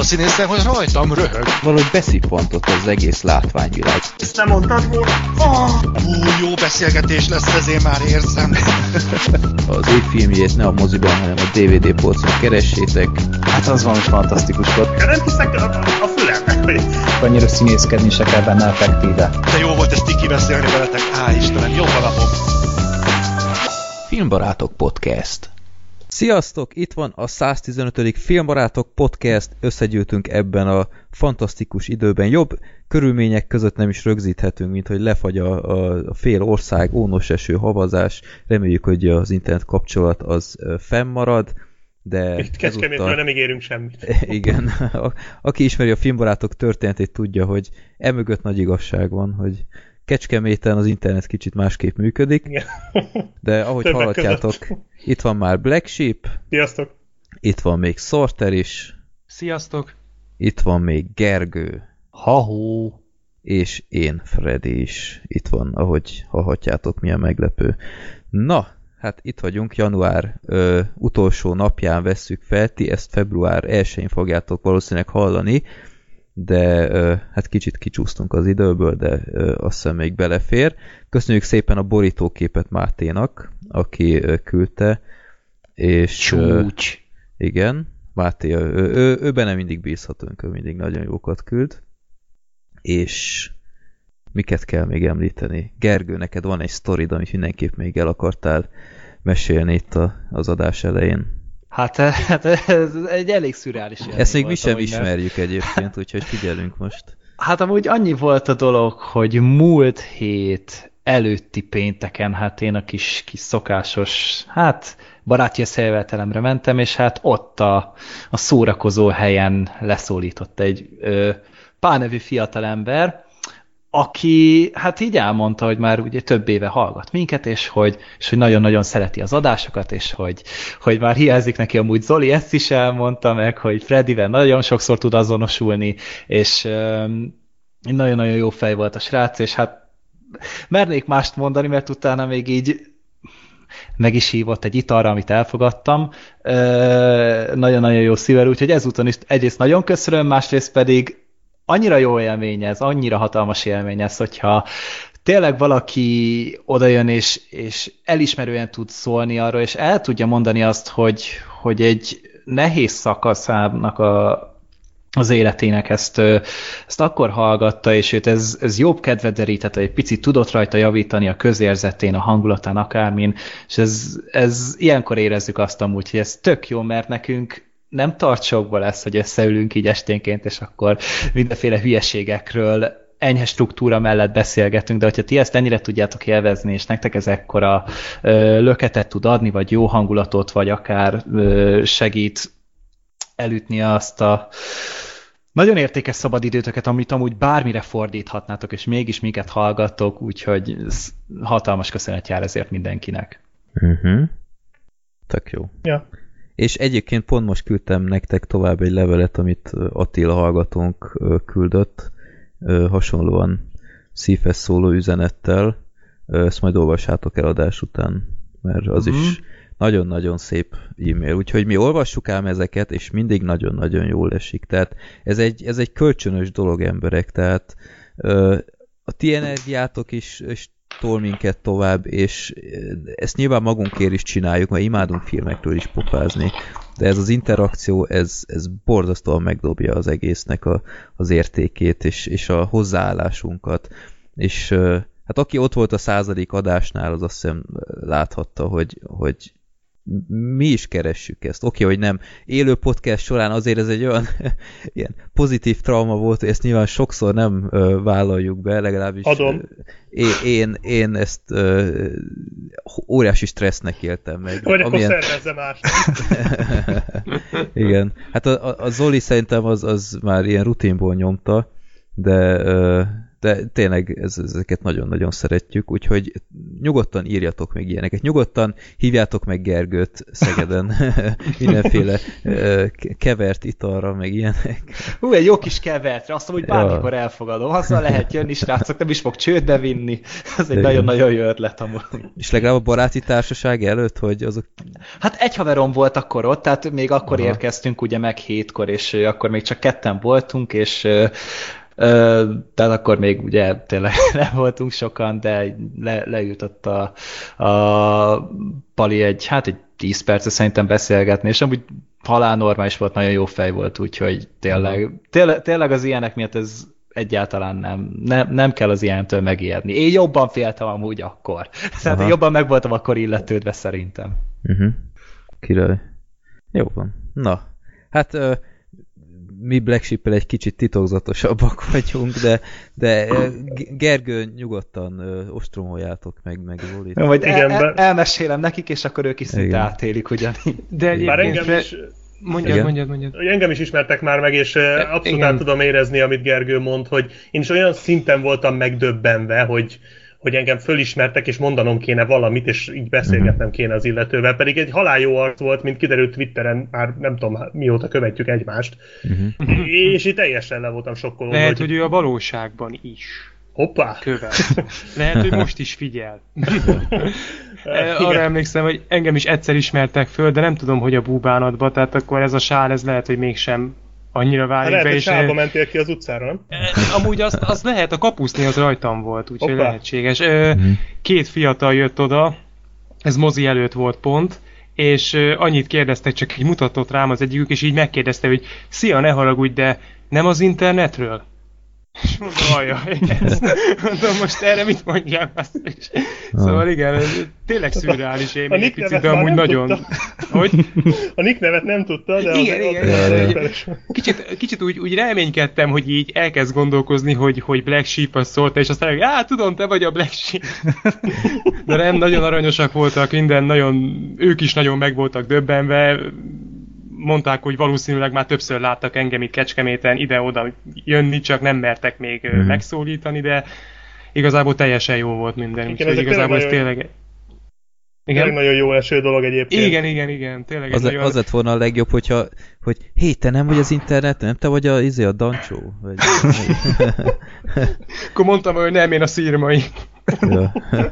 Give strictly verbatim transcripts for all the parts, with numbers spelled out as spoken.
színészen, hogy rajtam röhög. Valahogy beszippantott az egész látványvilág. Ezt nem mondtad volna? Oh, hú, jó beszélgetés lesz, ezért már érzem. Az év filmjét ne a moziban, hanem a dé vé dé polcon keressétek. Hát az valami fantasztikus volt. Nem hiszek a, a fülemnek, hogy... Annyira színészkedni se kell benne effektíve. De jó volt ezt Tiki beszélni veletek. Á, Istenem, jó a napom. Filmbarátok Podcast. Sziasztok! Itt van a száztizenötödik Filmbarátok Podcast. Összegyűltünk ebben a fantasztikus időben. Jobb körülmények között nem is rögzíthetünk, mint hogy lefagy a, a, a fél ország, ónos eső, havazás. Reméljük, hogy az internet kapcsolat az fennmarad. De itt Kecskemétről nem ígérünk semmit. Igen. A, aki ismeri a Filmbarátok történetét, tudja, hogy emögött nagy igazság van, hogy Kecskeméten az internet kicsit másképp működik, igen. De ahogy többek hallhatjátok, között. Itt van már Black Sheep. Sziasztok! Itt van még Sorter is. Sziasztok! Itt van még Gergő. Ha-hó! És én, Freddy is. Itt van, ahogy hallhatjátok, milyen meglepő. Na, hát itt vagyunk, január ö, utolsó napján vesszük fel, ti ezt február elsején fogjátok valószínűleg hallani, de ö, hát kicsit kicsúsztunk az időből, de ö, azt hiszem még belefér. Köszönjük szépen a borítóképet Máténak, aki ö, küldte, és Csúcs! Ö, igen, Máté, ő, ő, ő, ő benne mindig bízhatunk, ő mindig nagyon jókat küld. És miket kell még említeni? Gergő, neked van egy sztorid, amit mindenképp még el akartál mesélni itt a, az adás elején. Hát, hát ez egy elég szürreális élmény. Ezt még mi sem amúgy, ismerjük mert... egyébként, úgyhogy figyelünk most. Hát amúgy annyi volt a dolog, hogy múlt hét előtti pénteken, hát én a kis, kis szokásos, hát barátja szemetelemre mentem, és hát ott a, a szórakozó helyen leszólított egy ö, Pál nevű fiatalember, aki hát így elmondta, hogy már ugye több éve hallgat minket, és hogy, és hogy nagyon-nagyon szereti az adásokat, és hogy, hogy már hiányzik neki amúgy Zoli, ezt is elmondta meg, hogy Freddyvel nagyon sokszor tud azonosulni, és um, nagyon-nagyon jó fej volt a srác, és hát mernék mást mondani, mert utána még így meg is hívott egy italra, amit elfogadtam. Nagyon-nagyon jó szívvel, úgyhogy ezúton is egyrészt nagyon köszönöm, másrészt pedig annyira jó élmény ez, annyira hatalmas élmény ez, hogyha tényleg valaki odajön és, és elismerően tud szólni arról, és el tudja mondani azt, hogy, hogy egy nehéz szakaszának a, az életének ezt, ezt akkor hallgatta, és őt ez, ez jobb kedvet derített, egy picit tudott rajta javítani a közérzetén, a hangulatán, akármin, és ez, ez ilyenkor érezzük azt amúgy, hogy ez tök jó, mert nekünk nem tart sokba lesz, hogy összeülünk így esténként, és akkor mindenféle hülyeségekről enyhe struktúra mellett beszélgetünk, de hogyha ti ezt ennyire tudjátok élvezni, és nektek ez ekkora ö, löketet tud adni, vagy jó hangulatot, vagy akár ö, segít elütni azt a nagyon értékes szabadidőtöket, amit amúgy bármire fordíthatnátok, és mégis minket hallgattok, úgyhogy hatalmas köszönet jár ezért mindenkinek. Uh-huh. Tök jó. Ja. És egyébként pont most küldtem nektek tovább egy levelet, amit Attila hallgatónk küldött, hasonlóan szívhez szóló üzenettel. Ezt majd olvassátok el adás után, mert az uh-huh. is nagyon-nagyon szép e-mail. Úgyhogy mi olvassuk ám ezeket, és mindig nagyon-nagyon jól esik. Tehát ez egy, ez egy kölcsönös dolog, emberek. Tehát a ti energiátok is, is tol minket tovább, és ezt nyilván magunkért is csináljuk, mert imádunk filmekről is pofázni, de ez az interakció, ez, ez borzasztóan megdobja az egésznek a, az értékét, és, és a hozzáállásunkat. És hát aki ott volt a századik adásnál, az azt hiszem láthatta, hogy, hogy mi is keressük ezt. Oké, okay, hogy nem élő podcast során, azért ez egy olyan ilyen pozitív trauma volt, hogy ezt nyilván sokszor nem ö, vállaljuk be, legalábbis Adom. Én, én, én ezt ö, óriási stressznek éltem meg. Vagy akkor amilyen... szervezze más. Igen. Hát a, a Zoli szerintem az, az már ilyen rutinból nyomta, de, ö, de tényleg ez, ezeket nagyon-nagyon szeretjük, úgyhogy nyugodtan írjatok még ilyeneket. Nyugodtan hívjátok meg Gergőt Szegeden mindenféle kevert italra, meg ilyenek. Hú, egy jó kis kevertre, azt mondom, hogy bármikor ja. elfogadom. Azzal lehet jönni, srácok, nem is fog csődbe vinni. Ez egy nagyon-nagyon jó ötlet amúgy. És legalább a baráti társaság előtt, hogy azok... Hát egy haverom volt akkor ott, tehát még akkor Aha. érkeztünk ugye meg hétkor, és akkor még csak ketten voltunk, és tehát akkor még ugye tényleg nem voltunk sokan, de le, leült ott a, a Pali egy, hát egy tíz perce szerintem beszélgetni, és amúgy halál normális volt, nagyon jó fej volt, úgyhogy tényleg, tényleg, tényleg az ilyenek miatt ez egyáltalán nem, nem, nem kell az ilyentől megijedni. Én jobban féltem amúgy akkor. Tehát én jobban meg voltam akkor illetődve szerintem. Uh-huh. Király. Jó van. Na, hát uh, mi Black Sheep-el egy kicsit titokzatosabbak vagyunk, de, de Gergő, nyugodtan uh, ostromoljátok meg, meg Zolit. Vagy el, el, elmesélem nekik, és akkor ők is szinte átélik ugyanígy. De egyébként engem is... Mondjad, mondjad, mondjad. Engem is ismertek már meg, és abszolút át tudom érezni, amit Gergő mond, hogy én is olyan szinten voltam megdöbbenve, hogy, hogy engem fölismertek, és mondanom kéne valamit, és így beszélgetnem kéne az illetővel. Pedig egy halál jó arc volt, mint kiderült Twitteren, már nem tudom mióta követjük egymást. Uh-huh. És itt teljesen le voltam sokkolva. Lehet, hogy... hogy ő a valóságban is. Hoppá! Követ. Lehet, hogy most is figyel. Arra emlékszem, hogy engem is egyszer ismertek föl, de nem tudom, hogy a búbánatba, tehát akkor ez a sál, ez lehet, hogy mégsem annyira válik lehet, be. Lehet, hogy sálba mentél ki az utcára, nem? Amúgy azt, azt lehet, a kapusznél az rajtam volt, úgyhogy Hoppá. lehetséges. Két fiatal jött oda, ez mozi előtt volt pont, és annyit kérdeztek, csak így mutatott rám az egyikük, és így megkérdezte, hogy szia, ne haragudj, de nem az internetről? És mondom, ajaj, ez. Mondom, most erre mit mondjam azt is. Szóval igen, tényleg szürreális élmény, egy picit, de amúgy nagyon... Tudta. Hogy? A Nick nevet nem tudta, de... Igen, az igen, az igen. Az kicsit, kicsit úgy, úgy reménykedtem, hogy így elkezd gondolkozni, hogy, hogy Black Sheep az szólta, és aztán, hogy á, tudom, te vagy a Black Sheep. De nem, nagyon aranyosak voltak, minden nagyon... Ők is nagyon meg voltak döbbenve. Mondták, hogy valószínűleg már többször láttak engem itt Kecskeméten ide-oda jönni, csak nem mertek még mm. megszólítani, de igazából teljesen jó volt minden. Igen, úgyhogy igazából ez tényleg... Igen? Nagyon jó eső dolog egyébként. Igen, igen, igen. Tényleg az, nagyon... az lett volna a legjobb, hogyha, hogy hé, te nem vagy az interneten, nem te vagy a, izé, a Dancsó? Vagy... Akkor mondtam, hogy nem, én a szírmai. Ja.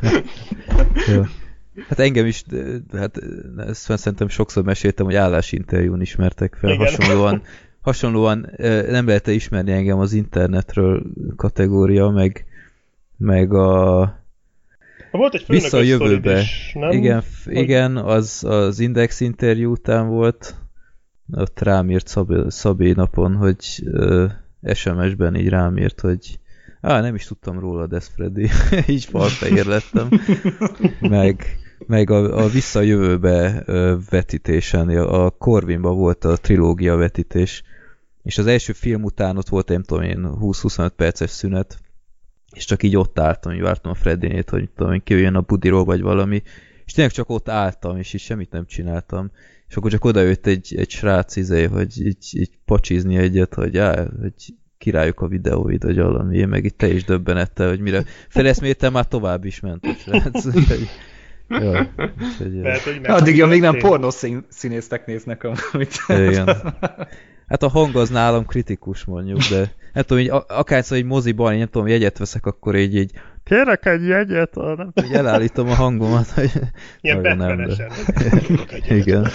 Ja. Hát engem is, hát ezt szerintem sokszor meséltem, hogy állásinterjún ismertek fel. Igen. Hasonlóan, hasonlóan nem lehet ismerni engem az internetről kategória, meg, meg a volt egy vissza a jövőbe. Is, nem? Igen, igen, az az Index interjú után volt. Ott rám írt Szabé, Szabé napon, hogy uh, es em es-ben így rám írt, hogy á, nem is tudtam róla, Death Freddy. Így falfehér lettem. Meg, meg a, a Vissza a jövőbe uh, vetítésen, a Corvinban volt a trilógia vetítés, és az első film után ott volt, nem tudom én, húsz-huszonöt perces szünet, és csak így ott álltam, így vártam a Freddinét, hogy tudom én, kijöjjön a budiról, vagy valami, és tényleg csak ott álltam, és így semmit nem csináltam. És akkor csak odajött egy, egy srác, izé, hogy így, így pacsizni egyet, hogy, á, hogy királyok a videóid, vagy valami, én meg itt te is döbbenettel, hogy mire feleszméltem, már tovább is ment a srác. Jó, úgyhogy, Lehet, hogy addig, amíg nem pornószínésztek néznek amit. Igen. Hát a hang az nálam kritikus, mondjuk, de nem tudom, így akárszor egy moziban, én nem tudom, jegyet veszek, akkor így, így kérek egy jegyet, nem tudom, így elállítom a hangomat, hogy ilyen betvenesen. Igen.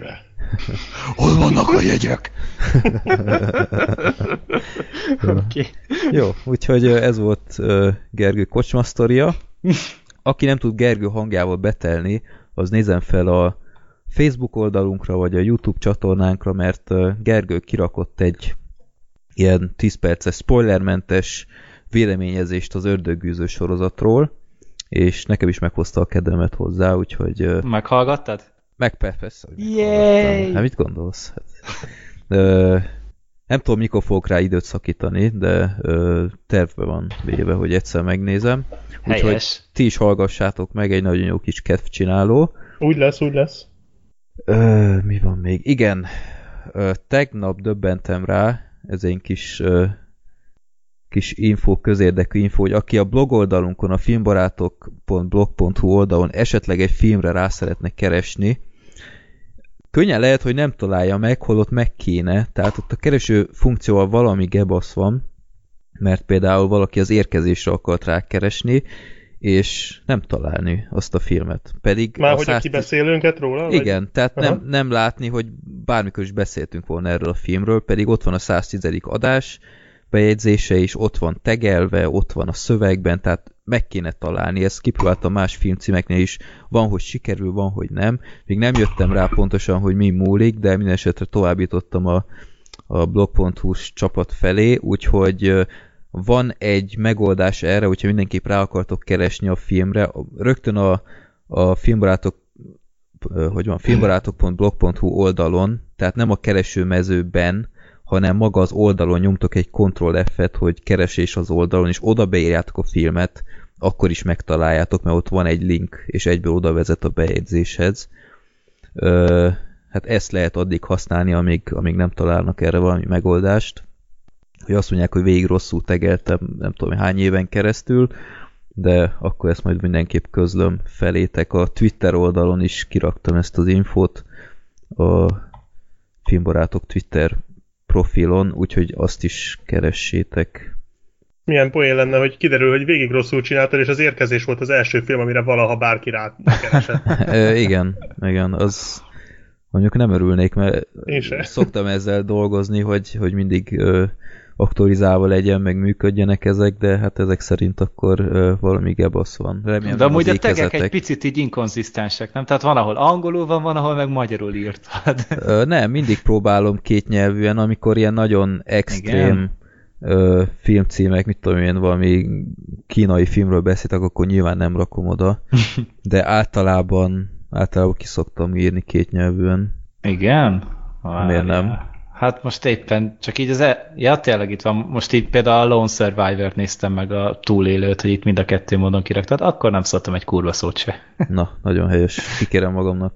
Hol vannak a jegyek? Jó. Okay. Jó, úgyhogy ez volt Gergő kocsma sztoria. Aki nem tud Gergő hangjával betelni, az nézzen fel a Facebook oldalunkra, vagy a YouTube csatornánkra, mert Gergő kirakott egy ilyen tíz perces spoilermentes véleményezést az Ördöggűző sorozatról, és nekem is meghozta a kedvemet hozzá, úgyhogy... Meghallgattad? Meg persze, hogy meghallgattam. Hát mit gondolsz? Hát, ö, nem tudom, mikor fogok rá időt szakítani, de ö, tervbe van véve, hogy egyszer megnézem. Úgyhogy ti is hallgassátok meg, egy nagyon jó kis kedvcsináló. Úgy lesz, úgy lesz. Ö, mi van még? Igen, ö, tegnap döbbentem rá, ez egy kis ö, kis info, közérdekű info, hogy aki a blog oldalunkon, a filmbarátok pont blog pont hu oldalon esetleg egy filmre rá szeretne keresni, könnyen lehet, hogy nem találja meg, holott meg kéne, tehát ott a kereső funkcióval valami gebasz van, mert például valaki az érkezésre akart rákeresni, és nem találni azt a filmet. Pedig Már a hogy száz... a kibeszélőnket róla? Igen, vagy? tehát nem, nem látni, hogy bármikor is beszéltünk volna erről a filmről, pedig ott van a száztizedik adás bejegyzése is, ott van tegelve, ott van a szövegben, tehát meg kéne találni. Ezt kipróbáltam más filmcímeknél is, van, hogy sikerül, van, hogy nem. Még nem jöttem rá pontosan, hogy mi múlik, de minden esetre továbbítottam a, a blog pont hu-s csapat felé, úgyhogy van egy megoldás erre, hogyha mindenképp rá akartok keresni a filmre, rögtön a, a filmbarátok hogy van, filmbarátok pont blog pont hu oldalon, tehát nem a keresőmezőben, hanem maga az oldalon nyomtok egy kontroll F-et, hogy keresés az oldalon, és oda beírjátok a filmet, akkor is megtaláljátok, mert ott van egy link, és egyből oda vezet a bejegyzéshez. Ö, hát ezt lehet addig használni, amíg, amíg nem találnak erre valami megoldást. Hogy azt mondják, hogy végig rosszul tegeltem, nem tudom hány éven keresztül, de akkor ezt majd mindenképp közlöm felétek. A Twitter oldalon is kiraktam ezt az infót, a Filmbarátok Twitter profilon, úgyhogy azt is keressétek. Milyen poén lenne, hogy kiderül, hogy végig rosszul csináltad, és az érkezés volt az első film, amire valaha bárki rá keresett. e, igen, igen, az mondjuk nem örülnék, mert szoktam ezzel dolgozni, hogy, hogy mindig ö, aktualizálva legyen, meg működjenek ezek, de hát ezek szerint akkor ö, valami gebasz van. Remélem, de amúgy a tegek egy picit így inkonzisztensek, nem? Tehát van, ahol angolul van, van, ahol meg magyarul írtad. Ö, nem, mindig próbálom kétnyelvűen, amikor ilyen nagyon extrém ö, filmcímek, mit tudom én, valami kínai filmről beszéltek, akkor nyilván nem rakom oda, de általában általában ki szoktam írni kétnyelvűen. Igen? Miért nem? Hát most éppen, csak így az e... Ja, tényleg itt van. Most így például a Lone Survivor-t néztem meg, a túlélőt, hogy itt mind a kettő módon kiraktad, akkor nem szóltam egy kurva szót se. Na, nagyon helyes. Kikérem magamnak.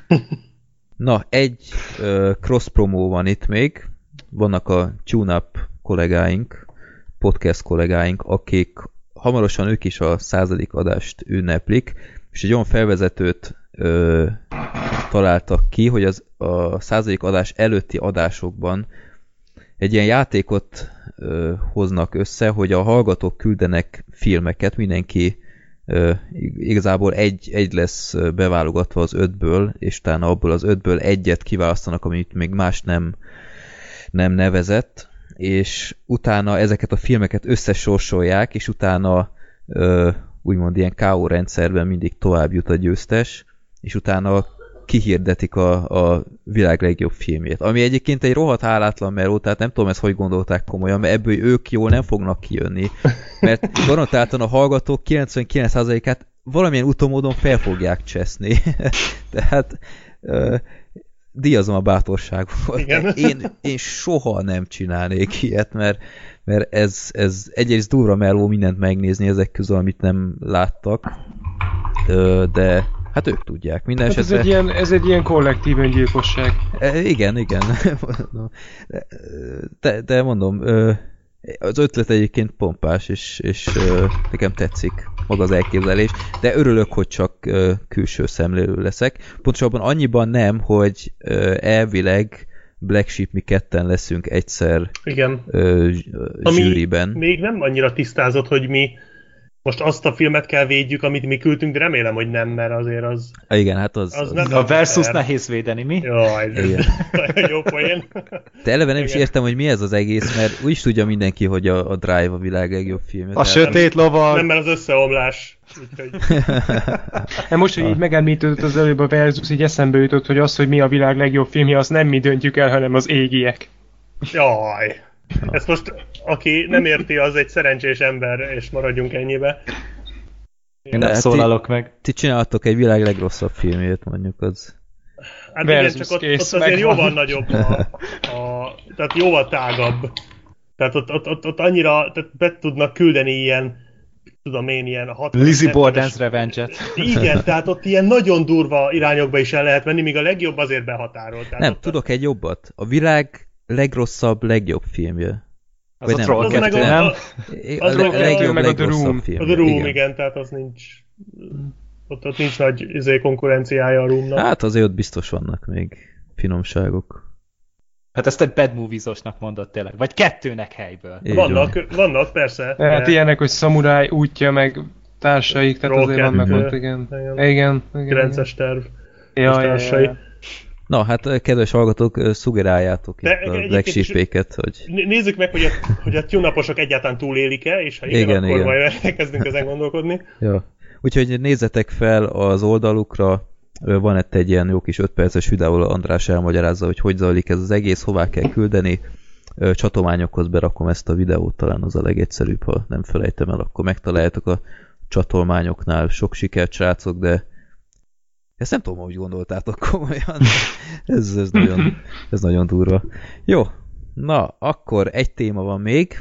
Na, egy uh, cross-promó van itt még. Vannak a TuneUp kollégáink, podcast kollégáink, akik hamarosan ők is a századik adást ünneplik, és egy olyan felvezetőt ö, találtak ki, hogy az a századik adás előtti adásokban egy ilyen játékot ö, hoznak össze, hogy a hallgatók küldenek filmeket, mindenki ö, igazából egy, egy lesz beválogatva az ötből, és utána abból az ötből egyet kiválasztanak, amit még más nem, nem nevezett, és utána ezeket a filmeket összesorsolják, és utána ö, úgymond ilyen ká ó rendszerben mindig tovább jut a győztes, és utána kihirdetik a, a világ legjobb filmjét. Ami egyébként egy rohadt hálátlan meló, tehát nem tudom ezt hogy gondolták komolyan, mert ebből ők jól nem fognak kijönni. Mert garantáltan a hallgatók kilencvenkilenc százalékát valamilyen utómódon fel fogják cseszni. Tehát ö, díjazom a bátorságokat. Én, én soha nem csinálnék ilyet, mert, mert ez, ez egyrészt durva meló mindent megnézni ezek közül, amit nem láttak, de hát ők tudják. Minden hát esetre... ez, egy ilyen, ez egy ilyen kollektív öngyilkosság. Igen, igen. De, de mondom, az ötlet egyébként pompás, és, és nekem tetszik maga az elképzelés, de örülök, hogy csak külső szemlélő leszek. Pontosabban annyiban nem, hogy elvileg Black Sheep mi ketten leszünk egyszer igen. zsűriben. Ami még nem annyira tisztázott, hogy mi most azt a filmet kell védjük, amit mi küldtünk, de remélem, hogy nem, mert azért az... Igen, hát az... az, az nem a versus fair. Nehéz védeni, mi? Jaj, jó poén. De eleve nem igen. is értem, hogy mi ez az egész, mert úgy is tudja mindenki, hogy a, a Drive a világ legjobb filmje. A sötét lovag! Nem, mert az összeomlás. Most, hogy így megemlítődött az előbb a versus, így eszembe jutott, hogy az, hogy mi a világ legjobb filmje, azt nem mi döntjük el, hanem az égiek. Jaj! Ezt most, aki nem érti, az egy szerencsés ember, és maradjunk ennyibe. Én nem szólalok ti, meg. Ti csináltok egy világ legrosszabb filmjét, mondjuk az. Hát igen, csak ott, ott azért jóval nagyobb, a, a, tehát jóval tágabb. Tehát ott, ott, ott, ott annyira tehát be tudnak küldeni ilyen, tudom én, ilyen hatvan... Lizzie Borden's Revenge-et. Igen, tehát ott ilyen nagyon durva irányokba is el lehet menni, míg a legjobb azért behatárolt. Nem, tudok egy jobbat. A világ legrosszabb, legjobb filmje. Az Vagy a nem, Troll Az kettő, meg a- nem? a- A az le- Troll legjobb, kettő, meg a The legrosszabb Room. film. A The Room, igen. igen, tehát az nincs... Ott, ott nincs nagy izé, konkurenciája a Roomnak. Hát azért ott biztos vannak még finomságok. Hát ezt egy bad movies-osnak mondott tényleg. Vagy kettőnek helyből. Így vannak, van. vannak, persze. Hát de ilyenek, hogy szamuráj útja, meg társaik, tehát Troll azért vannak kettő. ott, igen. Igen. Igen, igen. igen. kilences terv. Ja, ja, társai. ja, ja. Na, hát kedves hallgatók, szugeráljátok De itt a egyébként Black is- Sheep-éket, hogy Né- Nézzük meg, hogy a, hogy a tune-uposok egyáltalán túlélik-e, és ha igen, Igen, akkor igen. majd elkezdünk ezen gondolkodni. ja. Úgyhogy nézzetek fel az oldalukra, Ö, van itt egy ilyen jó kis öt perces videó, ahol András elmagyarázza, hogy hogy zajlik ez az egész, hová kell küldeni. Ö, Csatolmányokhoz berakom ezt a videót, talán az a legegyszerűbb, ha nem felejtem el, akkor megtaláljátok a csatolmányoknál. Sok sikert, srácok, de ezt nem tudom, hogy gondoltátok komolyan. ez, ez, nagyon, ez nagyon durva. Jó, na, akkor egy téma van még.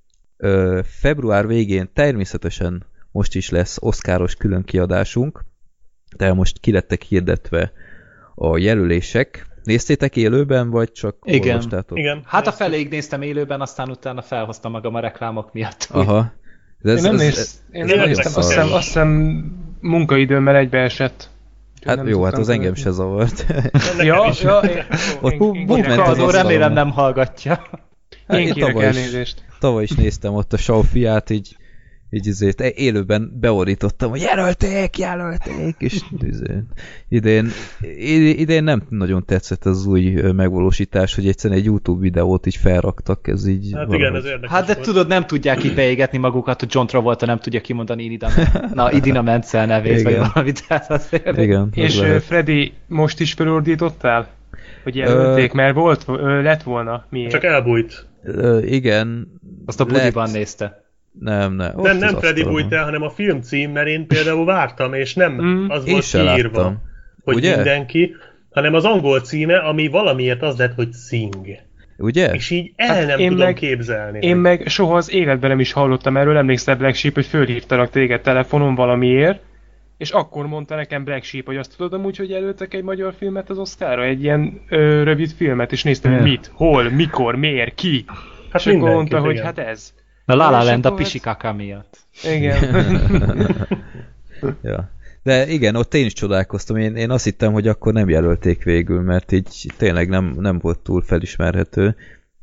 Ö, február végén természetesen most is lesz oszkáros különkiadásunk, de most ki lettek hirdetve a jelölések. Néztétek élőben, vagy csak Igen. olvastátok? Igen. Hát a feléig néztem élőben, aztán utána felhoztam magam a reklámok miatt. Aha. De Én nem, ez, néz, ez, én ez nem nagyon néztem, szar. azt hiszem, azt hiszem munkaidőmmel egybeesett. hát Nem jó, hát tudtam az engem követni. se zavart. Nekem Ja, is. ja, én, Ott én, bu- én, bu- én, ment az Munkahadó, asztalon. remélem nem hallgatja. Hát én én kérek tavaly is- elnézést. Tavaly is néztem ott a Shaw fiát, így, így izét, élőben beorítottam, hogy jelölték, jelölték, és izé, idén, idén nem nagyon tetszett az új ö, megvalósítás, hogy egyszerűen egy YouTube videót így felraktak, ez így Hát valahogy- igen, ez érdekes Hát de volt. tudod, nem tudják így beégetni magukat, hogy John Travolta nem tudja kimondani Idina, na, Idina Menzel nevét, vagy Igen. valami, tehát azért... Igen, az És lehet. ö, Freddy, most is felordítottál? Hogy jelölték, mert volt, ö, lett volna. Miért? Csak elbújt. Ö, igen. Azt a budiban nézte. Nem, nem. ott Nem, az nem Freddy asztalon. bújt el, hanem a filmcím, mert én például vártam, és nem Mm. az Én volt se kiírva, láttam. hogy Ugye? mindenki, hanem az angol címe, ami valamiért az lett, hogy Sing. Ugye? És így el Hát nem én tudom meg- képzelni. Én meg soha az életben nem is hallottam erről, emlékszel Black Sheep, hogy fölhívtalak téged telefonon valamiért, és akkor mondta nekem Black Sheep, hogy azt tudod amúgy, hogy jelöltek egy magyar filmet az Oscarra, egy ilyen ö, rövid filmet, és néztem, hogy mit, hol, mikor, miért, ki. Hát És akkor mindenkit, mondta, hogy igen. hát ez. Na La La És Land a akkor hát- pisikaka miatt. Igen. Ja. De igen, ott én is csodálkoztam. Én, én azt hittem, hogy akkor nem jelölték végül, mert így tényleg nem, nem volt túl felismerhető.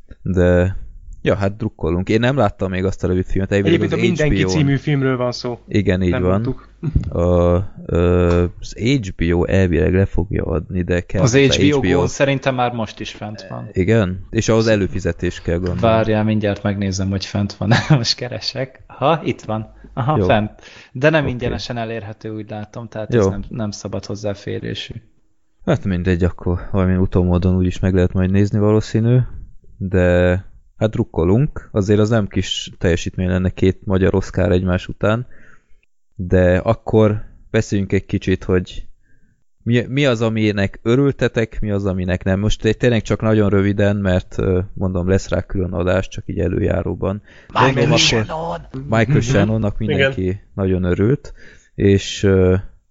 De ja, hát drukkolunk. Én nem láttam még azt a rövid filmet. Egyébként a az Mindenki há bé ó-n. című filmről van szó. Igen, így Nem van. mondtuk. A, ö, az há bé ó elvileg le fogja adni, de kell Az hozzá há bé ó há bé ó Go szerintem már most is fent van. Igen? És ahhoz előfizetés kell gondolni. Várjál, mindjárt megnézem, hogy fent van. Most keresek. Ha, itt van. Aha, Jó. fent. De nem Oké. ingyenesen elérhető, úgy látom, tehát Jó. ez nem, nem szabad hozzáférésű. Hát mindegy, akkor valamilyen utómódon úgyis meg lehet majd nézni valószínű, de hát drukkolunk, azért az nem kis teljesítmény lenne két magyar Oscar egymás után, de akkor beszéljünk egy kicsit, hogy mi, mi az, aminek örültetek, mi az, aminek nem. Most egy tényleg csak nagyon röviden, mert ö, mondom, lesz rá külön adás, csak így előjáróban. Gondolom, akkor Michael Shannonnak mindenki Igen. nagyon örült, és ö,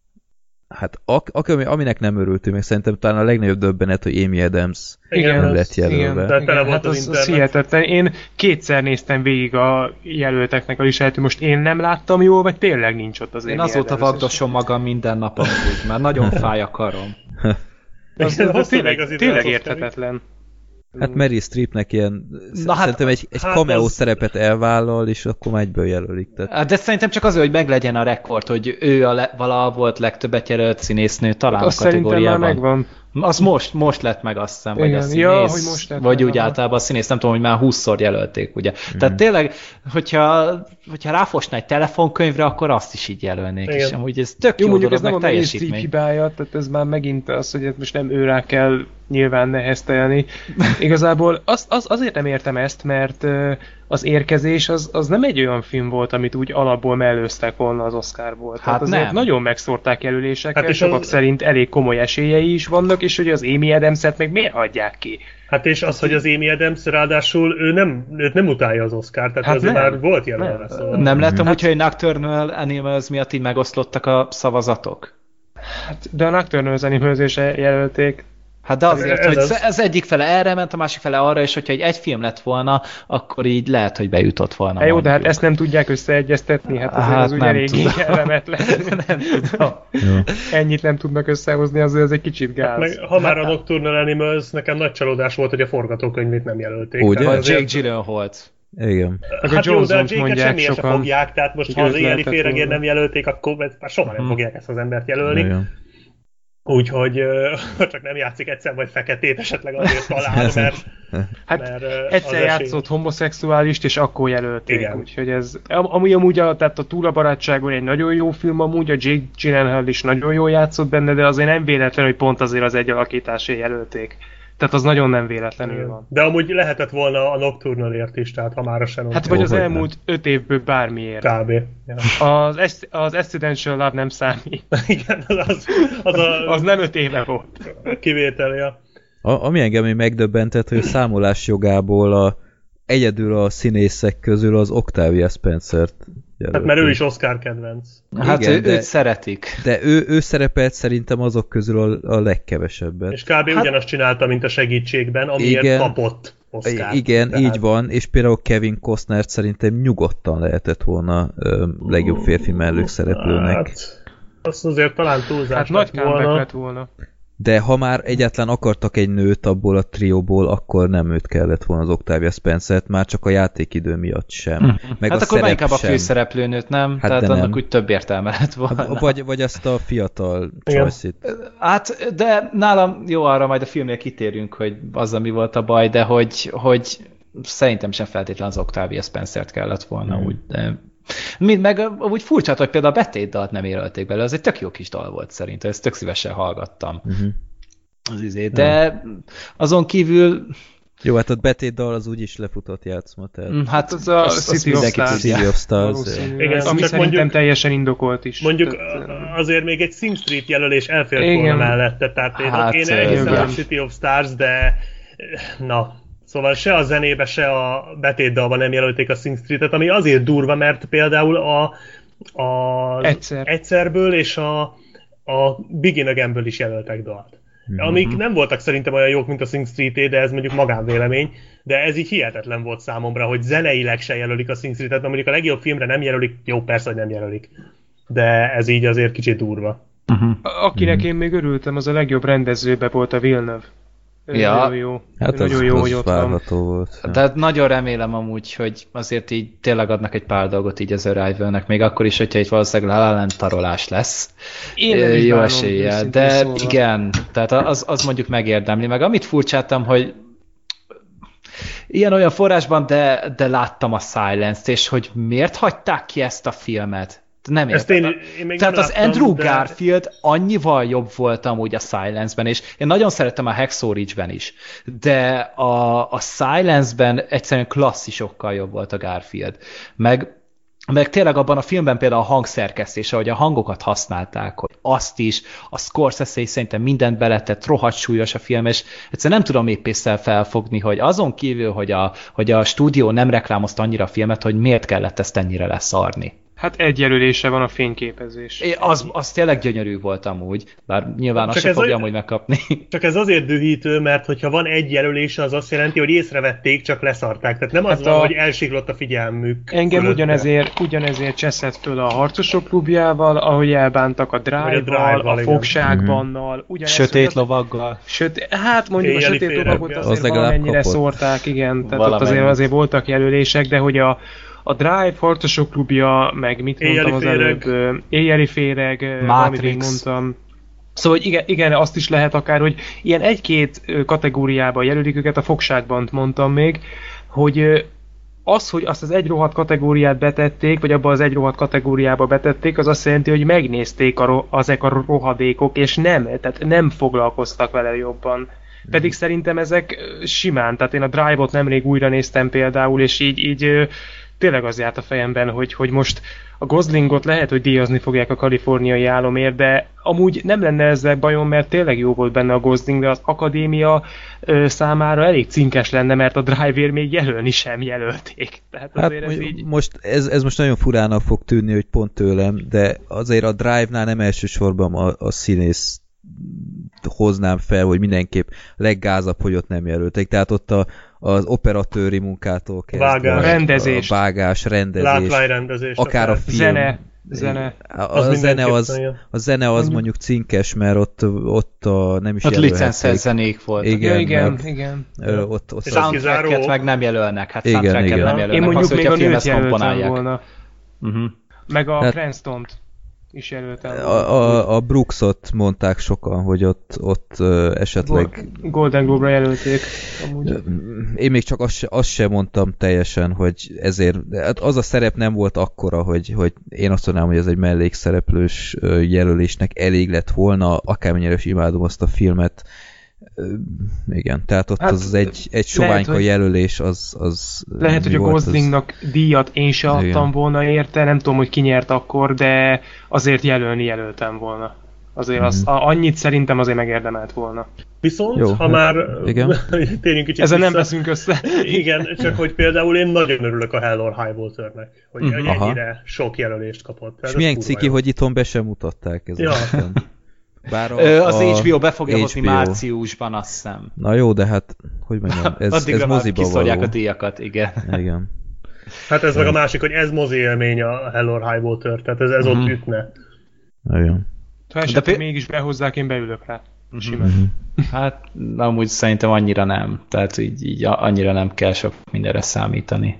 hát ak- ak- aminek nem örültünk, meg szerintem talán a legnagyobb döbbenet, hogy Amy Adams Igen, nem az- lett jelölve. Igen, Tehát tele igen, volt hát az az, az internet. hihetetlen. Én kétszer néztem végig a jelölteknek a listát, hogy most én nem láttam jól, vagy tényleg nincs ott az Én Amy azóta Adams. vagdosom magam minden nap amúgy, már nagyon fáj a karom. Az, Igen, az hozta tényleg, még az ide tényleg az érthetetlen. Hát Meryl Streepnek ilyen, Na hát- szerintem egy, egy hát cameo az- szerepet elvállal, és akkor már egyből jelölik. Tehát, Hát de szerintem csak azért, hogy meglegyen a rekord, hogy ő a le- vala volt legtöbbet jelölt színésznő talán Azt a szerintem már kategóriában. megvan. Az most, most lett meg, azt hiszem, vagy Igen. a színész, Ja, hogy most lett vagy meg, úgy aha. általában a színész, nem tudom, hogy már húszszor jelölték, ugye. Mhm. Tehát tényleg, hogyha, hogyha ráfosna egy telefonkönyvre, akkor azt is így jelölnék, Igen. és amúgy ez tök Jó, jó, mondjuk dolog, ez nem meg a Meryl Streep teljesítmény. hibája, tehát ez már megint az, hogy most nem ő rá kell nyilván neheztelni. Igazából az, az, azért nem értem ezt, mert ö, az Érkezés az, az nem egy olyan film volt, amit úgy alapból mellőztek volna az Oscarból. Tehát Hát azért nem. nagyon megszórták jelölésekkel, Hát és sokak az- szerint elég komoly esélyei is vannak, és hogy az Amy Adams-et meg miért hagyják ki? Hát és az, hogy az Amy Adams ráadásul ő nem, őt nem utálja az Oscar, tehát Hát azért nem. már volt jelölve. Nem. Szóval. Nem lettem úgy, hogy Nocturnal Animals miatt így megoszlottak a szavazatok? Hát, de a Nocturnal Animals-re jelölték. Hát de azért, Ez hogy az. az egyik fele erre ment, a másik fele arra, és hogyha egy, egy film lett volna, akkor így lehet, hogy bejutott volna. Hát jó, de hát mondjuk. ezt nem tudják összeegyeztetni, hát azért Hát az úgy nem eléggé tudom. kellemetlen. Nem tudom. Jó. Ennyit nem tudnak összehozni, az, az egy kicsit gáz. Meg, ha már a Nocturnal Animals, nekem nagy csalódás volt, hogy a forgatókönyvét nem jelölték. Ugye? Tehát Vagy azért- Jake Gyllenhaal. Igen. Meg a Hát jó, de a Johnson-t Jake-et mondják semmiért se sokan. fogják, tehát most hogy ha az őt éjjeli lehetett féregért volna. nem jelölték, akkor már soha nem Mhm. fogják ezt az embert jelölni. Igen. Úgyhogy ö, ha csak nem játszik egyszer, vagy feketét esetleg azért talál, mert, Hát mert ö, az egyszer esély- játszott homoszexuálist, és akkor jelölték. Igen. Úgyhogy ez, am- amúgy amúgy a, tehát a Túl a barátságon egy nagyon jó film, amúgy a Jake Gyllenhaal is nagyon jól játszott benne, de azért nem véletlen, hogy pont azért az egy alakításért jelölték. Tehát az nagyon nem véletlenül van. De amúgy lehetett volna a Nocturnalért is, tehát ha már a Shannon. Hát vagy az hogy elmúlt öt évből bármiért. Kb. Ja. Az, Est- az Accidental Love nem számít. Igen, az, az, az a Az nem öt éve volt. kivétel, ja. A, ami engem még megdöbbentett, hogy a számolás jogából a, egyedül a színészek közül az Octavia Spencer-t Hát jelölték. mert ő is Oscar kedvenc. Hát Igen, ő, de- őt szeretik. De ő, ő szerepelt szerintem azok közül a, a legkevesebbet. És kb. Hát, ugyanazt csinálta, mint a segítségben, amiért igen. kapott Oscar. Igen, Tehát- így van, és például Kevin Costnert szerintem nyugodtan lehetett volna ö, legjobb férfi mellékszereplőnek. Hát, azt azért talán túlzás Hát nagy lett comeback volna. lett volna. De ha már egyáltalán akartak egy nőt abból a trióból, akkor nem őt kellett volna az Octavia Spencer-t, már csak a játékidő miatt sem. Meg Hát a akkor már szerep inkább a sem. főszereplőnőt, nem? Hát Tehát de annak nem. úgy több értelme lett volna. Vagy, vagy azt a fiatal Igen. choice-it. Hát, de nálam, jó, arra majd a filmnél kitérünk, hogy azzal mi volt a baj, de hogy, hogy szerintem sem feltétlen az Octavia Spencer-t kellett volna, Hmm. úgy, de... Mind, meg úgy furcsa, hogy például a Betét dalt nem érölték belőle, az egy tök jó kis dal volt szerintem, ezt tök szívesen hallgattam. Uh-huh. Az izé. De azon kívül, Jó, hát a betétdal az úgyis lefutott játszma, tehát mm, hát Az a azt- azt City of mindenki Stars. tudja. City of Stars. Valószínűleg. Igen, Ami csak szerintem mondjuk- teljesen indokolt is. Mondjuk Tehát, azért még egy Sing Street jelölés elfért Igen. volna mellette, tehát én, Hát, én elhiszem igen. a City of Stars, de na, szóval se a zenébe, se a betétdalban nem jelölték a Sing Street-et, ami azért durva, mert például a, a Egyszer. egyszerből és a, a Begin Again-ből is jelöltek dalt. Mhm. Amik nem voltak szerintem olyan jók, mint a Sing Street-é, de ez mondjuk magánvélemény, de ez így hihetetlen volt számomra, hogy zeneileg se jelölik a Sing Street-et, mert mondjuk a legjobb filmre nem jelölik, jó, persze, hogy nem jelölik. De ez így azért kicsit durva. uh-huh. Akinek én még örültem, az a legjobb rendezőbe volt a Villeneuve. Ő Ja. Nagyon jó. Hát Ő az, nagyon jó, az hogy ott van. várható volt. Ja. De nagyon remélem amúgy, hogy azért így tényleg adnak egy pár dolgot így az Arrival-nek, még akkor is, hogyha itt valószínűleg La La Land tarolás lesz. Én nem is Jó bánom, eséllyel, őszintén de szólva. igen, tehát az, az mondjuk megérdemli. Meg amit furcsáltam, hogy ilyen-olyan forrásban, de, de láttam a Silence-t, és hogy miért hagyták ki ezt a filmet? Nem Ezt értem. én, én még Tehát nem az láttam, Andrew de... Garfield annyival jobb volt amúgy a Silence-ben, és én nagyon szeretem a Hacksaw Ridge-ben is, de a, a Silence-ben egyszerűen klasszisokkal jobb volt a Garfield. Meg meg tényleg abban a filmben például a hangszerkesztés, ahogy a hangokat használták, hogy azt is, a Scorsese is szerintem mindent beletett, rohadt súlyos a film, és egyszerűen nem tudom épp észre felfogni, hogy azon kívül, hogy a, hogy a stúdió nem reklámozta annyira a filmet, hogy miért kellett ezt ennyire leszarni. Hát egy jelölése van a fényképezés. É, az, az tényleg gyönyörű volt amúgy, bár nyilván azt Csak sem ez fogja a- amúgy megkapni. Csak ez azért dühítő, mert hogyha van egy jelölése, az azt jelenti, hogy észrevették, csak leszarták. Tehát nem az Hát van, a- hogy elsiklott a figyelmük. Engem fölötte. ugyanezért, ugyanezért cseszett föl a Harcosok klubjával, ahogy elbántak a Drive-val, Drive-val, a igen. Fogságbannal. Ugyanez, Sötét hogy az- lovaggal. Sötét, hát mondjuk a Éjjeli sötét féreg, lovagot ja. Az azért legalább valamennyire kapott. szórták, igen, tehát ott Valamennyi. azért, azért voltak jelölések, de hogy a, a Drive, Harcosok klubja, meg mit Éjjeli mondtam az féreg. előbb, ö, éjjeli féreg, ö, valamit még mondtam. Szóval hogy igen, igen, azt is lehet akár, hogy ilyen egy-két ö, kategóriában jelölik őket, a Fogságban mondtam még, hogy ö, az, hogy azt az egy rohadt kategóriát betették, vagy abba az egy rohadt kategóriába betették, az azt jelenti, hogy megnézték a ro- ezek a rohadékok, és nem, tehát nem foglalkoztak vele jobban. Pedig szerintem ezek ö, simán, tehát én a Drive-ot nemrég újra néztem például, és így, így ö, tényleg az járt a fejemben, hogy, hogy most a Goslingot lehet, hogy díjazni fogják a Kaliforniai Álomért, de amúgy nem lenne ezzel bajom, mert tényleg jó volt benne a Gosling, de az akadémia ö, számára elég cinkes lenne, mert a Drive-ért még jelölni sem jelölték. Tehát Hát azért ez mo- így... most ez, ez most nagyon furának fog tűnni, hogy pont tőlem, de azért a Drive-nál nem elsősorban a, a színész hoznám fel, hogy mindenképp leggázabb, hogy ott nem jelölték. Tehát ott a, az operatőri munkától kezdve. Vágás. Rendezés. A vágás, rendezés. Látványrendezés. Akár a film. Zene. Zene. A, a, zene az, a zene az mondjuk cinkes, mert ott, ott a, nem is ott jelölhették. licenszes zenék volt. Igen, Ja, igen, meg, igen. Ö, ott, ott Soundtracket meg nem jelölnek. Hát igen, soundtracket igen. nem jelölnek. Én mondjuk az, még a nőt jelöltem komponálják. volna. Uh-huh. Meg a Hát- Cranstont is jelöltem volna. A, a, a Brooksot mondták sokan, hogy ott, ott uh, esetleg... Golden Globe-ra jelölték. Amúgy. Én még csak azt, se- azt sem mondtam teljesen, hogy ezért... Hát az a szerep nem volt akkora, hogy, hogy én azt mondanám, hogy ez egy mellékszereplős ö, jelölésnek elég lett volna, akármennyire is imádom azt a filmet. Ö, Igen, tehát ott Hát, az egy, egy soványka hogy- jelölés, az... az Lehet, mi hogy a volt, az- Goslingnak díjat én se adtam Igen. volna érte, nem tudom, hogy ki nyert akkor, de azért jelölni jelöltem volna. Azért Mhm. az, a, annyit szerintem azért megérdemelt volna. Viszont, Jó, ha hát, már igen. térjünk kicsit Ezzel nem vissza. veszünk össze. Igen, csak hogy például én nagyon örülök a Hell or High Waternek, hogy Mhm. uh-huh. ennyire sok jelölést kapott. Ez És milyen kurva ciki, jó. hogy itthon be sem mutatták ez Ja. a Bár a, Ö, az a há bé o be fogja hozni há bé o. márciusban, azt hiszem. Na jó, de hát, hogy mondjam, ez, Addigra ez már moziba kiszorják való. a díjakat, igen. Igen. Hát ez meg a másik, hogy ez mozi élmény a Hell or High Water, tehát ez, ez Mhm. ott ütne. Igen. Ha esetleg pé- mégis behozzák, én beülök rá. Simán. Mhm. Hát amúgy szerintem annyira nem. Tehát így, így a- annyira nem kell sok mindenre számítani.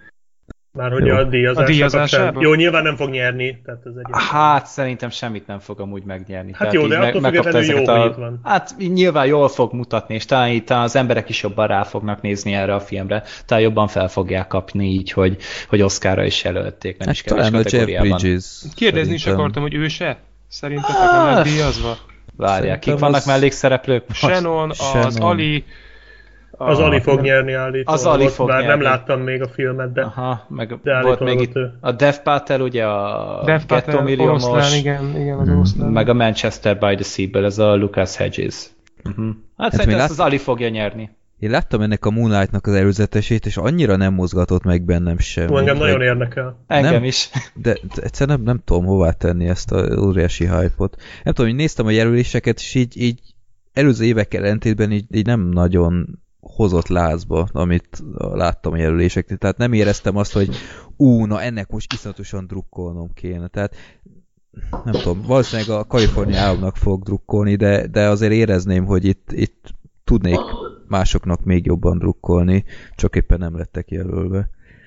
Már hogy Jó. a díjazás A díjazásában? Jó, nyilván nem fog nyerni, tehát ez egy... Hát szerintem semmit nem fog amúgy megnyerni. Hát Tehát jó, így de meg- attól megkapta függetlenül ezeket jó, a... hogy itt van. Hát így nyilván jól fog mutatni, és talán itt az emberek is jobban rá fognak nézni erre a filmre. Talán jobban fel fogják kapni így, hogy, hogy Oscarra is jelölték, nem Hát is kevés talán a Jeff kategóriában. Bridges. Kérdezni is szerintem. akartam, hogy ő se? Szerintetek nem lesz díjazva? Várják, Szerintem kik vannak az- mellékszereplők? most? Shannon, az Shannon. Ali... a- Az Ali fog nyerni állítólag. Az Ali Ott fog bár nyerni. nem láttam még a filmet, de... Aha, meg De volt állítólag még ott itt ő. a Dev Patel, ugye a Dev Getto Patel, milliómos, oroszlán, igen, igen, az oroszlán. meg a Manchester by the Sea-ből, ez a Lucas Hedges. Uh-huh. Hát, hát mi szerintem lát- ezt az Ali fogja nyerni. Én láttam ennek a Moonlight-nak az előzetesét, és annyira nem mozgatott meg bennem sem. Hú, engem Hogy- nagyon érdekel. Engem Nem? is. De, de egyszerűen nem, nem tudom hová tenni ezt a óriási hype-ot. Nem tudom, hogy néztem a jelöléseket, és így, így előző évekkel ellentétben így, így nem nagyon hozott lázba, amit láttam a jelöléseket. Tehát nem éreztem azt, hogy ú, na ennek most iszonyatosan drukkolnom kéne. Tehát nem tudom, valószínűleg a Kalifornia államnak fog drukkolni, de, de azért érezném, hogy itt, itt tudnék másoknak még jobban drukkolni, csak éppen nem lettek jelölve.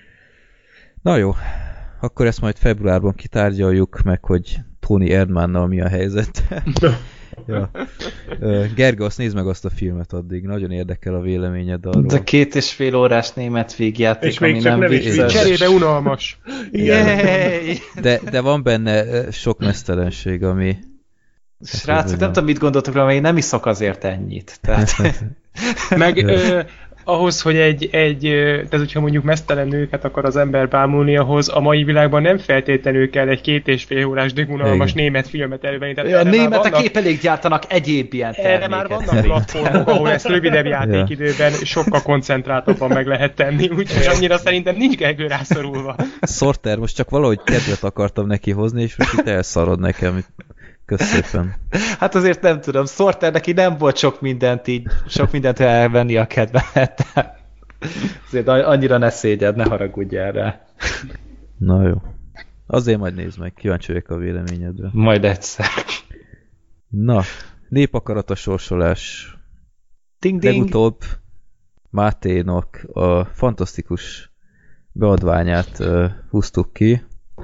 Na jó, akkor ezt majd februárban kitárgyaljuk meg, hogy Tony Erdmannnal mi a helyzet. Ja. Ö, Gergő, azt nézd meg azt a filmet addig, nagyon érdekel a véleményed arról. De két és fél órás német És végjáték, még ami csak nem nem is vicces. Cserébe unalmas. Yay! De, de van benne ö, sok mesztelenség, ami... Srácok, nem tudom, mit gondoltok rá, mert én nem iszok azért ennyit. Tehát... Meg ö, ahhoz, hogy egy, egy ö, tehát hogyha mondjuk mesztelen nőket akar az ember bámulni, ahhoz a mai világban nem feltétlenül kell egy két és fél órás dögunalmas Igen. német filmet elővenni. Tehát A erre már németek vannak- épp elég gyártanak egyéb ilyen Erre már terméket. vannak platformok, ahol ezt rövidebb játékidőben sokkal koncentráltabban meg lehet tenni, úgyhogy annyira szerintem nincs Gergő rászorulva. Sorter, most csak valahogy kedvet akartam neki hozni, és most itt elszarod nekem. Kösz szépen. Hát azért nem tudom, Sorter neki nem volt sok mindent így, sok mindent elvenni a kedvemet. Azért annyira ne szégyed, ne haragudj erre. Na jó. Azért majd nézd meg, kíváncsi vagyok a véleményedre. Majd egyszer. Na, népakarat a sorsolás. Ding ding. Legutóbb Máténak a fantasztikus beadványát uh, húztuk ki.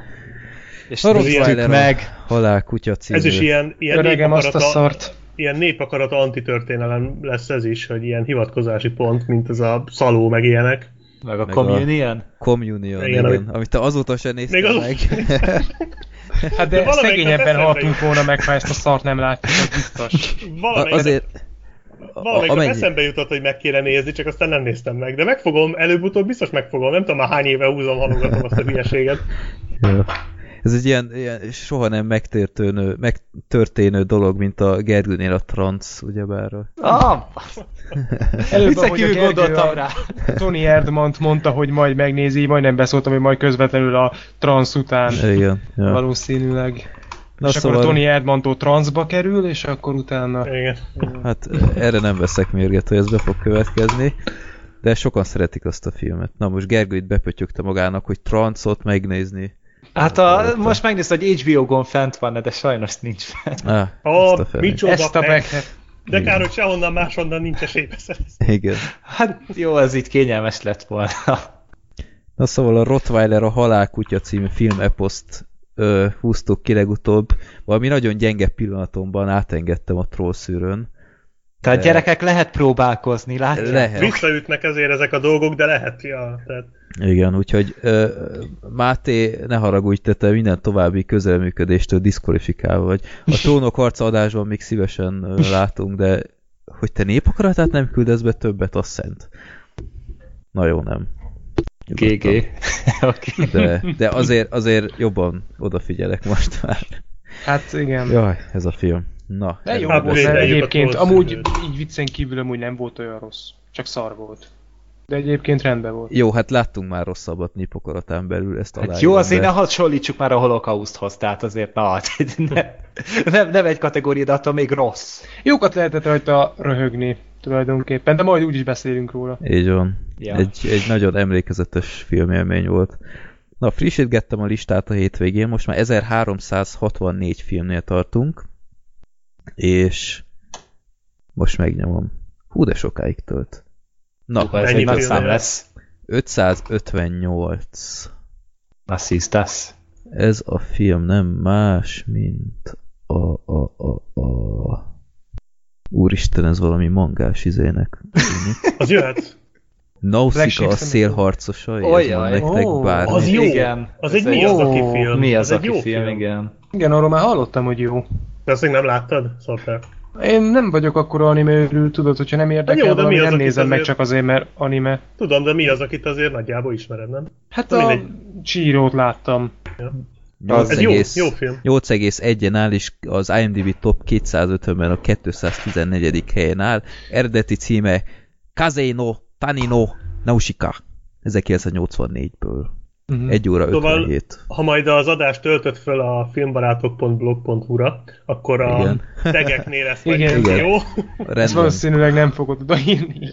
És A nézzük Rottweiler meg. a Halál kutya című. Ez is ilyen, ilyen Öregem azt a népakarata, szart. ilyen népakarata antitörténelem lesz ez is, hogy ilyen hivatkozási pont, mint ez a Szaló meg ilyenek. Meg a Meg Communion. Communion, Igen, igen, amit- amit te azóta sem néztél Még az- meg. Hát De de, valamelyik szegényebben eszembe haltunk volna meg, ha ezt a szart nem látjuk, az biztos. Valamelyik, Azért... valamelyik amennyi- eszembe jutott, hogy meg kéne nézni, csak aztán nem néztem meg. De megfogom, előbb-utóbb biztos megfogom. Nem tudom már hány éve húzom, halogatom azt a hülyeséget. Ja. Ez egy ilyen, ilyen soha nem megtörténő, megtörténő dolog, mint a Gergőnél a transz, ugyebár. Ah, Előbb, viccen ahogy a kívül Gergő gondoltam a rá. Tony Erdmann mondta, hogy majd megnézi, majdnem beszóltam, hogy majd közvetlenül a transz után Igen. Ja. valószínűleg. Na, és szóval... akkor a Tony Erdmantó transzba kerül, és akkor utána... Igen. Hát erre nem veszek mérget, hogy ez be fog következni, de sokan szeretik azt a filmet. Na most Gergő itt bepötyögte magának, hogy transzot megnézni. Hát a, most megnézd, hogy há bé ó-gon fent van, de sajnos nincs fent. Ah, oh, micsoda ezt a meg... De kár, hogy sehonnan máshonnan nincs esélybe szerezni. Igen. Hát jó, ez így kényelmes lett volna. Na szóval a Rottweiler a Halálkutya című filmeposzt ö, húztuk ki legutóbb. Valami nagyon gyenge pillanatomban átengedtem a trollszűrőn. Tehát de... gyerekek, lehet próbálkozni, látják? Lehet. Visszaütnek ezért ezek a dolgok, de lehet, ja. Tehát... Igen, úgyhogy ö, Máté, ne haragudj, te, te minden további közelműködéstől diszkvalifikálva vagy. A Trónok harca adásban még szívesen ö, látunk, de hogy te népakaratát nem küldesz be többet, az szent. Na jó, nem. gé gé. Okay. De, de azért, azért jobban odafigyelek most már. Hát igen. Jaj, ez a film. Na. De jó hát, volt, egyébként amúgy így viccen kívül amúgy nem volt olyan rossz. Csak szar volt. De egyébként rendben volt. Jó, hát láttunk már rosszabbat népokaratán belül, ezt aláírom. Hát jó, azért de... ne hasonlítsuk már a holokauszthoz, tehát azért na, ne, nem, nem egy kategória, de attól még rossz. Jókat lehetett rajta röhögni tulajdonképpen, de majd úgyis beszélünk róla. Így van. Ja. Egy, egy nagyon emlékezetes filmélmény volt. Na, frissítgettem a listát a hétvégén, most már ezerháromszázhatvannégy filmnél tartunk, és most megnyomom. Hú, de sokáig tölt. Na, Hú, ez egy nagy szám lesz. ötszázötvennyolc. Assistas. Ez a film nem más, mint a, a, a, a... Úristen, ez valami mangás izének. Az jöhet. Nausicaa a szélharcosai. Olyan, nektek ó, bármi. Az jó. Igen. Az egy mi az, aki film? Mi az, az aki film, film, igen. Igen, arról már hallottam, hogy jó. De azt még nem láttad? Szóltál. Én nem vagyok akkora anime-őrül, tudod, hogyha nem érdekel, jó, valami, nem nézem meg azért... csak azért, mert anime. Tudom, de mi az, akit azért nagyjából ismered, nem? Hát de a Chihiro-t láttam. Ja. nyolc egész, jó, jó film. nyolc egész egyen áll, és az I M D B top kétszázötvenben a kétszáztizennegyedik helyen áll. Eredeti címe Kazei no Tani no Nausicaa. ezerkilencszáznyolcvannégyből. Uh-huh. egy óra ötvenhét. Szóval, ha majd az adást töltött föl a filmbarátok pont blog pont hu-ra, akkor a igen. tegeknél lesz majd igen. jó. Ezt valószínűleg nem fogod odaírni.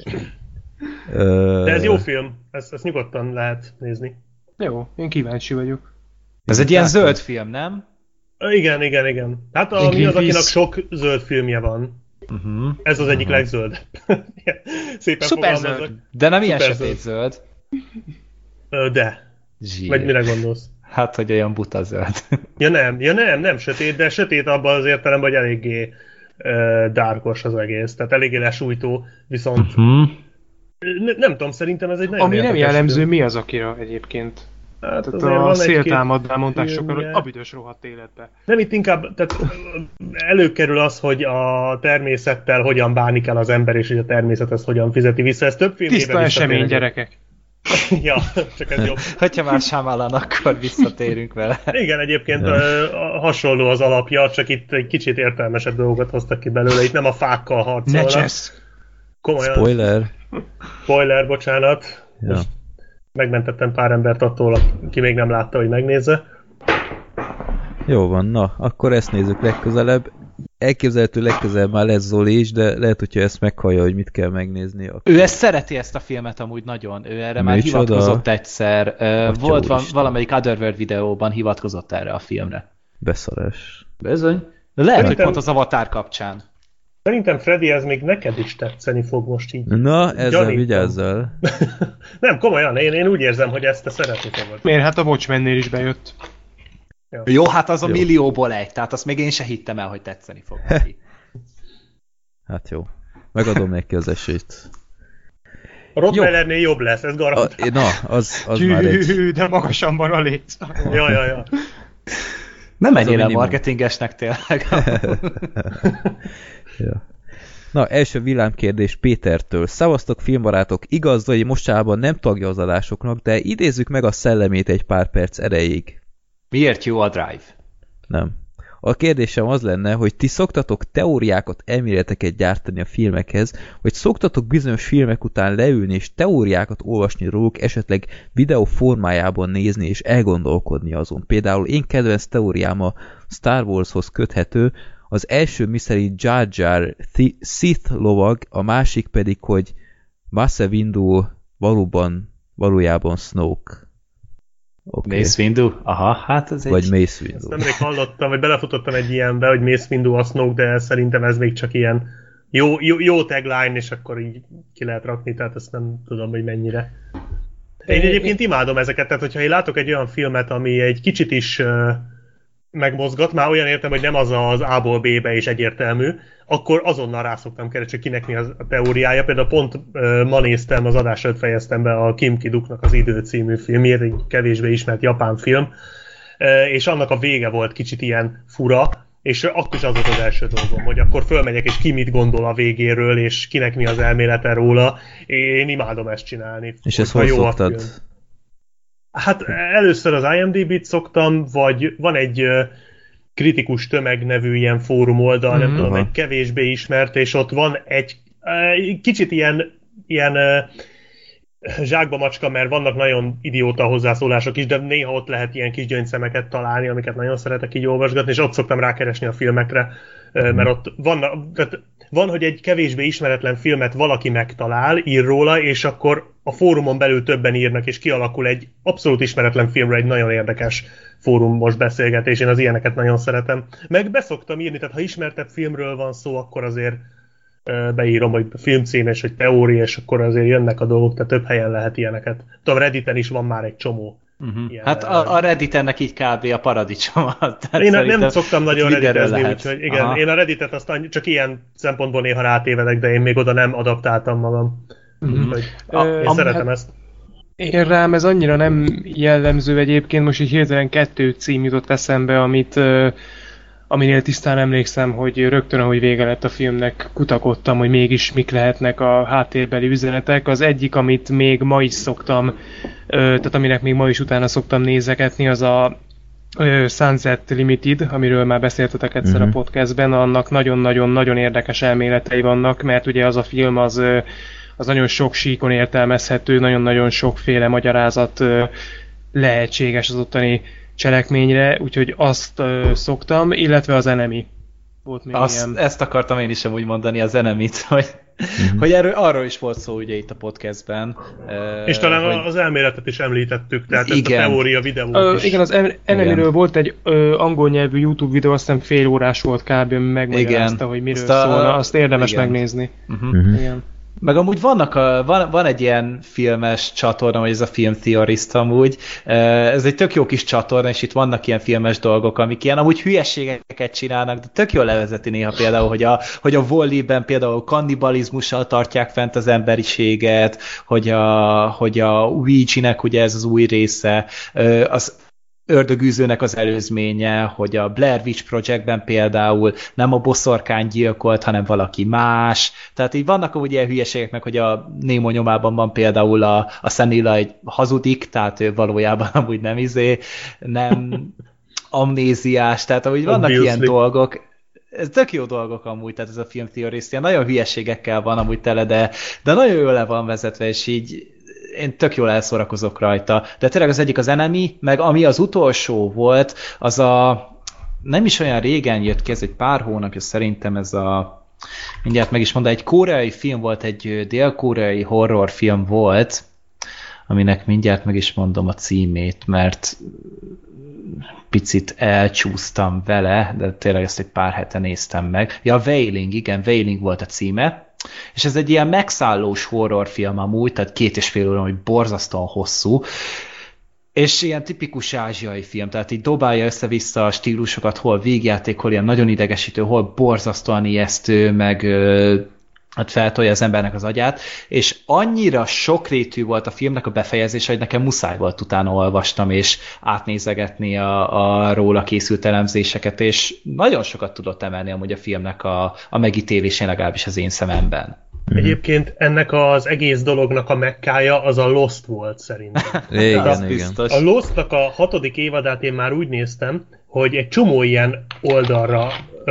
De ez jó film. Ezt, ezt nyugodtan lehet nézni. Jó, én kíváncsi vagyok. Ez egy ilyen zöld film, nem? Igen, igen, igen. Hát a, mi az, akinek sok zöld filmje van. Uh-huh. Ez az egyik uh-huh. legzöldebb. Szépen fogalmazok. De nem ilyen sötét zöld. De. Zsír. Vagy mire gondolsz? Hát, hogy olyan buta zöld. Ja nem, ja nem, nem sötét, de sötét abban az értelemben, hogy eléggé uh, dárkos az egész, tehát eléggé lesújtó, viszont uh-huh. ne, nem tudom, szerintem ez egy nagyon ami nem jellemző, mi az akira egyébként? Hát tehát a széltámadnál mondták sokan, hogy a büdös rohadt életbe. Nem, itt inkább tehát előkerül az, hogy a természettel hogyan bánik el az ember, és hogy a természet ezt hogyan fizeti vissza. Ez több filmében tiszta esemény, gyerekek. Ja, csak ez jobb. Hogyha már Shyamalan, akkor visszatérünk vele. Igen, egyébként a, a hasonló az alapja, csak itt egy kicsit értelmesebb dolgokat hoztak ki belőle. Itt nem a fákkal harcolnak. Ne csesz! Komolyan. Spoiler. Spoiler, bocsánat. Ja. Most megmentettem pár embert attól, aki még nem látta, hogy megnézze. Jó van, na, akkor ezt nézzük legközelebb. Elképzelhető legközelebb már lesz Zoli is, de lehet, hogyha ezt meghallja, hogy mit kell megnézni. Akkor... Ő ezt szereti, ezt a filmet amúgy nagyon. Ő erre már Micsoda? hivatkozott egyszer. Uh, volt van, valamelyik Otherworld videóban hivatkozott erre a filmre. Beszarás. Bizony. De lehet, Szerintem... hogy pont az Avatar kapcsán. Szerintem Freddy, ez még neked is tetszeni fog most így. Na, ezzel vigyázzal. Nem, komolyan, én, én úgy érzem, hogy ezt te szeretni fogod. Miért? Hát a Watchmennél is bejött. Ja. Jó, hát az a jó. Millióból egy, tehát azt még én se hittem el, hogy tetszeni fog neki. Hát jó. Megadom neki az esélyt. A Rottweilernél jobb lesz, ez garantál. Na, az, az Gyű, már egy... de magasan van a léc. Ja, ja, ja. Nem menjél el marketingesnek tényleg. Ja. Na, első villámkérdés Pétertől. Szavaztok, filmbarátok, igaz, hogy mostában nem tagja az adásoknak, de idézzük meg a szellemét egy pár perc erejéig. Miért jó a Drive? Nem. A kérdésem az lenne, hogy ti szoktatok teóriákat, elméleteket gyártani a filmekhez, vagy szoktatok bizonyos filmek után leülni és teóriákat olvasni róluk, esetleg videó formájában nézni és elgondolkodni azon. Például én kedvenc teóriám a Star Warshoz köthető, az első miszerint Jar Jar Sith lovag, a másik pedig, hogy Mace Windu valóban, valójában Snoke. Okay. Mace Windu? Aha, hát ez egy... Vagy Mace Windu. Ezt nemrég hallottam, vagy belefutottam egy ilyenbe, hogy Mace Windu a Snoke, de szerintem ez még csak ilyen jó, jó, jó tagline, és akkor így ki lehet rakni, tehát ezt nem tudom, hogy mennyire. Én egyébként imádom ezeket, tehát hogyha én látok egy olyan filmet, ami egy kicsit is uh, megmozgat, már olyan értem, hogy nem az az A-ból B-be és egyértelmű, akkor azonnal rá szoktam keresni, hogy kinek mi a teóriája. Például pont uh, ma néztem, az adás előtt fejeztem be a Kim Ki-duknak az Idő című filmjét, egy kevésbé ismert japán film, uh, és annak a vége volt kicsit ilyen fura, és akkor is az volt az első dolgom, hogy akkor fölmegyek, és ki mit gondol a végéről, és kinek mi az elmélete róla. Én imádom ezt csinálni. És ezt hol szoktad? Hát először az IMDb-t szoktam, vagy van egy uh, kritikus tömeg nevű ilyen fórum oldal, mm-hmm. nem tudom, egy kevésbé ismert, és ott van egy uh, kicsit ilyen, ilyen uh, zsákba macska, mert vannak nagyon idióta hozzászólások is, de néha ott lehet ilyen kis gyöngyszemeket találni, amiket nagyon szeretek így olvasgatni, és ott szoktam rákeresni a filmekre, uh, mert ott van, tehát van, hogy egy kevésbé ismeretlen filmet valaki megtalál, ír róla, és akkor a fórumon belül többen írnak, és kialakul egy abszolút ismeretlen filmre egy nagyon érdekes fórumos beszélgetés. Én az ilyeneket nagyon szeretem. Meg beszoktam írni, tehát ha ismertebb filmről van szó, akkor azért beírom, hogy filmcím és hogy teória, és akkor azért jönnek a dolgok, tehát több helyen lehet ilyeneket. Tudom, Redditen is van már egy csomó. Uh-huh. Hát a, a Redditennek így kb. A paradicsom. Én nem szoktam nagyon redditezni, úgyhogy igen, aha. Én a Redditet aztán csak ilyen szempontból néha rátévedek, de én még oda nem adaptáltam magam. Uh-huh. Úgyhogy a, én a, szeretem hát, ezt. Én rám ez annyira nem jellemző egyébként, most így hirtelen kettő cím jutott eszembe, amit uh, aminél tisztán emlékszem, hogy rögtön, ahogy vége lett a filmnek, kutakodtam, hogy mégis mik lehetnek a háttérbeli üzenetek. Az egyik, amit még ma is szoktam, tehát aminek még ma is utána szoktam nézegetni, az a Sunset Limited, amiről már beszéltetek egyszer uh-huh. a podcastben, annak nagyon-nagyon-nagyon érdekes elméletei vannak, mert ugye az a film az, az nagyon sok síkon értelmezhető, nagyon-nagyon sokféle magyarázat lehetséges az ottani cselekményre, úgyhogy azt uh, szoktam, illetve az Enemy. Volt még azt, ilyen. Ezt akartam én is amúgy mondani, az Enemy-t, hogy, mm-hmm. hogy erről, arról is volt szó ugye itt a podcastben. Uh, És talán hogy... az elméletet is említettük, tehát igen. Ezt a teória videót uh, is. Igen, az Enemy-ről volt egy uh, angol nyelvű YouTube videó, azt hiszem fél órás volt kb. Megmagyarázta, hogy miről azt a, szólna, azt érdemes igen. megnézni. Uh-huh. Uh-huh. Igen. Meg amúgy vannak a, van, van egy ilyen filmes csatorna, hogy ez a Film Theorist amúgy. Ez egy tök jó kis csatorna, és itt vannak ilyen filmes dolgok, amik ilyen amúgy hülyeségeket csinálnak, de tök jól levezeti néha például, hogy a, hogy a Wall-E-ben például kannibalizmussal tartják fent az emberiséget, hogy a, hogy a Ouija-nek ugye ez az új része, az ördögűzőnek az előzménye, hogy a Blair Witch Projectben például nem a boszorkány gyilkolt, hanem valaki más. Tehát így vannak úgy ilyen hülyeségek, meg hogy a Nemo nyomában van például a, a Senila egy hazudik, tehát ő valójában amúgy nem izé, nem amnéziás, tehát amúgy vannak Obviously. Ilyen dolgok. Ez tök jó dolgok amúgy, tehát ez a Film Theorist, ilyen nagyon hülyeségekkel van amúgy tele, de, de nagyon jól le van vezetve, és így én tök jól elszórakozok rajta. De tényleg az egyik az Enemy, meg ami az utolsó volt, az a nem is olyan régen jött ki, ez egy pár hónapja szerintem ez a mindjárt meg is mondom, egy koreai film volt, egy dél-koreai horrorfilm volt, aminek mindjárt meg is mondom a címét, mert picit elcsúsztam vele, de tényleg ezt egy pár hete néztem meg. Ja, Wailing, igen, Wailing volt a címe, és ez egy ilyen megszállós horrorfilm amúgy, tehát két és fél óra, hogy borzasztóan hosszú, és ilyen tipikus ázsiai film, tehát így dobálja össze-vissza a stílusokat, hol végjáték, hol ilyen nagyon idegesítő, hol borzasztóan ijesztő, meg hát feltolja az embernek az agyát, és annyira sokrétű volt a filmnek a befejezése, hogy nekem muszáj volt utána olvastam, és átnézegetni a, a róla készült elemzéseket, és nagyon sokat tudott emelni amúgy a filmnek a, a megítélésén, legalábbis az én szememben. Egyébként ennek az egész dolognak a mekkája az a Lost volt szerintem. Igen, igen. A Lostnak a hatodik évadát én már úgy néztem, hogy egy csomó ilyen oldalra,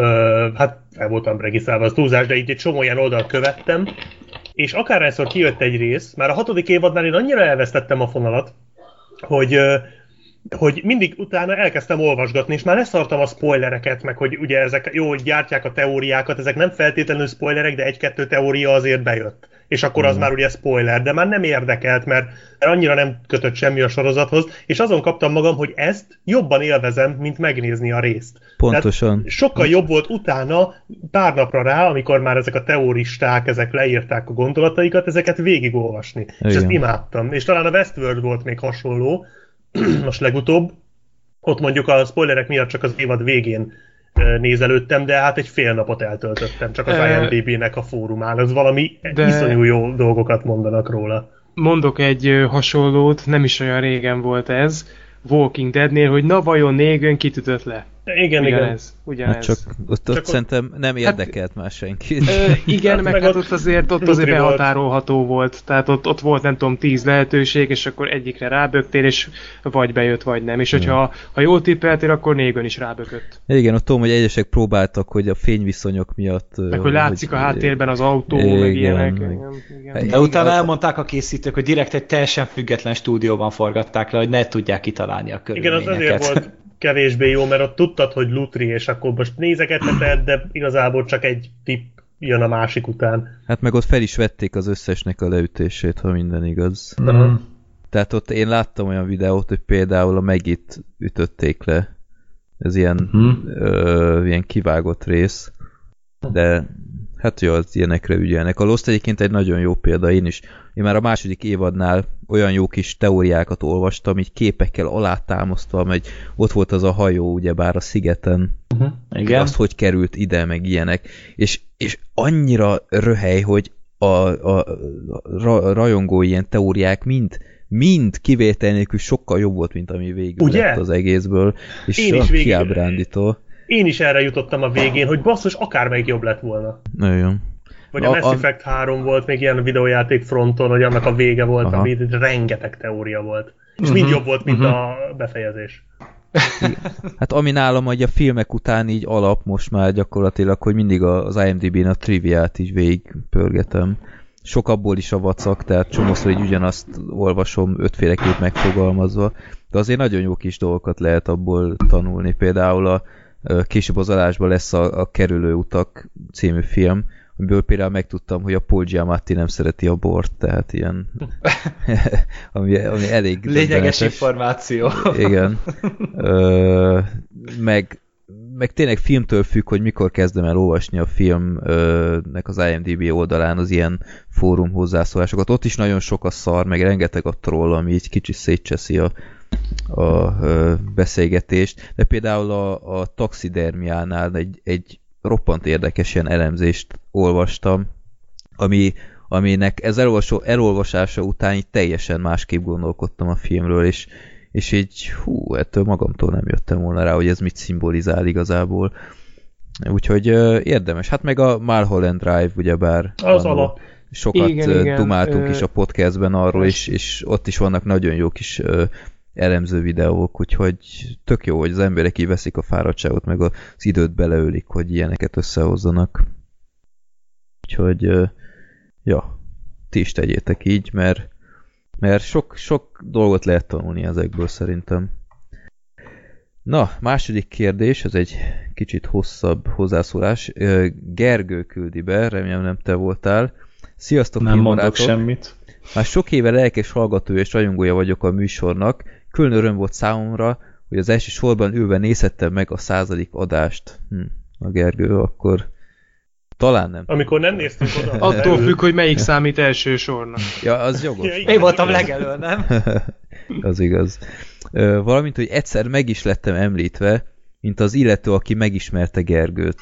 ö, hát fel voltam regisztrálva, az túlzás, de így egy csomó ilyen oldalt követtem, és akárhányszor kijött egy rész, már a hatodik évadnál én annyira elvesztettem a fonalat, hogy, ö, hogy mindig utána elkezdtem olvasgatni, és már leszartam a spoilereket, meg hogy ugye ezek jó, hogy gyártják a teóriákat, ezek nem feltétlenül spoilerek, de egy-kettő teória azért bejött. És akkor az mm. már ugye spoiler, de már nem érdekelt, mert, mert annyira nem kötött semmi a sorozathoz, és azon kaptam magam, hogy ezt jobban élvezem, mint megnézni a részt. Pontosan. Tehát sokkal jobb volt utána, pár napra rá, amikor már ezek a teóristák, ezek leírták a gondolataikat, ezeket végigolvasni. Igen. És ezt imádtam. És talán a Westworld volt még hasonló, most legutóbb, ott mondjuk a spoilerek miatt csak az évad végén nézelődtem, de hát egy fél napot eltöltöttem csak az IMDb-nek a fórumán. Ez valami de... iszonyú jó dolgokat mondanak róla. Mondok egy hasonlót, nem is olyan régen volt ez, Walking Deadnél, hogy na vajon Negan kitütött le. Igen, ugyanez, igen. Ugyanez. Hát csak ott, csak ott szerintem nem érdekelt hát, már senkit. Ö, igen, hát meg, meg hát ott azért, ott azért behatárolható volt. Tehát ott, ott volt nem tudom tíz lehetőség, és akkor egyikre ráböktél, és vagy bejött, vagy nem. És hogyha ha jól tippeltél, akkor Negan is rábökött. Igen, ott tudom, hogy egyesek próbáltak, hogy a fényviszonyok miatt... Meg hogy látszik hogy, a háttérben az autó, igen, meg ilyenek. Igen, igen. De utána elmondták a készítők, hogy direkt egy teljesen független stúdióban forgatták le, hogy ne tudják kitalálni a körülményeket. Igen, az azért volt kevésbé jó, mert ott tudtad, hogy Lutri, és akkor most nézegetheted, de igazából csak egy tipp jön a másik után. Hát meg ott fel is vették az összesnek a leütését, ha minden igaz. Uh-huh. Tehát ott én láttam olyan videót, hogy például a Megit ütötték le. Ez ilyen, uh-huh. ö, ilyen kivágott rész. De hát jó, az ilyenekre ügyelnek. A Lost egyébként egy nagyon jó példa, én is. Én már a második évadnál olyan jó kis teóriákat olvastam, így képekkel alátámasztva, hogy ott volt az a hajó, ugyebár a szigeten. Uh-huh. Igen. Azt, hogy került ide, meg ilyenek. És, és annyira röhely, hogy a, a, a rajongó ilyen teóriák mind, mind kivétel nélkül sokkal jobb volt, mint ami végül ugye? Lett az egészből. És én is végül... kiábrándító. Én is erre jutottam a végén, hogy basszus, akármelyik jobb lett volna. Nagyon. Vagy a, a Mass Effect három volt még ilyen videójáték fronton, hogy annak a vége volt, aha. Ami rengeteg teória volt. És uh-huh. mind jobb volt, mint uh-huh. a befejezés. Hát ami nálam, hogy a filmek után így alap most már gyakorlatilag, hogy mindig az IMDb-n a triviát is végigpörgetem. Sok abból is a vacak, tehát csomószor így ugyanazt olvasom ötféleképp megfogalmazva, de azért nagyon jó kis dolgokat lehet abból tanulni. Például a később az adásban lesz a, a Kerülő utak című film, amiből például megtudtam, hogy a Paul Giamatti nem szereti a bort, tehát ilyen ami, ami elég lényeges döbbenetes információ. Igen. Ö, meg, meg tényleg filmtől függ, hogy mikor kezdem el olvasni a filmnek az IMDb oldalán az ilyen fórum hozzászólásokat. Ott is nagyon sok a szar, meg rengeteg a troll, ami így kicsit szétcseszi a a ö, beszélgetést, de például a, a taxidermiánál egy, egy roppant érdekes ilyen elemzést olvastam, ami, aminek ez elolvasó, elolvasása után így teljesen másképp gondolkodtam a filmről, és, és így hú, ettől magamtól nem jöttem volna rá, hogy ez mit szimbolizál igazából. Úgyhogy ö, érdemes. Hát meg a Mulholland Drive, ugyebár az alap. Sokat igen, igen. dumáltunk ö... is a podcastben arról, és, és ott is vannak nagyon jó kis ö, elemző videók, úgyhogy tök jó, hogy az emberek így veszik a fáradtságot, meg az időt beleölik, hogy ilyeneket összehozzanak. Úgyhogy, ja, ti is tegyétek így, mert, mert sok, sok dolgot lehet tanulni ezekből szerintem. Na, második kérdés, ez egy kicsit hosszabb hozzászólás. Gergő küldi be, remélem nem te voltál. Sziasztok, nem mondok semmit. Már sok éve lelkes hallgató és rajongója vagyok a műsornak. Külön öröm volt számomra, hogy az első sorban ülve nézhettem meg a századik adást. Hm, a Gergő, akkor talán nem. Amikor nem néztük oda. Attól függ, hogy melyik számít első sornak. Ja, az jogos. Ja, én voltam legelől, nem? Az igaz. Ö, valamint, hogy egyszer meg is lettem említve, mint az illető, aki megismerte Gergőt.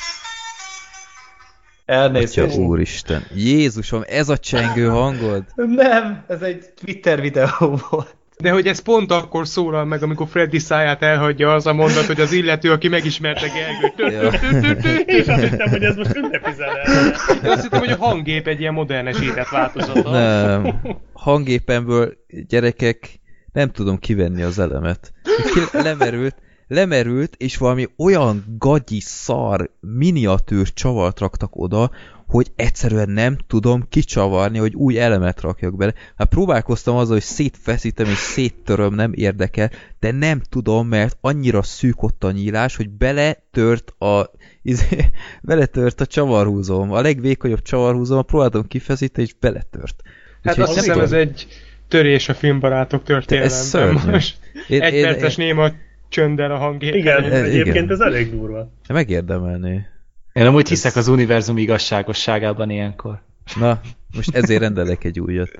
Elnézést. Úristen. Jézusom, ez a csengő hangod? Nem, ez egy Twitter videó volt. De hogy ez pont akkor szólal meg, amikor Freddy száját elhagyja az a mondat, hogy az illető, aki megismerte Gergőt. És azt hittem, hogy ez most ünnepi zene. De azt hittem, hogy a hanggép egy ilyen modernesített változata. Nem. Hanggépemből, gyerekek, nem tudom kivenni az elemet. Ki lemerült, lemerült, és valami olyan gagyi szar miniatűr csavart raktak oda, hogy egyszerűen nem tudom kicsavarni, hogy új elemet rakjak bele. Hát próbálkoztam azzal, hogy szétfeszítem és széttöröm, nem érdekel, de nem tudom, mert annyira szűk ott a nyílás, hogy beletört a izé, beletört a csavarhúzóm. A legvékonyabb csavarhúzóm, próbáltam kifeszíteni, és beletört. Hát úgyhogy azt hiszem, ez egy törés a filmbarátok történelemben most. Én, egy én, perces én... néma csönddel a hangjét. Igen, e, egyébként igen. Ez elég durva. Megérdemelné. Én amúgy ez... hiszek az univerzum igazságosságában ilyenkor. Na, most ezért rendelek egy újat.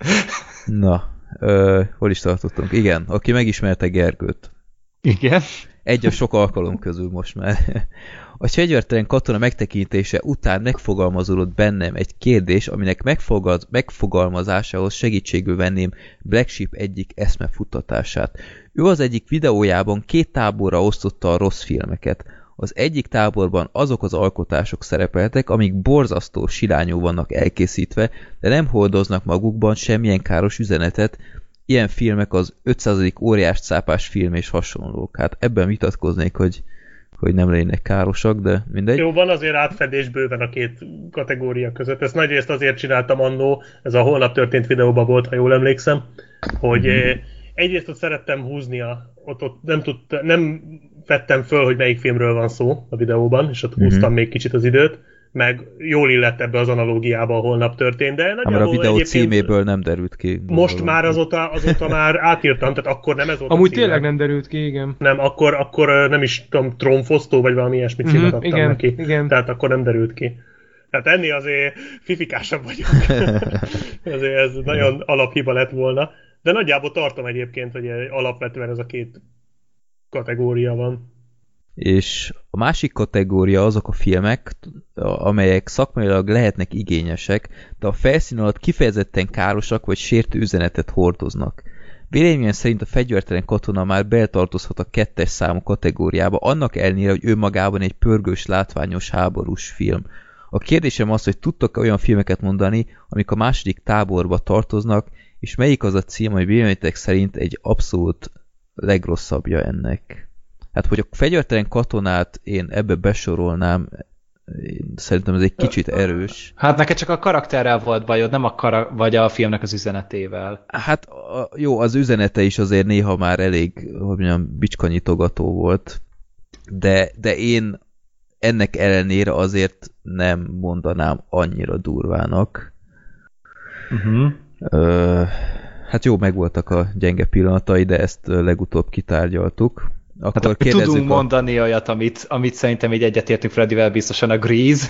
Na, ö, hol is tartottunk? Igen, aki megismerte Gergőt. Igen. Egy a sok alkalom közül most már. A fegyvertelen katona megtekintése után megfogalmazódott bennem egy kérdés, aminek megfogad, megfogalmazásához segítségül venném Black Sheep egyik eszmefuttatását. Ő az egyik videójában két táborra osztotta a rossz filmeket. Az egyik táborban azok az alkotások szerepeltek, amik borzasztó silányú vannak elkészítve, de nem hordoznak magukban semmilyen káros üzenetet. Ilyen filmek az ötszázadik óriás cápás film és hasonlók. Hát ebben vitatkoznék, hogy hogy nem lennének károsak, de mindegy. Jó, van azért átfedés bőven a két kategória között. Ezt nagyrészt azért csináltam annó, ez a holnap történt videóban volt, ha jól emlékszem, hogy mm-hmm. egyrészt ott szerettem húzni, a, ott, ott nem, tud, nem vettem föl, hogy melyik filmről van szó a videóban, és ott mm-hmm. húztam még kicsit az időt, meg jól illett ebbe az analógiába a holnap történt, de nagyjából a videó címéből nem derült ki. Most már azóta, azóta már átírtam, tehát akkor nem ez volt amúgy a címe. Tényleg nem derült ki, igen. Nem, akkor, akkor nem is tudom, trónfosztó, vagy valami ilyesmi címet mm-hmm, adtam igen, neki. Igen. Tehát akkor nem derült ki. Tehát ennél azért fifikásabb vagyok. Azért ez nagyon alaphiba lett volna. De nagyjából tartom egyébként, hogy alapvetően ez a két kategória van. És a másik kategória azok a filmek, amelyek szakmailag lehetnek igényesek, de a felszín alatt kifejezetten károsak vagy sértő üzenetet hordoznak. Véleményem szerint a fegyvertelen katona már beltartozhat a kettes számú kategóriába, annak ellenére, hogy önmagában egy pörgős, látványos háborús film. A kérdésem az, hogy tudtak olyan filmeket mondani, amik a második táborba tartoznak, és melyik az a cím, ami véleményetek szerint egy abszolút legrosszabbja ennek? Hát, hogy a fegyvertelen katonát én ebbe besorolnám, én szerintem ez egy kicsit erős. Hát neked csak a karakterrel volt bajod, nem a kara- vagy a filmnek az üzenetével. Hát a, jó, az üzenete is azért néha már elég, hogy mondjam, bicskanyitogató volt, de, de én ennek ellenére azért nem mondanám annyira durvának. Uh-huh. Ö, hát jó, megvoltak a gyenge pillanatai, de ezt legutóbb kitárgyaltuk. Hát, tudunk a... mondani olyat, amit, amit szerintem így egyetértünk Freddyvel, biztosan a Grease.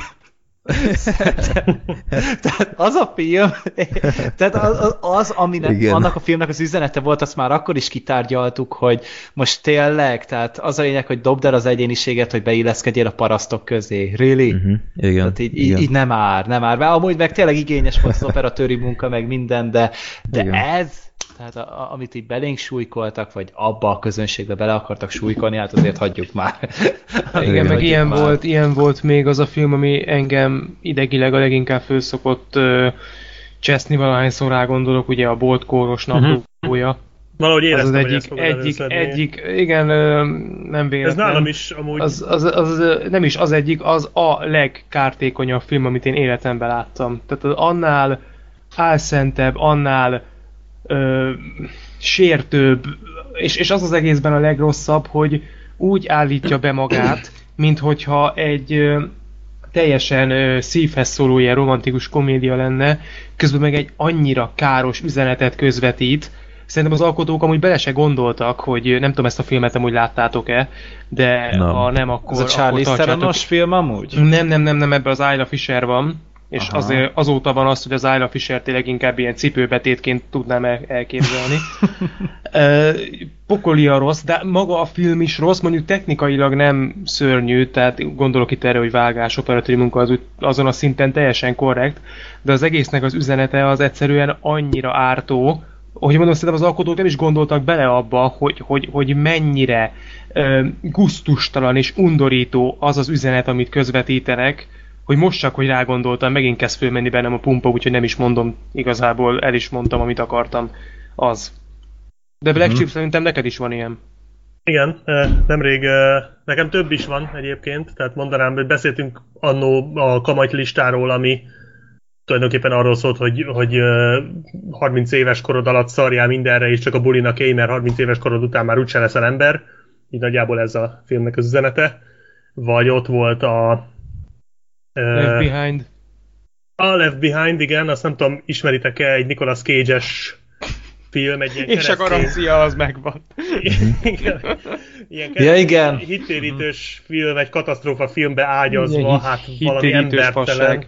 Tehát az a film, tehát az, az, az aminek, annak a filmnek az üzenete volt, azt már akkor is kitárgyaltuk, hogy most tényleg, tehát az a lényeg, hogy dobd el az egyéniséget, hogy beilleszkedjél a parasztok közé. Really? Uh-huh. Igen. Tehát így, igen. Így, így nem ár, nem ár. Amúgy meg tényleg igényes volt az operatőri munka, meg minden, de, de ez, tehát a, a, amit így belénk súlykoltak, vagy abba a közönségbe bele akartak súlykolni, hát azért hagyjuk már. Igen, igen, meg ilyen már. volt, ilyen volt még az a film, ami engem idegileg a leginkább fölszokott uh, cseszni, valahányszor rá gondolok, ugye a boltkóros naplója. Uh-huh. Valahogy éreztem, az, az egyik, hogy egyik, egyik, igen, nem véletlen. Ez nálam is amúgy... Az, az, az, az, nem is az egyik, az a legkártékonyabb film, amit én életemben láttam. Tehát az annál álszentebb, annál ö, sértőbb, és, és az az egészben a legrosszabb, hogy úgy állítja be magát, mint hogyha egy ö, teljesen ö, szívhez szóló ilyen romantikus komédia lenne, közben meg egy annyira káros üzenetet közvetít. Szerintem az alkotók amúgy bele se gondoltak, hogy nem tudom, ezt a filmet amúgy láttátok-e, de nem. Ha nem, akkor... Ez a Charlize Theronos film amúgy? Nem, nem, nem, nem, ebben az Isla Fisher van, és azért azóta van az, hogy az Isla Fisher tényleg inkább ilyen cipőbetétként tudnám el- elképzelni. Pokoli a rossz, de maga a film is rossz, mondjuk technikailag nem szörnyű, tehát gondolok itt erre, hogy vágás, operatőri munka az, azon a szinten teljesen korrekt, de az egésznek az üzenete az egyszerűen annyira ártó, hogy mondom, szerintem az alkotók nem is gondoltak bele abba, hogy, hogy, hogy mennyire uh, gusztustalan és undorító az az üzenet, amit közvetítenek, hogy most csak, hogy rágondoltam, megint kezd fölmenni bennem a pumpa, úgyhogy nem is mondom, igazából el is mondtam, amit akartam, az. De Black mm-hmm. Sheep szerintem neked is van ilyen. Igen, nemrég nekem több is van egyébként, tehát mondanám, hogy beszéltünk annó a kamat listáról, ami tulajdonképpen arról szólt, hogy, hogy harminc éves korod alatt szarjál mindenre, és csak a bulinak élj, mert harminc éves korod után már úgyse leszel ember. Így nagyjából ez a filmnek az üzenete. Vagy ott volt a... Left Behind. A Left Behind, igen, azt nem tudom, ismeritek-e, egy Nicolas Cage-es film, egy ilyen és a garancia az megvan. Igen. Ilyen ja, igen. Hittérítős film, egy katasztrófa filmbe ágyazva, hát valami embertelen.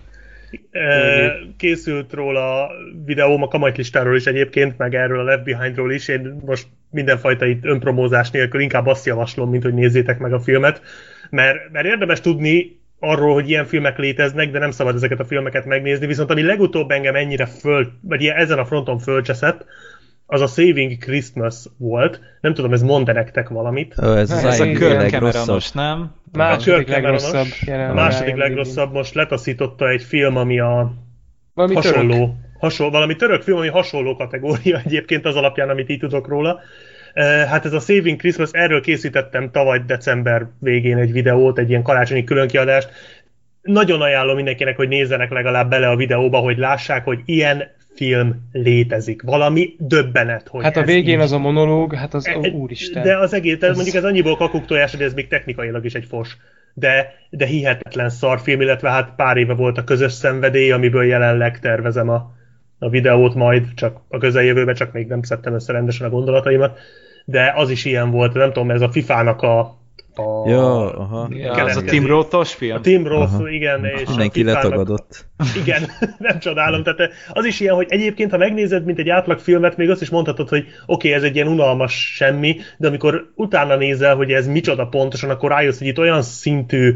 Készült róla videóm a kamatlistáról is egyébként, meg erről a Left Behindról is. Én most mindenfajta itt önpromózás nélkül inkább azt javaslom, mint hogy nézzétek meg a filmet, mert, mert érdemes tudni arról, hogy ilyen filmek léteznek, de nem szabad ezeket a filmeket megnézni, viszont ami legutóbb engem ennyire föl, vagy ilyen, ezen a fronton fölcseszett, az a Saving Christmas volt. Nem tudom, ez mond-e nektek valamit? Ö, ez az ez a legrosszabb. Cameronos, nem? Második legrosszabb. A második legrosszabb, most letaszította egy film, ami a valami hasonló, török. hasonló, valami török film, ami hasonló kategória egyébként az alapján, amit így tudok róla. Hát ez a Saving Christmas, erről készítettem tavaly december végén egy videót, egy ilyen karácsonyi különkiadást. Nagyon ajánlom mindenkinek, hogy nézzenek legalább bele a videóba, hogy lássák, hogy ilyen film létezik. Valami döbbenet, hogy hát a végén az a monológ, hát az, e, úristen. De az egész, ez... ez... mondjuk ez annyiból kakuktojás, hogy ez még technikailag is egy fos. De, de hihetetlen szarfilm, illetve hát pár éve volt a Közös szenvedély, amiből jelenleg tervezem a, a videót majd, csak a közeljövőben, csak még nem szedtem össze rendesen a gondolataimat. De az is ilyen volt, nem tudom, ez a fifának a A, ja, aha. Ja, az a Tim Roth-os film? A Tim Roth, aha. Igen. És mindenki letagadott. Igen, nem csodálom. Tehát az is ilyen, hogy egyébként, ha megnézed, mint egy átlagfilmet, még azt is mondhatod, hogy oké, okay, ez egy ilyen unalmas semmi, de amikor utána nézel, hogy ez micsoda pontosan, akkor rájössz, hogy itt olyan szintű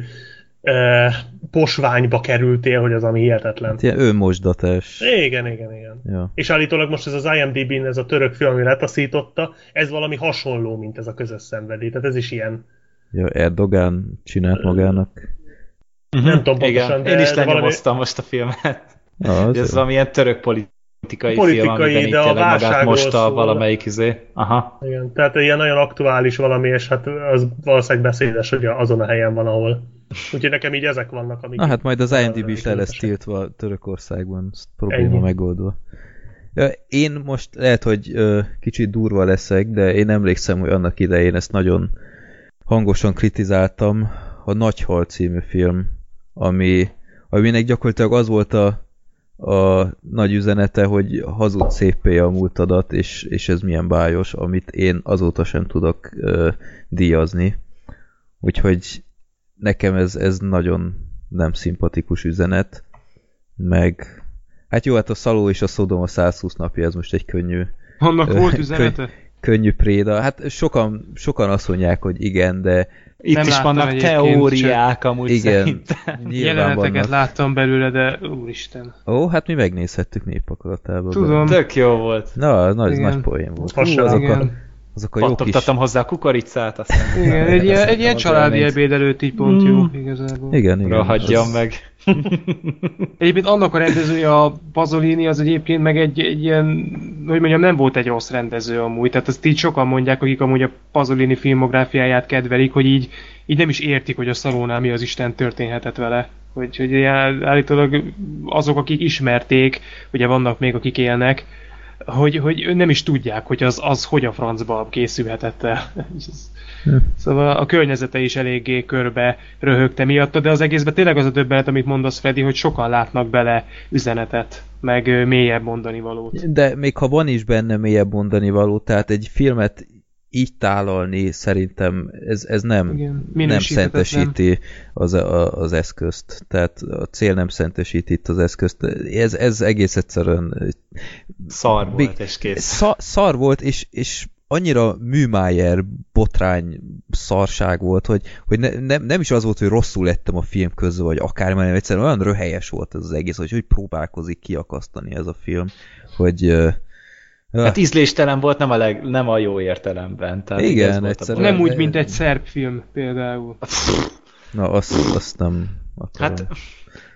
uh, posványba kerültél, hogy az ami hihetetlen. Hát ilyen önmosdatás. Igen, igen, igen. Ja. És állítólag most ez az I M D B-n, ez a török film, ami letaszította, ez valami hasonló, mint ez a Közös szenvedély. Tehát ez is ilyen. Ja, Erdogan csinált magának. Uh-huh. Nem tudom pontosan, igen. de... Én is lenyomoztam valami... most a filmet. Ah, az ez valamilyen török politikai, politikai film, amiben de a magát mosta szól. Valamelyik izé. Aha. Igen, tehát ilyen nagyon aktuális valami, és hát az valószínűleg beszédes, hogy azon a helyen van, ahol. Úgyhogy nekem így ezek vannak, amik... Na hát majd az I M D B is le lesz tiltva Törökországban, ezt probléma megoldva. Én most lehet, hogy kicsit durva leszek, de én emlékszem, hogy annak idején ezt nagyon hangosan kritizáltam, a Nagyhal című film, ami, aminek gyakorlatilag az volt a, a nagy üzenete, hogy hazudsz széppé a múltadat, és, és ez milyen bájos, amit én azóta sem tudok ö, díjazni. Úgyhogy nekem ez, ez nagyon nem szimpatikus üzenet, meg hát jó, hát a Szaló és a Szodom a százhúsz napja, ez most egy könnyű... Annak ö, volt üzenete? Könny, könnyű préda. Hát sokan, sokan azt mondják, hogy igen, de itt nem is vannak teóriák amúgy igen, szerintem. Jeleneteket vannak. Láttam belőle, de úristen. Ó, hát mi megnézhettük népakaratában. Tudom. De. Tök jó volt. Na, nagy, nagy poén volt. Hú, azok, a, azok a jó kis... Pattogtattam hozzá a kukoricát, aztán... Igen, egy ilyen, egy ilyen családi ebéd előtt így pont jó, igazából. Igen, igen. Rahagyjam az... meg. Egyébként annak a rendezője, a Pasolini, az egyébként meg egy, egy ilyen, hogy mondjam, nem volt egy rossz rendező amúgy. Tehát azt így sokan mondják, akik amúgy a Pasolini filmográfiáját kedvelik, hogy így, így nem is értik, hogy a Szalónál mi az Isten történhetett vele. Hogy, hogy állítólag azok, akik ismerték, ugye vannak még, akik élnek, hogy, hogy nem is tudják, hogy az, az hogy a francba készülhetett el. Hm. Szóval a környezete is eléggé körbe röhögte miatta, de az egészben tényleg az a döbbenet, amit mondasz, Freddy, hogy sokan látnak bele üzenetet, meg mélyebb mondani valót. De még ha van is benne mélyebb mondani való, tehát egy filmet így tálalni szerintem ez, ez nem, nem szentesíti az, a, az eszközt. Tehát a cél nem szentesíti itt az eszközt. Ez, ez egész egyszerűen... Szar volt, és kész. Szar, szar volt, és, és annyira Műmájer botrány szarság volt, hogy, hogy ne, nem, nem is az volt, hogy rosszul lettem a film közül, vagy akár, mert egyszerűen olyan röhelyes volt ez az egész, hogy hogy próbálkozik kiakasztani ez a film, hogy... Hát ízléstelen volt, nem a, leg, nem a jó értelemben. Tehát igen, egyszerűen. Nem úgy, mint egy szerb film például. Na, azt, azt nem akarom. Hát,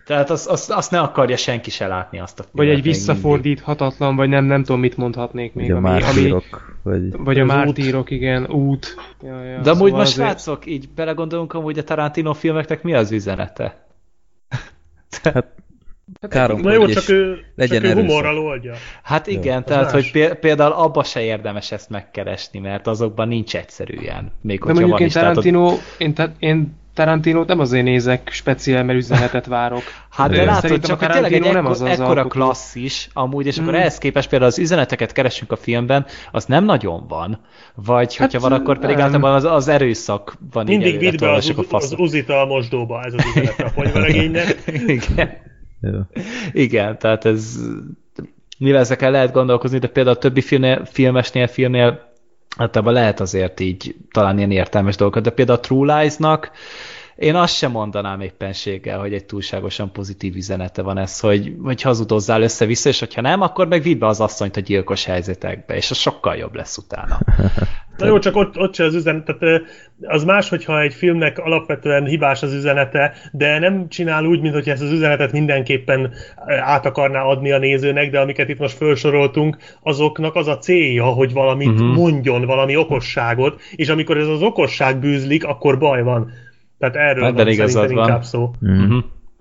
Tehát azt, azt, azt ne akarja senki se látni azt a filmet. Vagy egy visszafordíthatatlan, vagy nem, nem tudom, mit mondhatnék még. A ami, mártírok. Ami, vagy vagy a mártírok, igen, út. Ja, ja, de amúgy szóval most azért... srácok, így belegondolunk, amúgy a Tarantino filmeknek mi az üzenete? Hát, károm, na jó, csak ő, legyen csak ő erőszak. humorral oldja. Hát igen, az tehát más. hogy például abba se érdemes ezt megkeresni, mert azokban nincs egyszerűen. Még De hogyha mondjuk van én is. Tehát Tarantino, ott... én, ta, én Tarantinót nem azért nézek speciál, mert üzenetet várok. Hát de, de látod, szerintem csak a hogy tényleg egy Tarantino nem ekko, az az ekkora alkotó. klasszis amúgy, és akkor Mm. ehhez képest például az üzeneteket keresünk a filmben, az nem nagyon van. Vagy Hát hogyha van, akkor pedig nem. általában az, az erőszak van. Mindig így előre vidd be az, tolvassuk a az faszot. uzita a mosdóba, ez az üzenet a ponyvaregénynek. Igen. Ja. Igen, tehát ez mivel ezekkel lehet gondolkozni, de például a többi filmnél, filmesnél, filmnél általában lehet azért így talán ilyen értelmes dolgokat, de például a True Lies-nak én azt sem mondanám éppenséggel, hogy egy túlságosan pozitív üzenete van ez, hogy, hogy hazudozzál össze-vissza, és hogyha nem, akkor meg vidd be az asszonyt a gyilkos helyzetekbe, és az sokkal jobb lesz utána. Na jó, csak ott, ott se az üzenet, tehát az más, hogyha egy filmnek alapvetően hibás az üzenete, de nem csinál úgy, mintha ezt az üzenetet mindenképpen át akarná adni a nézőnek, de amiket itt most felsoroltunk, azoknak az a célja, hogy valamit uh-huh. mondjon, valami okosságot, és amikor ez az okosság bűzlik, akkor baj van. Tehát erről hát, van igazad szerintem van. inkább szó. Mm. Uh-huh.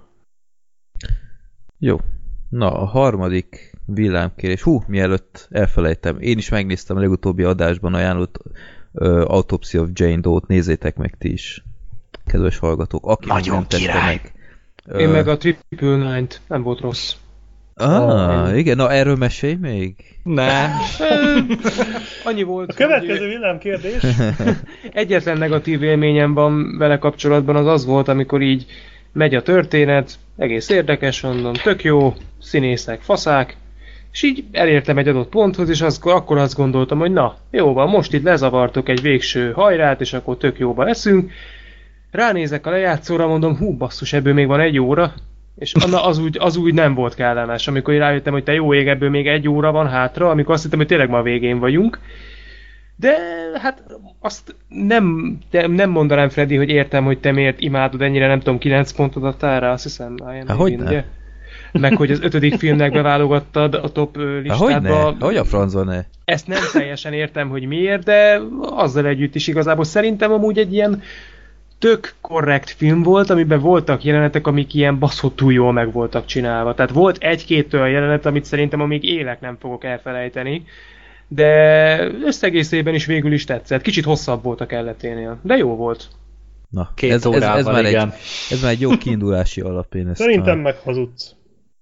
Jó. Na, a harmadik villámkérés. Hú, mielőtt elfelejtem. Én is megnéztem a legutóbbi adásban ajánlott uh, Autopsy of Jane Doe-t. Nézzétek meg ti is, kedves hallgatók. Aki nagyon nem tette király. meg. Én Uh, meg a Triple Nine-t, nem volt rossz. Ah, Oh. igen, na erről mesélj még. Nem. Annyi volt. A következő hogy villámkérdés. egyetlen negatív élményem van vele kapcsolatban, az az volt, amikor így megy a történet, egész érdekes, mondom, tök jó, színészek, faszák, és így elértem egy adott ponthoz, és az, akkor azt gondoltam, hogy na, jó van, most itt lezavartok egy végső hajrát, és akkor tök jóba leszünk. Ránézek a lejátszóra, mondom, hú, basszus, ebből még van egy óra, és Anna az úgy, az úgy nem volt kellemes, amikor rájöttem, hogy te jó ég, ebből még egy óra van hátra, amikor azt hittem, hogy tényleg ma a végén vagyunk. De hát azt nem, de nem mondanám, Freddy, hogy értem, hogy te miért imádod ennyire, nem tudom, kilenc pontot adtál rá, azt hiszem. Há, hogy ne? Ugye? Meg hogy az ötödik filmnek beválogattad a top ö, Há, hogy listádba. ne? Hogy a francban ne? Ezt nem teljesen értem, hogy miért, de azzal együtt is igazából szerintem amúgy egy ilyen tök korrekt film volt, amiben voltak jelenetek, amik ilyen baszottul jól meg voltak csinálva. Tehát volt egy-két olyan jelenet, amit szerintem amíg élek nem fogok elfelejteni, de összegészében is végül is tetszett. Kicsit hosszabb volt a kelleténél, de jó volt. Na, Két ez, ez, ez, órával, már egy, igen. ez már egy jó kiindulási alap, én ezt Szerintem a... meghazudsz.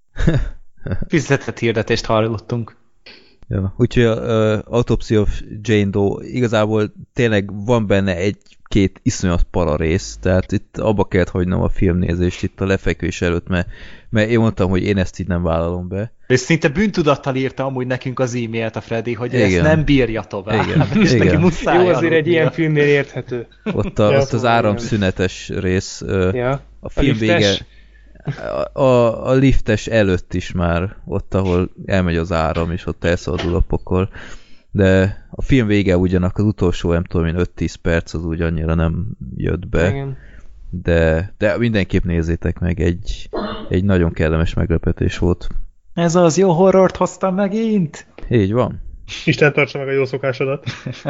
Fizetett hirdetést hallottunk. Ja. Úgyhogy a uh, Autopsy of Jane Doe igazából tényleg van benne egy-két iszonyat para rész, tehát itt abba kellett hagynom a filmnézést itt a lefekvés előtt, mert, mert én mondtam, hogy én ezt így nem vállalom be. És szinte bűntudattal írta amúgy nekünk az e-mailt a Freddy, hogy Igen. ezt nem bírja tovább. Igen. És Igen. neki muszáj Jó, azért egy aludnia. ilyen filmnél érthető. Ott, a, Ja, ott az szóval áramszünetes rész, uh, Ja. a film A vége, liftes? a, a, a liftes előtt is már, ott, ahol elmegy az áram, és ott elszabadul a pokol. De a film vége ugyanak az utolsó, nem tudom én, öt-tíz perc az úgy annyira nem jött be. Igen. De, de mindenképp nézzétek meg, egy, egy nagyon kellemes meglepetés volt. Ez az jó horrort hoztam megint? Így van. Isten tartsa meg a jó szokásodat.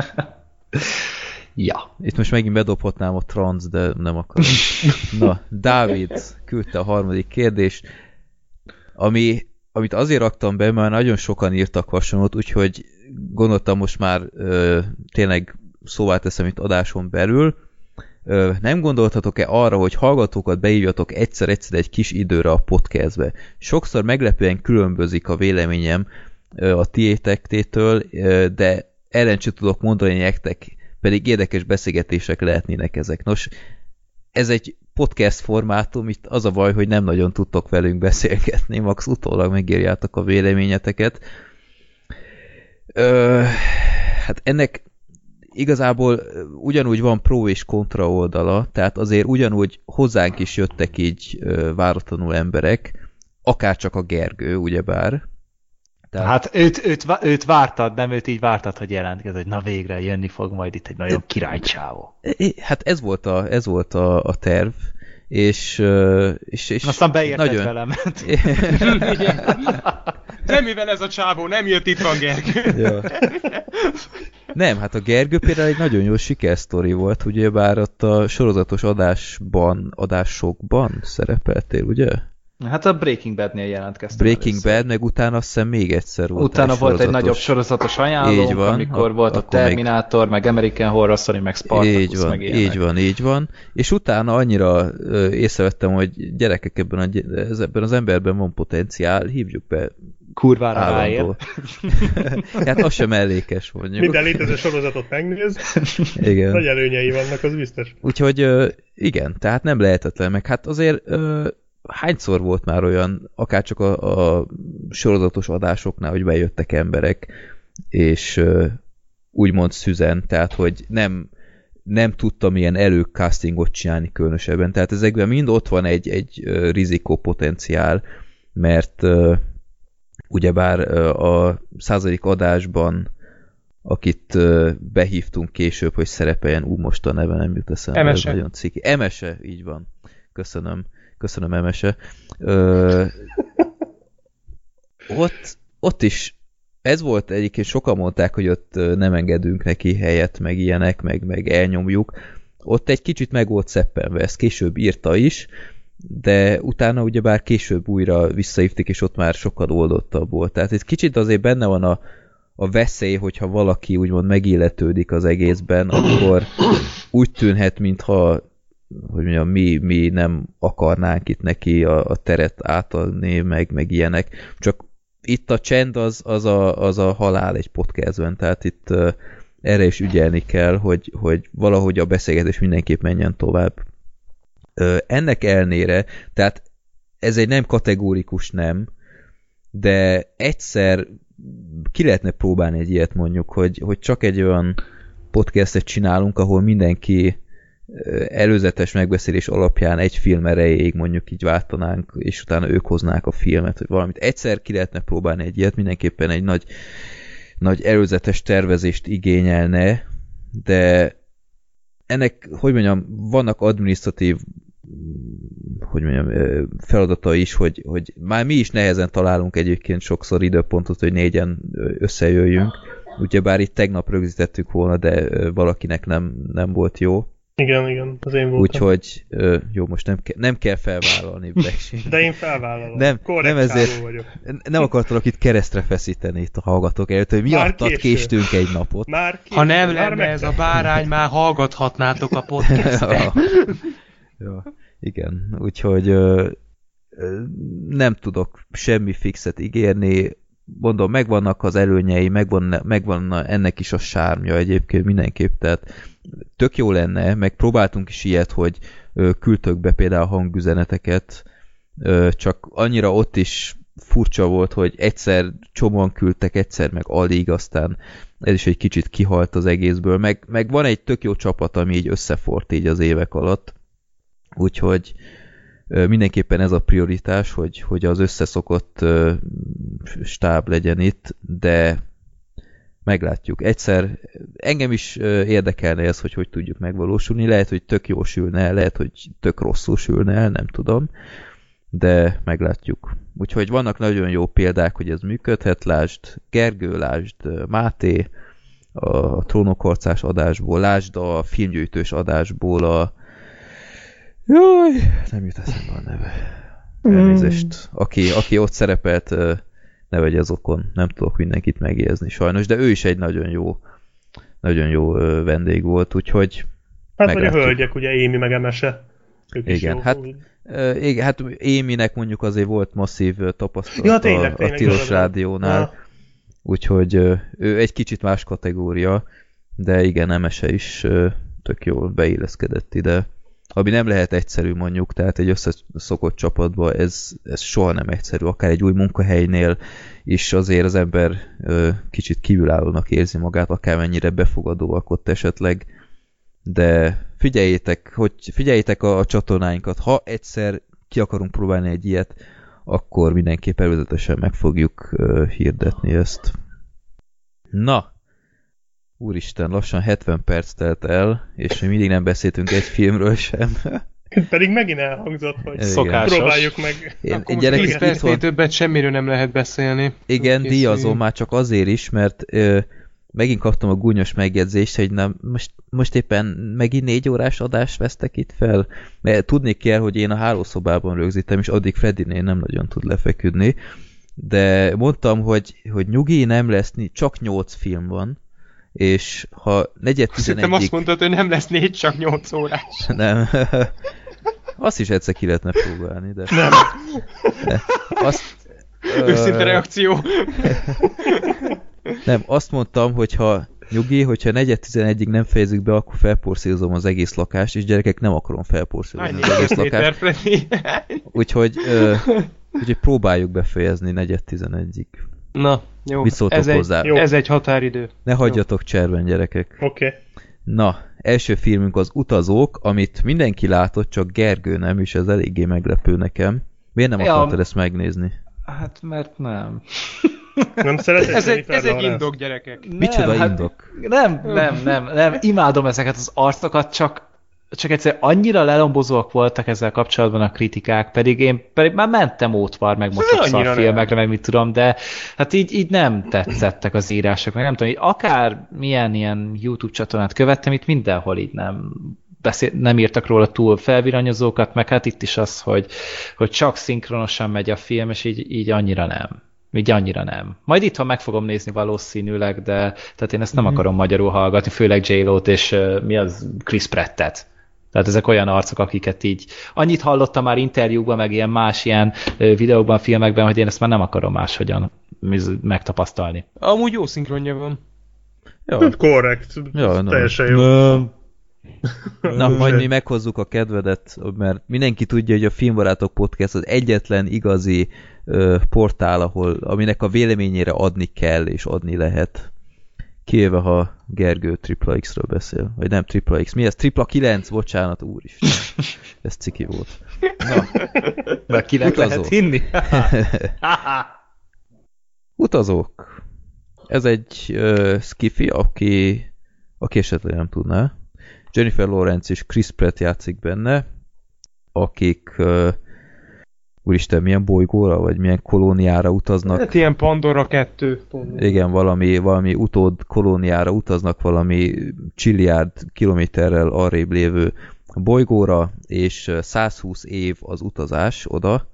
Ja. Itt most megint bedobhatnám a transz, de nem akarom. Na, Dávid küldte a harmadik kérdést, ami, amit azért raktam be, mert nagyon sokan írtak hasonlót, úgyhogy gondoltam most már ö, tényleg szóvá teszem itt adáson belül. Ö, nem gondoltatok-e arra, hogy hallgatókat beívjatok egyszer-egyszer egy kis időre a podcastbe? Sokszor meglepően különbözik a véleményem ö, a tiétektétől, ö, de ellen sem tudok mondani nektek, pedig érdekes beszélgetések lehetnének ezek. Nos, ez egy podcast formátum, itt az a baj, hogy nem nagyon tudtok velünk beszélgetni, max utólag megírjátok a véleményeteket. Ö, hát ennek igazából ugyanúgy van pro és kontra oldala, tehát azért ugyanúgy hozzánk is jöttek így ö, váratlanul emberek, akárcsak a Gergő, ugyebár. Tehát... Hát őt, őt, őt vártad, nem őt így vártad, hogy jelentkezett, hogy na végre jönni fog majd itt egy nagyon királycsávó. Hát ez volt a, ez volt a, a terv, és, és, és aztán beérted nagyon... velem. Nem, mivel ez a csávó nem jött, itt van Gergő. Ja. Nem, hát a Gergő például egy nagyon jó sikersztori volt, ugyebár ott a sorozatos adásban, adásokban szerepeltél, ugye? Hát a Breaking Badnél jelentkeztem. Breaking először. Bad, meg utána azt hiszem még egyszer volt. Utána volt egy nagyobb sorozatos ajánlónk, van, amikor a, volt a Terminator, még... meg American Horror Story, meg Spartacus, így van, meg ilyenek. Így van, így van. És utána annyira ö, észrevettem, hogy gyerekek, ebben, a, ebben az emberben van potenciál, hívjuk be kurvára ráér. Hát az sem mellékes, mondjuk. Minden létező sorozatot megnéz. Igen. Nagy előnyei vannak, az biztos. Úgyhogy igen, tehát nem lehetetlen, meg hát azért hányszor volt már olyan, akárcsak a, a sorozatos adásoknál, hogy bejöttek emberek, és úgymond szüzen, tehát hogy nem, nem tudtam ilyen előcastingot csinálni különösebben. Tehát ezekben mind ott van egy, egy rizikópotenciál, mert ugyebár a századik adásban, akit behívtunk később, hogy szerepeljen, ú, most a neve nem jut eszembe. Emese. Nagyon ciki. Emese, így van. Köszönöm. Köszönöm, Emese. Ö, ott, ott is ez volt egyébként, sokan mondták, hogy ott nem engedünk neki helyet, meg ilyenek, meg, meg elnyomjuk. Ott egy kicsit meg volt szeppenve, ezt később írta is, de utána ugyebár később újra visszahívtuk, és ott már sokkal oldottabb volt. Tehát egy kicsit azért benne van a, a veszély, hogyha valaki úgymond megilletődik az egészben, akkor úgy tűnhet, mintha hogy mondjam, mi, mi nem akarnánk itt neki a, a teret átadni, meg, meg ilyenek. Csak itt a csend az, az, a, az a halál egy podcastben, tehát itt uh, erre is ügyelni kell, hogy, hogy valahogy a beszélgetés mindenképp menjen tovább. Uh, ennek ellenére, tehát ez egy nem kategórikus nem, de egyszer ki lehetne próbálni egy ilyet mondjuk, hogy, hogy csak egy olyan podcastet csinálunk, ahol mindenki előzetes megbeszélés alapján egy film erejéig mondjuk így váltanánk, és utána ők hoznák a filmet, hogy valamit. Egyszer ki lehetne próbálni egy ilyet, mindenképpen egy nagy, nagy előzetes tervezést igényelne, de ennek, hogy mondjam, vannak adminisztratív hogy mondjam, feladata is, hogy, hogy már mi is nehezen találunk egyébként sokszor időpontot, hogy négyen összejöjjünk. Ugyebár itt tegnap rögzítettük volna, de valakinek nem, nem volt jó. Igen, igen, az én voltam. Úgyhogy, jó, most nem, ke- nem kell felvállalni Black Sheep. De én felvállalom. Nem, nem ezért, vagyok. Nem akartalak itt keresztre feszíteni itt a hallgatók előtt, hogy miattad késtünk egy napot. Már késő, ha nem már lenne meg... ez a bárány, már hallgathatnátok a podcastet. Ja, igen, úgyhogy ö, ö, nem tudok semmi fixet ígérni, mondom, megvannak az előnyei, megvan, megvan ennek is a sármja egyébként mindenképp, tehát tök jó lenne, meg próbáltunk is ilyet, hogy ö, küldtök be például hangüzeneteket, ö, csak annyira ott is furcsa volt, hogy egyszer csomóan küldtek, egyszer meg alig, aztán ez is egy kicsit kihalt az egészből, meg, meg van egy tök jó csapat, ami így összefort így az évek alatt, úgyhogy mindenképpen ez a prioritás, hogy, hogy az összeszokott uh, stáb legyen itt, de meglátjuk. Egyszer engem is uh, érdekelne ez, hogy hogy tudjuk megvalósulni. Lehet, hogy tök jó sülne el, lehet, hogy tök rosszul sülne el, nem tudom, de meglátjuk. Úgyhogy vannak nagyon jó példák, hogy ez működhet. Lásd Gergő, lásd Máté a Trónokharcás adásból, lásd a filmgyűjtős adásból a Jaj, nem jut eszembe a neve. Elnézést. Aki, aki ott szerepelt, ne vegye az okon. Nem tudok mindenkit megjegyezni sajnos, de ő is egy nagyon jó nagyon jó vendég volt, úgyhogy hát meglátjuk. vagy a hölgyek, ugye Émi meg Emese. Ők igen, hát, igen, hát Éminek mondjuk azért volt masszív tapasztalat ja, tényleg, a, tényleg, a Tilos Rádiónál, ja. Úgyhogy ő egy kicsit más kategória, de igen, Emese is tök jól beilleszkedett ide. Ami nem lehet egyszerű mondjuk, tehát egy összeszokott csapatban ez, ez soha nem egyszerű, akár egy új munkahelynél is azért az ember ö, kicsit kívülállónak érzi magát, akármennyire befogadóak ott esetleg, de figyeljétek, hogy figyeljétek a, a csatornáinkat, ha egyszer ki akarunk próbálni egy ilyet, akkor mindenképp előzetesen meg fogjuk ö, hirdetni ezt. Na! Úristen, lassan hetven perc telt el, és még mindig nem beszéltünk egy filmről sem. Pedig megint elhangzott, hogy szokásos. Próbáljuk meg. Én, én gyerekek, tíz percnél többet semmiről nem lehet beszélni. Igen, díjazom már csak azért is, mert ö, megint kaptam a gúnyos megjegyzést, hogy na, most, most éppen megint négy órás adást vesztek itt fel. Mert tudni kell, hogy én a hálószobában rögzítem, és addig Fredinél nem nagyon tud lefeküdni. De mondtam, hogy, hogy nyugi, nem lesz, csak nyolc film van, és ha negyed tizenegyig... Szerintem azt mondtad, hogy nem lesz négy, csak nyolc órás. Nem. Azt is egyszer ki lehetne próbálni, de... Nem. De azt... Őszinte reakció. Nem, azt mondtam, hogy ha nyugi, hogyha negyed tizenegyig nem fejezzük be, akkor felporszírozom az egész lakást, és gyerekek, nem akarom felporszírozni az egész lakást. Úgyhogy, ö, úgyhogy próbáljuk befejezni negyed tizenegyig. Na, jó. Ez egy, jó. Ez egy határidő. Ne hagyjatok cserben, gyerekek. Oké. Okay. Na, első filmünk az Utazók, amit mindenki látott, csak Gergő nem, és ez eléggé meglepő nekem. Miért nem ja, akartad ezt megnézni? Hát, mert nem. Nem szereted? Ez egy, ez egy indok, gyerekek. Micsoda hát, indok? Nem, nem, nem, nem. Imádom ezeket az arcokat, csak, csak egyszer annyira lelombozóak voltak ezzel kapcsolatban a kritikák, pedig én pedig már mentem ótvar, meg most a filmekre, meg mit tudom, de hát így, így nem tetszettek az írások, meg nem tudom, akár milyen ilyen YouTube csatornát követtem, itt mindenhol így nem beszél, nem írtak róla túl felviranyozókat, meg hát itt is az, hogy, hogy csak szinkronosan megy a film, és így, így annyira nem. Így annyira nem. Majd itthon meg fogom nézni valószínűleg, de tehát én ezt nem mm-hmm. akarom magyarul hallgatni, főleg J-Lo-t és uh, mi az Chris Pratt-et. Tehát ezek olyan arcok, akiket így annyit hallottam már interjúkban, meg ilyen más ilyen uh, videókban, filmekben, hogy én ezt már nem akarom máshogyan megtapasztalni. Amúgy jó szinkronja van. Ja. Korrekt. Ja, teljesen jó. No. Na, majd mi meghozzuk a kedvedet, mert mindenki tudja, hogy a Filmbarátok Podcast az egyetlen igazi ö, portál, ahol, aminek a véleményére adni kell, és adni lehet. Kivéve, ha Gergő Tripla X-ről beszél. Vagy nem Tripla X. Mi ez? Tripla kilenc? Bocsánat, úristen. Ez ciki volt. Na. Mert kinek lehet hinni? Utazók. Ez egy ö, skifi, aki, aki esetleg nem tudná. Jennifer Lawrence és Chris Pratt játszik benne, akik uh, úristen, milyen bolygóra, vagy milyen kolóniára utaznak. Hát ilyen Pandora kettő. Pandora. Igen, valami, valami utód kolóniára utaznak, valami csilliárd kilométerrel arrébb lévő bolygóra, és százhúsz év az utazás oda,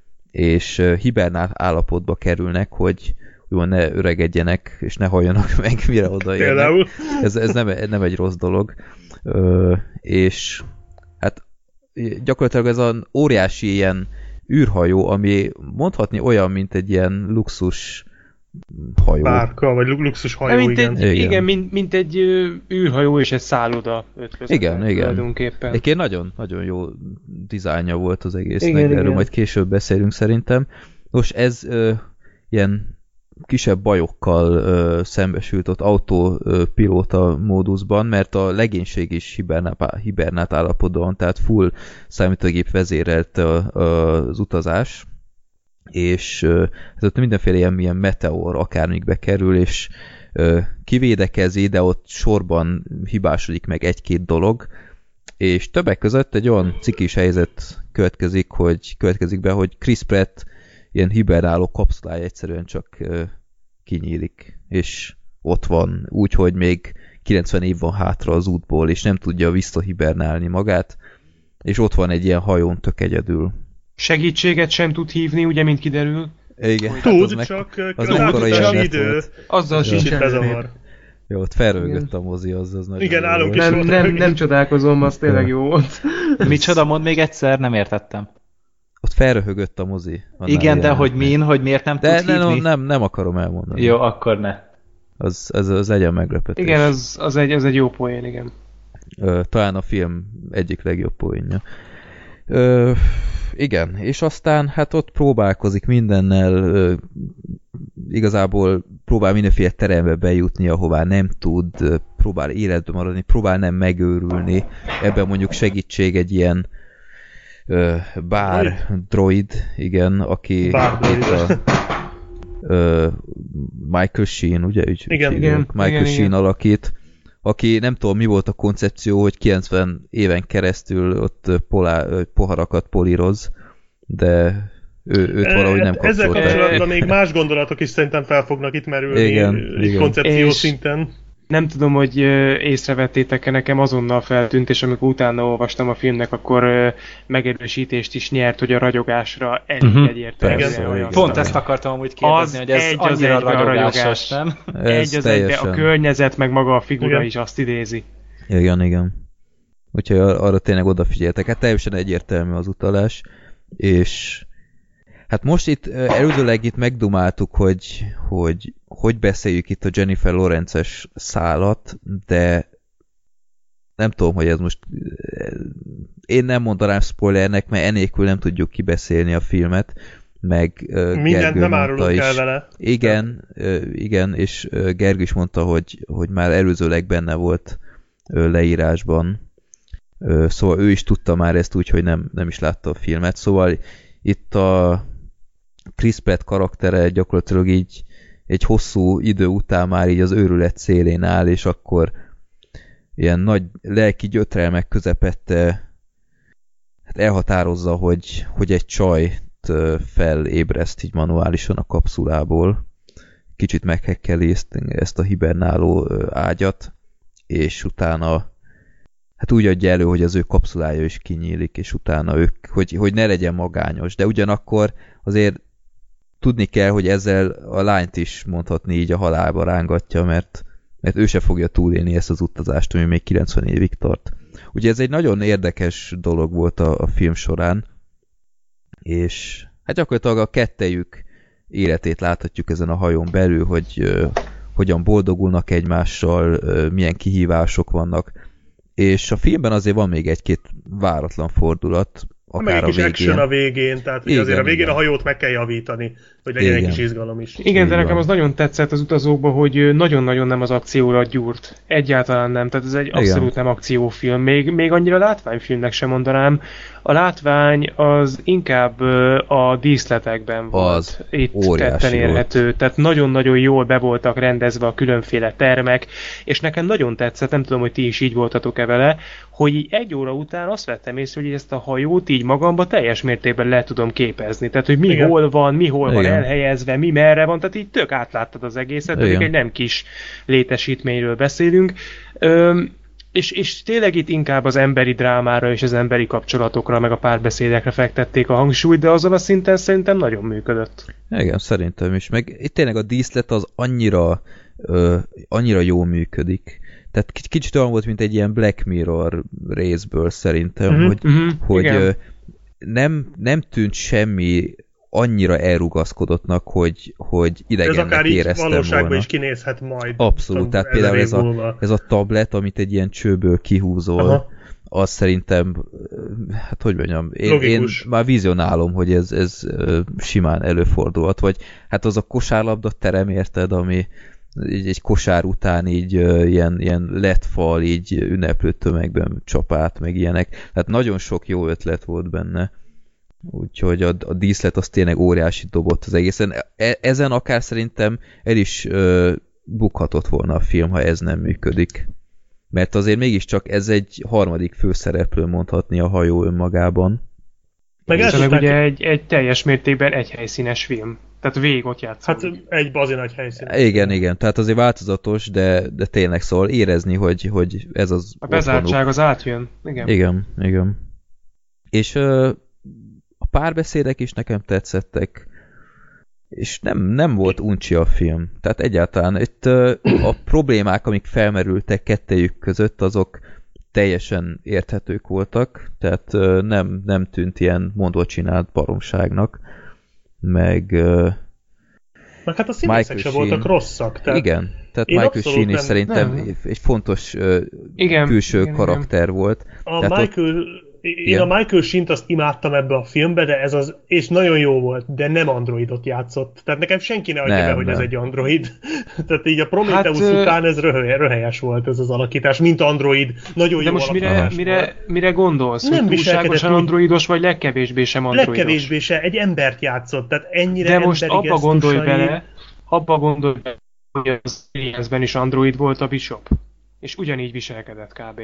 és hibernált állapotba kerülnek, hogy úgymond ne öregedjenek, és ne halljanak meg, mire odaérnek. Ez, ez nem, nem egy rossz dolog. Ö, és hát gyakorlatilag ez az óriási ilyen űrhajó, ami mondhatni olyan, mint egy ilyen luxus hajó. Bárka, vagy luxus hajó, mint igen. Egy, igen, igen mint, mint egy űrhajó és egy szálloda ötvözet. Igen, igen. Egyébként nagyon, nagyon jó dizájnja volt az egésznek, erről majd később beszélünk szerintem. Most ez ö, ilyen kisebb bajokkal ö, szembesült ott autopilóta módusban, mert a legénység is hibernált, hibernált állapotban, tehát full számítógép vezérelt a, a, az utazás, és ö, ez ott mindenféle ilyen, ilyen meteor akármikbe kerül, és ö, kivédekezi, de ott sorban hibásodik meg egy-két dolog, és többek között egy olyan cikis helyzet következik, hogy következik be, hogy Chris Pratt ilyen hibernáló kapszulája egyszerűen csak uh, kinyílik, és ott van, úgyhogy még kilencven év van hátra az útból, és nem tudja visszahibernálni magát, és ott van egy ilyen hajón tök egyedül. Segítséget sem tud hívni, ugye, mint kiderül. Igen. Hát tud, az csak az az idő. Azzal sincs bezavar. Jó, ott felrögött a mozi, az, az nagyon igen, állunk is nem, nem, nem csodálkozom, az tényleg jó volt. Micsoda, mondd még egyszer, nem értettem. Ott felröhögött a mozi. Igen, de hogy min, hogy miért nem de tud ne, hívni? Nem, nem akarom elmondani. Jó, akkor ne. Az, az, az legyen meglepetés. Igen, az, az, egy, az egy jó poén, igen. Ö, talán a film egyik legjobb poénja. Ö, igen, és aztán hát ott próbálkozik mindennel, ö, igazából próbál mindenféle terembe bejutni, ahová nem tud, próbál életbe maradni, próbál nem megőrülni. Ebben mondjuk segítség egy ilyen ö, bár droid, igen, aki bár itt a ö, Michael Sheen, ugye? Úgy, igen, úgy igen, Michael igen, Sheen igen. alakít, aki nem tudom mi volt a koncepció, hogy kilencven éven keresztül ott polá, poharakat políroz, de ő, őt valahogy nem kapcsolta. Ezzel kapcsolatban még más gondolatok is szerintem fel fognak itt merülni, igen, igen. koncepció És szinten. Nem tudom, hogy észrevettétek-e, nekem azonnal feltűnt, és amikor utána olvastam a filmnek, akkor megerősítést is nyert, hogy a ragyogásra elég uh-huh. egyértelműen olyan. Pont ezt akartam amúgy kérdezni, hogy ez annyira ragyogásos, nem? Egy az egybe a környezet, meg maga a figura igen. is azt idézi. Igen, igen. Úgyhogy arra tényleg odafigyeltek. Hát teljesen egyértelmű az utalás, és hát most itt előzőleg itt megdumáltuk, hogy, hogy hogy beszéljük itt a Jennifer Lawrence-es szálat, de nem tudom, hogy ez most én nem mondanám spoilernek, mert enélkül nem tudjuk kibeszélni a filmet, meg mindent nem árulunk el vele. Igen, igen, és Gergő is mondta, hogy, hogy már előzőleg benne volt leírásban, szóval ő is tudta már ezt úgy, hogy nem, nem is látta a filmet, szóval itt a Chris Pratt karaktere gyakorlatilag így egy hosszú idő után már így az őrület szélén áll, és akkor ilyen nagy lelki gyötrelmek közepette hát elhatározza, hogy, hogy egy csajt felébreszt így manuálisan a kapszulából. Kicsit meghekkeli ezt, ezt a hibernáló ágyat, és utána hát úgy adja elő, hogy az ő kapszulája is kinyílik, és utána ők, hogy, hogy ne legyen magányos. De ugyanakkor azért tudni kell, hogy ezzel a lányt is mondhatni így a halálba rángatja, mert, mert ő se fogja túlélni ezt az utazást, ami még kilencven évig tart. Ugye ez egy nagyon érdekes dolog volt a, a film során, és hát gyakorlatilag a kettejük életét láthatjuk ezen a hajón belül, hogy uh, hogyan boldogulnak egymással, uh, milyen kihívások vannak, és a filmben azért van még egy-két váratlan fordulat, akár meg egy kis a action a végén, tehát igen, azért a végén igen. A hajót meg kell javítani, hogy legyen igen. egy kis izgalom is. Igen, de nekem az nagyon tetszett az utazókban, hogy nagyon-nagyon nem az akcióra gyúrt. Egyáltalán nem, tehát ez egy abszolút igen. nem akciófilm. Még, még annyira látványfilmnek sem mondanám. A látvány az inkább a díszletekben volt. Az itt tetten érhető. Volt. Tehát nagyon-nagyon jól be voltak rendezve a különféle termek, és nekem nagyon tetszett, nem tudom, hogy ti is így voltatok-e vele, hogy így egy óra után azt vettem észre, hogy ezt a hajót így magamba teljes mértékben le tudom képezni. Tehát, hogy mi igen. hol van, mi hol igen. van elhelyezve, mi merre van, tehát így tök átláttad az egészet, pedig egy nem kis létesítményről beszélünk. Öm, és, és tényleg itt inkább az emberi drámára és az emberi kapcsolatokra, meg a párbeszédekre fektették a hangsúlyt, de azon a szinten szerintem nagyon működött. Igen, szerintem is. Meg itt tényleg a díszlet az annyira, ö, annyira jól működik. Tehát kicsit olyan volt, mint egy ilyen Black Mirror részből szerintem, uh-huh, hogy, uh-huh, hogy ö, nem, nem tűnt semmi annyira elrugaszkodottnak, hogy, hogy idegennek éreztem volna. Ez akár így valóságban is kinézhet majd. Abszolút, tehát például ez a, ez a tablet, amit egy ilyen csőből kihúzol, aha. az szerintem, hát hogy mondjam, én, én már vizionálom, hogy ez, ez simán előfordulhat, vagy hát az a kosárlabda terem, érted, ami így egy kosár után így ilyen, ilyen lett fal, így ünneplő tömegben csap át, meg ilyenek. Tehát nagyon sok jó ötlet volt benne. Úgyhogy a, a díszlet az tényleg óriási dobott az egészen. E, ezen akár szerintem el is ö, bukhatott volna a film, ha ez nem működik. Mert azért mégiscsak ez egy harmadik főszereplő mondhatni a hajó önmagában. Meg ez meg ugye egy, egy teljes mértékben egyhelyszínes film. Tehát végig ott játszódik. Hát egy bazi nagy helyszín. Igen, igen. Tehát azért változatos, de, de tényleg szóval érezni, hogy, hogy ez az a bezártság az átjön. Igen, igen. igen. És ö, a párbeszédek is nekem tetszettek, és nem, nem volt uncsi a film. Tehát egyáltalán itt ö, a problémák, amik felmerültek kettejük között, azok teljesen érthetők voltak, tehát ö, nem, nem tűnt ilyen mondva csinált baromságnak. Meg uh, meg hát a színészek se voltak rosszak. Tehát igen, tehát Michael Sheen is szerintem nem. egy fontos uh, igen, külső igen, karakter igen. volt. A Michael, ott, én igen. a Michael Sheen-t azt imádtam ebbe a filmbe, de ez az, és nagyon jó volt, de nem androidot játszott. Tehát nekem senki ne adja be, hogy nem. ez egy android. Tehát így a Prometheus hát, után ez röhely, röhelyes volt ez az alakítás, mint android. Nagyon de jó most mire, mire, mire gondolsz? Nem hogy túlságosan androidos, vagy legkevésbé sem androidos? Legkevésbé se, egy embert játszott, tehát ennyire de most abba gondolj bele, abba gondolj bele, hogy az Aliensben is android volt a Bishop. és ugyanígy viselkedett kb.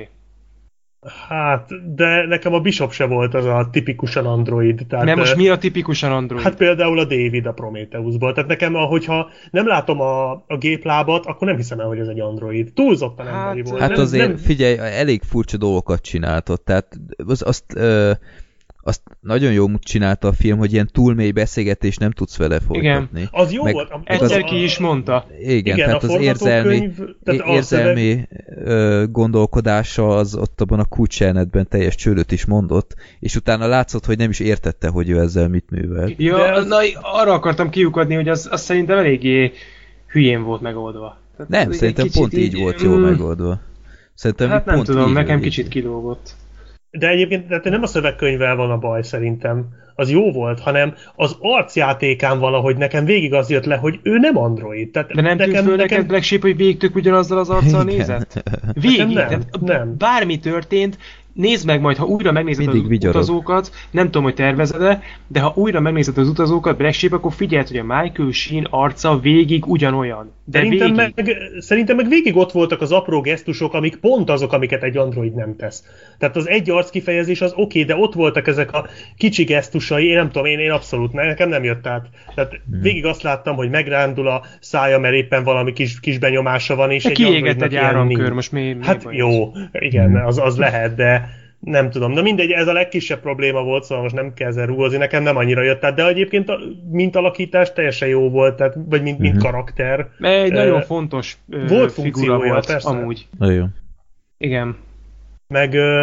Hát, de nekem a Bishop se volt az a tipikusan android. Tehát, mert most mi a tipikusan android? Hát például a David a Prometheusból. Tehát nekem, hogyha nem látom a, a géplábat, akkor nem hiszem el, hogy ez egy android. Túlzottan hát, emberi volt. Hát nem, azért, nem... figyelj, elég furcsa dolgokat csináltott. Tehát az, azt... Ö... azt nagyon jól csinálta a film, hogy ilyen túl mély beszélgetés nem tudsz vele folytatni. Igen, az jó meg volt. Egyszer ki is mondta. Igen, igen tehát az érzelmi, tehát érzelmi szöveg... gondolkodása az ott abban a kulcsjelenetben teljes csődöt is mondott, és utána látszott, hogy nem is értette, hogy ő ezzel mit művel. Ja, az... na, arra akartam kiukadni, hogy az, az szerintem eléggé hülyén volt megoldva. Tehát nem, szerintem pont így, így volt jól mm... megoldva. Szerintem hát nem pont tudom, így, nekem így. kicsit kilógott. De egyébként tehát nem a szövegkönyvvel van a baj szerintem, az jó volt, hanem az arcjátékán valahogy nekem végig az jött le, hogy ő nem android. Tehát de nem nekem, tűnt föl nekem... neked Black Sheep, hogy végig tök ugyanazzal az arccal nézett? Végig, nem, nem. Bármi történt, nézd meg majd, ha újra megnézed mindig az vigyorog. utazókat, nem tudom, hogy tervezed-e, de ha újra megnézed az utazókat, Black Sheep, akkor figyeld, hogy a Michael Sheen arca végig ugyanolyan. De szerintem, végig. meg, szerintem meg végig ott voltak az apró gesztusok, amik pont azok, amiket egy android nem tesz. Tehát az egy arc kifejezés az oké, okay, de ott voltak ezek a kicsi gesztusai, én nem tudom, én, én abszolút nekem nem jött át. Tehát hmm. végig azt láttam, hogy megrándul a szája, mert éppen valami kis, kis benyomása van, és de egy kiégett egy áramkör, most mi, mi hát jó, igen, az, az lehet, de nem tudom. De mindegy, ez a legkisebb probléma volt, szóval most nem kell ezzel rúgozni, nekem nem annyira jött át, de egyébként a mint alakítás teljesen jó volt, tehát, vagy mint, mint karakter. Egy uh, nagyon uh, fontos uh, volt figura volt, persze. amúgy. Nagyon. Igen. Meg uh,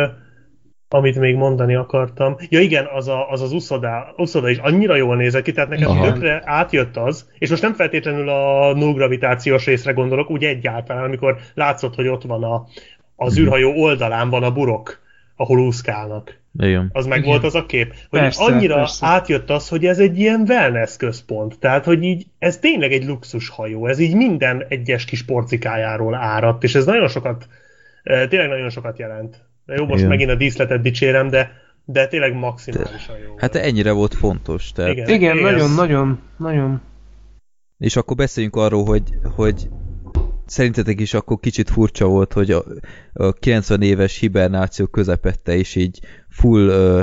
amit még mondani akartam, ja igen, az a, az, az uszoda, uszoda is annyira jól nézett ki, tehát nekem tökre átjött az, és most nem feltétlenül a null gravitációs részre gondolok, úgy egyáltalán, amikor látszott, hogy ott van a, az űrhajó oldalán van a burok, ahol úszkálnak. Igen. Az meg Igen. volt az a kép. Hogy persze, annyira persze. átjött az, hogy ez egy ilyen wellness központ. Tehát, hogy így ez tényleg egy luxushajó. Ez így minden egyes kis porcikájáról áradt, és ez nagyon sokat, tényleg nagyon sokat jelent. De jó, most Igen. megint a díszletet dicsérem, de, de tényleg maximálisan jó. Hát ennyire volt fontos. Tehát... Igen, Igen nagyon, nagyon, nagyon. És akkor beszéljünk arról, hogy, hogy szerintetek is akkor kicsit furcsa volt, hogy a, a kilencven éves hibernáció közepette is így full uh,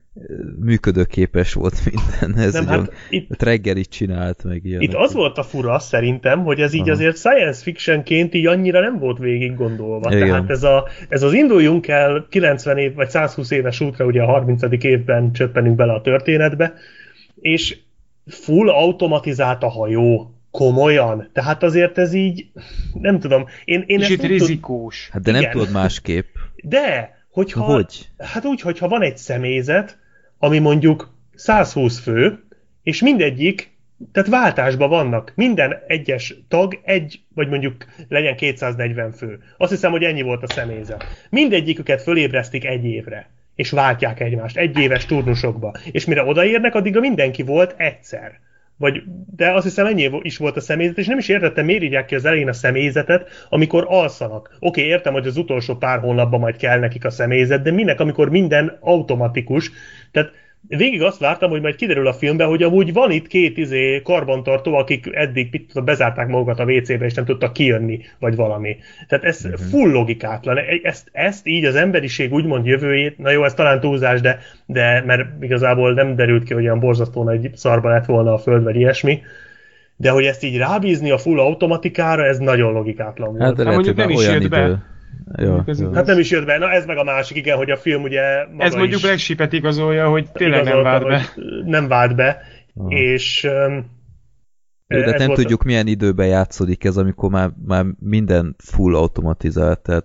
működőképes volt minden. Ez nem, hát itt, reggelit csinált meg ilyen. Itt az volt a fura szerintem, hogy ez így Aha. azért science fictionként így annyira nem volt végig gondolva. Igen. Tehát ez, a, ez az induljunk el kilencven év vagy százhúsz éves útra, ugye a harmincadik évben csöppenünk bele a történetbe, és full automatizált a hajó. Komolyan. Tehát azért ez így, nem tudom. Én, én és itt rizikós. Hát de nem igen. tudod másképp. De, hogyha... Hogy? Hát úgy, hogyha van egy személyzet, ami mondjuk százhúsz fő, és mindegyik, tehát váltásban vannak. Minden egyes tag egy, vagy mondjuk legyen kétszáznegyven fő. Azt hiszem, hogy ennyi volt a személyzet. Mindegyiküket fölébresztik egy évre, és váltják egymást egy éves turnusokba. És mire odaérnek, addigra mindenki volt egyszer. Vagy, de azt hiszem ennyi is volt a személyzet, és nem is értettem, miért írják ki az elején a személyzetet, amikor alszanak. Oké, értem, hogy az utolsó pár hónapban majd kell nekik a személyzet, de minek, amikor minden automatikus. Tehát végig azt vártam, hogy majd kiderül a filmben, hogy amúgy van itt két izé karbantartó, akik eddig mit tudom, bezárták magukat a vé cébe, és nem tudtak kijönni, vagy valami. Tehát ez uh-huh. full logikátlan. Ezt, ezt így az emberiség úgymond jövőjét, na jó, ez talán túlzás, de, de mert igazából nem derült ki, hogy olyan borzasztóan egy szarba lett volna a föld, vagy ilyesmi. De hogy ezt így rábízni a full automatikára, ez nagyon logikátlan volt. Hát de lehet, hogy nem is jött be. Jó, hát nem is jött be. Na ez meg a másik, igen, hogy a film ugye maga ez mondjuk Black Sheep-et igazolja, hogy tényleg nem vált be. Nem vált be, Aha. és... Um, Jó, de nem tudjuk, a... milyen időben játszódik ez, amikor már, már minden full automatizált, tehát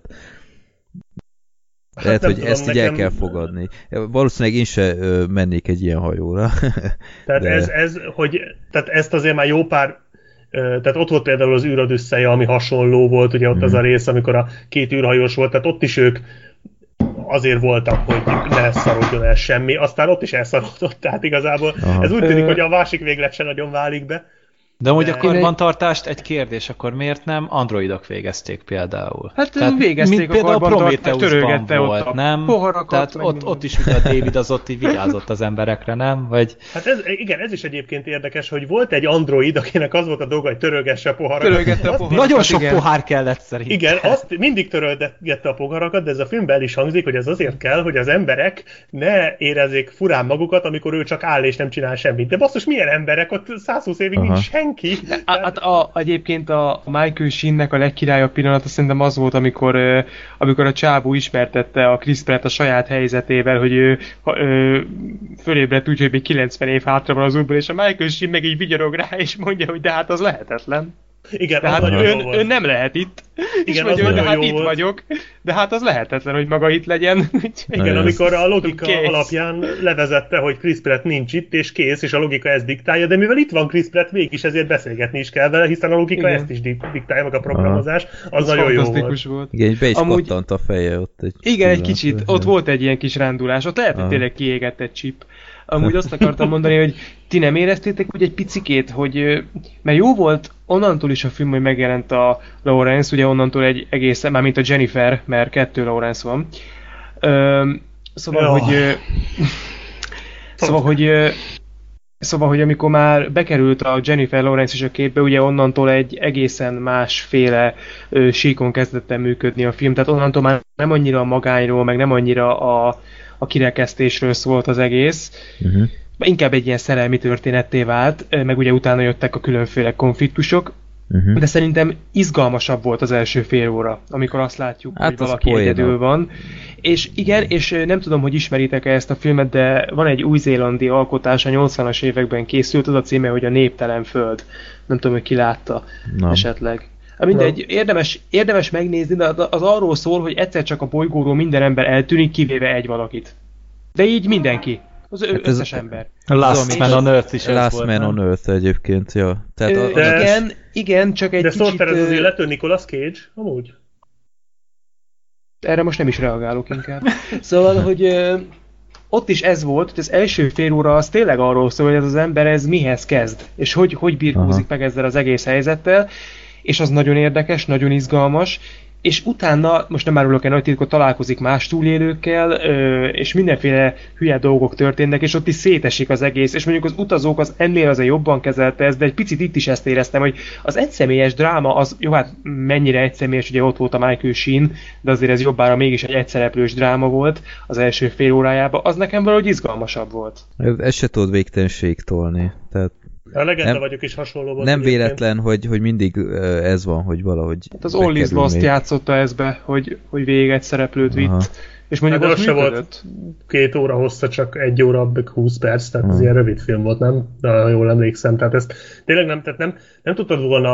hát lehet, hogy tudom, ezt nekem... így el kell fogadni. Valószínűleg én se ö, mennék egy ilyen hajóra. Tehát, de... ez, ez, hogy, tehát ezt azért már jó pár tehát ott volt például az űrodüsszeja, ami hasonló volt, ugye ott mm. az a rész, amikor a két űrhajós volt, tehát ott is ők azért voltak, hogy ne szarodjon el semmi, aztán ott is elszarodott, tehát igazából Aha. ez úgy tűnik, hogy a másik véglet sem nagyon válik be. De amúgy De- a karbantartást egy kérdés, akkor miért nem androidok végezték például? Hát végezték mint a például karbantartást, Prometheusban törölgette ott volt, a nem? poharakat, Tehát meg ott, minden. ott is ugye a David az ott így vigyázott az emberekre, nem? Vagy... Hát ez, igen, ez is egyébként érdekes, hogy volt egy android, akinek az volt a dolga, hogy törölgesse a poharakat. Törölgette a Azt- poharakat. Nagyon sok igen. pohár kellett szerintem. Igen, azt mindig törölgette a poharakat, de ez a filmben el is hangzik, hogy ez azért kell, hogy az emberek ne érezzék furán magukat, amikor ő csak áll és nem csinál semmit. De basszus, milyen emberek? Ott százhúsz évig Aha. nincs senki. Á- Hát a, egyébként a Michael Sheen-nek a legkirályabb pillanata szerintem az volt, amikor, ö, amikor a csábú ismertette a Chris Pratt a saját helyzetével, hogy ő ha- ö, fölébredt úgy, hogy még kilencven év hátra van az útból, és a Michael Sheen meg így vigyorog rá, és mondja, hogy de hát az lehetetlen. Igen, az Tehát nagyon jó ön, volt. ön nem lehet itt. És Igen, mondja, az hogy de nagyon hát jó itt volt. vagyok. De hát az lehetetlen, hogy maga itt legyen. Igen, Ez- amikor a logika Kész. alapján levezette, hogy Chris Pratt nincs itt, és kész, és a logika ezt diktálja, de mivel itt van Chris Pratt, mégis ezért beszélgetni is kell vele, hiszen a logika Igen. ezt is di- diktálja, meg a programozás, az Az nagyon jó volt. fantasztikus volt. Igen, így be is Amúgy- pattant a feje ott egy Igen, egy pillanat. kicsit. Ott volt egy ilyen kis rándulás. Ott lehet, hogy Aha. tényleg kiégett egy chip. Amúgy azt akartam mondani, hogy ti nem éreztétek úgy egy picikét, hogy ö, mert jó volt onnantól is a film, hogy megjelent a Lawrence, ugye onnantól egy egészen, már mint a Jennifer, mert kettő Lawrence van. Ö, szóval, Jaj. hogy ö, szóval, hogy ö, Szóval, hogy amikor már bekerült a Jennifer Lawrence is a képbe, ugye onnantól egy egészen másféle ö, síkon kezdett el működni a film, tehát onnantól már nem annyira a magányról, meg nem annyira a, a kirekesztésről szólt az egész, Uh-huh. inkább egy ilyen szerelmi történetté vált, ö, meg ugye utána jöttek a különféle konfliktusok, Uh-huh. de szerintem izgalmasabb volt az első fél óra, amikor azt látjuk, Hát hogy az valaki poéna. egyedül van. És igen, és ö, nem tudom, hogy ismeritek-e ezt a filmet, de van egy új-zélandi alkotás, a nyolcvanas években készült, az a címe, hogy a Néptelen Föld. Nem tudom, hogy ki látta Nem. esetleg. Hát mindegy, érdemes, érdemes megnézni, de az arról szól, hogy egyszer csak a bolygóról minden ember eltűnik, kivéve egy valakit. De így mindenki. Az ö- Hát ez- összes ember. A Last Ez Man amit- on Earth is ez Last volt, Man nem? on Earth egyébként, ja. Tehát Ö, a, de- a, igen, igen, csak egy De kicsit... Sorter ez az ö, illető Nicolas Cage, amúgy? Erre most nem is reagálok inkább. Szóval, hogy ö, ott is ez volt, hogy az első fél óra az tényleg arról szól, hogy ez az ember ez mihez kezd, és hogy, hogy birkózik Aha. meg ezzel az egész helyzettel, és az nagyon érdekes, nagyon izgalmas, és utána, most nem árulok el nagy titkot, találkozik más túlélőkkel, ö, és mindenféle hülye dolgok történnek, és ott is szétesik az egész, és mondjuk az utazók az ennél azért jobban kezelte ezt, de egy picit itt is ezt éreztem, hogy az egyszemélyes dráma, az jó, hát mennyire egyszemélyes, ugye ott volt a Michael Sheen, de azért ez jobbára mégis egy egyszereplős dráma volt az első fél órájában, az nekem valahogy izgalmasabb volt. ezt se tudod végtelenség tolni. Tehát A legenda Nem- vagyok is hasonló volt. nem egyébként. véletlen, hogy, hogy mindig ö, ez van, hogy valahogy Hát az All is bekerül Lost még. játszotta ezbe, hogy, hogy végig egy szereplőt vitt. Aha. És mondjuk Hát ott az se volt működött. két óra hossza, csak egy óra, meg húsz perc, tehát ez Hmm. ilyen rövid film volt, nem? De ha jól emlékszem, tehát ezt tényleg nem, tehát nem, nem tudtad volna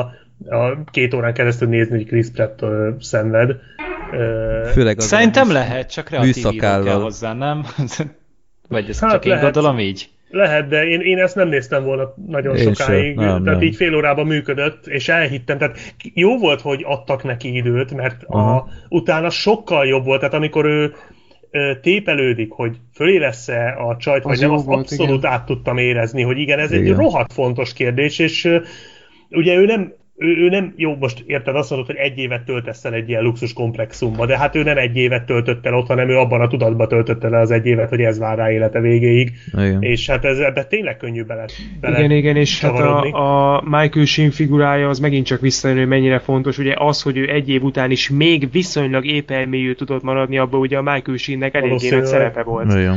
a két órán keresztül nézni, hogy Chris Pratt ö, szenved. Ö, Főleg az Szerintem a- lehet, csak kreatív író műszakállal. kell hozzá, nem? Vagy ezt Hát csak én lehet. gondolom így? Lehet, de én, én ezt nem néztem volna nagyon Én sokáig, sem, nem, tehát nem. így fél órában működött, és elhittem, tehát jó volt, hogy adtak neki időt, mert a, Aha. utána sokkal jobb volt, tehát amikor ő ö, tépelődik, hogy fölé lesz-e a csajt, vagy Az nem, jó azt volt, abszolút igen. át tudtam érezni, hogy igen, ez egy Igen. rohadt fontos kérdés, és ö, ugye ő nem ő, ő nem, jó, most érted, azt mondod, hogy egy évet töltesz el egy ilyen luxus komplexumba, de hát ő nem egy évet töltött el ott, hanem ő abban a tudatban töltötte le az egy évet, hogy ez vár rá élete végéig, Igen. és hát ez, ebbe tényleg könnyű bele, bele Igen, igen, és hát csavarodni. a, a Michael Sheen figurája az megint csak visszajön, hogy mennyire fontos. Ugye az, hogy ő egy év után is még viszonylag épelmélyű tudott maradni, abban ugye a Michael Sheennek eléggé nagy Valószínűleg. szerepe volt. Igen.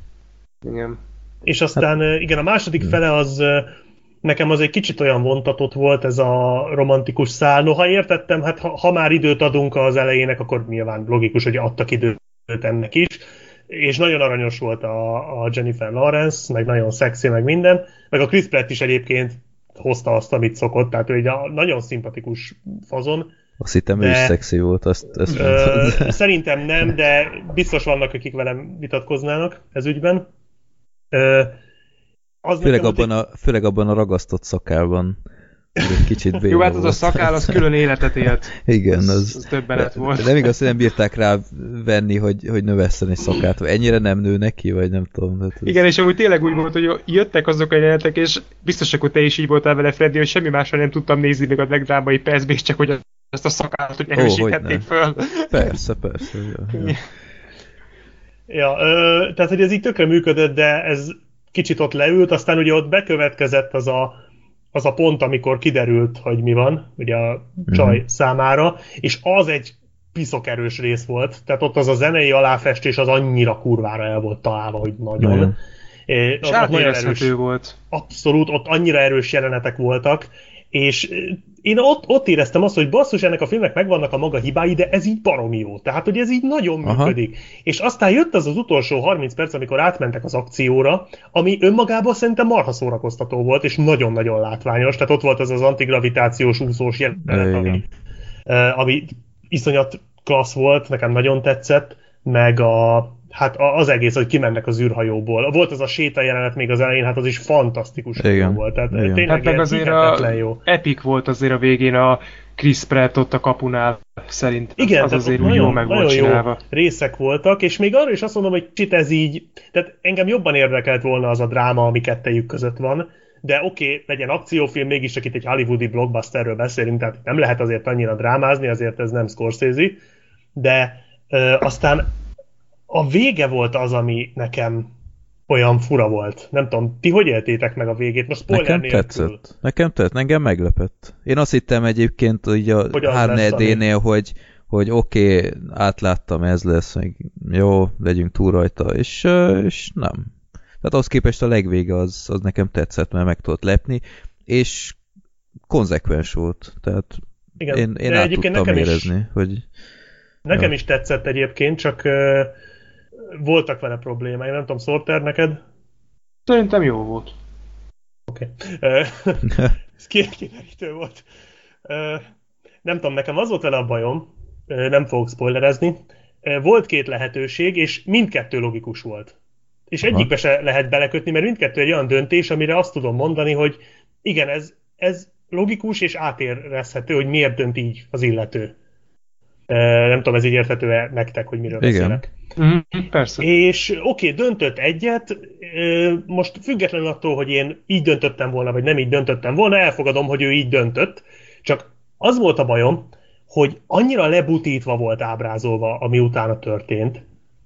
Igen. És aztán hát, igen, a második fele az nekem az egy kicsit olyan vontatott volt, ez a romantikus szál. Noha értettem, hát ha, ha már időt adunk az elejének, akkor nyilván logikus, hogy adtak időt ennek is. És nagyon aranyos volt a, a Jennifer Lawrence, meg nagyon szexi, meg minden. Meg a Chris Pratt is egyébként hozta azt, amit szokott, tehát ő egy a nagyon szimpatikus fazon. Azt hittem, ő De- is szexi volt, azt, ezt Ö, mondtad. szerintem nem, de biztos vannak, akik velem vitatkoznának ez ügyben. Ö, az Főleg nekem az abban, a, főleg abban a ragasztott szakában egy kicsit béna Jó, hát az volt. a szakál, az külön életet élt. Igen, az, az, az többenet volt. Nem igaz, hogy nem bírták rá venni, hogy, hogy növesszen egy szakát. Ennyire nem nő neki, vagy nem tudom. Hát ez... Igen, és amúgy tényleg úgy volt, hogy jöttek azok a jelenetek, és biztos, hogy te is így voltál vele, Freddy, hogy semmi másra nem tudtam nézni még a legdrámai percben, és csak hogy ezt a szakát, hogy erősíthették föl. Persze, persze. Ja, ja. Ja, ö, tehát, hogy ez így tökre működött, de ez kicsit ott leült, aztán ugye ott bekövetkezett az a, az a pont, amikor kiderült, hogy mi van, ugye a csaj mm. számára, és az egy piszok erős rész volt, tehát ott az a zenei aláfestés az annyira kurvára el volt találva, hogy nagyon. Mm. É, és átérezhető volt. Abszolút, ott annyira erős jelenetek voltak, és én ott, ott éreztem azt, hogy basszus, ennek a filmnek megvannak a maga hibái, de ez így baromi jó. Tehát, hogy ez így nagyon Aha. működik. És aztán jött az az utolsó harminc perc, amikor átmentek az akcióra, ami önmagában szerintem marha szórakoztató volt, és nagyon-nagyon látványos. Tehát ott volt az az antigravitációs úszós jelenet, ami, ami iszonyat klassz volt, nekem nagyon tetszett, meg a hát az egész, hogy kimennek az űrhajóból. Volt az a séta jelenet még az elején, hát az is fantasztikus igen, volt. Tehát igen. tényleg hát meg azért a jó. Epic volt azért a végén a Chris Pratt ott a kapunál, szerint. Igen, az azért úgy nagyon, jó meg volt csinálva. Jó részek voltak, és még arra is azt mondom, hogy kicsit ez így, tehát engem jobban érdekelt volna az a dráma, ami kettejük között van, de oké, okay, legyen akciófilm, mégis csak itt egy hollywoodi blockbusterről beszélünk, tehát nem lehet azért annyira drámázni, azért ez nem Scorsese, de ö, aztán a vége volt az, ami nekem olyan fura volt. Nem tudom, ti hogy éltétek meg a végét? Most spoiler Nekem nélkül. tetszett. Nekem tetszett, engem meglepett. Én azt hittem egyébként így a három né dé-nél, hogy, hogy oké, okay, átláttam, ez lesz, meg jó, legyünk túl rajta, és, és nem. Tehát ahhoz képest a legvége az, az nekem tetszett, mert meg tudott lepni, és konzekvens volt. Tehát igen, én, én át tudtam érezni, is, hogy... Nekem ja. is tetszett egyébként, csak uh, voltak vele problémáim. Nem tudom, Sorter, neked? Szerintem jó volt. Oké. Okay. Uh, ez kimerítő volt. Uh, nem tudom, nekem az volt vele a bajom, uh, nem fogok spoilerezni. Uh, volt két lehetőség, és mindkettő logikus volt. És Aha. egyikbe se lehet belekötni, mert mindkettő egy olyan döntés, amire azt tudom mondani, hogy igen, ez, ez logikus és átérezhető, hogy miért dönt így az illető. Uh, nem tudom, ez így érthető-e nektek, hogy miről igen. beszélek. Mm, persze. És oké, okay, döntött egyet, uh, most függetlenül attól, hogy én így döntöttem volna, vagy nem így döntöttem volna, elfogadom, hogy ő így döntött, csak az volt a bajom, hogy annyira lebutítva volt ábrázolva, ami utána történt.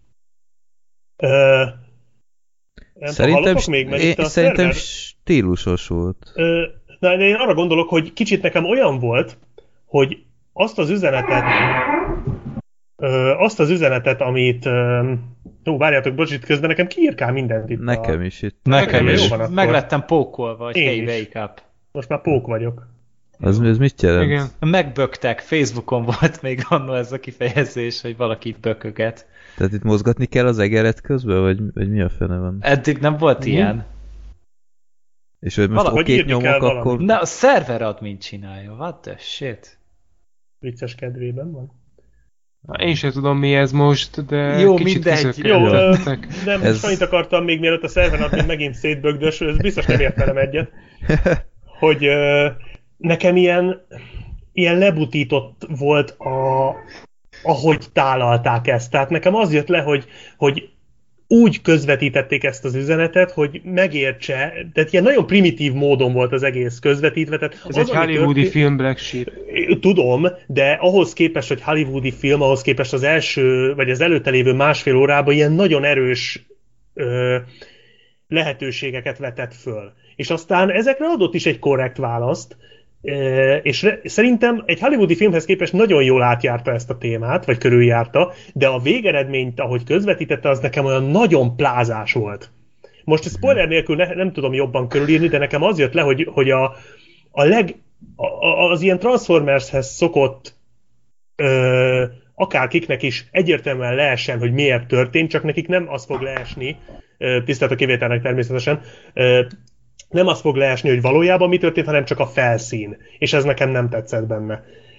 Uh, Szerintem, még, én, szerintem stílusos volt. Uh, na, de én arra gondolok, hogy kicsit nekem olyan volt, hogy azt az üzenetet, ö, azt az üzenetet, amit... Ö, ó, várjátok, bocs, itt közben nekem kiírkál mindent itt. Nekem a... is itt. Nekem is. Meg lettem pókolva, hogy hey, wake up. Most már pók vagyok. Az, ez mit jelent? Igen. Megböktek. Facebookon volt még annól ez a kifejezés, hogy valaki itt bököget. Tehát itt mozgatni kell az egeret közben, vagy, vagy mi a fene van? Eddig nem volt mm. ilyen. És hogy most okét nyomok, akkor... Na, a szerver admin csinálja. What the shit? Vicces kedvében van. Na, én sem tudom, mi ez most, de jó, kicsit mindegy. Jó, ö, nem, ez... most annyit akartam még, mielőtt a szerver admin megint szétbögdös, ez biztos nem ért velem egyet, hogy ö, nekem ilyen, ilyen lebutított volt, a, ahogy tálalták ezt. Tehát nekem az jött le, hogy, hogy úgy közvetítették ezt az üzenetet, hogy megértse, tehát ilyen nagyon primitív módon volt az egész közvetítve. Tehát ez az, egy hollywoodi történt, film, Black Sheep. Tudom, de ahhoz képest, hogy hollywoodi film, ahhoz képest az első, vagy az előtte lévő másfél órában ilyen nagyon erős ö, lehetőségeket vetett föl. És aztán ezekre adott is egy korrekt választ, és szerintem egy hollywoodi filmhez képest nagyon jól átjárta ezt a témát, vagy körüljárta, de a végeredményt, ahogy közvetítette, az nekem olyan nagyon plázás volt. Most spoiler nélkül ne, nem tudom jobban körülírni, de nekem az jött le, hogy, hogy a, a leg, a, az ilyen Transformershez szokott ö, akárkiknek is egyértelműen leessen, hogy miért történt, csak nekik nem az fog leesni, tisztelt a kivételnek természetesen, ö, nem az fog leesni, hogy valójában mi történt, hanem csak a felszín. És ez nekem nem tetszett benne.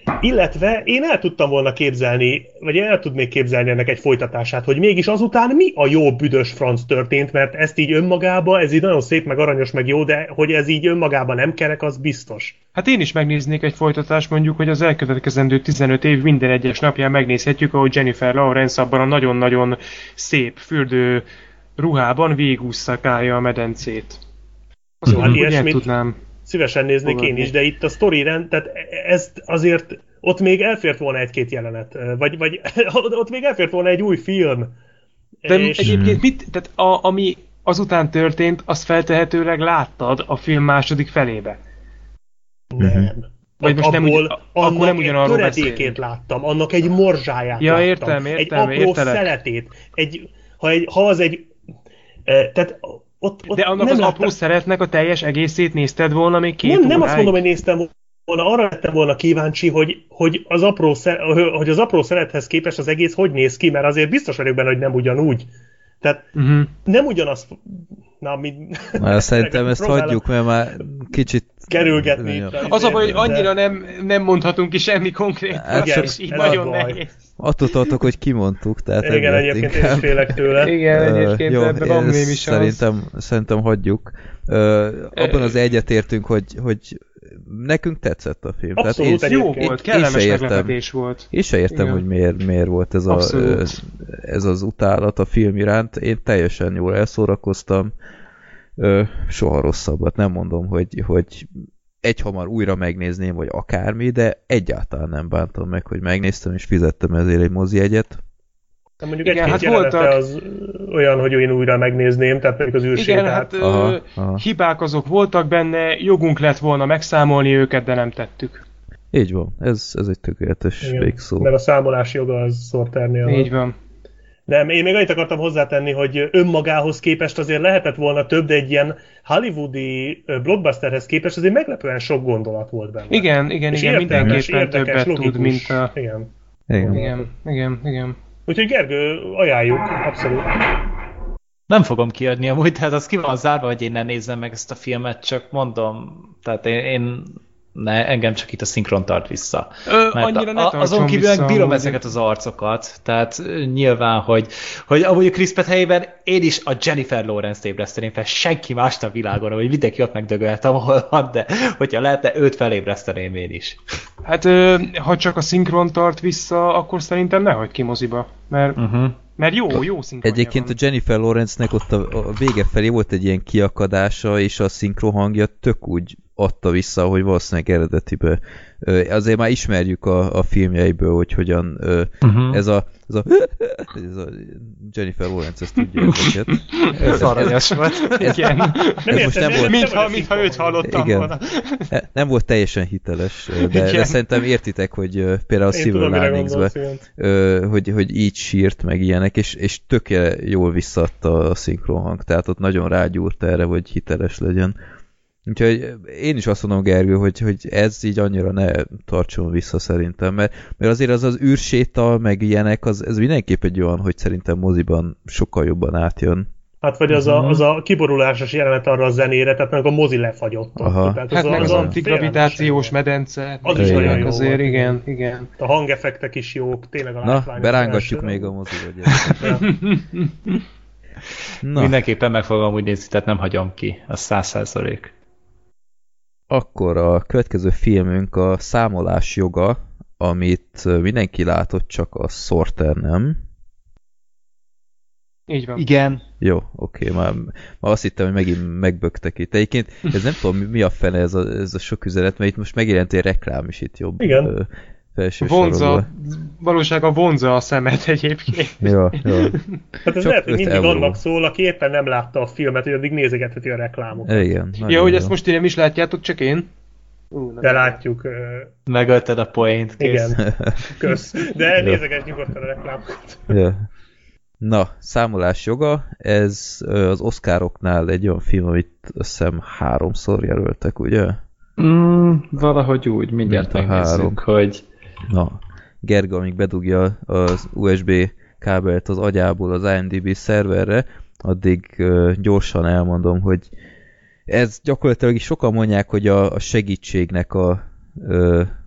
Illetve én el tudtam volna képzelni, vagy én el tudnék képzelni ennek egy folytatását, hogy mégis azután mi a jó büdös franc történt, mert ezt így önmagában, ez így nagyon szép, meg aranyos, meg jó, de hogy ez így önmagában nem kerek, az biztos. Hát én is megnéznék egy folytatást, mondjuk, hogy az elkövetkezendő tizenöt év minden egyes napján megnézhetjük, ahogy Jennifer Lawrence abban a nagyon-nagyon szép fürdő ruhában végigúszszakálja a medencét. Azon, hát hogy ilyesmit tudnám. Szívesen néznék én is, de itt a sztori rend, tehát ezt azért ott még elfért volna egy-két jelenet, vagy, vagy ott még elfért volna egy új film. De és... egyébként mit, tehát a, ami azután történt, azt feltehetőleg láttad a film második felébe. Nem. Vagy most nem, ugy, akkor nem ugyanarról töredékét láttam, annak egy morzsáját ja, láttam. értem, értem, egy apró értelek. szeletét. Egy, ha, egy, ha az egy... E, tehát ott, ott de annak nem az láttam. apró szeretnek a teljes egészét nézted volna még két Nem, óráig? nem azt mondom, hogy néztem volna, arra lettem volna kíváncsi, hogy, hogy, az apró szer, hogy az apró szerethez képest az egész hogy néz ki, mert azért biztos vagyok benne, hogy nem ugyanúgy. Tehát uh-huh. nem ugyanaz... Na, mi... Na, szerintem ezt hagyjuk, mert már kicsit... kerülgetni. Az a baj, hogy annyira nem, nem mondhatunk ki semmi konkrét, hát csak, és így nagyon nehéz. Attól tartok, hogy kimondtuk, tehát igen, egyébként én is félek tőle. Igen, egyébként uh, ebben van némi szerintem, szerintem hagyjuk. Uh, abban az egyetértünk, hogy, hogy nekünk tetszett a film. Abszolút, tehát én, jó volt, kellemes meglepetés volt. Én se értem, igen. hogy miért, miért volt ez, a, ez az utálat a film iránt. Én teljesen jól elszórakoztam. Soha rosszabbat. Nem mondom, hogy, hogy egyhamar újra megnézném, vagy akármi, de egyáltalán nem bántam meg, hogy megnéztem, és fizettem ezért egy mozijegyet. Mondjuk egy-két hát jelenete voltak... az olyan, hogy én újra megnézném, tehát mondjuk az űrsétát. Igen, hát aha, aha. hibák azok voltak benne, jogunk lett volna megszámolni őket, de nem tettük. Így van, ez, ez egy tökéletes végszó. Mert a számolási joga az Sorternél. Így van. Nem, én még annyit akartam hozzátenni, hogy önmagához képest azért lehetett volna több, de egy ilyen hollywoodi blockbusterhez képest azért meglepően sok gondolat volt benne. Igen, igen, és igen, értelmes, mindenképpen érdekes, többet logikus. tud, mint a... Igen. Igen. Igen, igen, igen. Úgyhogy Gergő, ajánljuk, abszolút. Nem fogom kiadni amúgy, tehát az ki van zárva, hogy én ne nézzem meg ezt a filmet, csak mondom, tehát én, én ne, engem csak itt a szinkron tart vissza. Ö, annyira ne a, azon kívül vissza, bírom amúgy. Ezeket az arcokat, tehát nyilván, hogy, hogy amúgy a Chris Pratt helyében én is a Jennifer Lawrence-t ébreszteném fel, senki más a világon, hogy mindenki ott megdögöltem, ahol van, de hogyha lehetne, őt felébreszteném én is. Hát ö, ha csak a szinkron tart vissza, akkor szerintem ne hagyd ki moziba, mert... Uh-huh. Mert jó, jó szinkronja Egyébként van. A Jennifer Lawrence-nek ott a, a vége felé volt egy ilyen kiakadása, és a szinkron hangja tök úgy adta vissza, hogy valószínűleg eredetibe. Azért már ismerjük a, a filmjeiből, hogy hogyan uh-huh. ez, a, ez, a, ez a Jennifer Lawrence ezt tudja ezeket. Ez aranyos volt. Ez, igen. Ez most nem volt, mintha, mintha őt hallottam igen. volna. Nem volt teljesen hiteles, de, de szerintem értitek, hogy például a Silver Linings-be, hogy, hogy így sírt meg ilyenek, és, és tök jól visszaadta a szinkron hang, tehát ott nagyon rágyúrt erre, hogy hiteles legyen. Úgyhogy én is azt mondom, Gergő, hogy, hogy ez így annyira ne tartson vissza szerintem, mert, mert azért az az űrséta, meg ilyenek, az, ez mindenképp egy olyan, hogy szerintem moziban sokkal jobban átjön. Hát vagy az, a, az a kiborulásos jelenet arra a zenére, tehát meg a mozi lefagyott. Tehát hát az meg az, az antigravitációs medence. Az is olyan jó azért, volt. igen, igen. A hangeffektek is jók, tényleg a Na, berángatjuk még a moziba. Mindenképpen meg fogom úgy nézni, tehát nem hagyom ki, az száz százalék. Akkor a következő filmünk a Számolás joga, amit mindenki látott, csak a Sorter nem. Így van. Igen. Jó, oké, már, már azt hittem, hogy megint megböktek itt. Egyébként ez nem tudom, mi a fene ez a, ez a sok üzenet, mert itt most megjelent egy reklám is itt jobb. Igen. Felső vonza, sorokban. Valóságban vonza a szemet egyébként. Jó, jó. Hát ez Csak lehet, hogy mindig euró. annak szól, aki éppen nem látta a filmet, hogy addig nézegetheti a reklámokat. Igen. Ja, hogy ezt most én nem is látjátok, csak én? Uh, De látjuk. Uh... Megölted a poént, kész. Igen, kösz. De nézegetj nyugodtan a reklámokat. Ja. Na, Számolás joga, ez az Oscaroknál egy olyan film, amit azt hiszem háromszor jelöltek, ugye? Mm, valahogy úgy, mindjárt megnézzük, hogy... Na, Gerga, amíg bedugja az u es bé kábelt az agyából az i em dé bé szerverre, addig uh, gyorsan elmondom, hogy ez gyakorlatilag is sokan mondják, hogy a, a segítségnek a uh,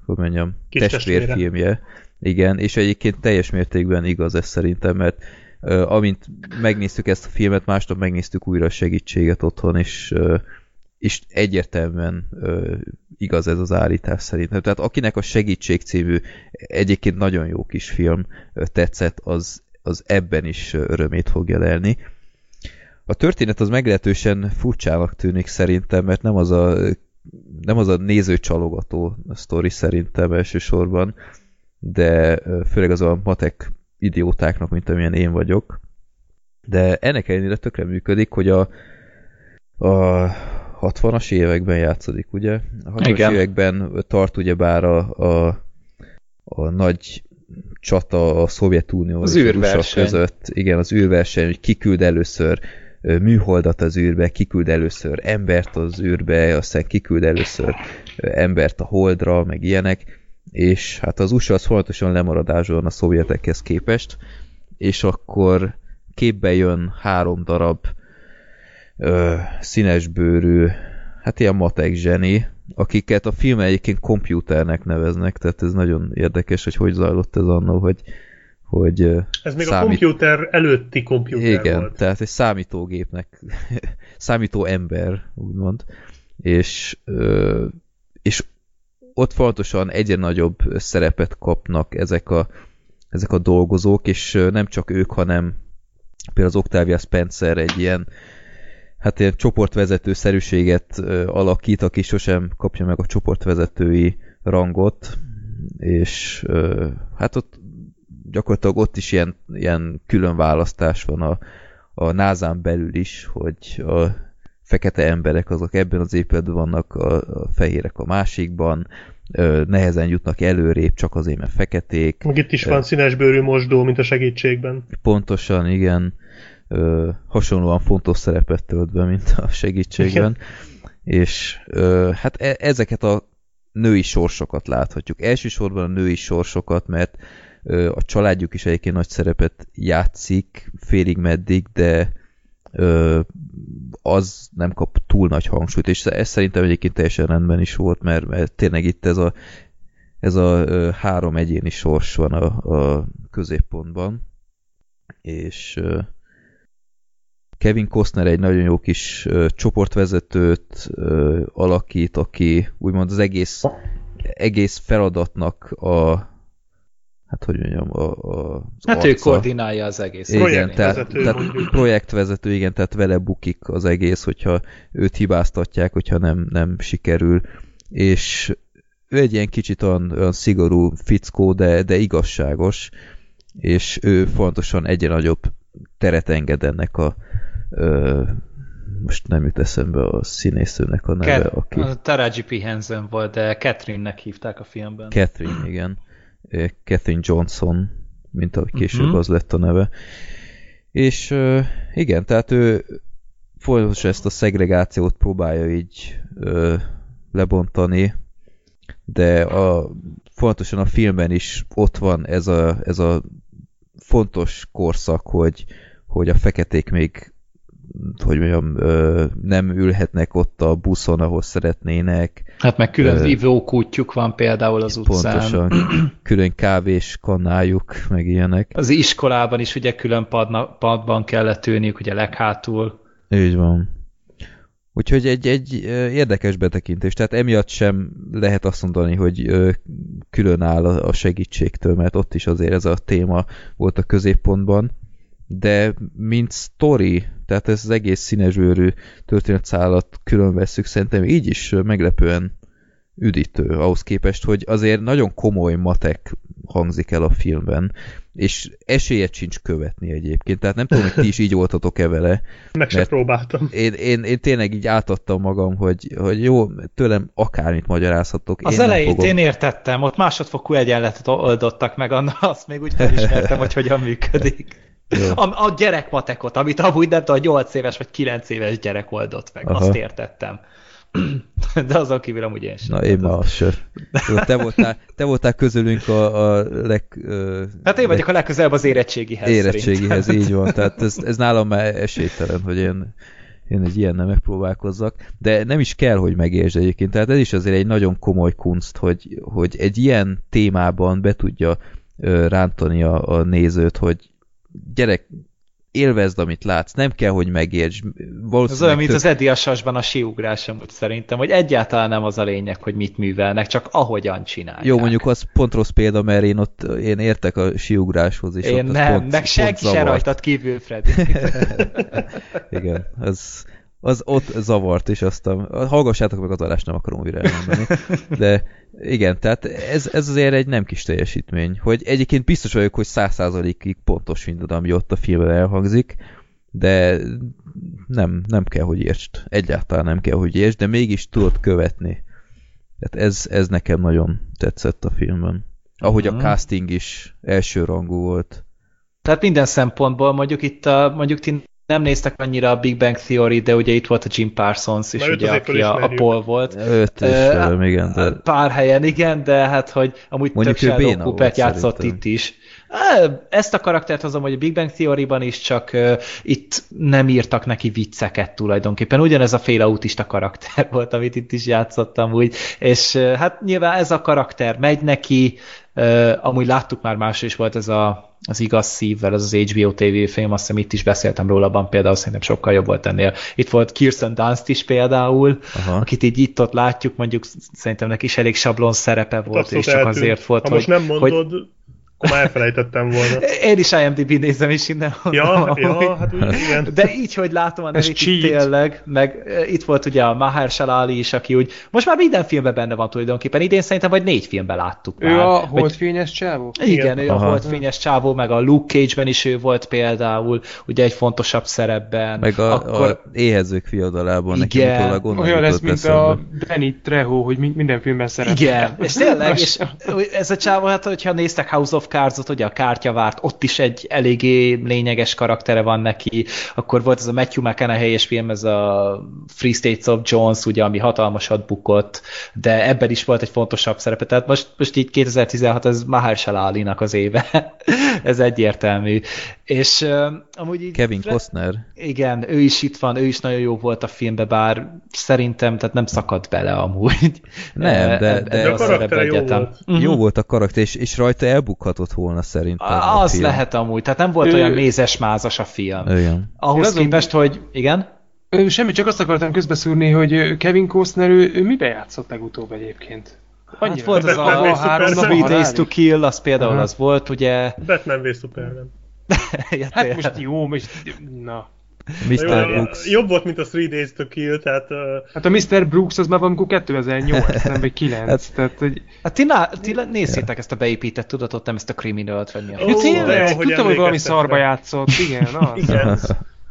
hogy mondjam, Kis testvérfilmje. Igen, és egyébként teljes mértékben igaz ez szerintem, mert uh, amint megnéztük ezt a filmet, másnap megnéztük újra a Segítséget otthon, és, uh, és egyértelműen uh, igaz ez az állítás szerintem. Tehát akinek a Segítség című egyébként nagyon jó kis film uh, tetszett, az, az ebben is uh, örömét fogja lelni. A történet az meglehetősen furcsának tűnik szerintem, mert nem az a, nem az a nézőcsalogató sztori szerintem elsősorban, de főleg az a matek idiótáknak, mint amilyen én vagyok. De ennek ellenére tökre működik, hogy a, a hatvanas években játszódik, ugye? A hatvanas Igen. években tart ugyebár a, a, a nagy csata a Szovjetunió és az U S A között. Igen, az űrverseny, hogy kiküld először műholdat az űrbe, kiküld először embert az űrbe, aztán kiküld először embert a holdra, meg ilyenek, és hát az u es á az folyamatosan lemaradásban a szovjetekhez képest, és akkor képbe jön három darab ö, színesbőrű, hát ilyen matek zseni, akiket a film egyébként kompjúternek neveznek, tehát ez nagyon érdekes, hogy hogy zajlott ez annó, hogy hogy ez még számít... a kompjúter előtti kompjúter Igen, volt. Tehát egy számítógépnek, számító ember, úgymond, és, és ott fontosan egyre nagyobb szerepet kapnak ezek a, ezek a dolgozók, és nem csak ők, hanem például az Octavia Spencer egy ilyen, hát ilyen csoportvezető szerűséget alakít, aki sosem kapja meg a csoportvezetői rangot, és hát ott gyakorlatilag ott is ilyen, ilyen külön választás van a, a názán belül is, hogy a fekete emberek azok ebben az épületben vannak, a, a fehérek a másikban, ö, nehezen jutnak előrébb csak azért, mert feketék. Meg itt is van színesbőrű mosdó, mint a Segítségben. Pontosan, igen. Ö, hasonlóan fontos szerepet tölt be, mint a Segítségben. És ö, hát e- ezeket a női sorsokat láthatjuk. Elsősorban a női sorsokat, mert a családjuk is egyébként nagy szerepet játszik, félig meddig, de ö, az nem kap túl nagy hangsúlyt, és ez szerintem egyébként teljesen rendben is volt, mert, mert tényleg itt ez a, ez a ö, három egyéni sors van a, a középpontban, és ö, Kevin Costner egy nagyon jó kis ö, csoportvezetőt ö, alakít, aki úgymond az egész, egész feladatnak a hát hogy mondjam, a, a, az Hát arca. ő koordinálja az egész. Igen, projektvezető, tehát, tehát projektvezető, igen, tehát vele bukik az egész, hogyha őt hibáztatják, hogyha nem, nem sikerül. És ő egy ilyen kicsit olyan, olyan szigorú fickó, de, de igazságos, és ő fontosan egyre nagyobb teret enged ennek a ö, most nem jut eszembe a színésznőnek a neve, Cat, aki... Taraji P. Henson volt, de Catherine-nek hívták a filmben. Catherine, igen. Katherine Johnson, mint ahogy később uh-huh. az lett a neve. És uh, igen, tehát ő folyamatosan ezt a szegregációt próbálja így uh, lebontani, de a, fontosan a filmben is ott van ez a, ez a fontos korszak, hogy, hogy a feketék még hogy mondjam, nem ülhetnek ott a buszon, ahol szeretnének. Hát meg külön ivókútjuk van például az utcán. Pontosan. Külön kávés kannájuk, meg ilyenek. Az iskolában is ugye külön padna, padban kellett ülniük, ugye leghátul. Így van. Úgyhogy egy, egy érdekes betekintés. Tehát emiatt sem lehet azt mondani, hogy külön áll a segítségtől, mert ott is azért ez a téma volt a középpontban. De mint sztori, tehát ez az egész színesbőrű történetszálat külön vesszük, szerintem így is meglepően üdítő ahhoz képest, hogy azért nagyon komoly matek hangzik el a filmben, és esélyed sincs követni egyébként, tehát nem tudom, hogy ti is így voltatok-e vele. Meg sem próbáltam. Én, én, én tényleg így átadtam magam, hogy, hogy jó, tőlem akármit magyarázhatok. Az elejét fogom... én értettem, ott másodfokú egyenletet oldottak meg, azt még úgy felismertem, hogy hogyan működik. A, a gyerekmatekot, amit amúgy nem tudom, nyolc éves vagy kilenc éves gyerek oldott meg. Aha. Azt értettem. De azon kívül amúgy én sem. Na én már azt sem. Te voltál, te voltál közülünk a, a leg... Hát én vagyok leg... a legközelebb az érettségihez. Érettségihez, így van. Tehát ez, ez nálam már esélytelen, hogy én, én egy ilyennel megpróbálkozzak, de nem is kell, hogy megértsd egyébként, tehát ez is azért egy nagyon komoly kunst, hogy, hogy egy ilyen témában be tudja ö, rántani a, a nézőt, hogy gyerek, élvezd, amit látsz, nem kell, hogy megértsd. Az olyan, mint tök... az Eddie a sasban a síugrás amúgy szerintem, hogy egyáltalán nem az a lényeg, hogy mit művelnek, csak ahogyan csinálják. Jó, mondjuk az pont rossz példa, mert én ott én értek a síugráshoz, és én ott nem, pont, meg senki se rajtad kívül, Freddy. Igen, az, az ott zavart, és aztán hallgassátok meg az adást, nem akarom újra elmondani. De igen, tehát ez, ez azért egy nem kis teljesítmény, hogy egyébként biztos vagyok, hogy száz százalékig pontos mindaz, ami ott a filmben elhangzik, de nem, nem kell, hogy értsd. Egyáltalán nem kell, hogy értsd, de mégis tudod követni. Tehát ez, ez nekem nagyon tetszett a filmben. Ahogy uh-huh. a casting is elsőrangú volt. Tehát minden szempontból mondjuk itt a, mondjuk ti nem néztek annyira a Big Bang Theory, de ugye itt volt a Jim Parsons is, ugye, aki a, a Paul volt. Őt is velem, igen. De... Pár helyen, igen, de hát, hogy amúgy mondjuk tök Sheldon Coopert játszott szerintem. Itt is. Ezt a karaktert hozom, hogy a Big Bang Theory-ban is, csak uh, itt nem írtak neki vicceket tulajdonképpen. Ugyanez a fél autista karakter volt, amit itt is játszottam úgy. És uh, hát nyilván ez a karakter megy neki, uh, amúgy láttuk már más is volt ez a az igaz szívvel, az az há bé o té vé film, azt hiszem itt is beszéltem róla, abban például szerintem sokkal jobb volt ennél. Itt volt Kirsten Dunst is például, aha. akit így itt-ott látjuk, mondjuk szerintem neki is elég sablon szerepe volt, abszolút és csak eltűnt. Azért volt, ha hogy... most nem mondod, hogy... akkor már elfelejtettem volna. Én is IMDb nézem is innen. Ja, ja, hát úgy, igen. De így, hogy látom a nevét itt tényleg, meg itt volt ugye a Mahershala Ali is, aki úgy, most már minden filmben benne van tulajdonképpen, idén szerintem vagy négy filmben láttuk ő már. Ő a holdfényes csávó? Igen, igen, ő aha. a holdfényes csávó, meg a Luke Cage-ben is ő volt például, ugye egy fontosabb szerepben. Meg a, Akkor... a éhezők fiadalában neki utólag onnan olyan lesz, mint eszembe. A Benny Trejo, hogy minden filmben szerepel. Igen, és tényleg, és ez a csávó, hát hogyha néztek House of Cards-ot, ugye a kártyavárt, ott is egy eléggé lényeges karaktere van neki, akkor volt ez a Matthew McConaughey-es film, ez a Free States of Jones, ugye, ami hatalmasat bukott, de ebben is volt egy fontosabb szerepe, tehát most, most így kétezer-tizenhat ez Mahershala Ali-nak az éve, ez egyértelmű. És uh, amúgy így... Kevin Costner. Igen, ő is itt van, ő is nagyon jó volt a filmben, bár szerintem tehát nem szakadt bele amúgy. Nem, de, de, de a karaktere jó volt. Jó volt a karakter, és, és rajta elbukhatott volna szerintem. A, az film. Lehet amúgy, tehát nem volt ő... olyan mézes-mázas a film. Igen. Ahhoz képest, hogy... Igen? Ő, semmi, csak azt akartam közbeszúrni, hogy Kevin Costner, ő, ő mibe játszott legutóbb egyébként? Annyira. Hát volt az a, a Three Days to Kill, az például uh-huh. az volt, ugye... Batman v Superman. Ja, hát most jó, most... Na... miszter Brooks. Jobb volt, mint a Three Days to Kill, tehát... Uh... Hát a miszter Brooks az már valamikor kétezer-nyolc, nem vagy kilenc, hát, tehát hogy... Hát ti, ná, ti nézzétek ja. ezt a beépített tudatot, nem ezt a Criminal-t, vagy mi a... Oh, ja, tényleg, hogy tudtam, hogy valami szarba játszott, igen, az. Igen.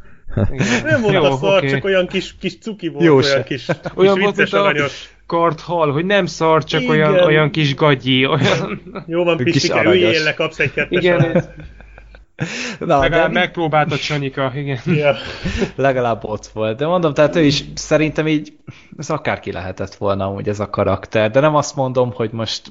Igen. Nem volt jó, a szar, okay. Csak olyan kis, kis cuki volt, jó olyan se. kis, olyan kis vicces volt, aranyos. Kart Hall, hogy nem szar, csak olyan, olyan kis gagyi, olyan... Jó van, Pistike, üljél le, kapsz egy kettes igen. Na, legalább de... megpróbáltad, Sanyika, igen. Ja. Legalább ott volt. De mondom, tehát ő is szerintem így, ez akárki lehetett volna amúgy ez a karakter, de nem azt mondom, hogy most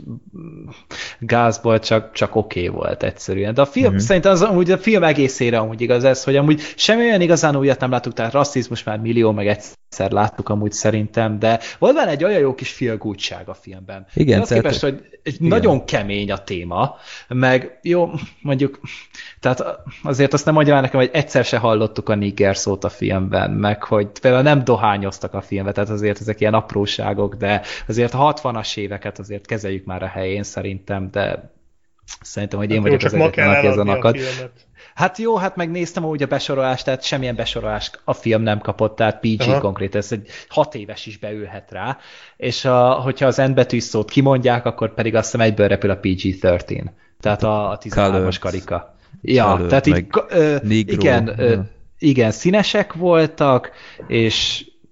gázból csak, csak oké okay volt egyszerűen. De a film, mm-hmm. szerintem az, amúgy a film egészére amúgy igaz ez, hogy amúgy semmi olyan igazán újat nem láttuk, tehát rasszizmus már millió meg egyszer láttuk amúgy szerintem, de volt benne egy olyan jó kis feel-goodság a filmben. Igen, azt képest, hogy egy igen. nagyon kemény a téma, meg jó, mondjuk, tehát azért azt nem mondja nekem, hogy egyszer se hallottuk a nigger szót a filmben, meg hogy például nem dohányoztak a filmben, tehát azért ezek ilyen apróságok, de azért a hatvanas éveket azért kezeljük már a helyén szerintem, de szerintem, hogy én hát vagyok jó, az egyetlen, aki ezen akad. Hát jó, hát megnéztem úgy a besorolást, tehát semmilyen besorolást a film nem kapott, tehát pé gé aha. konkrét, ez egy hat éves is beülhet rá, és a, hogyha az N betűs szót kimondják, akkor pedig azt hiszem egyből repül a pé gé tizenhárom, tehát a, a tizenhármas karika. Ja, Előtt, tehát így, ö, igen, ö, igen, színesek voltak, és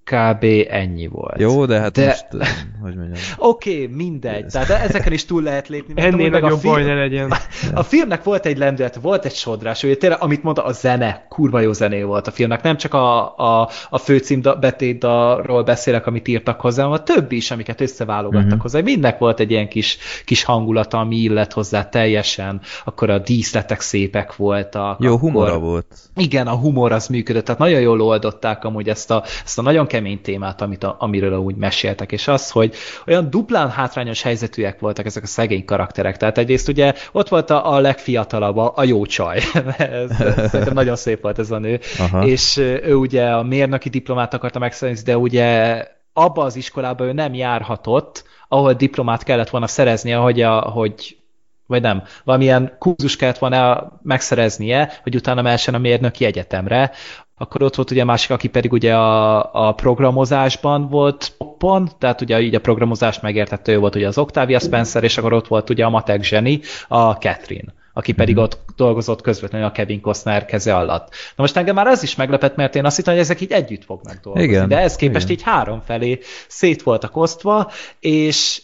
kb. Ennyi volt. Jó, de hát de... most, hogy mondjam. Oké, okay, mindegy. Tehát ezeken is túl lehet lépni. Ennél nagyobb film... baj ne legyen. A filmnek volt egy lendület, volt egy sodrás, ugye tényleg, amit mondta, a zene, kurva jó zené volt a filmnek. Nem csak a, a, a főcím betétdalról beszélek, amit írtak hozzá, hanem a többi is, amiket összeválogattak uh-huh. hozzá. Mindnek volt egy ilyen kis, kis hangulata, ami illett hozzá teljesen. Akkor a díszletek szépek voltak. Jó, akkor... humora volt. Igen, a humor az működött, tehát nagyon jól oldották amúgy ezt a, ezt a nagyon kemény témát, amit a, amiről úgy meséltek, és az, hogy olyan duplán hátrányos helyzetűek voltak ezek a szegény karakterek. Tehát egyrészt ugye ott volt a, a legfiatalabb, a, a jó csaj. ez, ez, szerintem nagyon szép volt ez a nő. Aha. És ő ugye a mérnöki diplomát akarta megszerezni, de ugye abba az iskolába ő nem járhatott, ahol diplomát kellett volna szereznie, hogy, a, hogy vagy nem, valamilyen kurzus kellett volna megszereznie, hogy utána mehessen a mérnöki egyetemre. Akkor ott volt ugye a másik, aki pedig ugye a, a programozásban volt toppon, tehát ugye így a programozást megértette, ő volt ugye az Octavia Spencer, és akkor ott volt ugye a matek zseni, a Catherine, aki pedig ott dolgozott közvetlenül a Kevin Costner keze alatt. Na most engem már az is meglepett, mert én azt hittem, hogy ezek így együtt fognak dolgozni, igen, de ez képest igen. így három felé szét voltak osztva, és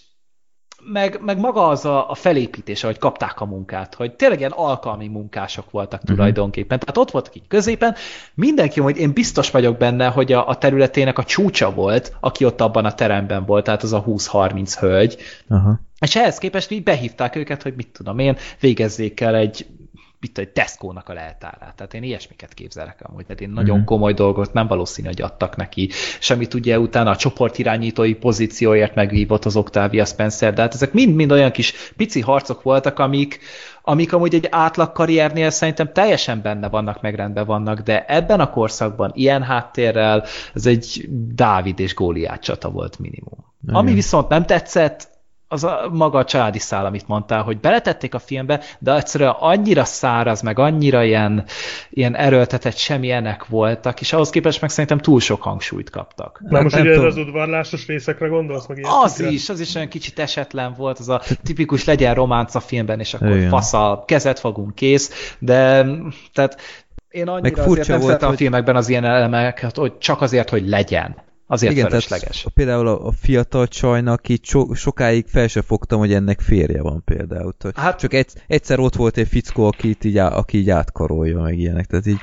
Meg, meg maga az a, a felépítés, ahogy kapták a munkát, hogy tényleg ilyen alkalmi munkások voltak uh-huh. tulajdonképpen. Tehát ott voltak így középen, mindenki, hogy én biztos vagyok benne, hogy a, a területének a csúcsa volt, aki ott abban a teremben volt, tehát az a húsz-harminc hölgy. Uh-huh. És ehhez képest így behívták őket, hogy mit tudom én, végezzék el egy itt egy Tesco-nak a leltárát. Tehát én ilyesmiket képzelek amúgy, mert én nagyon mm. komoly dolgot nem valószínű, hogy adtak neki. Semmit ugye utána a csoportirányítói pozícióért megvívott az Octavia Spencer, de hát ezek mind-mind olyan kis pici harcok voltak, amik, amik amúgy egy átlag karriernél szerintem teljesen benne vannak, meg rendben vannak, de ebben a korszakban ilyen háttérrel ez egy Dávid és Góliát csata volt minimum. Mm. Ami viszont nem tetszett, az a maga a családi szál, amit mondtál, hogy beletették a filmbe, de egyszerűen annyira száraz, meg annyira ilyen, ilyen erőltetett semmilyenek voltak, és ahhoz képest meg szerintem túl sok hangsúlyt kaptak. Na most ugye az udvarlásos részekre gondolsz? Meg az szikre? is, az is olyan kicsit esetlen volt, az a tipikus legyen románc a filmben, és akkor igen. fasza, kezet fogunk, kész, de tehát én annyira azért nem szeretem hogy... a filmekben az ilyen elemeket, hogy csak azért, hogy legyen. Azért igen, felesleges. Tehát például a, a fiatal csajnak így so, sokáig fel se fogtam, hogy ennek férje van például. Hát, csak egy, egyszer ott volt egy fickó, aki így, aki így átkarolja, meg ilyenek. Tehát így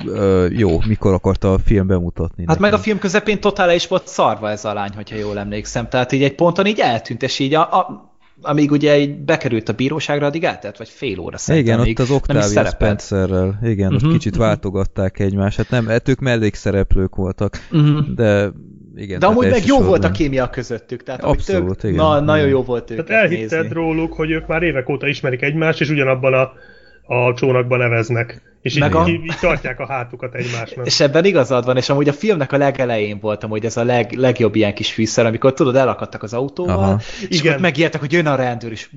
ö, jó, mikor akarta a film bemutatni. Hát nekem. Meg a film közepén totál is volt szarva ez a lány, hogyha jól emlékszem. Tehát így egy ponton így eltűnt, és így a, a amíg ugye így bekerült a bíróságra, addig eltelt, vagy fél óra szerintem. Igen, ott az Octavia Spencerrel. Igen, uh-huh, ott kicsit uh-huh. váltogatták egymást. Hát nem, ők mellékszereplők voltak, uh-huh. de igen. De amúgy meg jó volt a kémia közöttük. Tehát abszolút, tök, igen. Na, nagyon jó volt őket tehát elhitted nézni. Róluk, hogy ők már évek óta ismerik egymást, és ugyanabban a, a csónakban neveznek. És így, a... így, így tartják a hátukat egymásnak. És ebben igazad van, és amúgy a filmnek a legelején voltam, hogy ez a leg, legjobb ilyen kis fűszer, amikor tudod, elakadtak az autóval, aha. és igen. ott megijedtek, hogy jön a rendőr, és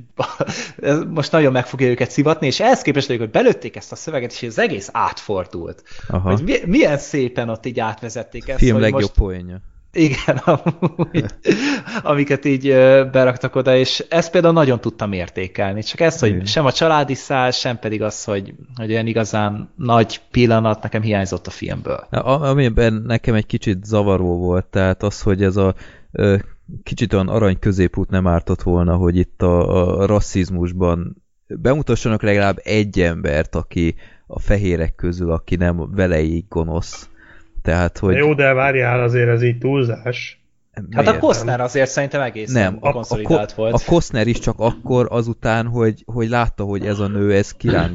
most nagyon meg fogja őket szivatni, és ehhez képest, hogy belőtték ezt a szöveget, és az egész átfordult. Aha. Hogy mi, milyen szépen ott így átvezették ezt. Film legjobb most... poénja. Igen, amúgy, amiket így beraktak oda, és ezt például nagyon tudtam értékelni. Csak ezt, hogy igen. sem a családi szál, sem pedig az, hogy, hogy olyan igazán nagy pillanat nekem hiányzott a filmből. Amiben nekem egy kicsit zavaró volt, tehát az, hogy ez a ö, kicsit olyan arany középút nem ártott volna, hogy itt a, a rasszizmusban bemutassanak legalább egy embert, aki a fehérek közül, aki nem veleig gonosz. Tehát, hogy... Jó, de várjál, azért ez így túlzás. Hát a Costner azért szerintem egészen nem, a, konszolidált a, volt. A Costner is csak akkor azután, hogy, hogy látta, hogy ez a nő, ez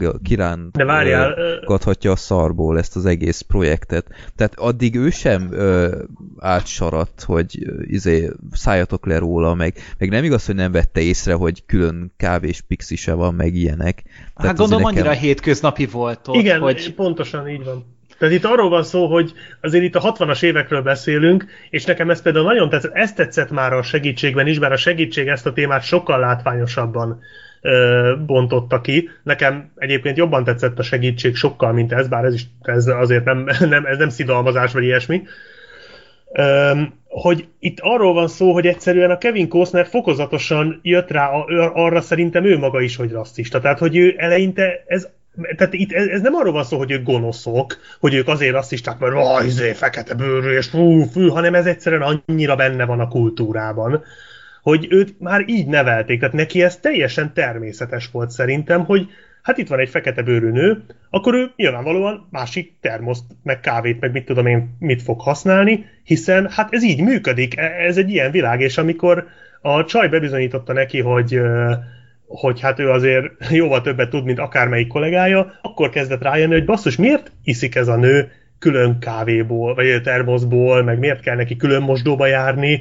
kirángathatja a szarból ezt az egész projektet. Tehát addig ő sem ö, átsaradt, hogy ö, izé, szálljatok le róla, meg, meg nem igaz, hogy nem vette észre, hogy külön kávés pixise van, meg ilyenek. Tehát hát gondolom nekem... annyira hétköznapi volt ott, igen, hogy... pontosan így van. Tehát itt arról van szó, hogy azért itt a hatvanas évekről beszélünk, és nekem ez például nagyon tetszett, ez tetszett már a segítségben is, bár a segítség ezt a témát sokkal látványosabban ö, bontotta ki. Nekem egyébként jobban tetszett a segítség sokkal, mint ez, bár ez is ez azért nem, nem, ez nem szidalmazás vagy ilyesmi. Ö, hogy itt arról van szó, hogy egyszerűen a Kevin Costner fokozatosan jött rá arra, szerintem ő maga is, hogy rasszista. Tehát, hogy ő eleinte ez Tehát itt ez, ez nem arról van szó, hogy ők gonoszok, hogy ők azért rasszisták, mert vaj, izé, fekete bőrű, és fú, fú, hanem ez egyszerűen annyira benne van a kultúrában, hogy őt már így nevelték. Tehát neki ez teljesen természetes volt szerintem, hogy hát itt van egy fekete bőrű nő, akkor ő nyilvánvalóan másik termoszt, meg kávét, meg mit tudom én, mit fog használni, hiszen hát ez így működik, ez egy ilyen világ, és amikor a csaj bebizonyította neki, hogy, hogy hát ő azért jóval többet tud, mint akármelyik kollégája, akkor kezdett rájönni, hogy basszus, miért iszik ez a nő külön kávéból, vagy termoszból, meg miért kell neki külön mosdóba járni,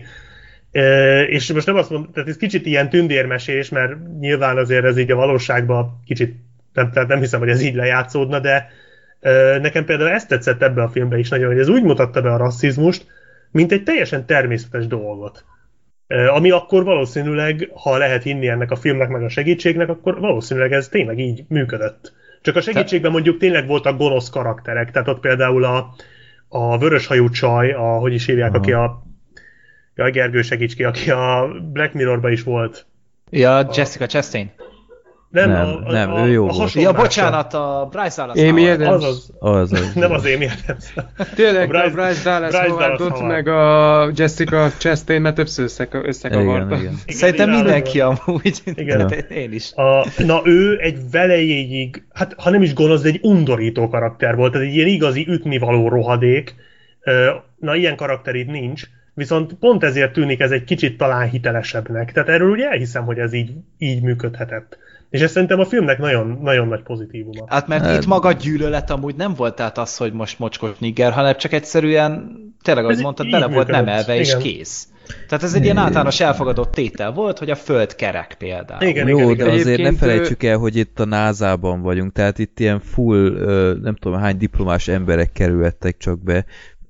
és most nem azt mondom, tehát ez kicsit ilyen tündérmesés, mert nyilván azért ez így a valóságban kicsit, nem, tehát nem hiszem, hogy ez így lejátszódna, de nekem például ezt tetszett ebbe a filmbe is nagyon, hogy ez úgy mutatta be a rasszizmust, mint egy teljesen természetes dolgot. Ami akkor valószínűleg, ha lehet hinni ennek a filmnek meg a segítségnek, akkor valószínűleg ez tényleg így működött. Csak a segítségben mondjuk tényleg voltak gonosz karakterek, tehát ott például a, a vöröshajú csaj, a, hogy is hívják, aha, aki a Jaj, Gergő, segíts ki, aki a Black Mirrorban is volt. Ja, a... Jessica Chastain. Nem, nem, a, a, nem a, ő jó volt. Ja, bocsánat, a Bryce Dallas Amy Adams. Azaz. Azaz. Nem az Amy Adams. Tényleg, a Bryce, a Bryce Dallas Bryce Howardot, meg a Jessica Chastain, mert többször összekavarta. Szerintem mindenki amúgy. Igen. Én is. A, na ő egy velejéig, hát ha nem is gonosz, de egy undorító karakter volt. Tehát egy ilyen igazi ütnivaló rohadék. Na, ilyen karakter itt nincs. Viszont pont ezért tűnik ez egy kicsit talán hitelesebbnek. Tehát erről ugye elhiszem, hogy ez így, így működhetett. És ez szerintem a filmnek nagyon, nagyon nagy pozitívuma. Hát mert hát, itt maga gyűlölet amúgy nem volt tehát az, hogy most mocskos nigger, hanem csak egyszerűen, tényleg ahogy mondtad, bele volt nemelve és kész. Tehát ez egy ilyen általános elfogadott tétel volt, hogy a föld kerek például. Igen, Jó, igen, de igen. Azért ne felejtsük el, hogy itt a názában vagyunk, tehát itt ilyen full, nem tudom hány diplomás emberek kerültek csak be.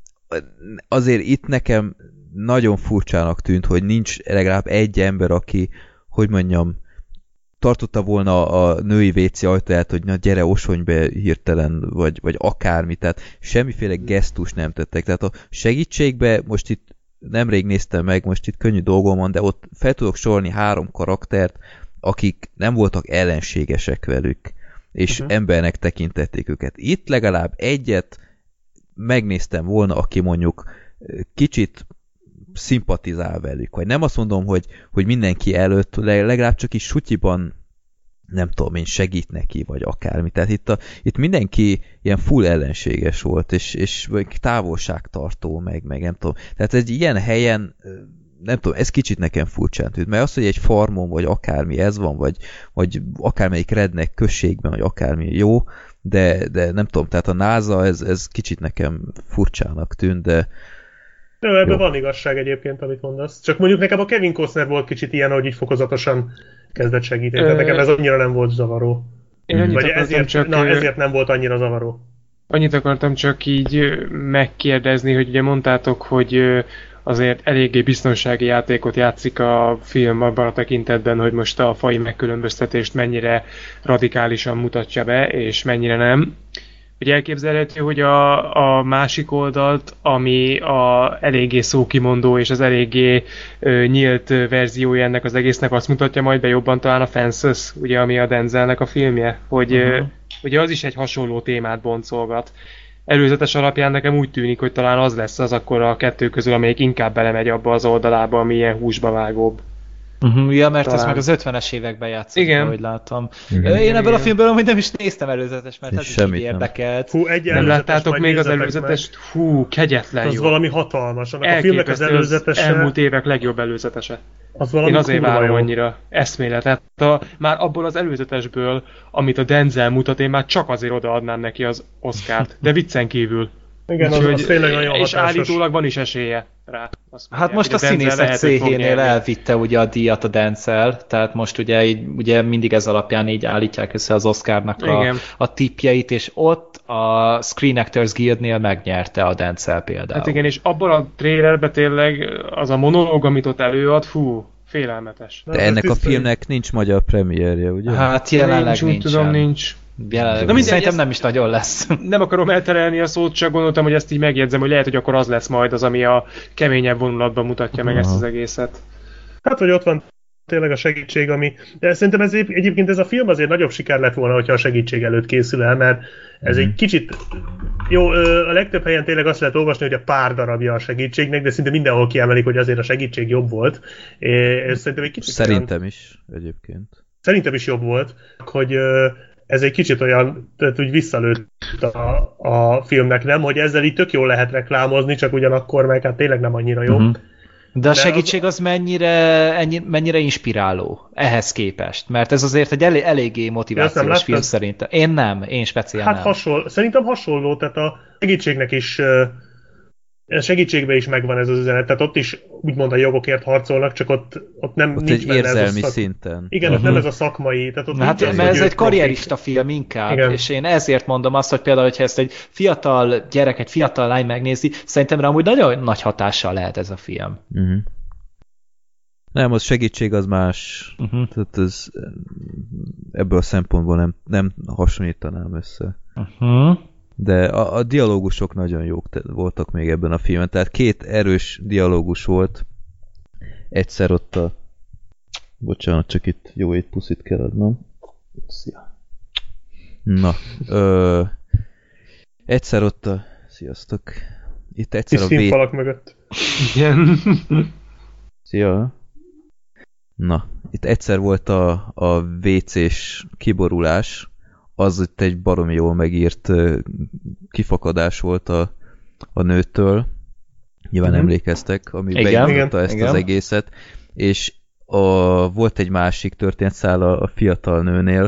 Azért itt nekem nagyon furcsának tűnt, hogy nincs legalább egy ember, aki, hogy mondjam, tartotta volna a női vécé ajtaját, hogy na gyere, osonj be hirtelen, vagy, vagy akármi, tehát semmiféle gesztus nem tettek. Tehát a segítségbe most itt nemrég néztem meg, most itt könnyű dolgom van, de ott fel tudok sorolni három karaktert, akik nem voltak ellenségesek velük, és uh-huh. embernek tekintették őket. Itt legalább egyet megnéztem volna, aki mondjuk kicsit szimpatizál velük, vagy nem azt mondom, hogy, hogy mindenki előtt, legalább csak is sutyiban nem tudom én, segít neki, vagy akármi. Tehát itt, a, itt mindenki ilyen full ellenséges volt, és, és távolságtartó, meg, meg nem tudom. Tehát egy ilyen helyen, nem tudom, ez kicsit nekem furcsán tűnt, mert az, hogy egy farmon, vagy akármi ez van, vagy, vagy akármelyik redneck községben, vagy akármi jó, de, de nem tudom, tehát a NASA, ez, ez kicsit nekem furcsának tűnt, de de ebben van igazság egyébként, amit mondasz. Csak mondjuk nekem a Kevin Costner volt kicsit ilyen, hogy így fokozatosan kezdett segíteni. Tehát nekem ez annyira nem volt zavaró. Én Vagy ezért, csak, na, ezért nem volt annyira zavaró. Annyit akartam csak így megkérdezni, hogy ugye mondtátok, hogy azért eléggé biztonsági játékot játszik a film abban a tekintetben, hogy most a faji megkülönböztetést mennyire radikálisan mutatja be, és mennyire nem. Hogy elképzelhető, hogy a, a másik oldalt, ami a eléggé szókimondó és az eléggé ö, nyílt verziója ennek az egésznek, azt mutatja majd be jobban talán a Fences, ugye, ami a Denzelnek a filmje, hogy uh-huh. ö, ugye az is egy hasonló témát boncolgat. Előzetes alapján nekem úgy tűnik, hogy talán az lesz az akkor a kettő közül, amelyik inkább belemegy abba az oldalába, ami ilyen húsba vágóbb. Uh-huh, ja, mert talán. Ez meg az ötvenes években játszott, ahogy látom. Igen. Én ebből a filmből amúgy nem is néztem előzetes, mert ez is érdekelt. Hú, egy nem láttátok még az előzetest? Meg. Hú, kegyetlen az jó. Az valami hatalmas. Annak a filmnek az előzetese... Az elmúlt évek legjobb előzetese. Az valami Én azért várom jó. Annyira eszmélet. Tehát a, már abból az előzetesből, amit a Denzel mutat, én már csak azért odaadnám neki az Oscart. De viccen kívül. Igen, az, az tényleg nagyon és hatásos. állítólag van is esélye rá. Hát most a, a színészek céhénél elvitte ugye a díjat a Denzel, tehát most ugye, így, ugye mindig ez alapján így állítják össze az Oscarnak a, a tippjeit, és ott a Screen Actors Guildnél megnyerte a Denzel például. Hát igen, és abban a trailerben tényleg az a monológ, amit ott előad, fú, félelmetes. De ennek a filmnek nincs magyar premierje, ugye? Hát jelenleg nincs. Úgy tudom, nincs. Jelenleg, Na, szerintem ezt, nem is nagyon lesz. Nem akarom elterelni a szót, csak gondoltam, hogy ezt így megjegyzem, hogy lehet, hogy akkor az lesz majd az, ami a keményebb vonulatban mutatja meg Aha. ezt az egészet. Hát, hogy ott van tényleg a segítség, ami... De szerintem ez épp, egyébként ez a film azért nagyobb siker lett volna, hogyha a segítség előtt készül el, mert ez mm-hmm. egy kicsit... Jó, a legtöbb helyen tényleg azt lehet olvasni, hogy a pár darabja a segítségnek, de szinte mindenhol kiemelik, hogy azért a segítség jobb volt. És szerintem egy kicsit Szerintem olyan... is, egyébként. Szerintem is jobb volt, hogy ez egy kicsit olyan, tehát úgy visszalőtt a, a filmnek, nem? Hogy ezzel így tök jól lehet reklámozni, csak ugyanakkor meg hát tényleg nem annyira jó. Mm-hmm. De a segítség az mennyire, ennyi, mennyire inspiráló ehhez képest? Mert ez azért egy elég, eléggé motivációs film szerintem. Én nem, én speciál hát nem. Hasonló, szerintem hasonló, tehát a segítségnek is a segítségben is megvan ez az üzenet, tehát ott is úgymond a jogokért harcolnak, csak ott, ott nem ott nincs egy benne érzelmi ez a szak... szinten. Igen, uh-huh. ott nem ez a szakmai. Tehát ott hát, az, mert ez egy karrierista profik. film inkább, Igen. és én ezért mondom azt, hogy például, hogyha ezt egy fiatal gyerek, egy fiatal lány megnézi, szerintem rá amúgy nagyon nagy hatással lehet ez a film. Uh-huh. Nem, az segítség az más. Uh-huh. Tehát ez, ebből a szempontból nem, nem hasonlítanám össze. Uh-huh. De a, a dialógusok nagyon jók te, voltak még ebben a filmben. Tehát két erős dialógus volt. Egyszer ott a... Bocsánat, csak itt jó egy puszit kell adnom. Szia. Na. Ö... Egyszer ott a... Sziasztok. Itt egyszer Kis a... színfalak vé... mögött. Igen. Szia. Na, itt egyszer volt a, a vé cés kiborulás, az itt egy baromi jól megírt kifakadás volt a, a nőtől, nyilván mm-hmm. emlékeztek, ami beindította ezt igen. az egészet, és a, volt egy másik történetszál a, a fiatal nőnél,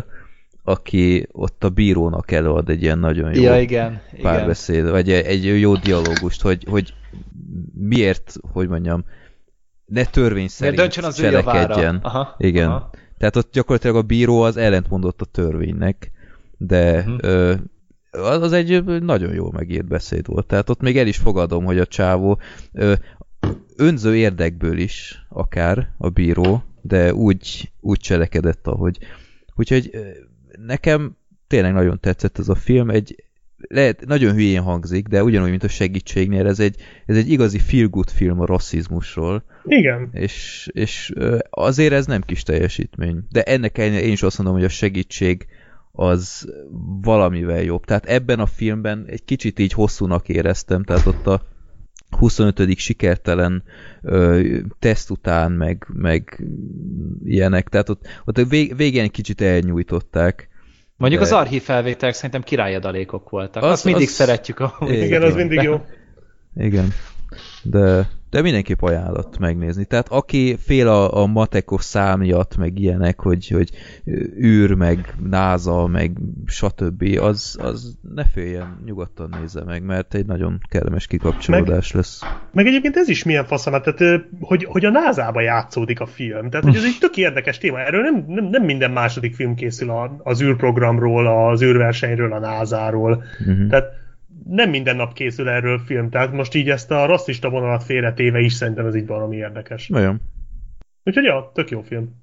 aki ott a bírónak előad egy ilyen nagyon jó ja, igen, párbeszéd, igen. vagy egy jó dialógust, hogy, hogy miért, hogy mondjam, ne törvény szerint cselekedjen. Aha, igen. Aha. Tehát ott gyakorlatilag a bíró az ellentmondott a törvénynek, de uh-huh. ö, az egy nagyon jól megírt beszéd volt. Tehát ott még el is fogadom, hogy a csávó ö, önző érdekből is akár a bíró, de úgy, úgy cselekedett, ahogy. Úgyhogy nekem tényleg nagyon tetszett ez a film. Egy lehet, nagyon hülyén hangzik, de ugyanúgy, mint a segítségnél, ez egy, ez egy igazi feel-good film a rasszizmusról. Igen. És, és azért ez nem kis teljesítmény. De ennek ellenére én is azt mondom, hogy a segítség az valamivel jobb. Tehát ebben a filmben egy kicsit így hosszúnak éreztem, tehát ott a huszonötödik sikertelen ö, teszt után, meg, meg ilyenek, tehát ott, ott a vég, végén egy kicsit elnyújtották. Mondjuk de... az archív felvételek szerintem királyadalékok voltak. Az, Azt mindig az... szeretjük. A... Igen, igen, az mindig jó. Igen. De, de mindenképp ajánlott megnézni. Tehát aki fél a, a matekos szám miatt, meg ilyenek, hogy, hogy űr, meg náza, meg stb., az, az ne féljen, nyugodtan nézze meg, mert egy nagyon kellemes kikapcsolódás meg, lesz. Meg egyébként ez is milyen faszom, tehát hogy, hogy a názába játszódik a film. Tehát hogy ez egy tök érdekes téma. Erről nem, nem, nem minden második film készül a, az űrprogramról, az űrversenyről, a názáról. Uh-huh. Tehát nem minden nap készül erről film, tehát most így ezt a rasszista vonalat félretéve is szerintem ez így valami érdekes. Nagyon. Úgyhogy ja, tök jó film.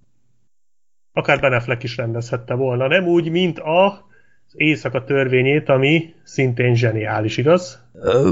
Akár Ben Affleck is rendezhette volna, nem úgy, mint a az Éjszaka törvényét, ami szintén zseniális, igaz?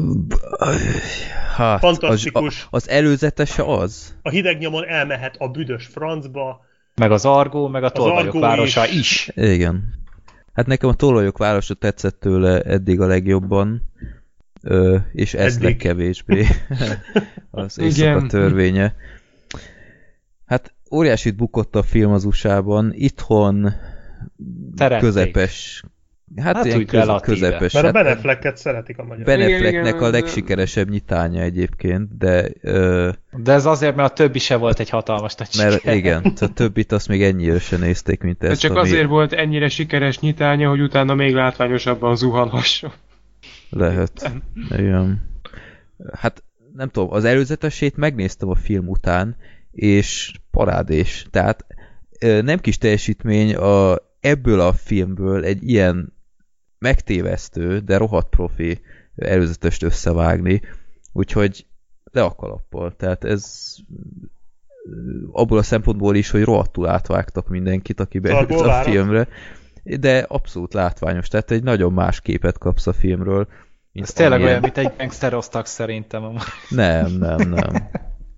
Hát, fantasztikus. Az, az előzetese az? A hideg nyomon elmehet a büdös francba. Meg az Argó, meg a Tolvajok városa is. is. Igen. Hát nekem a Tolvajok városa tetszett tőle eddig a legjobban, ö, és ez eddig. legkevésbé az Éjszaka törvénye. Hát óriásit bukott a film az u es á-ban, itthon Szerették. közepes. Hát, hát ilyen köz, közepes. Mert a Ben Afflecket szeretik a magyar. Ben Afflecknek a legsikeresebb nyitánya egyébként, de... Ö, de ez azért, mert a többi se volt egy hatalmas nagy mert siker. igen, a többit azt még ennyire se nézték, mint ezt. De csak ami... azért volt ennyire sikeres nyitánya, hogy utána még látványosabban zuhanhasson. Lehet. Igen. Hát nem tudom, az előzetesét megnéztem a film után, és parádés. Tehát nem kis teljesítmény a, ebből a filmből egy ilyen megtévesztő, de rohadt profi előzetest összevágni, úgyhogy le a kalappal. Tehát ez abból a szempontból is, hogy rohadtul átvágtak mindenkit, aki beült a várat. filmre, de abszolút látványos, tehát egy nagyon más képet kapsz a filmről. Ez tényleg olyan, mint egy gangster osztag szerintem. Nem, nem, nem.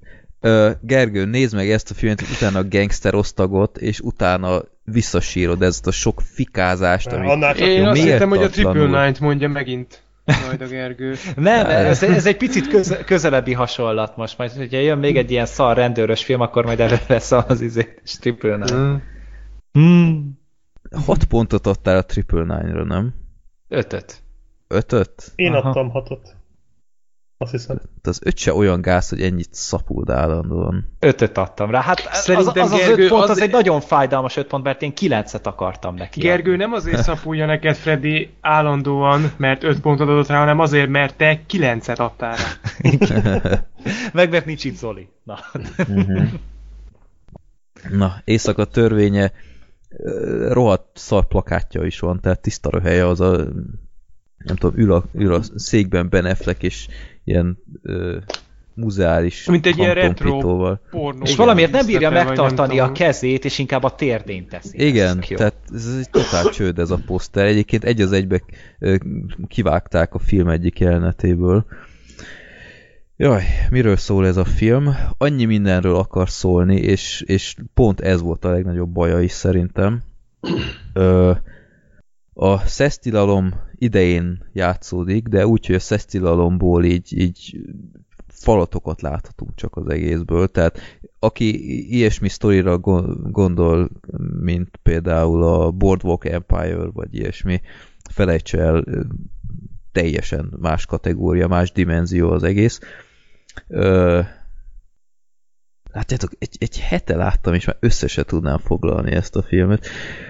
Ö, Gergő, nézd meg ezt a filmet, utána a gangster osztagot, és utána visszasírod ezt a sok fikázást, ami... Én azt hittem, hogy a Triple Nine-t mondja megint. Majd a Gergő. Nem, ez, ez egy picit köze, közelebbi hasonlat most. Majd, hogyha jön még egy ilyen szar rendőrös film, akkor majd elő lesz az izé, Triple Nine. Hmm. Hmm. Hat pontot adtál a Triple Nine-ra, nem? Ötöt. Ötöt? Én Aha. adtam hatot. Azt hiszem. Az öt se olyan gáz, hogy ennyit szapuld állandóan. Ötöt adtam rá. Hát Szerintem az az, Gergő, az öt pont, az, az egy nagyon fájdalmas öt pont, mert én kilencet akartam neki. Gergő, adni. Nem azért szapulja neked Freddy állandóan, mert öt pontot adott rá, hanem azért, mert te kilencet adtál rá. Meg mert nincs itt Zoli. Na. Uh-huh. Na, Éjszaka törvénye rohadt szar plakátja is van, tehát tiszta röhelye az a nem tudom, ül a, ül a székben Ben Affleck, és ilyen ö, muzeális mint egy ilyen retro pornó. És valamiért nem bírja megtartani a kezét, és inkább a térdén teszi. Igen, tehát ez egy totál csőd ez a poszter. Egyébként egy az egybe ö, kivágták a film egyik jelenetéből. Jaj, miről szól ez a film? Annyi mindenről akar szólni, és, és pont ez volt a legnagyobb baja is szerintem. Ö, A szesztilalom idején játszódik, de úgy, hogy a szesztilalomból így, így falatokat láthatunk csak az egészből. Tehát aki ilyesmi sztorira gondol, mint például a Boardwalk Empire, vagy ilyesmi, felejtse el, teljesen más kategória, más dimenzió az egész. Ö, látjátok, egy, egy hete láttam, és már össze se tudnám foglalni ezt a filmet.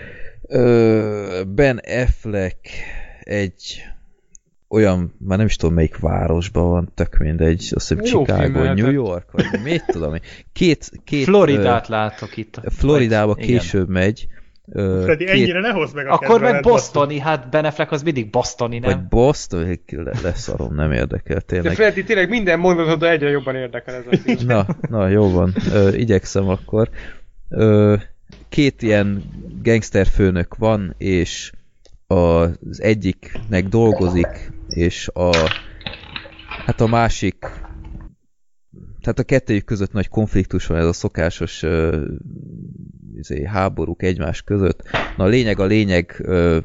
Ben Affleck egy olyan, már nem is tudom melyik városban van, tök mindegy, azt hiszem Chicago, New York, vagy mit tudom én. Két, két, Floridát uh, látok itt. Floridába vagy, később igen. megy. Uh, Freddy, két... ennyire ne hozd meg a Akkor meg Bostoni, hát Ben Affleck az mindig Bostoni, nem? Vagy Boston, leszarom, nem érdekel tényleg. De Freddy, tényleg minden mondatod egyre jobban érdekel ez a film. Na, na jó van, uh, igyekszem akkor. Uh, Két ilyen gangsterfőnök van, és az egyiknek dolgozik, és a hát a másik tehát a kettőjük között nagy konfliktus van, ez a szokásos uh, izé, háborúk egymás között. Na a lényeg a lényeg uh,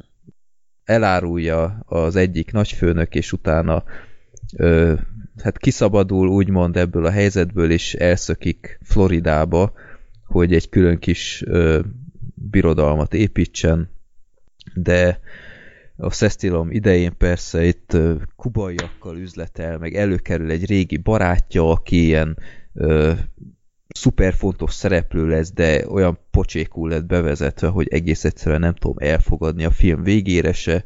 elárulja az egyik nagyfőnök, és utána uh, hát kiszabadul úgymond ebből a helyzetből, és elszökik Floridába, hogy egy külön kis ö, birodalmat építsen, de a szesztilalom idején persze itt ö, kubaiakkal üzletel, meg előkerül egy régi barátja, aki ilyen ö, szuper fontos szereplő lesz, de olyan pocsékul lett bevezetve, hogy egész egyszerűen nem tudom elfogadni a film végére se,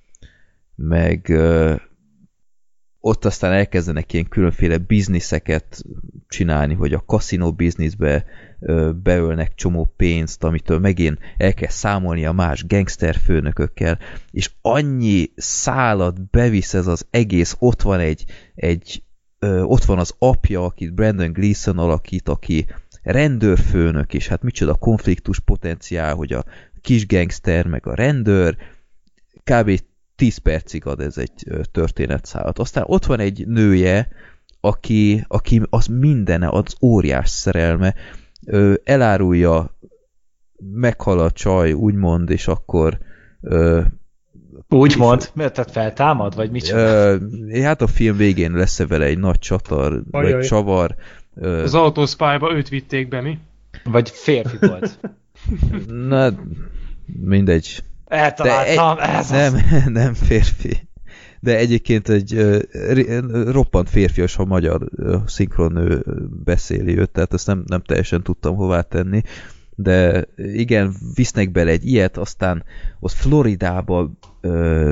meg ö, ott aztán elkezdenek ilyen különféle bizniszeket csinálni, hogy a kaszinó bizniszbe ö, beölnek csomó pénzt, amitől megint el kell számolni a más gangster főnökökkel, és annyi szálat bevisz ez az egész, ott van egy, egy ö, ott van az apja, akit Brandon Gleeson alakít, aki rendőrfőnök, és hát micsoda konfliktus potenciál, hogy a kis gangster meg a rendőr, kb. tíz percig ad ez egy történetszálat. Aztán ott van egy nője, aki, aki az mindene, az óriás szerelme, elárulja, meghal a csaj, úgymond, és akkor úgymond? Miért? Tehát feltámad? Vagy mit csinál? Hát a film végén lesz vele egy nagy csatar, Ajaj. vagy csavar. Az Autospy-ba őt vitték be, mi? Vagy férfi volt? Na, mindegy. Eltaláltam, egy, ez nem, nem férfi. De egyébként egy uh, roppant férfias, ha magyar uh, szinkronnő beszéli őt, tehát ezt nem, nem teljesen tudtam hová tenni. De igen, visznek bele egy ilyet, aztán ott Floridába uh,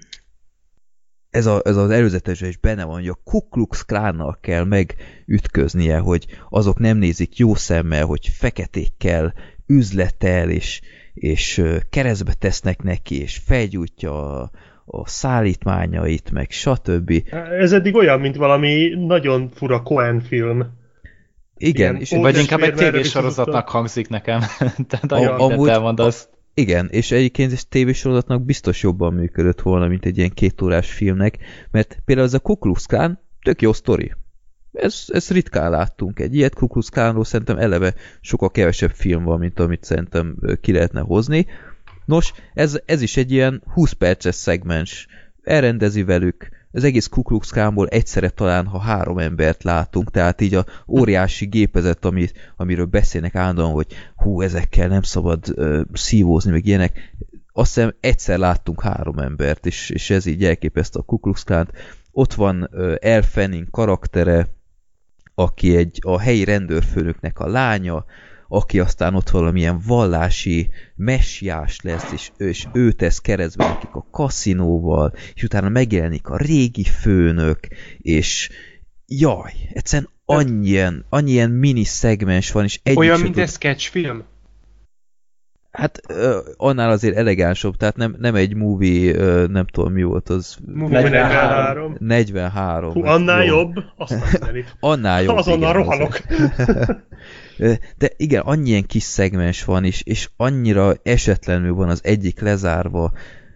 ez, a, ez az előzetesben is benne van, hogy a Ku Klux Klánnal kell megütköznie, hogy azok nem nézik jó szemmel, hogy feketékkel üzletel, és és keresztbe tesznek neki, és felgyújtja a, a szállítmányait, meg stb. Ez eddig olyan, mint valami nagyon fura Coen film. Igen. És vagy inkább egy tévésorozatnak hangzik nekem. Tehát nagyon mindent elmondasz. Igen, és egyébként ez tévésorozatnak biztos jobban működött volna, mint egy ilyen kétórás filmnek, mert például ez a Ku Klux Klan tök jó sztori. Ez, ez ritkán láttunk. Egy ilyet Ku Klux Klanról szerintem eleve sokkal kevesebb film van, mint amit szerintem ki lehetne hozni. Nos, ez, ez is egy ilyen húsz perces szegmens. Elrendezi velük. Az egész Ku Klux Klanból egyszerre talán, ha három embert látunk, tehát így a óriási gépezet, amit, amiről beszélnek állandóan, hogy hú, ezekkel nem szabad uh, szívózni, meg ilyenek. Azt hiszem egyszer láttunk három embert, és, és ez így elképesztő a Ku Klux Klant. Ott van uh, Elle Fanning karaktere, aki egy, a helyi rendőrfőnöknek a lánya, aki aztán ott valamilyen vallási messiás lesz, és, és ő tesz keresztbe nekik a kaszinóval, és utána megjelenik a régi főnök, és jaj, egyszerűen annyien, annyien mini szegmens van, és egyik olyan, mint tud... egy sketchfilm? Hát ö, annál azért elegánsabb, tehát nem, nem egy movie, ö, nem tudom mi volt az. negyvenhárom. negyvenhárom. Hú, annál jó. Jobb? Azt annál jobb. Azonnal igen, rohanok. De igen, annyien kis szegmens van, és, és annyira esetlenül van az egyik lezárva.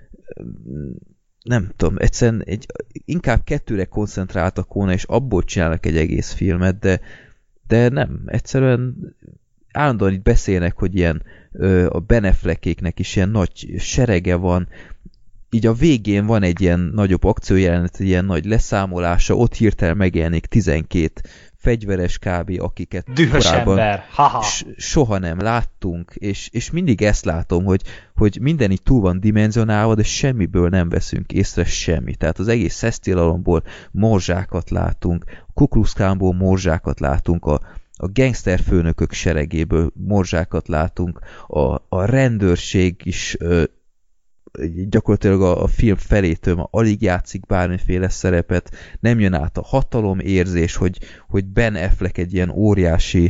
Nem tudom, egyszerűen egy, inkább kettőre koncentráltak volna, és abból csinálnak egy egész filmet, de, de nem, egyszerűen állandóan itt beszélnek, hogy ilyen ö, a Ben Affleckéknek is ilyen nagy serege van, így a végén van egy ilyen nagyobb akciójelenet, egy ilyen nagy leszámolása, ott hirtelen megjelenik tizenkét fegyveres kb, akiket dühös korábban ember. Haha. soha nem láttunk, és, és mindig ezt látom, hogy, hogy minden így túl van dimenzionálva, de semmiből nem veszünk észre semmi. Tehát az egész szesztilalomból morzsákat látunk, a Ku Klux Klanból morzsákat látunk, a a gangster főnökök seregéből morzsákat látunk, a, a rendőrség is ö, gyakorlatilag a, a film felétől alig játszik bármiféle szerepet, nem jön át a hatalomérzés, hogy, hogy Ben Affleck egy ilyen óriási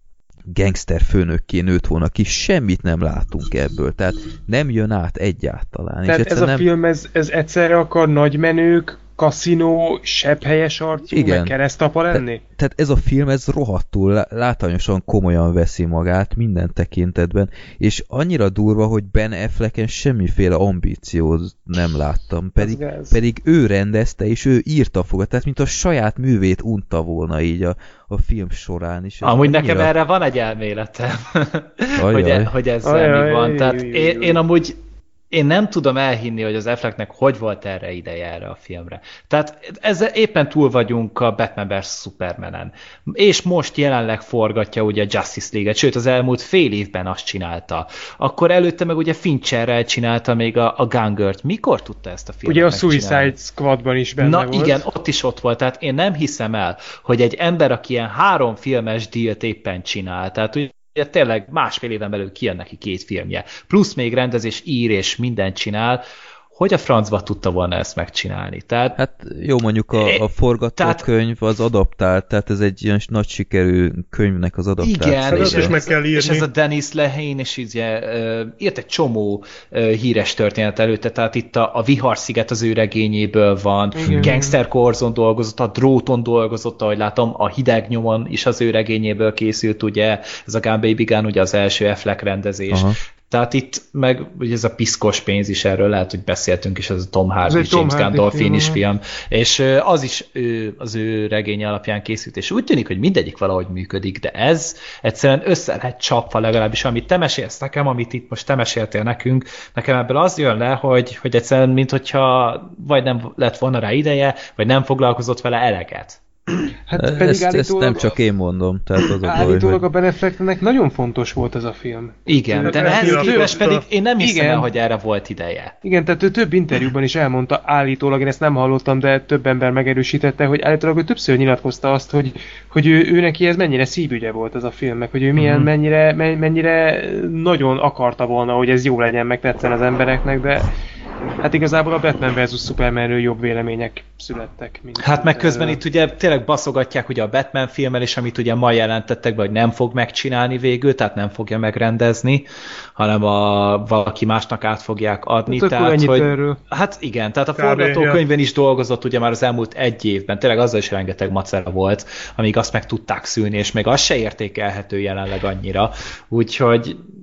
gangster főnökké nőtt volna ki, semmit nem látunk ebből, tehát nem jön át egyáltalán. Tehát ez a nem... film, ez, ez egyszerre akar nagymenők, kaszinó, sebhelyes arcú, igen, meg keresztapa lenni? Te, tehát ez a film, ez rohadtul, látványosan komolyan veszi magát minden tekintetben, és annyira durva, hogy Ben Afflecken semmiféle ambíciót nem láttam, pedig, pedig ő rendezte, és ő írta fogat, tehát mint a saját művét unta volna így a, a film során is. Amúgy annyira... nekem erre van egy elméletem, hogy, e, hogy ezzel ajaj, mi van. Tehát ajaj, én, én amúgy én nem tudom elhinni, hogy az Afflecknek hogy volt erre ideje erre a filmre. Tehát ezzel éppen túl vagyunk a Batman versus. Supermanen. És most jelenleg forgatja ugye a Justice League-et, sőt az elmúlt fél évben azt csinálta. Akkor előtte meg ugye Fincherrel csinálta még a, a Gungert. Mikor tudta ezt a filmet ugye a Suicide Squadban is benne Na, volt. igen, ott is ott volt. Tehát én nem hiszem el, hogy egy ember, aki ilyen három filmes díjat éppen csinál, tehát ugye ugye tényleg másfél éven belül kijön neki két filmje. Plusz még rendezés, ír és mindent csinál, hogy a francba tudta volna ezt megcsinálni. Tehát, hát jó, mondjuk a, a forgatókönyv az adaptált, tehát ez egy ilyen nagy sikerű könyvnek az adaptáció. Igen, és, is meg kell írni. És ez a Denis Lehane is ugye, uh, írt egy csomó uh, híres történet előtte, tehát itt a, a Viharsziget az ő regényéből van, igen. Gangster Corzon dolgozott, a Dróton dolgozott, ahogy látom, a Hidegnyomon is az ő regényéből készült, ugye, ez a Gun Baby Gun, ugye az első Affleck rendezés. Aha. Tehát itt meg ugye ez a piszkos pénz is, erről lehet, hogy beszéltünk is, ez a Tom Hardy, James Tom Gandolfini is film, és az is ő, az ő regény alapján készült, és úgy tűnik, hogy mindegyik valahogy működik, de ez egyszerűen össze lehet csapva, legalábbis amit te mesélsz nekem, amit itt most te meséltél nekünk, nekem ebből az jön le, hogy, hogy egyszerűen minthogyha vagy nem lett volna rá ideje, vagy nem foglalkozott vele eleget. Hát pedig ezt, ezt nem csak én mondom. Tehát az állítólag hogy... a Ben Afflecknek nagyon fontos volt ez a film. Igen, de ehhez képest pedig én nem hiszem el, hogy erre volt ideje. Igen, tehát ő több interjúban is elmondta, állítólag, én ezt nem hallottam, de több ember megerősítette, hogy állítólag ő többször nyilatkozta azt, hogy, hogy ő, ő neki ez mennyire szívügye volt ez a film, meg hogy ő milyen, mm-hmm. mennyire, mennyire nagyon akarta volna, hogy ez jó legyen, meg tetszen az embereknek, de hát igazából a Batman versus. Supermanről jobb vélemények születtek. Hát meg közben itt ugye tényleg baszogatják ugye a Batman filmmel is, amit ugye ma jelentettek be, hogy nem fog megcsinálni végül, tehát nem fogja megrendezni, hanem a, valaki másnak át fogják adni. Hát, tehát, hogy, erről. hát igen, tehát a forgatókönyvben is dolgozott ugye már az elmúlt egy évben, tényleg azzal is rengeteg macera volt, amíg azt meg tudták szülni, és még az se értékelhető jelenleg annyira. Úgyhogy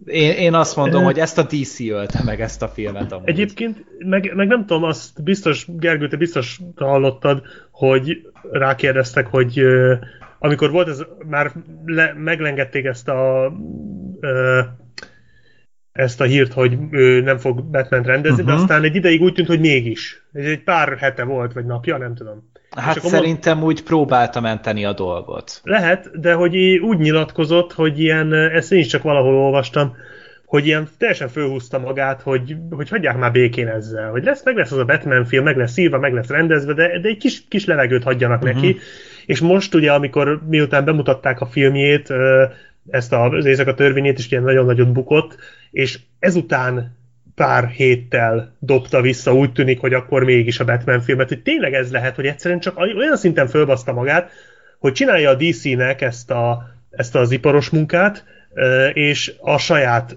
Én, én azt mondom, hogy ezt a dé cé ölte meg ezt a filmet amúgy. Egyébként, meg, meg nem tudom, azt biztos, Gergő, te biztos hallottad, hogy rákérdeztek, hogy uh, amikor volt ez, már le, meglengették ezt a uh, ezt a hírt, hogy ő nem fog Batman rendezni, uh-huh. de aztán egy ideig úgy tűnt, hogy mégis. Ez egy pár hete volt, vagy napja, nem tudom. Hát szerintem mond... úgy próbálta menteni a dolgot. Lehet, de hogy úgy nyilatkozott, hogy ilyen, ezt én is csak valahol olvastam, hogy ilyen teljesen fölhúzta magát, hogy, hogy hagyják már békén ezzel. Hogy lesz, meg lesz az a Batman film, meg lesz írva, meg lesz rendezve, de, de egy kis, kis levegőt hagyjanak uh-huh. neki. És most ugye, amikor miután bemutatták a filmjét, ezt az Éjszaka törvényét is ugye nagyon nagyot bukott, és ezután pár héttel dobta vissza, úgy tűnik, hogy akkor mégis a Batman filmet, hogy tényleg ez lehet, hogy egyszerűen csak olyan szinten fölbaszta magát, hogy csinálja a dé cé-nek ezt, a, ezt az iparos munkát, és a saját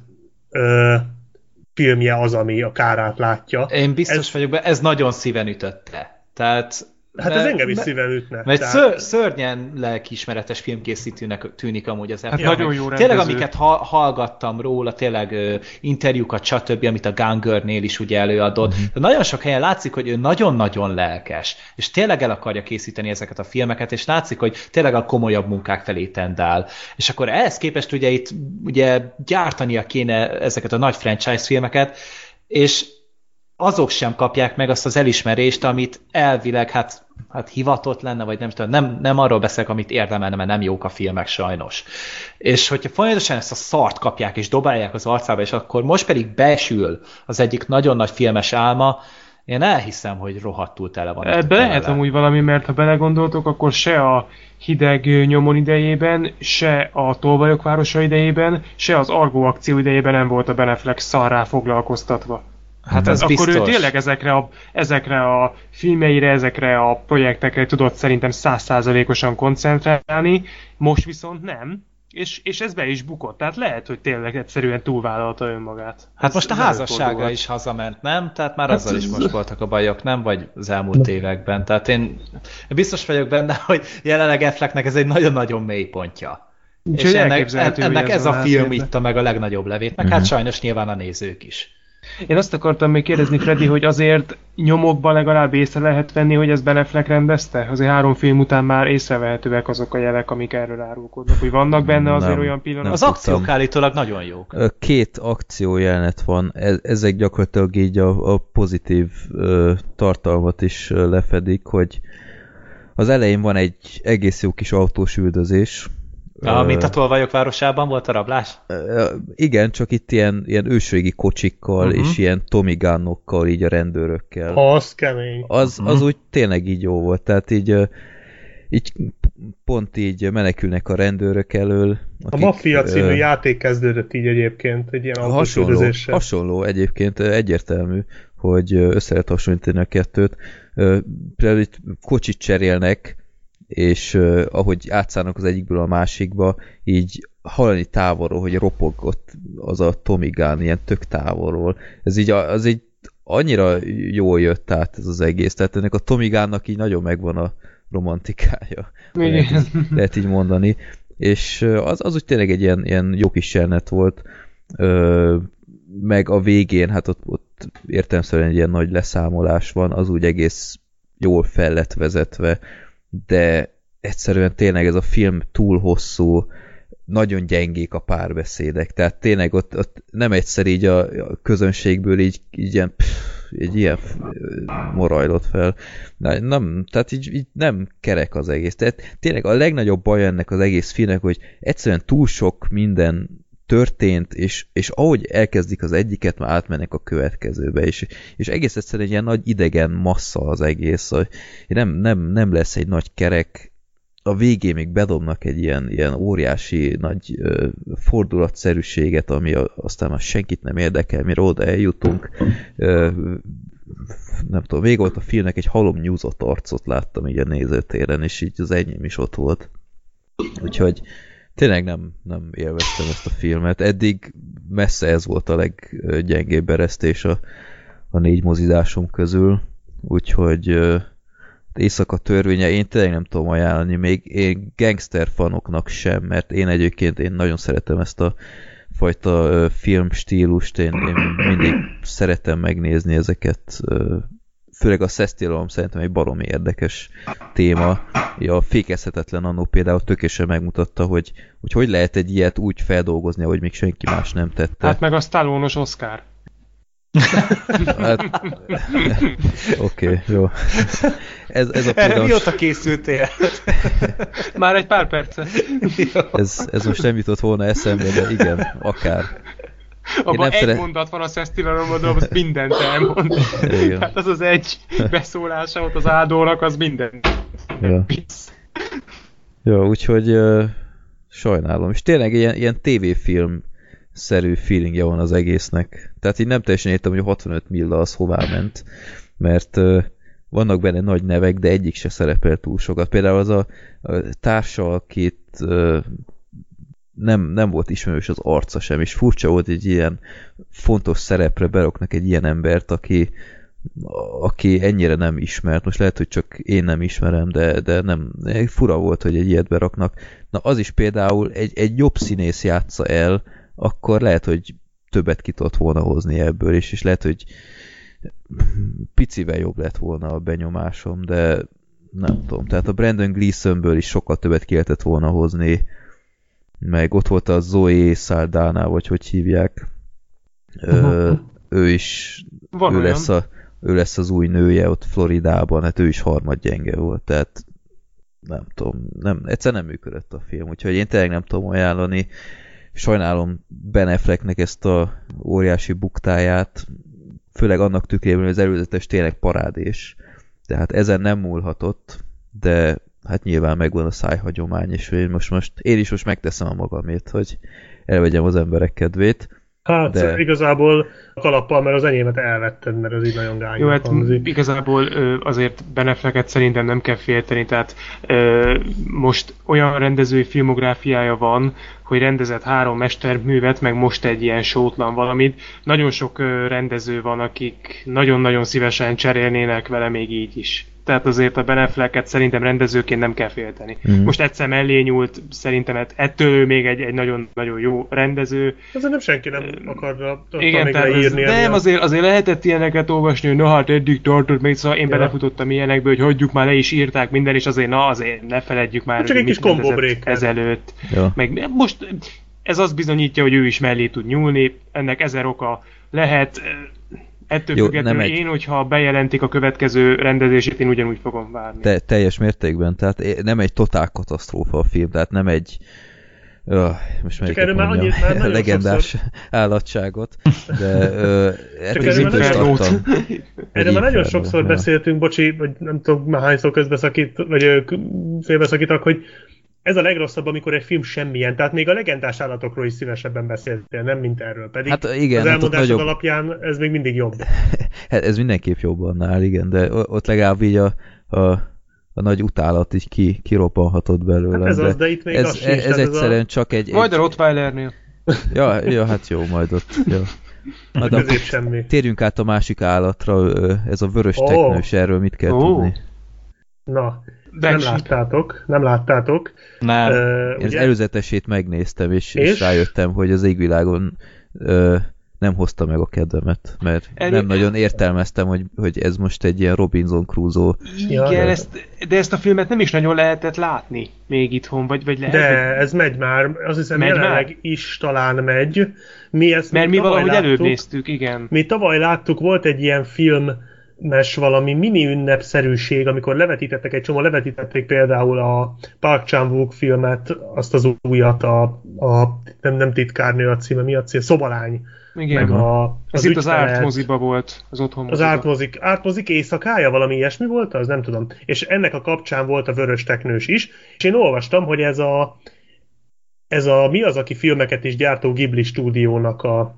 filmje az, ami a kárát látja. Én biztos ez... vagyok be, ez nagyon szíven ütötte. Tehát Hát ez engem is szíven ütne. Mert tehát... ször, szörnyen lelkiismeretes filmkészítőnek tűnik amúgy az hát nagyon jó rendező. Tényleg, amiket ha, hallgattam róla, tényleg ö, interjúkat, stb., amit a Gun Girl-nél is ugye előadott. Mm-hmm. De nagyon sok helyen látszik, hogy ő nagyon-nagyon lelkes, és tényleg el akarja készíteni ezeket a filmeket, és látszik, hogy tényleg a komolyabb munkák felé tendál. És akkor ehhez képest ugye itt ugye gyártania kéne ezeket a nagy franchise filmeket, és azok sem kapják meg azt az elismerést, amit elvileg hát, hát hivatott lenne, vagy nem tudom, nem, nem arról beszélek, amit érdemelne, mert nem jók a filmek sajnos. És hogyha folyamatosan ezt a szart kapják, és dobálják az arcába, és akkor most pedig besül az egyik nagyon nagy filmes álma, én elhiszem, hogy rohadtul tele van. Ebbe lehet amúgy valami, mert ha belegondoltok, akkor se a Hideg nyomon idejében, se a Tolvajok városa idejében, se az Argo akció idejében nem volt a Ben Affleck szarrá foglalkoztatva. Hát ez akkor biztos. ő tényleg ezekre a, ezekre a filmeire, ezekre a projektekre tudott szerintem száz százalékosan koncentrálni, most viszont nem, és, és ez be is bukott. Tehát lehet, hogy tényleg egyszerűen túlvállalta önmagát. Hát ez most a házassága is hazament, nem? Tehát már hát azzal is most voltak a bajok, nem? Vagy az elmúlt években. Tehát én biztos vagyok benne, hogy jelenleg Afflecknek ez egy nagyon-nagyon mély pontja. És, és ennek, ennek ez a film itta meg a legnagyobb levét, meg uh-huh. hát sajnos nyilván a nézők is. Én azt akartam még kérdezni, Freddy, hogy azért nyomokban legalább észre lehet venni, hogy ez Ben Affleck rendezte? Azért három film után már észrevehetőek azok a jelek, amik erről árulkodnak, hogy vannak benne azért nem, olyan pillanatok. Az akciók állítólag nagyon jók. Két akciójelenet van, ezek gyakorlatilag így a, a pozitív ö, tartalmat is lefedik, hogy az elején van egy egész jó kis autós üldözés. Ja, mint a Tolvajok városában volt a rablás? Igen, csak itt ilyen, ilyen ősrégi kocsikkal uh-huh. és ilyen Tommy Gunnokkal, így a rendőrökkel. Az kemény. Az, az uh-huh. úgy tényleg így jó volt, tehát így, így pont így menekülnek a rendőrök elől. Akik, a Mafia című uh, játék kezdődött így egyébként, egy ilyen autós üldözéssel. Hasonló egyébként, egyértelmű, hogy össze lehet hasonlítani a kettőt. Például itt kocsit cserélnek, és uh, ahogy átszállnak az egyikből a másikba, így hallani távolról, hogy ropog ott az a Tommy Gun, ilyen tök távolról. Ez így, az így annyira jól jött át ez az egész, tehát ennek a Tommy Gunnak így nagyon megvan a romantikája, lehet így, lehet így mondani. És az, az úgy tényleg egy ilyen, ilyen jó kis jelenet volt, Ö, meg a végén, hát ott, ott értelemszerűen egy ilyen nagy leszámolás van, az úgy egész jól fel lett vezetve, de egyszerűen tényleg ez a film túl hosszú, nagyon gyengék a párbeszédek, tehát tényleg ott, ott nem egyszer így a, a közönségből így, így ilyen, pff, egy ilyen morajlott fel. Nem, tehát így, így nem kerek az egész. Tehát tényleg a legnagyobb baj ennek az egész filmnek, hogy egyszerűen túl sok minden történt, és, és ahogy elkezdik az egyiket, már átmennek a következőbe, és, és egész egyszerűen egy ilyen nagy idegen massza az egész, hogy nem, nem, nem lesz egy nagy kerek, a végén még bedobnak egy ilyen, ilyen óriási nagy ö, fordulatszerűséget, ami a, aztán már senkit nem érdekel, mire oda eljutunk. Ö, nem tudom, vége volt a filmnek, egy halom nyúzott arcot láttam így a nézőtéren, és így az enyém is ott volt. Úgyhogy tényleg nem, nem élveztem ezt a filmet. Eddig messze ez volt a leggyengébb eresztés a, a négy mozizásom közül, úgyhogy Éjszaka törvénye, én tényleg nem tudom ajánlani, még én gangster fanoknak sem, mert én egyébként én nagyon szeretem ezt a fajta filmstílust, én, én mindig szeretem megnézni ezeket, főleg a szesztilalom szerintem egy baromi érdekes téma. A Fékezhetetlen annó például tökéletesen megmutatta, hogy, hogy hogy lehet egy ilyet úgy feldolgozni, ahogy még senki más nem tette. Hát meg a Stallone-os Oscar. Hát, oké, okay, jó. Ez, ez a Erre mióta készültél? Már egy pár perce. ez, ez most nem jutott volna eszembe, de igen, akár. Abban egy szeret... mondat van a szesztilalomban, az mindent elmond. Igen. Tehát az az egy beszólása ott az áldónak, az minden. Ja, ja úgyhogy uh, sajnálom. És tényleg ilyen, ilyen tévéfilm szerű feelingje van az egésznek. Tehát így nem teljesen értem, hogy a hatvanöt milla az hová ment, mert uh, vannak benne nagy nevek, de egyik se szerepel túl sokat. Például az a, a társa, akit uh, nem, nem volt ismerős az arca sem, és furcsa volt egy ilyen fontos szerepre beraknak egy ilyen embert, aki, aki ennyire nem ismert. Most lehet, hogy csak én nem ismerem, de, de nem, fura volt, hogy egy ilyet beraknak. Na az is például egy, egy jobb színész játsza el, akkor lehet, hogy többet ki tudott volna hozni ebből, és, és lehet, hogy picivel jobb lett volna a benyomásom, de nem tudom. Tehát a Brandon Gleesonből is sokkal többet ki lehetett volna hozni, meg ott volt a Zoe Saldana, vagy hogy hívják. Ö, ő is ő lesz, a, ő lesz az új nője ott Floridában, hát ő is harmadgyenge volt, tehát nem tudom, nem, egyszer nem működött a film, úgyhogy én tényleg nem tudom ajánlani. Sajnálom Ben Afflecknek ezt a óriási buktáját, főleg annak tükrében, hogy az előzetes tényleg parádés. Tehát ezen nem múlhatott, de hát nyilván megvan a szájhagyomány, és én most, most én is most megteszem a magamét, hogy elvegyem az emberek kedvét. Hát de... igazából a kalappal, mert az enyémet elvetted, mert az így nagyon gány. Jó, hát hangzik. Igazából azért Ben Afflecket szerintem nem kell félteni, tehát most olyan rendezői filmográfiája van, hogy rendezett három mesterművet, meg most egy ilyen sótlan valamit. Nagyon sok rendező van, akik nagyon-nagyon szívesen cserélnének vele még így is. Tehát azért a Ben Afflecket szerintem rendezőként nem kell félteni. Mm. Most egyszer mellé nyúlt, szerintem ettől ő még egy, egy nagyon-nagyon jó rendező. Azért nem senki nem akarna igen, még leírni. Nem, azért, azért lehetett ilyeneket olvasni, hogy na hát eddig tartott még, szóval én ja. belefutottam ilyenekbe, hogy hagyjuk már, le is írták minden, és azért na azért ne feledjük már, csak egy kis combo break ezelőtt. Ja. Meg most ez azt bizonyítja, hogy ő is mellé tud nyúlni, ennek ezer oka lehet. Ettől jó, függetlenül egy... én, hogyha bejelentik a következő rendezését, én ugyanúgy fogom várni. Te, teljes mértékben, tehát nem egy totál katasztrófa a film, tehát nem egy uh, most melyiket mondjam, már legendás sokszor... állatságot, de uh, ettől is tartom. Erről már nagyon sokszor ja. beszéltünk, bocsi, vagy nem tudom már hányszor közbeszakít, vagy félbeszakítak, hogy ez a legrosszabb, amikor egy film semmilyen, tehát még a legendás állatokról is szívesebben beszéltél, nem mint erről. Pedig hát igen, az elmondásod hát nagyobb... alapján ez még mindig jobb. Hát ez mindenképp jobb annál, igen, de ott legalább így a, a, a nagy utálat így ki, kiroppanhatott belőle. Hát ez az, de itt még ez, az sincs, ez, ez egyszerűen a... csak egy... Majd egy... a Rottweilernél. Ja, ja, hát jó, majd ott. Jó. Na, de semmi. Térjünk át a másik állatra, ez a vörös oh. teknős, erről mit kell oh. tudni? Na, nem láttátok, nem láttátok. Nem. Uh, az előzetesét megnéztem, és, és? és rájöttem, hogy az égvilágon uh, nem hozta meg a kedvemet, mert El... nem nagyon értelmeztem, hogy, hogy ez most egy ilyen Robinson Crusoe. Igen, ja, ezt, de ezt a filmet nem is nagyon lehetett látni még itthon, vagy, vagy lehet. De ez megy már, azt hiszem megy jelenleg már? Is talán megy. Mi ezt mert mi valahogy előbb néztük, igen. Mi tavaly láttuk, volt egy ilyen film, mes valami mini ünnepszerűség, amikor levetítettek egy csomó, levetítették például a Park Chan-wook filmet, azt az újat, a, a nem, nem titkárnő a címe, mi a címe? Szobalány. Igen. Meg a, az Ez itt az Árt moziba volt, az otthon moziba. Az Árt mozik, Árt mozik éjszakája, valami ilyesmi volt az? Nem tudom. És ennek a kapcsán volt a Vörös teknős is, és én olvastam, hogy ez a ez a mi az, aki filmeket is gyártó Ghibli stúdiónak a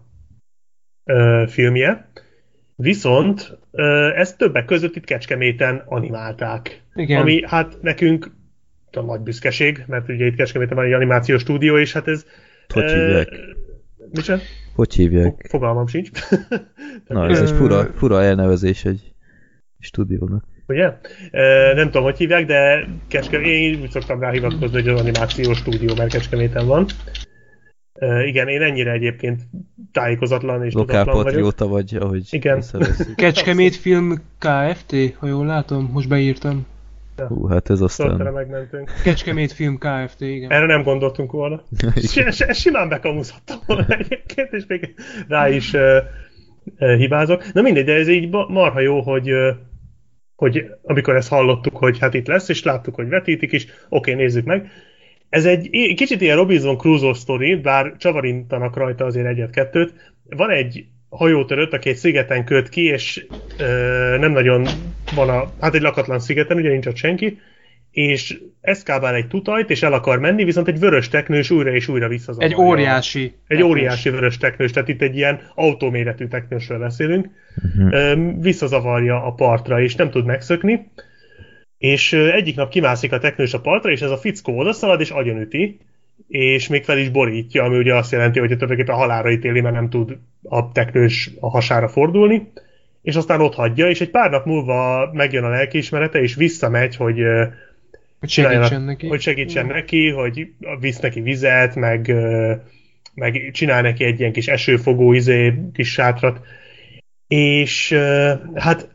ö, filmje, viszont ezt többek között itt Kecskeméten animálták. Igen. Ami hát nekünk a nagy büszkeség, mert ugye itt Kecskeméten van egy animációs stúdió, és hát ez... Hogy hívják? Micsoda? Hogy hívják? Fogalmam sincs. Na, ez egy fura, fura elnevezés egy stúdiónak. Ugye? E, nem tudom, hogy hívják, de Kecske... én úgy szoktam rá hivatkozni, hogy az animációs stúdió, mert Kecskeméten van. Uh, igen, én ennyire egyébként tájékozatlan és tudatlan vagyok. Lokálpatrióta vagy, ahogy igen. Kecskemét Film Kft., ha jól látom, most beírtam. Ja. Hú, hát ez aztán... Szortele megmentünk. Kecskemét Film Kft., igen. Erre nem gondoltunk volna. S- simán bekamuzhattam volna egyébként, és még rá is uh, uh, hibázok. Na mindegy, de ez így marha jó, hogy, uh, hogy amikor ezt hallottuk, hogy hát itt lesz, és láttuk, hogy vetítik is, oké, okay, nézzük meg. Ez egy kicsit ilyen Robinson Crusoe sztori, bár csavarintanak rajta azért egyet-kettőt. Van egy hajótörött, aki egy szigeten köt ki, és ö, nem nagyon van a, hát egy lakatlan szigeten, ugye nincs ott senki, és eszkábál egy tutajt, és el akar menni, viszont egy vörös teknős újra és újra visszazavarja. Egy óriási. Egy teknős. óriási vörös teknős, tehát itt egy ilyen autóméretű teknősről beszélünk. Uh-huh. Ö, visszazavarja a partra, és nem tud megszökni. És egyik nap kimászik a teknős a partra, és ez a fickó odaszalad, és agyonüti, és még fel is borítja, ami ugye azt jelenti, hogy tulajdonképpen halálra ítéli, mert nem tud a teknős a hasára fordulni, és aztán ott hagyja, és egy pár nap múlva megjön a lelkiismerete, és visszamegy, hogy, hogy segítsen neki, hogy, segítsen neki, hogy visz neki vizet, meg, meg csinál neki egy ilyen kis esőfogó izé, kis sátrat, és hát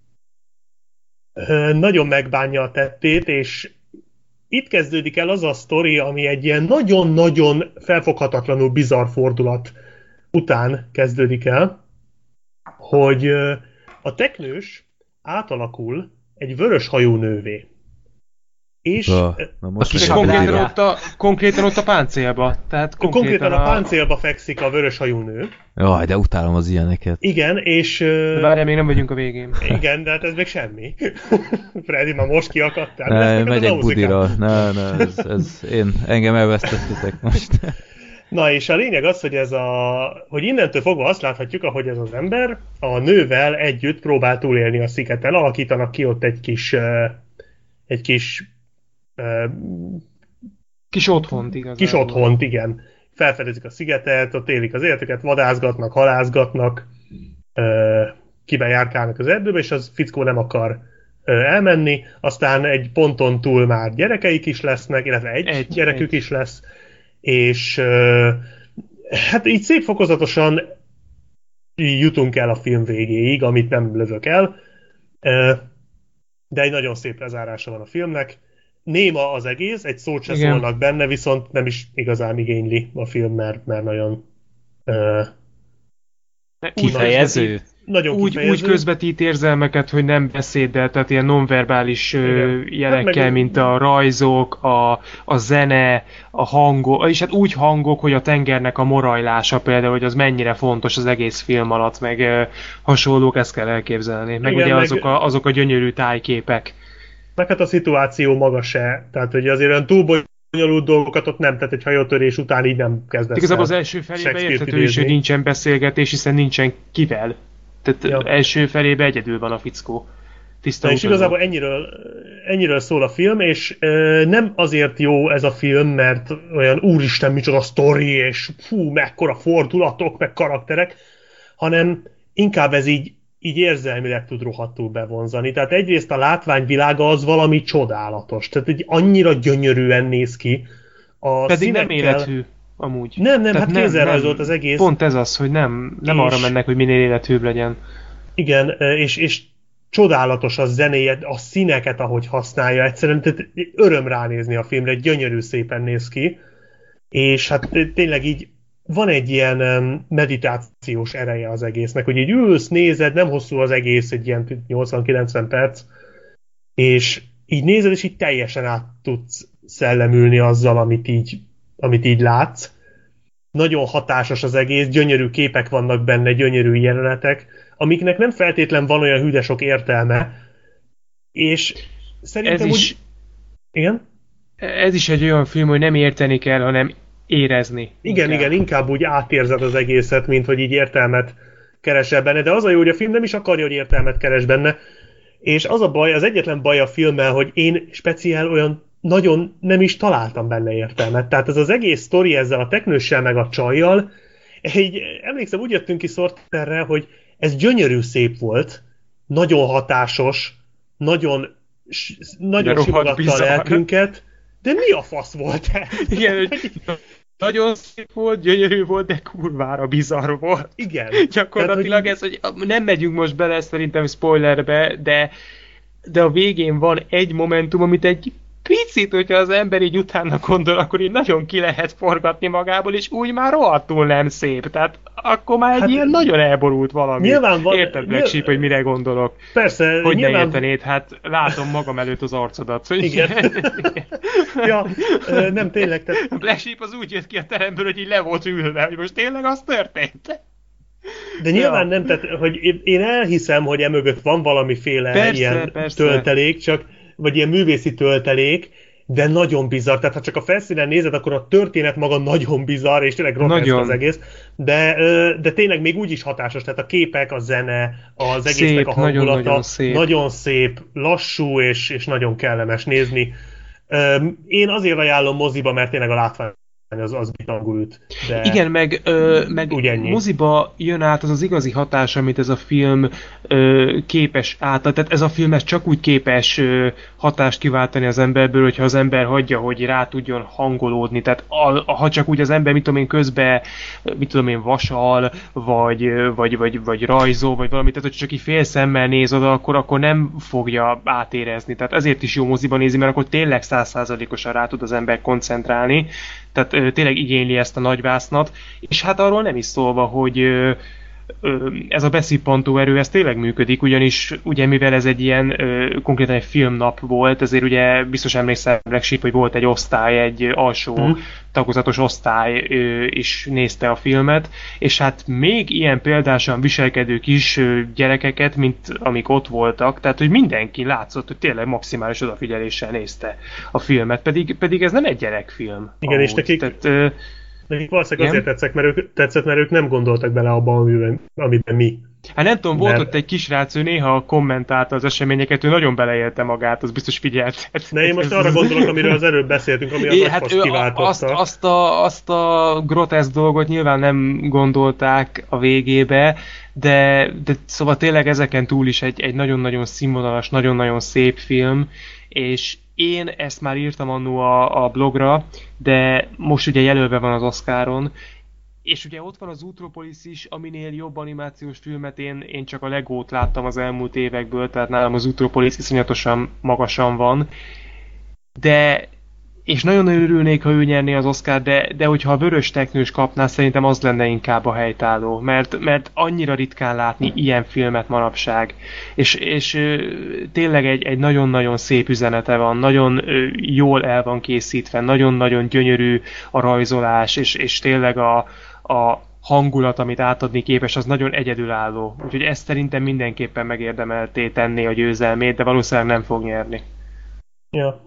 nagyon megbánja a tettét, és itt kezdődik el az a sztori, ami egy ilyen nagyon-nagyon felfoghatatlanul bizarr fordulat után kezdődik el, hogy a teknős átalakul egy vörös hajú nővé. És ah, na most konkrétan, ott a, konkrétan ott a páncélba. Tehát konkrétan, konkrétan a, a páncélba fekszik a vörös hajú nő. Jaj, de utálom az ilyeneket. Igen, és... De várjál, még nem vagyunk a végén. Igen, de hát ez még semmi. Freddy, már most kiakadtál. Ne, megyek budira. Ne, ne, ez, ez én, engem elvesztettetek most. Na és a lényeg az, hogy ez a, hogy innentől fogva azt láthatjuk, ahogy ez az ember a nővel együtt próbál túlélni a szigeten. Alakítanak ki ott egy kis... egy kis... Kis otthont, igazán. Kis otthont, igen. Felfedezik a szigetet, ott élik az életüket, vadászgatnak, halászgatnak, kiben járkálnak az erdőbe, és az fickó nem akar elmenni. Aztán egy ponton túl már gyerekeik is lesznek, illetve egy, egy gyerekük egy. is lesz. És hát így szép fokozatosan jutunk el a film végéig, amit nem lövök el. De egy nagyon szép lezárása van a filmnek. Néma az egész, egy szót se Igen. szólnak benne, viszont nem is igazán igényli a film, mert, mert nagyon uh, kifejező. Nagyon úgy, kifejező. Úgy közvetít érzelmeket, hogy nem beszéddel, tehát ilyen nonverbális Igen. jelekkel, hát mint a rajzok, a, a zene, a hangok, és hát úgy hangok, hogy a tengernek a morajlása például, hogy az mennyire fontos az egész film alatt, meg uh, hasonlók, ezt kell elképzelni. Meg Igen, ugye meg... Azok, a, azok a gyönyörű tájképek. Meg hát a szituáció maga se, tehát hogy azért olyan túl bonyolult dolgokat ott nem, tehát egy hajótörés után így nem kezdesz. Igazából az első felében érthető is, hogy nincsen beszélgetés, hiszen nincsen kivel. Tehát ja. első felében egyedül van a fickó. Tiszta és igazából ennyiről, ennyiről szól a film, és e, nem azért jó ez a film, mert olyan úristen micsoda sztori, és fú, mekkora fordulatok, meg karakterek, hanem inkább ez így így érzelmileg tud rohadtul bevonzani. Tehát egyrészt a látványvilága az valami csodálatos. Tehát egy annyira gyönyörűen néz ki. A Pedig színekkel... nem élethű, amúgy. Nem, nem, Tehát hát kézzelrajzolt az egész. Pont ez az, hogy nem, nem és... arra mennek, hogy minél élethűbb legyen. Igen, és, és csodálatos a zenéje, a színeket, ahogy használja. Egyszerűen tehát öröm ránézni a filmre, gyönyörű szépen néz ki. És hát tényleg így van egy ilyen meditációs ereje az egésznek, hogy így ülsz, nézed, nem hosszú az egész, egy ilyen nyolcvan-kilencven perc, és így nézed, és így teljesen át tudsz szellemülni azzal, amit így, amit így látsz. Nagyon hatásos az egész, gyönyörű képek vannak benne, gyönyörű jelenetek, amiknek nem feltétlen van olyan hű de sok értelme, és szerintem ez úgy... is... Igen? Ez is egy olyan film, hogy nem érteni kell, hanem érezni. Igen, inkább. igen, inkább úgy átérzed az egészet, mint hogy így értelmet keresel benne, de az a jó, hogy a film nem is akarja, hogy értelmet keres benne, és az a baj, az egyetlen baj a filmmel, hogy én speciál olyan nagyon nem is találtam benne értelmet. Tehát ez az egész sztori ezzel a teknőssel meg a csajjal, egy, emlékszem, úgy jöttünk ki Sorterre, hogy ez gyönyörű szép volt, nagyon hatásos, nagyon, nagyon simogatta a lelkünket, de mi a fasz volt ez? Igen, hogy nagyon szép volt, gyönyörű volt, de kurvára bizarr volt. Igen. Gyakorlatilag tehát, hogy... ez, hogy nem megyünk most bele szerintem spoilerbe, de, de a végén van egy momentum, amit egy picit, hogyha az ember így utána gondol, akkor így nagyon ki lehet forgatni magából, és úgy már rohadtul nem szép. Tehát akkor már egy hát, ilyen nagyon elborult valami. Nyilván van, érted, Black Sheep, hogy mire gondolok? Persze. Hogy nyilván... ne értenéd? Hát látom magam előtt az arcodat. Igen. ja, nem tényleg. Tehát... Black Sheep az úgy jött ki a teremből, hogy így le volt ülve, hogy most tényleg az történt. De nyilván ja. nem, tehát hogy én elhiszem, hogy emögött van valamiféle persze, ilyen persze. töltelék, csak vagy ilyen művészi töltelék, de nagyon bizarr. Tehát ha csak a felszínen nézed, akkor a történet maga nagyon bizarr, és tényleg groteszk az egész. De, de tényleg még úgy is hatásos. Tehát a képek, a zene, az egésznek szép, a hangulata nagyon, nagyon, szép. nagyon szép, lassú, és, és nagyon kellemes nézni. Én azért ajánlom moziba, mert tényleg a látvány az, az bitangul üt. De igen, meg, ö, meg moziba jön át az az igazi hatás, amit ez a film ö, képes át. Tehát ez a film ez csak úgy képes ö, hatást kiváltani az emberből, hogyha az ember hagyja, hogy rá tudjon hangolódni. Tehát a, ha csak úgy az ember, mit tudom én, közben, mit tudom én, vasal, vagy, vagy, vagy, vagy rajzol, vagy valamit, tehát hogy csak így fél szemmel néz oda, akkor, akkor nem fogja átérezni. Tehát ezért is jó moziba nézni, mert akkor tényleg száz százalékosan rá tud az ember koncentrálni. Tehát ö, tényleg igényli ezt a nagyvásznat, és hát arról nem is szólva, hogy ö, ö, ez a beszippantó erő, ez tényleg működik, ugyanis ugye mivel ez egy ilyen ö, konkrétan egy filmnap volt, ezért ugye biztos emlékszel, Black Sheep, hogy volt egy osztály, egy alsó mm. tagozatos osztály ö, is nézte a filmet, és hát még ilyen példásan viselkedő kis ö, gyerekeket, mint amik ott voltak, tehát hogy mindenki látszott, hogy tényleg maximális odafigyeléssel nézte a filmet, pedig, pedig ez nem egy gyerekfilm. Igen, amúgy. És nekik, tehát, ö, nekik valószínűleg azért tetszett, mert ők, tetszett, mert ők nem gondoltak bele abban, amiben, amiben mi. Hát nem tudom, volt mert... ott egy kisrác, ő néha kommentálta az eseményeket, ő nagyon beleélte magát, az biztos figyelt. De én most arra gondolok, amiről az előbb beszéltünk, ami a é, hát nagyfasz kiváltotta. Azt, azt, a, azt a groteszk dolgot nyilván nem gondolták a végébe, de, de szóval tényleg ezeken túl is egy, egy nagyon-nagyon színvonalas, nagyon-nagyon szép film, és én ezt már írtam annó a, a blogra, de most ugye jelölve van az Oscaron, és ugye ott van az Zootropolis is, aminél jobb animációs filmet én, én csak a Legót láttam az elmúlt évekből, tehát nálam az Zootropolis iszonyatosan magasan van. De, és nagyon örülnék, ha ő nyerné az Oscar, de, de hogyha a Vörös Teknős kapná, szerintem az lenne inkább a helytálló, mert, mert annyira ritkán látni ilyen filmet manapság. És, és tényleg egy, egy nagyon-nagyon szép üzenete van, nagyon jól el van készítve, nagyon-nagyon gyönyörű a rajzolás, és, és tényleg a a hangulat, amit átadni képes, az nagyon egyedülálló. Úgyhogy ezt szerintem mindenképpen megérdemelté tenni a győzelmét, de valószínűleg nem fog nyerni. Ja.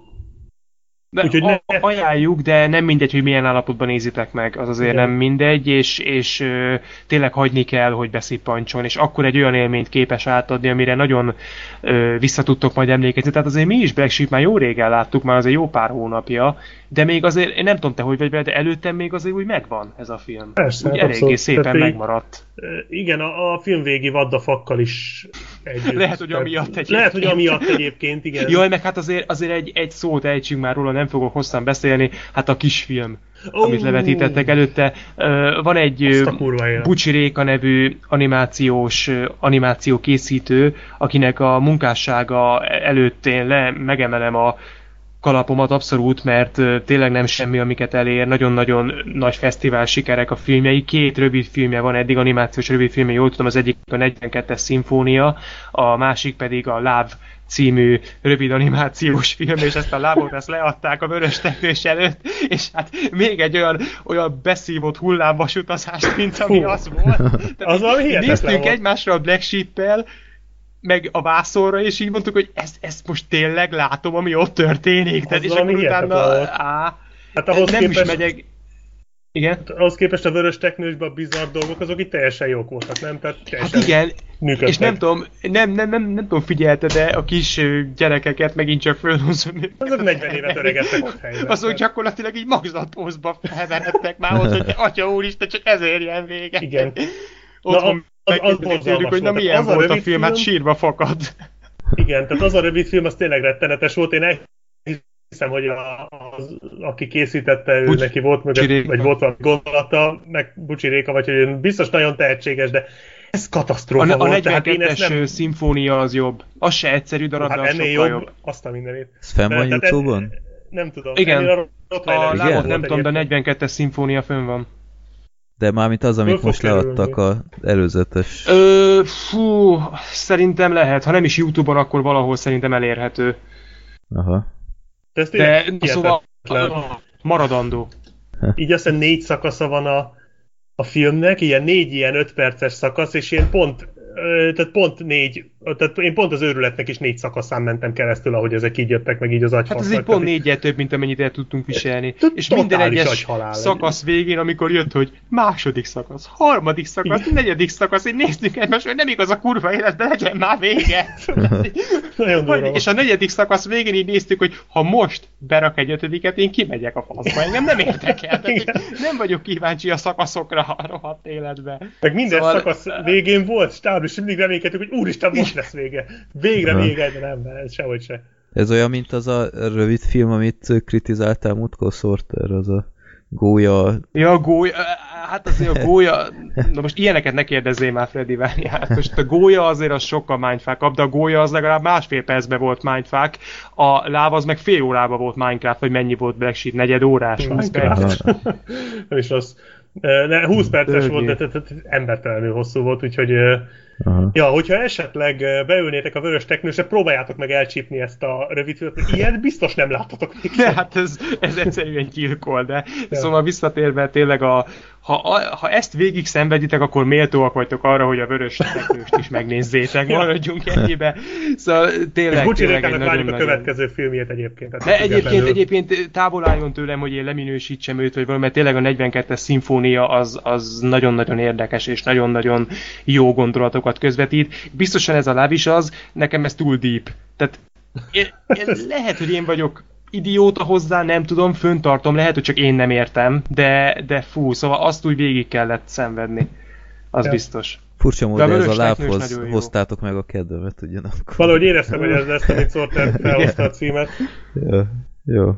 De Úgyhogy a- ne... ajánljuk, de nem mindegy, hogy milyen állapotban nézitek meg, az azért igen. nem mindegy, és, és ö, tényleg hagyni kell, hogy beszippancson, és akkor egy olyan élményt képes átadni, amire nagyon ö, vissza tudtok majd emlékezni. Tehát azért mi is Black Sheep már jó régen láttuk, már azért jó pár hónapja, de még azért, én nem tudom te, hogy vagy vele, de előttem még azért úgy megvan ez a film. Persze, úgy eléggé abszolút. Szépen tehát megmaradt. Igen, a, a filmvégi vaddafakkal is együtt. Lehet, hogy amiatt egyébként. Lehet, hogy amiatt egyébként, igen. Jaj, meg hát azért, azért egy, egy szót ejtsünk már róla, nem fogok hosszan beszélni, hát a kisfilm, oh. amit levetítettek előtte. Van egy Bucsi Réka nevű animációs animáció készítő, akinek a munkássága előtt én le megemelem a kalapomat abszolút, mert tényleg nem semmi, amiket elér. Nagyon-nagyon nagy fesztivál sikerek a filmjei. Két rövid filmje van eddig, animációs rövid filmje, jól tudom, az egyik a negyvenkettes szimfónia, a másik pedig a Love című rövid animációs film, és ezt a lábot ezt leadták a Vörös Teknős előtt, és hát még egy olyan, olyan beszívott hullámvasutazást, mint ami Hú. az volt. Az néztünk volt. egymásra a Black Sheep-el, meg a vászorra, és így mondtuk, hogy ezt, ezt most tényleg látom, ami ott történik. Tehát, és akkor utána... Á, hát ahhoz nem képest, is megyek... Igen? Hát ahhoz képest a Vörös Teknősben a bizarr dolgok, azok itt teljesen jók voltak, nem? Tehát hát igen, működtek. És nem tudom, nem, nem, nem, nem tudom, figyelte, de a kis gyerekeket megint csak fölhúzom. Azok negyven évet öregettek ott helyben. Azok gyakorlatilag így magzatpózba felveredtek már ott, hogy atya úristen, csak ezért ilyen vége. Igen. Otthon megkérdeztük, hogy na milyen az volt a, a film, hát sírva fakad. Igen, tehát az a rövid film, az tényleg rettenetes volt. Én hiszem, hogy a, az, aki készítette, ő Bucs- neki volt mögött, vagy volt valami gondolata, meg Bucsi Réka, vagy hogy ő biztos nagyon tehetséges, de ez katasztrófa A, a volt. Tehát én negyvenkettes ezt nem... szimfónia az jobb. Az se egyszerű darab, Hát de az ennél sokkal jobb, jobb. azt a mindenét. Ez fenn van Tehát YouTube-on? ez- Nem tudom. Igen. Ennél a, A Rottweiler is lábot volt nem tudom, de a egyébként. negyvenkettes szimfónia fönn van. De mármint az, amit Föl fog most leadtak kerülni. az előzetes. Ö, fú, szerintem lehet. Ha nem is YouTube-on, akkor valahol szerintem elérhető. Aha. De, ez De tényleg szóval hihetetlen. maradandó. Így azt hiszem négy szakasza van a, a filmnek, ilyen négy ilyen öt perces szakasz, és én pont, ö, tehát pont négy, tehát én pont az őrületnek is négy szakaszán mentem keresztül, ahogy ezek így jöttek, meg így az agyhaltak. Hát ez egy pont négyel több, mint amennyit el tudtunk viselni. T- És minden totális egyes agyhalál. szakasz végén, amikor jött, hogy második szakasz, harmadik szakasz, negyedik szakasz, így néztük egymást, hogy nem igaz a kurva életben, legyen már vége. Nagyon durva. És a negyedik szakasz végén így néztük, hogy ha most berak egy ötödiket, én kimegyek a faszba, engem nem érdekel. Tehát, hogy nem vagyok kíváncsi a szakaszokra a rohadt életben. Meg minden Szóval- szakasz végén volt stáb, és mindig reménykedtük, hogy úristen, most lesz vége. Végre Aha. vége, de nem, ez sehogy se. Ez olyan, mint az a rövid film, amit kritizáltál múltkor, Sorter, az a gólya... Ja, a gólya, hát azért a gólya, na most ilyeneket ne kérdezzél már, Freddy, várjál. Hát most a gólya azért az sokkal mindfuck, de a gólya az legalább másfél percben volt mindfuck, a láv az meg fél órában volt Minecraft, vagy mennyi volt Black Sheep, negyed órás. Minecraft. Nem is rossz. Ne, húsz perces Dögé. volt, de tehát- tehát embertelenül hosszú volt, úgyhogy ö, Aha. ja, hogyha esetleg ö, beülnétek a Vörös Teknősre, próbáljátok meg elcsípni ezt a rövid filmet, mert ilyet biztos nem láttatok még. De hát ez, ez egyszerűen gyilkol, de Ja. szóval visszatérve tényleg a, ha, a, ha ezt végig szenveditek, akkor méltóak vagytok arra, hogy a Vörös Teknőst is megnézzétek, maradjunk ennyibe. Szóval És tényleg, Bucsi tényleg egy Rékának várjuk a nagyon-nagyon... következő filmjét egyébként. tehát De egyébként, függetlenül. egyébként távol álljon tőlem, hogy én leminősítsem őt, vagy valami, mert tényleg a negyvenkettes szimfónia az, az nagyon-nagyon érdekes, és nagyon-nagyon jó gondolatokat közvetít. Biztosan ez a láb is az, nekem ez túl deep. Tehát én, én, lehet, hogy én vagyok idióta hozzá, nem tudom, föntartom, lehet, hogy csak én nem értem, de, de fú, szóval azt úgy végig kellett szenvedni. Az Ja. biztos. Furcsa De módon a ez a Vörös Teknős lábhoz nagyon jó. hoztátok meg a kedvemet ugyanakkor. Valahogy éreztem, hogy ez lesz, amit Sorter felhozta a címet. Jó, jó.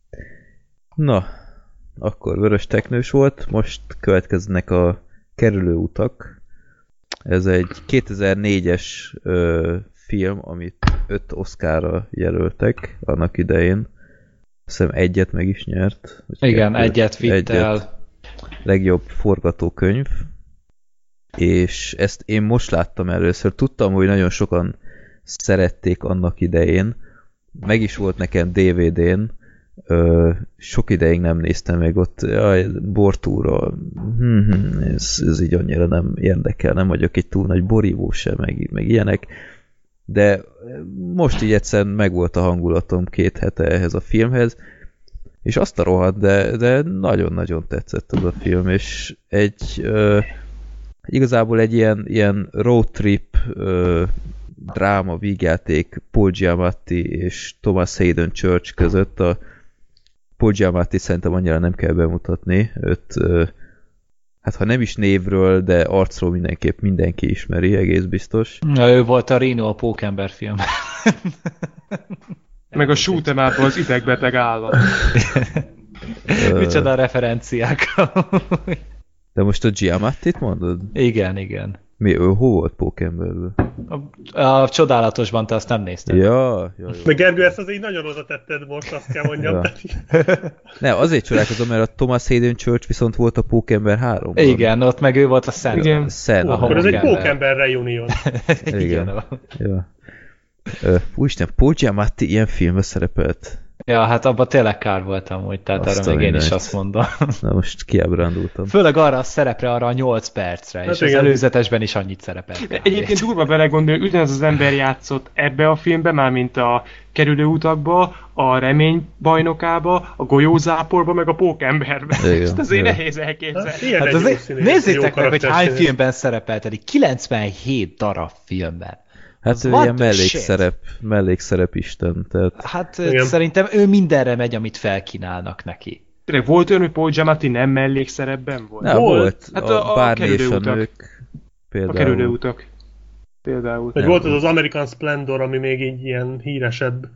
Na, akkor Vörös Teknős volt, most következnek a kerülő utak. Ez egy kétezer-négyes ö, film, amit öt Oscarra jelöltek annak idején. Azt hiszem egyet meg is nyert. vagy Igen, kettőt. egyet vitt el. Legjobb forgatókönyv. És ezt én most láttam először. Tudtam, hogy nagyon sokan szerették annak idején. Meg is volt nekem dé vé dén. Ö, sok ideig nem néztem meg ott. Jaj, bortúra. Hm, hm, ez, ez így annyira nem érdekel. Nem vagyok egy túl nagy borívó sem, meg, meg ilyenek. De most így egyszerűen megvolt a hangulatom két hete ehhez a filmhez. És azt a rohadt, de, de nagyon-nagyon tetszett az a film. És egy... Ö, igazából egy ilyen, ilyen road trip ö, dráma, vígjáték Paul Giamatti és Thomas Hayden Church között. A Paul Giamatti szerintem annyira nem kell bemutatni. Őt, ö, hát ha nem is névről, de arcról mindenképp mindenki ismeri, egész biztos. Ja, ő volt a Reno a Pókember film. Meg a shoot'em átból az idegbeteg állat. Ö, Micsoda referenciák. de most a Giamattit mondod? Igen, igen. Mi, ő hol volt Pókemberből? A, a Csodálatosban te azt nem nézted. Ja, ja, jó. De Gergő, ezt azért így nagyon oda tetted most, azt kell mondjam. Ja. Tehát, Ne, azért csodálkozom, mert a Thomas Hayden Church viszont volt a Pókember háromban. Igen, ott meg ő volt a Szent. Igen. Szent. ó, Ahol akkor ez egy Pókember. Pókember reunion. Igen. Igen. Ja. Ö, Úristen, Paul Giamatti ilyen filmben szerepelt. Ja, hát abban tényleg kár voltam, hogy tehát Azt arra a még én is mindenit. azt mondom. Na most kiábrándultam. Főleg arra a szerepre, arra a nyolc percre, Hát és az igen. előzetesben is annyit szerepelt. De egyébként durva belegondolni, hogy ugyanaz az ember játszott ebbe a filmbe, már mint a kerülőutakba, a remény bajnokába, a golyózáporba, meg a pókemberbe. Igen, Ezt azért igen. nehéz elképzelni. Hát, ilyen Hát egy jó azért, színész, jó nézzétek meg, hogy karakterszínész. hány filmben szerepelt eddig. kilencvenhét darab filmben. Hát Az ő what ilyen the mellékszerep, mellékszerep isten, tehát Hát Igen. szerintem ő mindenre megy, amit felkínálnak neki. Tényleg volt olyan, hogy Paul Giamatti nem mellékszerepben volt? Na, Volt. volt, Hát a, a- a Barney és a kerülőutak. nők A például. kerülőutak. Például. Vagy Nem. volt az az American Splendor, ami még így ilyen híresebb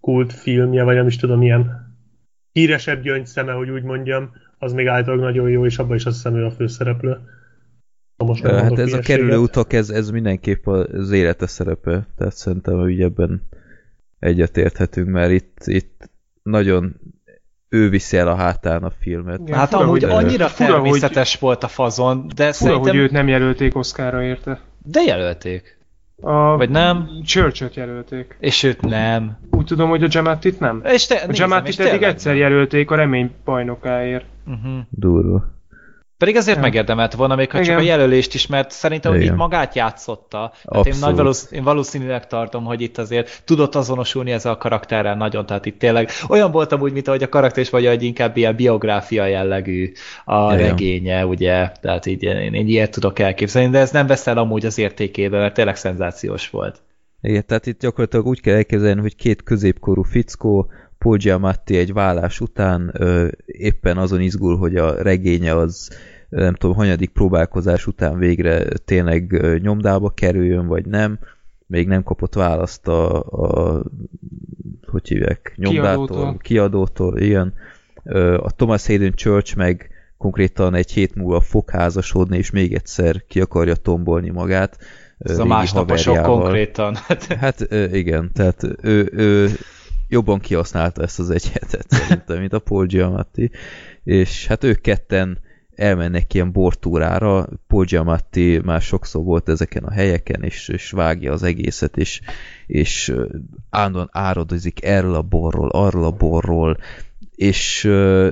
kultfilmje, vagy nem is tudom, ilyen híresebb gyöngyszeme, hogy úgy mondjam, az még általában nagyon jó, és abban is azt hiszem ő a főszereplő. Most hát ez a kerülő utak, ez, ez mindenképp az élete szerepe, tehát szerintem hogy ebben egyetérthetünk, mert itt, itt nagyon ő viszi el a hátán a filmet. Igen, hát fura, amúgy annyira fura, természetes hogy, volt a fazon, de fura, szerintem... hogy őt nem jelölték Oscarra érte. De jelölték. A vagy nem? Church-öt jelölték. És őt nem. Úgy tudom, hogy a Giamattit nem. És te, a Giamattit eddig egyszer nem. jelölték a remény bajnokáért. Uh-huh. Durva. Pedig azért ja. megérdemelt volna, még ha Igen. csak a jelölést is, mert szerintem hogy itt magát játszotta. Hát én, nagy valósz, én valószínűleg tartom, hogy itt azért tudott azonosulni ezzel a karakterrel nagyon, tehát itt tényleg olyan voltam úgy, mint ahogy a karakter is, vagy hogy inkább ilyen biográfia jellegű a Igen. regénye, ugye, tehát így én, én ilyet tudok elképzelni, de ez nem vesz el amúgy az értékéből, mert tényleg szenzációs volt. Igen, tehát itt gyakorlatilag úgy kell elképzelni, hogy két középkorú fickó, Paul Giamatti egy vállás után ö, éppen azon izgul, hogy a regénye az nem tudom, hanyadik próbálkozás után végre tényleg ö, nyomdába kerüljön, vagy nem. Még nem kapott választ a, a hogy hívják, nyomdától, kiadótól, kiadótól igen. Ö, a Thomas Hayden Church meg konkrétan egy hét múlva fog házasodni, és még egyszer ki akarja tombolni magát. Ez a másnaposok konkrétan. Hát ö, igen, tehát ő, ő jobban kihasználta ezt az egy hetet szerintem, mint a Paul Giamatti, és hát ők ketten elmennek ilyen bortúrára, Paul Giamatti már sokszor volt ezeken a helyeken, és, és vágja az egészet, és, és állandóan áradozik erről a borról, arról a borról, és uh,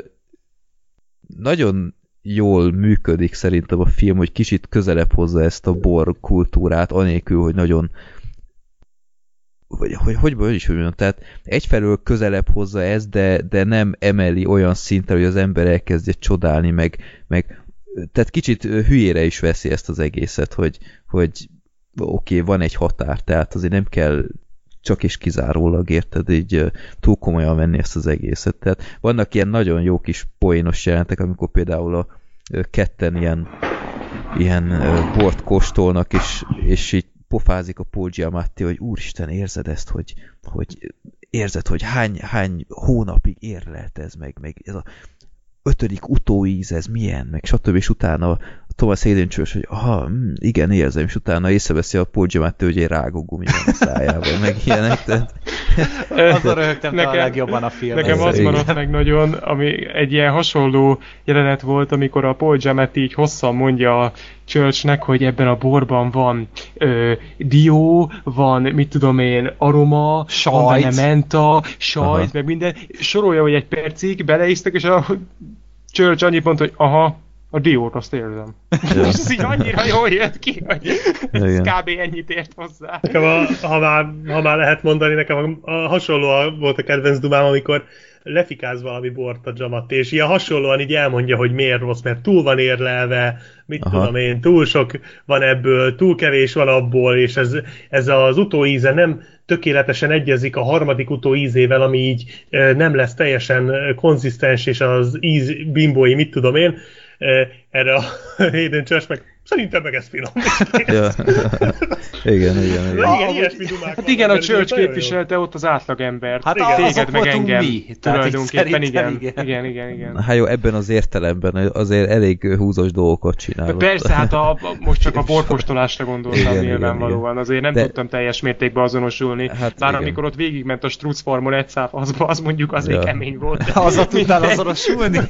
nagyon jól működik szerintem a film, hogy kicsit közelebb hozza ezt a bor kultúrát, anélkül, hogy nagyon vagy hogy, hogy, hogy is mondjam, tehát egyfelől közelebb hozza ezt, de, de nem emeli olyan szintre, hogy az ember elkezdje csodálni, meg, meg tehát kicsit hülyére is veszi ezt az egészet, hogy, hogy oké, okay, van egy határ, tehát azért nem kell csak és kizárólag, érted, így túl komolyan venni ezt az egészet. Tehát vannak ilyen nagyon jó kis poénos jelentek, amikor például a ketten ilyen, ilyen bort kóstolnak, és, és így pofázik a Paul Giamatti, hogy úristen, érzed ezt, hogy, hogy érzed, hogy hány, hány hónapig érlelt ez, meg, meg ez a ötödik utóíz, ez milyen, meg stb. És utána a Thomas Hayden Church, hogy aha, mm, igen, érzem, és utána észreveszi a Paul Giamatti, hogy egy rágógumi van a szájában, meg ilyenek. Tehát... Azon röhögtem nekem, a legjobban a filmben. Nekem az maradt meg nagyon, ami egy ilyen hasonló jelenet volt, amikor a Paul Giamatti így hosszan mondja a Churchnek, hogy ebben a borban van ö, dió, van, mit tudom én, aroma, sajt, van benne menta, sajt, aha. meg minden. Sorolja, hogy egy percig beleisztek, és a Church annyit mondta, hogy aha, a diót azt érzem. Ja. És ez így annyira jól jött ki, hogy ez kb. Ennyit ért hozzá. Nekem a, ha, már, ha már lehet mondani, nekem a, a hasonló volt a kedvenc dumám, amikor lefikáz valami bort a Giamatti, és ilyen hasonlóan így elmondja, hogy miért rossz, mert túl van érlelve, mit Aha. tudom én, túl sok van ebből, túl kevés van abból, és ez, ez az utóíze nem tökéletesen egyezik a harmadik utóízével, ami így nem lesz teljesen konzisztens, és az íz bimbói, mit tudom én, erre a Hayden Church meg szerintem meg ez finom. Ja. igen, igen, igen. igen, ilyesmi dumák hát igen, a Church képviselte ott az átlagembert. Hát téged meg engem. Mi. Tulajdonképpen igen. Igen. igen, igen, igen. Hát jó, ebben az értelemben azért elég húzós dolgokat csinálott. Persze, hát a, most csak a borkóstolásra gondoltam igen, nyilvánvalóan. Azért nem De... tudtam teljes mértékben azonosulni. Hát bár igen. amikor ott végigment a Strutz Farmon egy száv, az, az mondjuk azért ja. kemény volt. Azzal tudtál azonosulni?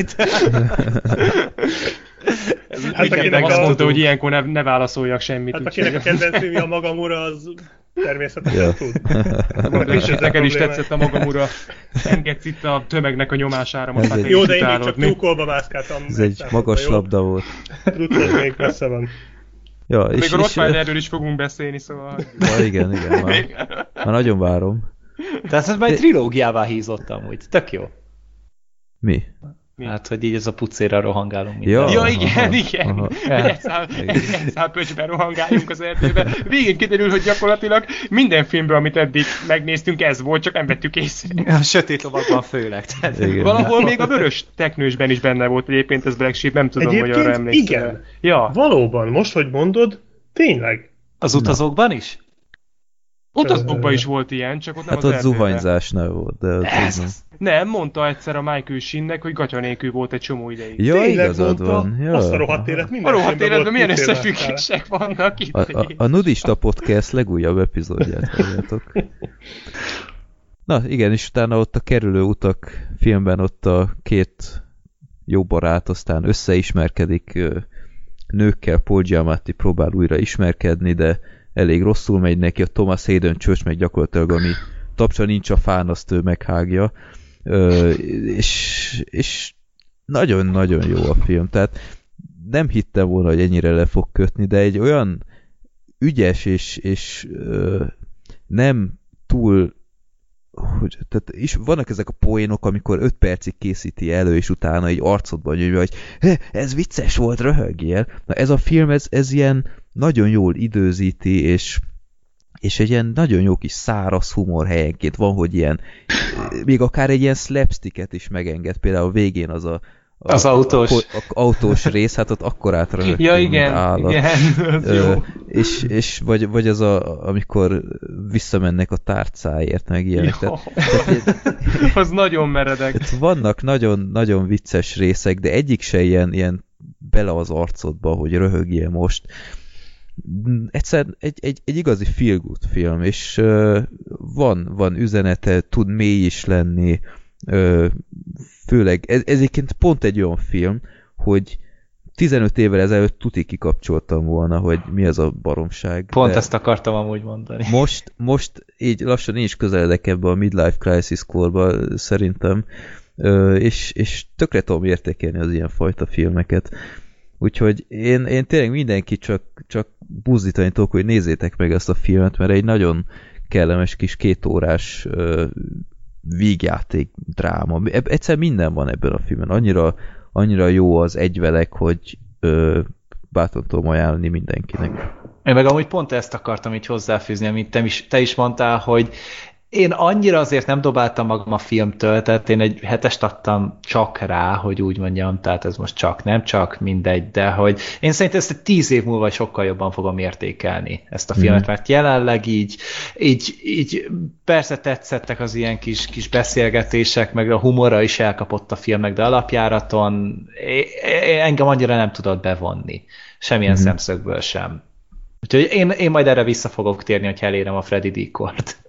Hát akinek azt mondta, hogy ilyenkor ne, ne válaszoljak semmit. Hát akinek a kedvenc filmje a Magam ura, az természetesen ja. tud. És neked is tetszett a Magam ura. Engedsz itt a tömegnek a nyomására. Most egy... Jó, de én még csak tyúkolba mászkáltam. Ez egy magas labda volt. Truccos még messze van. Ja, még és, a Rottweilerről is fogunk beszélni, szóval... Ja, igen, igen. Már, már nagyon várom. Tehát ez már egy trilógiává hízottam úgy. Tök jó. Mi? Mi? Hát, hogy így ez a pucéra rohangálunk minden. Ja, ja igen, aha, igen. Egy szál pöcsben rohangáljunk az erdőben. Végén kiderül, hogy gyakorlatilag minden filmben, amit eddig megnéztünk, ez volt, csak nem vettük észre. A sötét lovakban főleg. Valahol még a vörös teknősben is benne volt egyébként ez Black Sheep, nem tudom, egyébként hogy arra emlékszem. Igen, ja. Valóban, most, hogy mondod, tényleg. Az utazókban is? Utazókban is volt ilyen, csak ott nem Hát az ott erdőben. zuhanyzásnál volt, de az Ez, nem. nem, mondta egyszer a Michael Sheennek, hogy gatya nélkül volt egy csomó ideig. Ja, Tényleg igazad mondta, van. Ja. azt a rohadt élet A minden rohadt filmben életben volt milyen kifélve összefüggések vannak itt. A, a, a Nudista Podcast legújabb epizódját halljátok. Na igen, és utána ott a Kerülő utak filmben ott a két jó barát aztán összeismerkedik nőkkel, Paul Giamatti próbál újra ismerkedni, de elég rosszul megy neki, a Thomas Hayden Church meg gyakorlatilag, ami tapsa nincs a fán, azt ő meghágja. Ö, és, és nagyon-nagyon jó a film, tehát nem hittem volna, hogy ennyire le fog kötni, de egy olyan ügyes és, és ö, nem túl hogy, tehát is vannak ezek a poénok, amikor öt percig készíti elő, és utána így arcodban nyomja, hogy ez vicces volt, röhögjél. Na ez a film, ez, ez ilyen nagyon jól időzíti, és, és egy ilyen nagyon jó kis száraz humor helyenként van, hogy ilyen, még akár egy ilyen slapsticket is megenged, például a végén az a A, az autós. A, a, a, autós rész, hát ott akkorát röhögtünk, ja, igen, igen, az Ö, jó. És, és vagy, vagy az a, amikor visszamennek a tárcáért, meg ilyenek. Tehát, tehát, az nagyon meredek. tehát vannak nagyon-nagyon vicces részek, de egyik se ilyen, ilyen bele az arcodba, hogy röhögjél most. Egyszer egy, egy, egy igazi feel-good film, és uh, van, van üzenete, tud mély is lenni, uh, főleg, ez, ez egyébként pont egy olyan film, hogy tizenöt évvel ezelőtt tuti kikapcsoltam volna, hogy mi az a baromság. Pont ezt akartam amúgy mondani. Most, most így lassan én is közeledek ebbe a midlife crisis korba szerintem, és, és tökre tudom értékelni az ilyen fajta filmeket. Úgyhogy én, én tényleg mindenki csak, csak buzdítani tudok, hogy nézzétek meg ezt a filmet, mert egy nagyon kellemes kis kétórás vígjáték, dráma. Egyszer minden van ebben a filmen. Annyira, annyira jó az egyvelek, hogy ö, bátran tudom ajánlani mindenkinek. Én meg amúgy pont ezt akartam így hozzáfűzni, amit te is, te is mondtál, hogy én annyira azért nem dobáltam magam a filmtől, tehát én egy hetest adtam csak rá, hogy úgy mondjam, tehát ez most csak, nem csak, mindegy, de hogy én szerintem ezt egy tíz év múlva sokkal jobban fogom értékelni ezt a filmet, mm. mert jelenleg így, így, így persze tetszettek az ilyen kis, kis beszélgetések, meg a humora is elkapott a filmnek, de alapjáraton engem annyira nem tudott bevonni. Semmilyen mm. szemszögből sem. Úgyhogy én, én majd erre vissza fogok térni, hogy elérem a Freddy díjkort.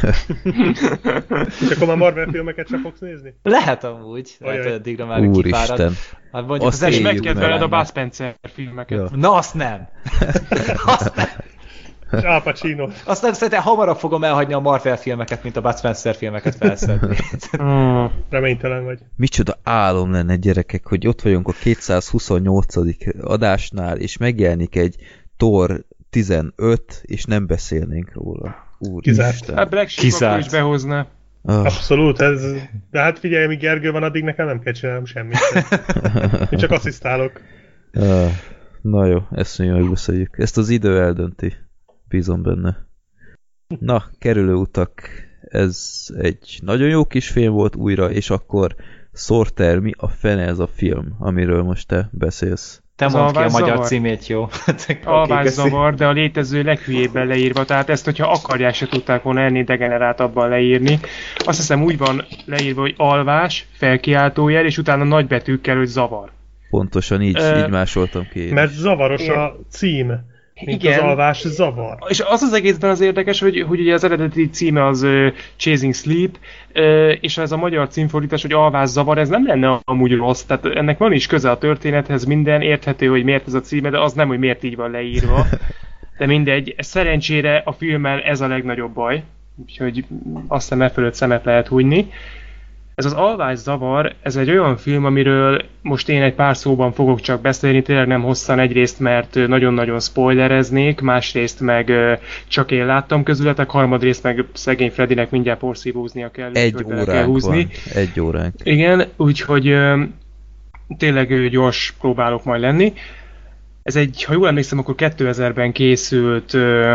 És akkor már Marvel filmeket sem fogsz nézni? Lehet amúgy. Lehet, hogy addigra már kifárad. Hát mondjuk azt az megkedveled a Bud Spencer filmeket. Ja. Na, azt nem. azt nem. És Al Pacino. Azt nem, szerintem hamarabb fogom elhagyni a Marvel filmeket, mint a Bud Spencer filmeket felszedni. hmm. Reménytelen vagy. Micsoda álom lenne, gyerekek, hogy ott vagyunk a kétszázhuszonnyolcadik adásnál, és megjelenik egy Thor tizenöt, és nem beszélnénk róla. Úr, kizárt. A Black Sheep akkor is behozna. Oh. Abszolút, ez... de hát figyelj, amíg Gergő van, addig nekem nem kell csinálnom semmit. Én csak asszisztálok. Uh, na jó, ezt mondja, megbeszéljük. Ezt az idő eldönti. Bízom benne. Na, Kerülő utak. Ez egy nagyon jó kis film volt újra, és akkor Sorter, mi a fene ez a film, amiről most te beszélsz? Te mondd ki a magyar címét, jó? Alvászavar, de a létező leghülyébben leírva, tehát ezt, hogyha akarják, se tudták volna ennél degeneráltabban leírni. Azt hiszem úgy van leírva, hogy alvás, felkiáltójel, és utána nagybetűkkel, hogy zavar. Pontosan így, uh, így másoltam ki. Mert zavaros én... a cím. Mint igen. Az alvás zavar. És az az egészben az érdekes, hogy, hogy ugye az eredeti címe az uh, Chasing Sleep, uh, és ez a magyar címfordítás, hogy alvás zavar, ez nem lenne amúgy rossz, tehát ennek van is köze a történethez, minden érthető, hogy miért ez a címe, de az nem, hogy miért így van leírva. De mindegy, szerencsére a filmmel ez a legnagyobb baj, úgyhogy azt hiszem e fölött szemet lehet hunyni. Ez az Alvás zavar, ez egy olyan film, amiről most én egy pár szóban fogok csak beszélni, tényleg nem hosszan, egyrészt, mert nagyon-nagyon spoilereznék, másrészt meg csak én láttam közületek, harmadrészt meg szegény Freddynek mindjárt porszívóznia kell. Egy óránk húzni. Van. Egy óránk. Igen, úgyhogy tényleg gyors próbálok majd lenni. Ez egy, ha jól emlékszem, akkor kétezerben készült,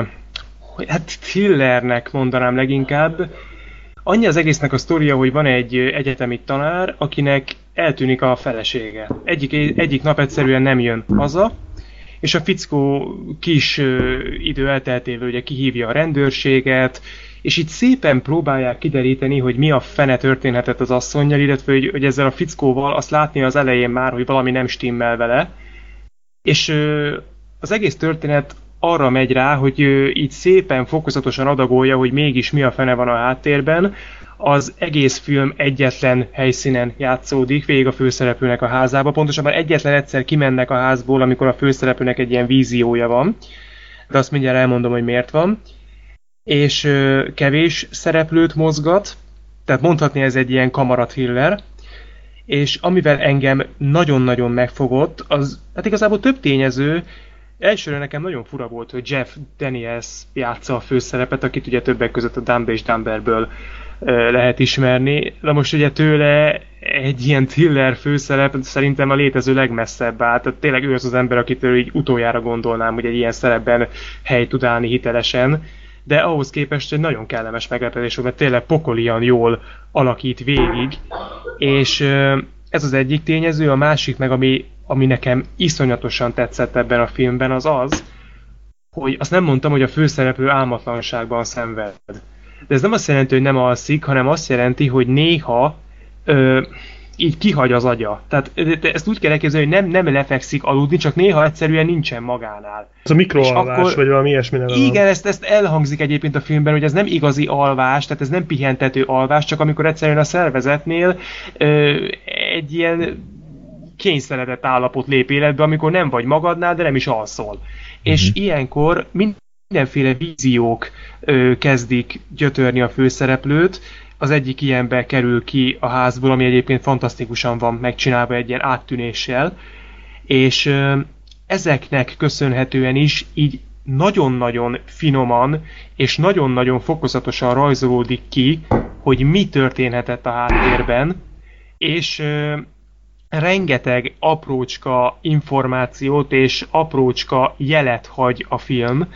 hát thrillernek mondanám leginkább. Annyi az egésznek a sztoria, hogy van egy egyetemi tanár, akinek eltűnik a felesége. Egyik, egyik nap egyszerűen nem jön haza, és a fickó kis ö, idő elteltével ugye kihívja a rendőrséget, és itt szépen próbálják kideríteni, hogy mi a fene történhetett az asszonnyal, illetve hogy, hogy ezzel a fickóval azt látni az elején már, hogy valami nem stimmel vele, és ö, az egész történet arra megy rá, hogy ö, így szépen fokozatosan adagolja, hogy mégis mi a fene van a háttérben. Az egész film egyetlen helyszínen játszódik, végig a főszereplőnek a házába. Pontosabban egyetlen egyszer kimennek a házból, amikor a főszereplőnek egy ilyen víziója van. De azt mindjárt elmondom, hogy miért van. És ö, kevés szereplőt mozgat, tehát mondhatni ez egy ilyen kamara-thriller. És amivel engem nagyon-nagyon megfogott, az hát igazából több tényező. Elsőre nekem nagyon fura volt, hogy Jeff Daniels játsza a főszerepet, akit ugye többek között a Dumb és Dumberből lehet ismerni. De most ugye tőle egy ilyen thriller főszerep szerintem a létező legmesszebb áll. Tehát tényleg ő az az ember, akitől így utoljára gondolnám, hogy egy ilyen szerepben helyt tud állni hitelesen. De ahhoz képest egy nagyon kellemes meglepetés volt, mert tényleg pokolian jól alakít végig. És ez az egyik tényező, a másik meg, ami, ami nekem iszonyatosan tetszett ebben a filmben, az az, hogy azt nem mondtam, hogy a főszereplő álmatlanságban szenved. De ez nem azt jelenti, hogy nem alszik, hanem azt jelenti, hogy néha ö, így kihagy az agya. Tehát ezt úgy kell elképzelni, hogy nem, nem lefekszik aludni, csak néha egyszerűen nincsen magánál. Ez a mikroalvás, akkor, vagy valami ilyesmi neve van. Igen, ezt, ezt elhangzik egyébként a filmben, hogy ez nem igazi alvás, tehát ez nem pihentető alvás, csak amikor egyszerűen a szervezetnél ö, egy ilyen kényszeredett állapot lép életbe, amikor nem vagy magadnál, de nem is alszol. Mm-hmm. És ilyenkor mindenféle víziók ö, kezdik gyötörni a főszereplőt. Az egyik ilyenbe kerül ki a házból, ami egyébként fantasztikusan van megcsinálva egy ilyen áttűnéssel, és ö, ezeknek köszönhetően is így nagyon-nagyon finoman és nagyon-nagyon fokozatosan rajzolódik ki, hogy mi történhetett a háttérben, és ö, rengeteg aprócska információt és aprócska jelet hagy a film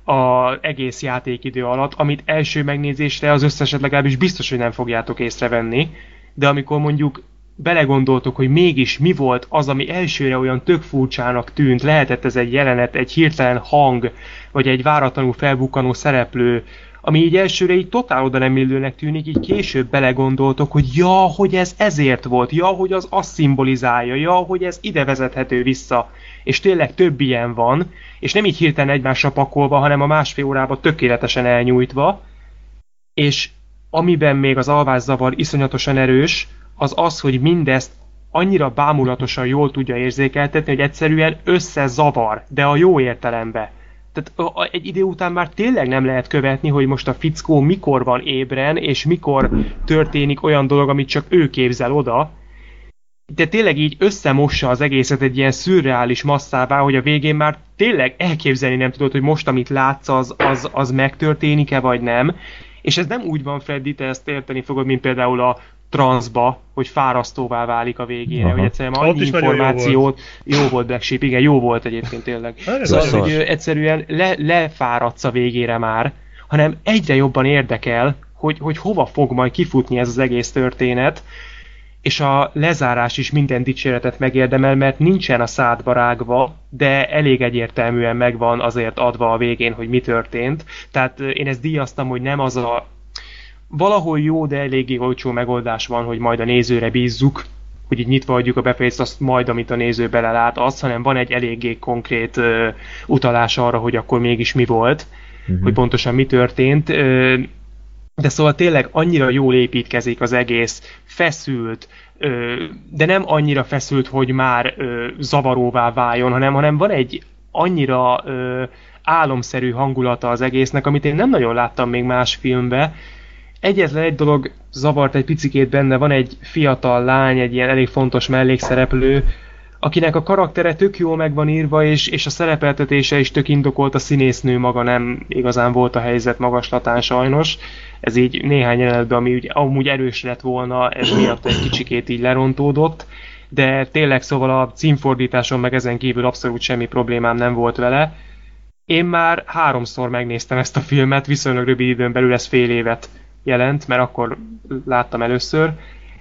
az egész játékidő alatt, amit első megnézésre az összeset legalábbis biztos, hogy nem fogjátok észrevenni, de amikor mondjuk belegondoltok, hogy mégis mi volt az, ami elsőre olyan tök furcsának tűnt, lehetett ez egy jelenet, egy hirtelen hang, vagy egy váratlanul felbukkanó szereplő, ami így elsőre így totál oda nem illőnek tűnik, így később belegondoltok, hogy ja, hogy ez ezért volt, ja, hogy az azt szimbolizálja, ja, hogy ez ide vezethető vissza, és tényleg több ilyen van, és nem így hirtelen egymásra pakolva, hanem a másfél órában tökéletesen elnyújtva, és amiben még az alvászavar iszonyatosan erős, az az, hogy mindezt annyira bámulatosan jól tudja érzékeltetni, hogy egyszerűen összezavar, de a jó értelemben. Tehát egy idő után már tényleg nem lehet követni, hogy most a fickó mikor van ébren, és mikor történik olyan dolog, amit csak ő képzel oda. De tényleg így összemossa az egészet egy ilyen szürreális masszává, hogy a végén már tényleg elképzelni nem tudod, hogy most amit látsz, az, az, az megtörténik-e vagy nem. És ez nem úgy van, Freddy, te ezt érteni fogod, mint például a transzba, hogy fárasztóvá válik a végére, aha, hogy egyszerűen annyi információt, jó volt. jó volt Black Sheep, igen, jó volt egyébként tényleg. Szóval, hogy egyszerűen le, lefáradsz a végére már, hanem egyre jobban érdekel, hogy, hogy hova fog majd kifutni ez az egész történet, és a lezárás is minden dicséretet megérdemel, mert nincsen a szádba rágva, de elég egyértelműen megvan azért adva a végén, hogy mi történt. Tehát én ezt díjaztam, hogy nem az a valahol jó, de eléggé olcsó megoldás van, hogy majd a nézőre bízzuk, hogy így nyitva adjuk a befejezést, azt majd, amit a néző belelát, az, hanem van egy eléggé konkrét uh, utalás arra, hogy akkor mégis mi volt, uh-huh. hogy pontosan mi történt. Uh, de szóval tényleg annyira jól építkezik az egész, feszült, uh, de nem annyira feszült, hogy már uh, zavaróvá váljon, hanem, hanem van egy annyira uh, álomszerű hangulata az egésznek, amit én nem nagyon láttam még más filmbe. Egyetlen egy dolog zavart egy picikét benne, van egy fiatal lány, egy ilyen elég fontos mellékszereplő, akinek a karaktere tök jól meg van írva, és, és a szerepeltetése is tök indokolt, a színésznő maga nem igazán volt a helyzet magaslatán sajnos. Ez így néhány jelenetben, ami ugye, amúgy erős lett volna, ez miatt egy kicsikét így lerontódott, de tényleg szóval a címfordításon meg ezen kívül abszolút semmi problémám nem volt vele. Én már háromszor megnéztem ezt a filmet, viszonylag rövid időn belül, ez fél évet jelent, mert akkor láttam először,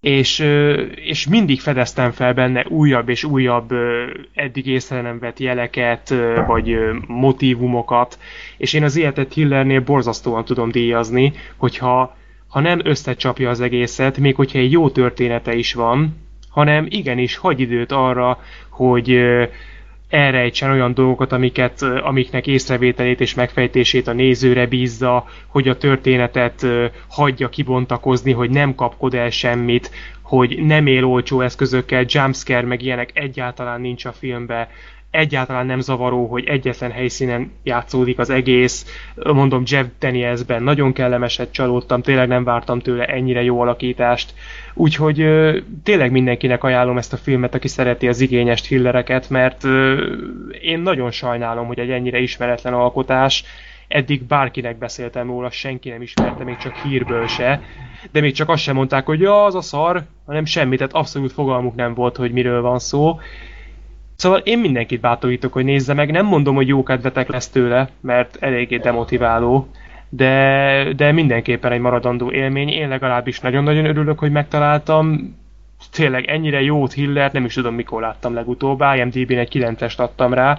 és, és mindig fedeztem fel benne újabb és újabb eddig észre nem vett jeleket, vagy motívumokat, és én az életet Hillernél borzasztóan tudom díjazni, hogyha ha nem összecsapja az egészet, még hogyha egy jó története is van, hanem igenis hagy időt arra, hogy elrejtsen olyan dolgokat, amiket, amiknek észrevételét és megfejtését a nézőre bízza, hogy a történetet hagyja kibontakozni, hogy nem kapkod el semmit, hogy nem él olcsó eszközökkel, jumpscare meg ilyenek egyáltalán nincs a filmben, egyáltalán nem zavaró, hogy egyetlen helyszínen játszódik az egész. Mondom, Jeff Danielsben nagyon kellemeset csalódtam, tényleg nem vártam tőle ennyire jó alakítást. Úgyhogy ö, tényleg mindenkinek ajánlom ezt a filmet, aki szereti az igényes thrillereket, mert ö, én nagyon sajnálom, hogy egy ennyire ismeretlen alkotás. Eddig bárkinek beszéltem róla, senki nem ismerte, még csak hírből se. De még csak azt sem mondták, hogy ja, az a szar, hanem semmi, tehát abszolút fogalmuk nem volt, hogy miről van szó. Szóval én mindenkit bátorítok, hogy nézze meg. Nem mondom, hogy jó kedvetek lesz tőle, mert eléggé demotiváló, de, de mindenképpen egy maradandó élmény. Én legalábbis nagyon-nagyon örülök, hogy megtaláltam. Tényleg ennyire jó thrillert, nem is tudom, mikor láttam legutóbb. I M D B-n egy kilencest adtam rá,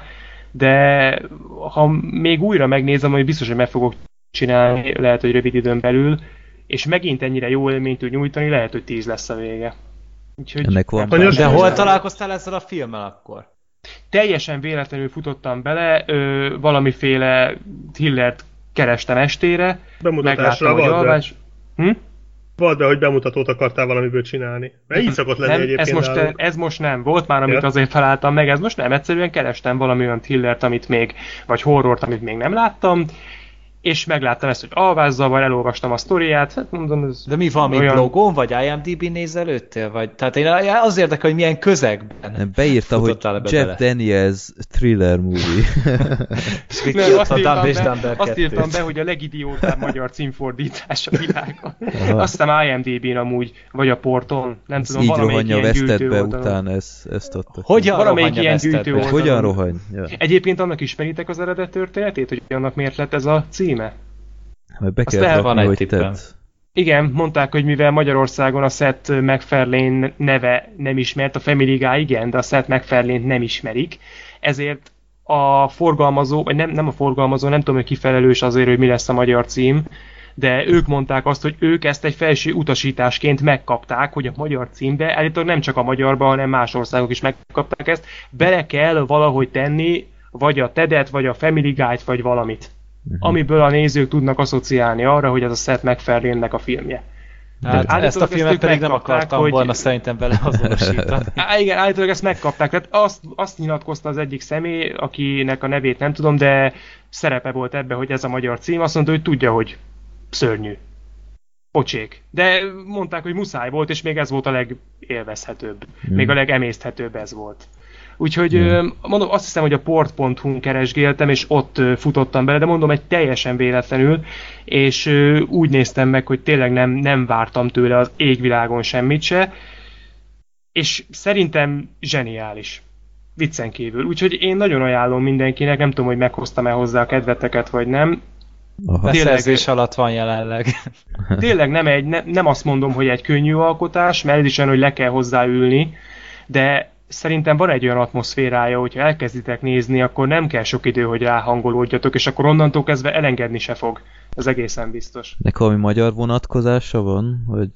de ha még újra megnézem, hogy biztos, hogy meg fogok csinálni, lehet, hogy rövid időn belül, és megint ennyire jó élményt tud nyújtani, lehet, hogy tíz lesz a vége. Úgyhogy ennek van. De hol találkoztál ezzel a filmmel akkor? Teljesen véletlenül futottam bele, ö, valamiféle thrillert kerestem estére. Bemutatásra megláttam, hogy alvás... Hm? Vald be, hogy bemutatót akartál valamiből csinálni. Mert így szokott lenni nem, egyébként ez most, ez most nem. Volt már, amit ja. azért találtam meg, ez most nem. Egyszerűen kerestem valami olyan thrillert, amit még, vagy horrort, amit még nem láttam, és megláttam ezt, hogy alvázzavar, elolvastam a sztoriát, hát mondom, ez de mi valami olyan... blogon, vagy I M D B nézelődtél? Vagy... Tehát én az érdekel, hogy milyen közegben beírta, hogy Jeff bele. Daniels thriller movie. Nem, azt, írtam be, azt írtam be, hogy a legidiótább magyar címfordítás a világon. Azt hiszem I M D B-n amúgy, vagy a porton, nem ez tudom, így valamelyik ilyen gyűjtő be után ezt, ezt adta. Hogyan valamelyik ilyen gyűjtő oldalon. Hogyan rohany? Ja. Egyébként annak ismeritek az eredet történetét, hogy annak miért lett ez a címe? Mert be kell rakni, hogy tett. Igen, mondták, hogy mivel Magyarországon a Seth MacFarlane neve nem ismert, a Family Guy igen, de a Seth MacFarlane-t nem ismerik, ezért a forgalmazó, vagy nem, nem a forgalmazó, nem tudom, hogy ki felelős azért, hogy mi lesz a magyar cím, de ők mondták azt, hogy ők ezt egy felső utasításként megkapták, hogy a magyar címbe, állítólag nem csak a magyarban, hanem más országok is megkapták ezt, bele kell valahogy tenni, vagy a Tedet, vagy a Family Guy-t, vagy valamit. Uh-huh. Amiből a nézők tudnak asszociálni arra, hogy ez a Seth MacFarlane-nek a filmje. Hát, hát ezt a filmet pedig nem akartam hogy... volna szerintem beleazonosítani. Á, igen, állítólag ezt megkapták. Tehát azt, azt nyilatkozta az egyik személy, akinek a nevét nem tudom, de szerepe volt ebbe, hogy ez a magyar cím. Azt mondta, hogy tudja, hogy szörnyű. Pocsék. De mondták, hogy muszáj volt, és még ez volt a legélvezhetőbb. Hmm. Még a legemészthetőbb ez volt. Úgyhogy hmm. mondom, azt hiszem, hogy a port pont hu-n keresgéltem, és ott futottam bele, de mondom, egy teljesen véletlenül, és úgy néztem meg, hogy tényleg nem, nem vártam tőle az égvilágon semmit se, és szerintem zseniális. Viccen kívül. Úgyhogy én nagyon ajánlom mindenkinek, nem tudom, hogy meghoztam-e hozzá a kedveteket, vagy nem. Beszerzés alatt van jelenleg. Tényleg nem, egy, ne, nem azt mondom, hogy egy könnyű alkotás, mert ez is olyan, hogy le kell hozzáülni, de szerintem van egy olyan atmoszférája, hogyha elkezditek nézni, akkor nem kell sok idő, hogy ráhangolódjatok, és akkor onnantól kezdve elengedni se fog. Ez egészen biztos. Nek valami magyar vonatkozása van? Vagy...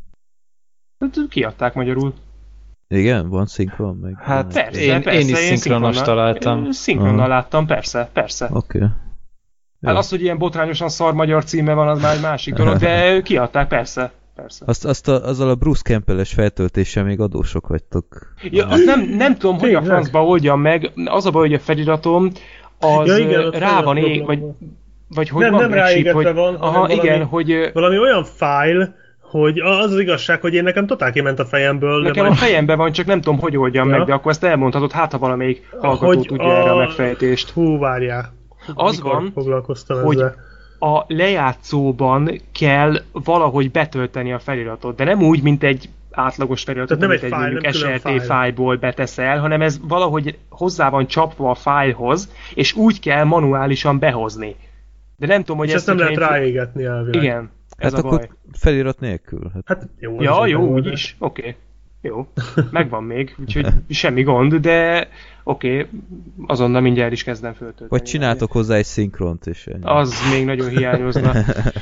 Kiadták magyarul. Igen? Van szinkron? Meg hát persze, én, persze, én is én szinkronnal találtam. Szinkronnal uh-huh. láttam, persze, persze. Oké. Okay. Hát az, hogy ilyen botrányosan szar magyar címe van, az már egy másik dolog, de kiadták, persze. Persze. Azt, azt a, azzal a Bruce Campbell-es feltöltéssel még adósok vagytok. Ja, azt nem, nem tudom, hogy a francba oldjam meg. Az a baj, hogy a feliratom az ja, igen, rá van ég, vagy, vagy hogy nem, van nem ráégetve hogy, van, aha, valami, igen, hogy... valami olyan fájl, hogy az az igazság, hogy én nekem totál kiment a fejemből. Nekem majd... a fejemben van, csak nem tudom, hogy oldjam ja. meg, de akkor ezt elmondhatod, hát ha valamelyik hallgató hogy tudja a... erre a megfejtést. Hú, várjál. Az Mikor van, foglalkoztam hogy ezzel? A lejátszóban kell valahogy betölteni a feliratot, de nem úgy, mint egy átlagos feliratot, nem amit egy egy fájl, mondjuk es el té fájlból beteszel, hanem ez valahogy hozzá van csapva a fájlhoz, és úgy kell manuálisan behozni. De nem tudom, hogy és ezt, ezt nem lehet ráégetni elvileg. Igen. Ez hát a akkor baj. felirat nélkül. Hát, Hát jó. Ja, ez jó, volt. úgyis. Oké. Okay. Jó. Megvan még, úgyhogy semmi gond, de oké, okay, azonnal mindjárt is kezdem föltölteni. vagy csináltok hozzá egy szinkront is. Ennyi. Az még nagyon hiányozna.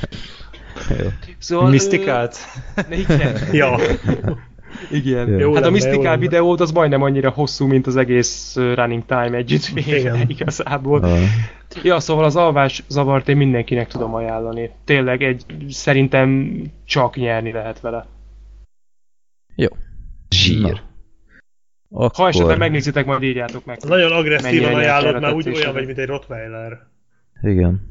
Jó. Szóval... Misztikát? ö, Igen. Ja. Igen. Jó Jó, hát lenne, a jó Mystical lenne. videót az majdnem annyira hosszú, mint az egész ö, Running Time együttvéve Igen. igazából. Ah. Ja, szóval az alvás zavart én mindenkinek tudom ajánlani. Tényleg egy, szerintem csak nyerni lehet vele. Jó. Zsír. Akkor... Ha esetleg megnézitek, majd írjátok meg. Nagyon agresszívan Mennyire ajánlott, nyert már úgy tetszésre. olyan vagy, mint egy Rottweiler. Igen.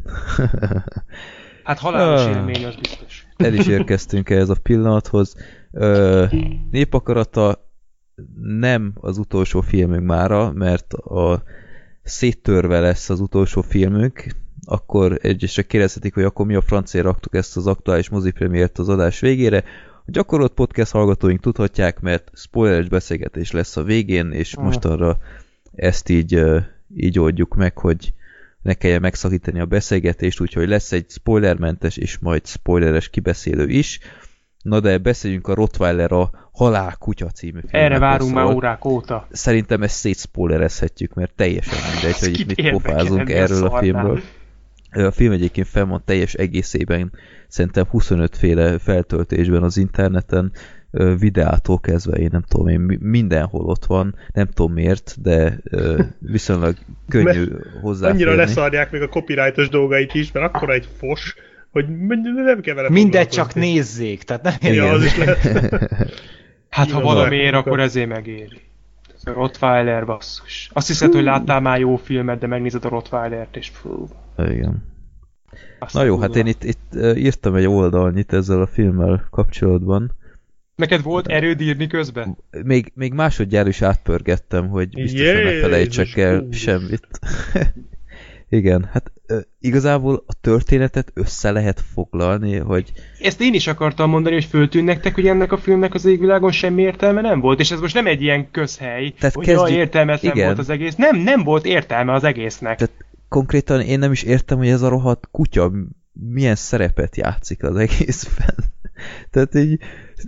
Hát halálos Ah. élmény, az biztos. El is érkeztünk ehhez a pillanathoz. Ö, Népakarata nem az utolsó filmünk mára, mert a széttörve lesz az utolsó filmünk, akkor egyesek kérdezhetik, hogy akkor mi a francia raktuk ezt az aktuális mozipremiért az adás végére. A gyakorolt podcast hallgatóink tudhatják, mert spoileres beszélgetés lesz a végén, és Ah. mostanra ezt így, ö, így oldjuk meg, hogy ne kelljen megszakítani a beszélgetést, úgyhogy lesz egy spoilermentes és majd spoileres kibeszélő is. Na de beszéljünk a Rottweiler a Halál kutya című filmről. Erre várunk már órák óta. Szerintem ezt szétszpoilerezhetjük, mert teljesen mindegy, hogy itt Kit mit érdekel, pofázunk mi a erről a szarnál? filmről. A film egyébként fenn van teljes egészében, szerintem huszonöt féle feltöltésben az interneten, ö, videától kezdve, én nem tudom, én mi- mindenhol ott van, nem tudom miért, de ö, viszonylag könnyű hozzáférni. Annyira leszarják még a copyrightos dolgait is, mert akkora egy fos, hogy nem kell vele Mindegy, csak foglalkozni. nézzék, tehát nem Ja, Igen. az is lehet. Hát ha Igen, valamiért, akkor- akkor ezért megéri. Ez a Rottweiler basszus. Azt hiszed, hogy láttál már jó filmet, de megnézed a Rottweilert, és fú. Igen. Aztán Na jó, kurva. hát én itt, itt ö, írtam egy oldalnyit ezzel a filmmel kapcsolatban. Neked volt erőd írni közben? Még, még másodjára is átpörgettem, hogy biztosan ne Jézus felejtsek el Krisztus. semmit. Igen, hát ö, igazából a történetet össze lehet foglalni, hogy Ezt én is akartam mondani, hogy föltűnt nektek, hogy ennek a filmnek az égvilágon semmi értelme nem volt, és ez most nem egy ilyen közhely, Tehát hogy kezdjük- jaj, értelmetlen igen. volt az egész. Nem, nem volt értelme az egésznek. Tehát konkrétan én nem is értem, hogy ez a rohadt kutya milyen szerepet játszik az egészben. Tehát így...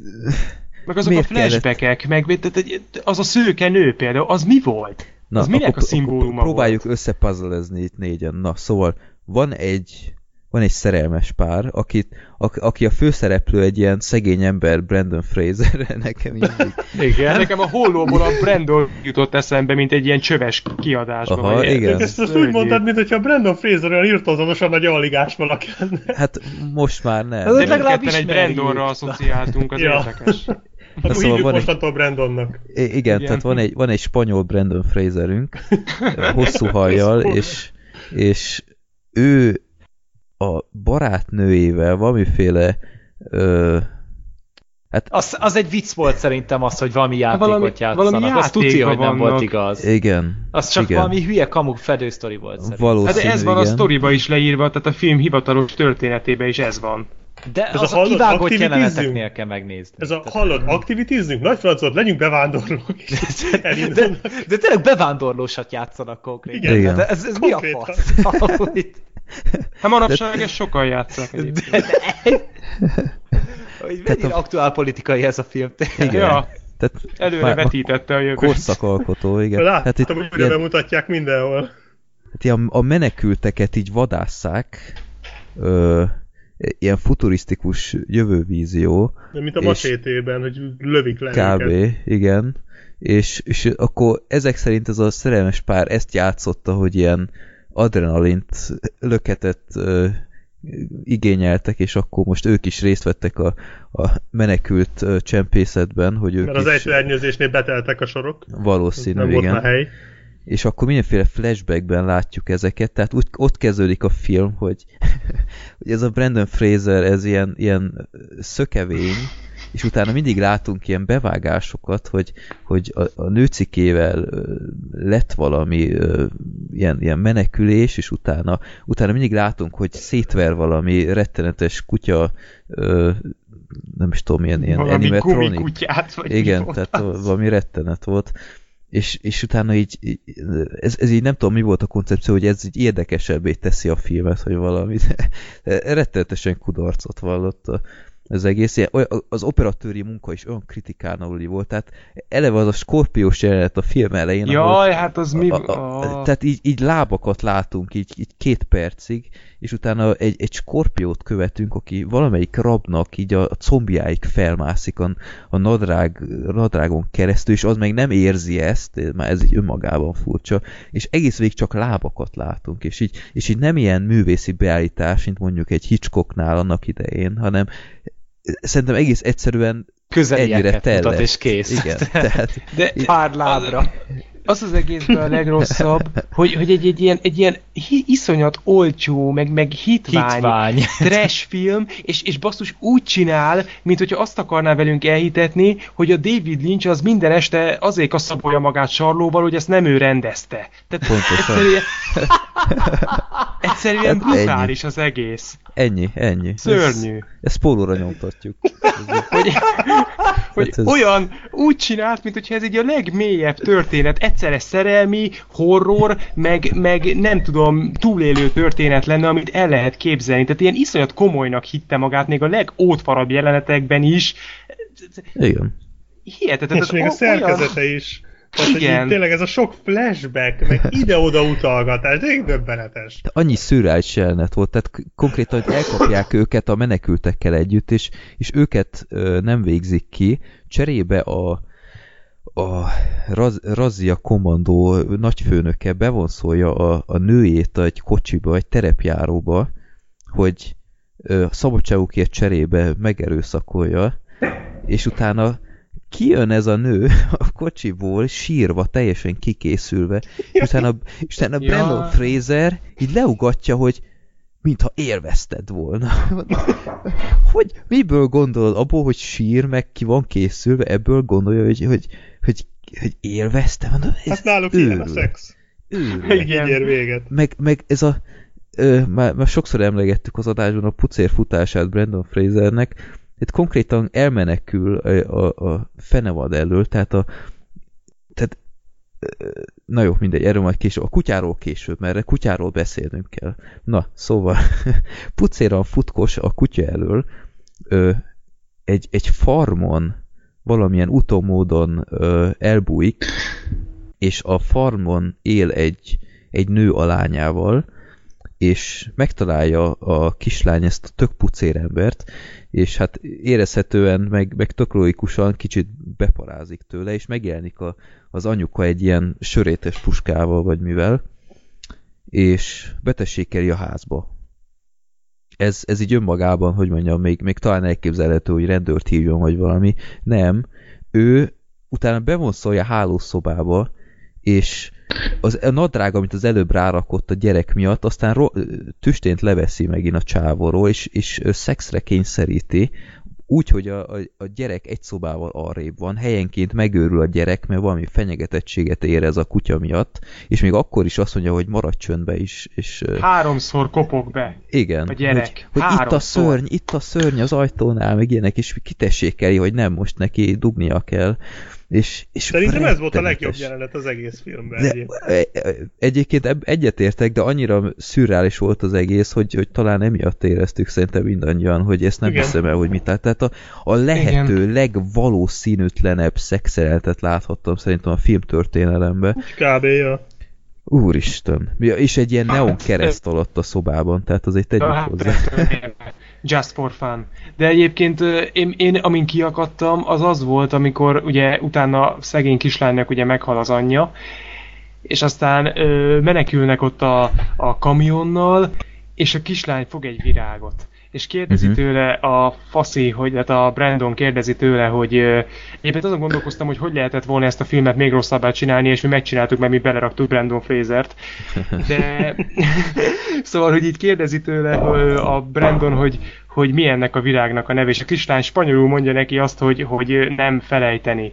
Meg azok miért a flashbackek, meg tehát az a szőke nő például, az mi volt? Na, az minek akkor, a szimbóluma akkor próbáljuk volt? összepuzzlezni itt négyen. Na, szóval van egy van egy szerelmes pár, akit, a, aki a főszereplő egy ilyen szegény ember, Brandon Fraser, nekem mindig. Igen. Nekem a hollóból a Brandon jutott eszembe, mint egy ilyen csöves kiadásban. Aha, vagy igen. Ezt azt úgy Szörnyű. mondtad, mintha Brandon Fraser olyan irtózatosan nagy alligás valaki lenne. Hát most már nem. Ez De legalább mindketten egy ismerjük. Brandonra asszociáltunk, az Ja. érdekes. Akkor szóval hívjuk van egy- mostantól Brandonnak. I- igen, Igen. tehát van egy, van egy spanyol Brandon Fraserünk, hosszú hajjal, és, és ő a barátnőjével valamiféle ö, hát Az, az egy vicc volt szerintem az, hogy valami játékot valami- játszanak. valami Az tuti, játéka hogy nem vannak. volt igaz. igen. Az csak igen. valami hülye kamu fedősztori volt szerintem. Valószínű, Hát ez van a igen. sztoriba is leírva, tehát a film hivatalos történetében is ez van. De Ez az a a hallott kivágott aktivitízzünk? jeleneteknél kell megnézni. Ez a hallod, aktivitízzünk? Nagy francot, legyünk bevándorlók. De, Elindulnak. de tényleg bevándorlósat játszanak konkrétan. Igen. Igen. De ez, ez mi a Konkrétan. fasz? Hogy- Hát manapság ezt sokan játszanak De, egyébként. de, hogy mennyire a- aktuálpolitikai ez a film. tényleg. Igen. Ja, Tehát előre már- vetítette a jövőt. korszakalkotó, igen. Láttam, Hát itt hogy újra ilyen, bemutatják mindenhol. hát ilyen a menekülteket így vadásszák, ö, ilyen futurisztikus jövővízió, De mint a És- macsétében, hogy lövik le kb. őket. Igen. És, és akkor ezek szerint ez a szerelmes pár ezt játszotta, hogy ilyen adrenalint, löketet ö, igényeltek, és akkor most ők is részt vettek a, a menekült ö, csempészetben, hogy ők Mert az is ejtőernyőzésnél beteltek a sorok. valószínű, Nem volt igen. már hely. És akkor mindenféle flashbackben látjuk ezeket, tehát úgy, ott kezdődik a film, hogy, hogy ez a Brandon Fraser, ez ilyen, ilyen szökevény, és utána mindig látunk ilyen bevágásokat, hogy, hogy a, a nőcikével ö, lett valami ö, ilyen, ilyen menekülés, és utána, utána mindig látunk, hogy szétver valami rettenetes kutya, ö, nem is tudom, ilyen, ilyen Valami animatronic. gumikutyát, vagy mi Igen, volt tehát az? valami rettenet volt. és, és utána így, ez, ez így nem tudom, mi volt a koncepció, hogy ez így érdekesebbé teszi a filmet, hogy valami, de rettenetesen kudarcot vallott az egész. Az operatőri munka is olyan kritikán aluli volt, tehát eleve az a skorpiós jelenet a film elején. Jaj, hát az mi... A, a, a, tehát így, így lábakat látunk, így, így két percig, és utána egy, egy skorpiót követünk, aki valamelyik rabnak így a, a combjáig felmászik a, a nadrág, nadrágon keresztül, és az meg nem érzi ezt, már ez így önmagában furcsa, és egész végig csak lábakat látunk, és így, és így nem ilyen művészi beállítás, mint mondjuk egy Hitchcocknál annak idején, hanem szerintem egész egyszerűen ennyire tellett. És kész. Igen, tehát... De pár lábra. Az az egészben a legrosszabb, hogy, hogy egy, egy ilyen, egy ilyen hi, iszonyat olcsó, meg, meg hitvány, hitvány. trash film, és, és basszus úgy csinál, mint hogyha azt akarná velünk elhitetni, hogy a David Lynch az minden este azért kaszabolja magát sarlóval, hogy ezt nem ő rendezte. Tehát pontosan. Egyszerűen, egyszerűen brutális az egész. Ennyi, ennyi. Szörnyű. Ezt, ezt pólóra nyomtatjuk. Hogy, hogy ez... olyan úgy csinált, mint hogyha ez így a legmélyebb történet, egyszerre szerelmi, horror, meg, meg nem tudom, túlélő történet lenne, amit el lehet képzelni. Tehát ilyen iszonyat komolynak hitte magát, még a legótfarabb jelenetekben is. Igen. Hihetetlen. És még a szerkezete olyan... is. Tehát, igen. Tényleg ez a sok flashback, meg ide-oda utalgatás, de döbbenetes. De annyi szürreális jelenet volt, tehát konkrétan, hogy elkapják őket a menekültekkel együtt, és, és őket ö, nem végzik ki, cserébe a, a raz, Razzia kommandó nagyfőnöke bevonszolja a, a nőjét egy kocsiba, egy terepjáróba, hogy ö, szabadságukért cserébe megerőszakolja, és utána kijön ez a nő a kocsiból, sírva, teljesen kikészülve, és utána, és utána ja. Brandon Fraser így leugatja, hogy mintha élvezted volna. Hogy miből gondolod? Abból, hogy sír, meg ki van készülve, ebből gondolja, hogy, hogy, hogy, hogy élvezte? Mondom, hát náluk ilyen a szex. Így ér véget. Meg, meg ez a ö, már, már sokszor emlegettük az adásban a pucér futását Brandon Frasernek. Itt konkrétan elmenekül a, a, a fenevad elől, tehát a tehát, na jó, mindegy, erről majd később, a kutyáról később, mert a kutyáról beszélnünk kell. Na, szóval pucéran futkos a kutya elől ö, egy, egy farmon valamilyen utómódon ö, elbújik, és a farmon él egy, egy nő a lányával, és megtalálja a kislány ezt a tök pucérembert, és hát érezhetően, meg, meg tök logikusan kicsit beparázik tőle, és megjelenik a, az anyuka egy ilyen sörétes puskával, vagy mivel, és betessékeli a házba. Ez, ez így önmagában, hogy mondjam, még, még talán elképzelhető, hogy rendőrt hívjon, vagy valami. Nem, ő utána bevonszolja a hálószobába, és az, a nadrág, amit az előbb rárakott a gyerek miatt, aztán ro- tüstént leveszi megint a csávóról, és, és szexre kényszeríti, úgy, hogy a, a, a gyerek egy szobával arrébb van, helyenként megőrül a gyerek, mert valami fenyegetettséget érez a kutya miatt, és még akkor is azt mondja, hogy maradj csöndbe is. És, háromszor kopog be igen, a gyerek. Hogy, hogy itt a szörny, itt a szörny az ajtónál, meg ilyenek, és kitessékeli, hogy nem, most neki dugnia kell. És, és szerintem ez volt a legjobb jelenet az egész filmben. De, egyébként egyetértek, de annyira szürreális volt az egész, hogy, hogy talán emiatt éreztük szerintem mindannyian, hogy ezt nem hiszem el, hogy mit lát. Tehát a, a lehető igen. legvalószínűtlenebb szexeltet láthattam szerintem a filmtörténelemben. Kb. Ja. Úristen. És egy ilyen neon kereszt alatt a szobában, tehát azért tegyük hozzá. Just for fun. De egyébként én, én amin kiakadtam, az az volt, amikor ugye utána szegény kislánynak ugye meghal az anyja, és aztán ö, menekülnek ott a, a kamionnal, és a kislány fog egy virágot. És kérdezi uh-huh. tőle a faszi, hogy hát a Brandon kérdezi tőle, hogy uh, egyébként azon gondolkoztam, hogy hogy lehetett volna ezt a filmet még rosszabbá csinálni, és mi megcsináltuk, mert mi beleraktuk Brandon Frasert. De szóval, hogy így kérdezi tőle a Brandon, hogy, hogy mi ennek a virágnak a neve, és a kislány spanyolul mondja neki azt, hogy, hogy nem felejteni.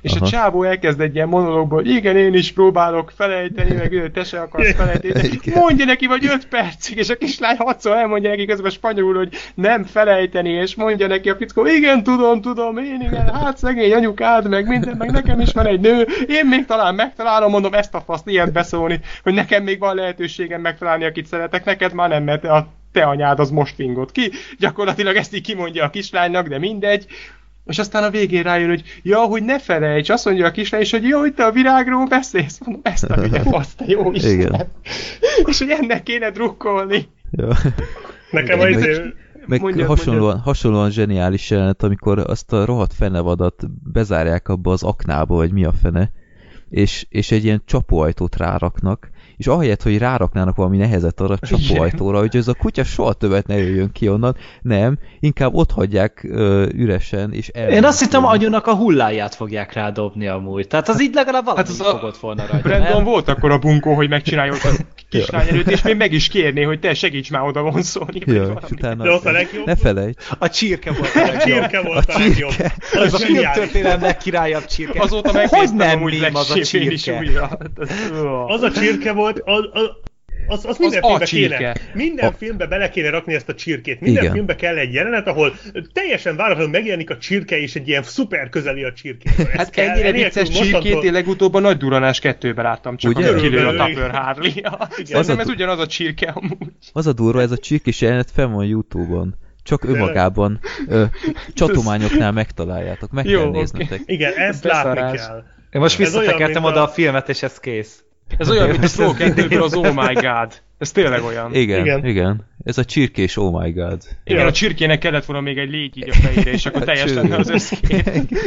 és Aha. a csávó elkezd egy ilyen monológból, igen, én is próbálok felejteni, meg te se akarsz felejteni, mondja neki, vagy öt percig, és a kislány hatszor elmondja neki közben spanyolul, hogy nem felejteni, és mondja neki a fickó, igen, tudom, tudom, én igen, hát szegény anyukád, meg minden, meg nekem is van egy nő, én még talán megtalálom, mondom, ezt a faszt, ilyet beszólni, hogy nekem még van lehetőségem megtalálni, akit szeretek, neked már nem, mert a te anyád az most fingott ki. Gyakorlatilag ezt így kimondja a kislánynak, de mindegy. És aztán a végén rájön, hogy ja, hogy ne felejts, azt mondja a kislány is, hogy jó, hogy te a virágról beszélsz, mondom, ezt a hülye fasz, te jó Isten. Igen. És hogy ennek kéne drukkolni. Ja. Nekem az izé... Meg Mondjad, hasonlóan, mondjad. hasonlóan zseniális jelenet, amikor azt a rohadt fenevadat bezárják abba az aknába, vagy mi a fene, és, és egy ilyen csapóajtót ráraknak, és ahelyett, hogy ráraknának valami nehezet arra a csapóajtóra, hogy ez a kutya soha többet ne jöjjön ki onnan, nem, inkább ott hagyják ö, üresen, és el. Én azt hittem, agyonnak a hulláját fogják rádobni amúgy. Tehát az így legalább valami hát fogott volna rajta. Brandon volt akkor a bunkó, hogy megcsinálja ott a kislány előtt, és még meg is kérné, hogy te segíts már oda vonszolni. Ja, utána De ott a legjobb... Ne felejts. A csirke volt a A legjobb. csirke volt a, a legjobb. Az a filmtörténelem legkirályabb csirke. Azóta Hogy megnéztem nem amúgy mém az a legsévén is csirke? újra. Az a csirke volt, az, az, az, az minden filmbe csirke. kéne. Minden A- filmbe bele kéne rakni ezt a csirkét. Minden Igen. filmbe kell egy jelenet, ahol teljesen váratlanul megjelenik a csirke, és egy ilyen szuper közeli a csirkétől. Ez Hát kell, ennyire enélkül vicces mostantól- csirkét én legutóbb a Nagy Duranás kettőben láttam, csak Ugye? a kilő a Körülbelül. Tupper Harley. Szerintem Az a- ez ugyanaz a csirke amúgy. Az a durva, ez a csirkés jelenet fenn van YouTube-on. Csak önmagában ö, csatományoknál megtaláljátok, meg Jó, kell oké. néznetek. Igen, ezt Beszarás. látni kell. Én most Ez olyan, visszafekeltem mint oda a- a filmet, és ez kész. Ez olyan, mint a Troll kettőből az Oh My God. Ez tényleg olyan. Igen, igen, Igen. igen. Ez a csirkés oh my god. Igen, Ja. a csirkének kellett volna még egy légy így a fejére, és akkor teljes lenne az összkép.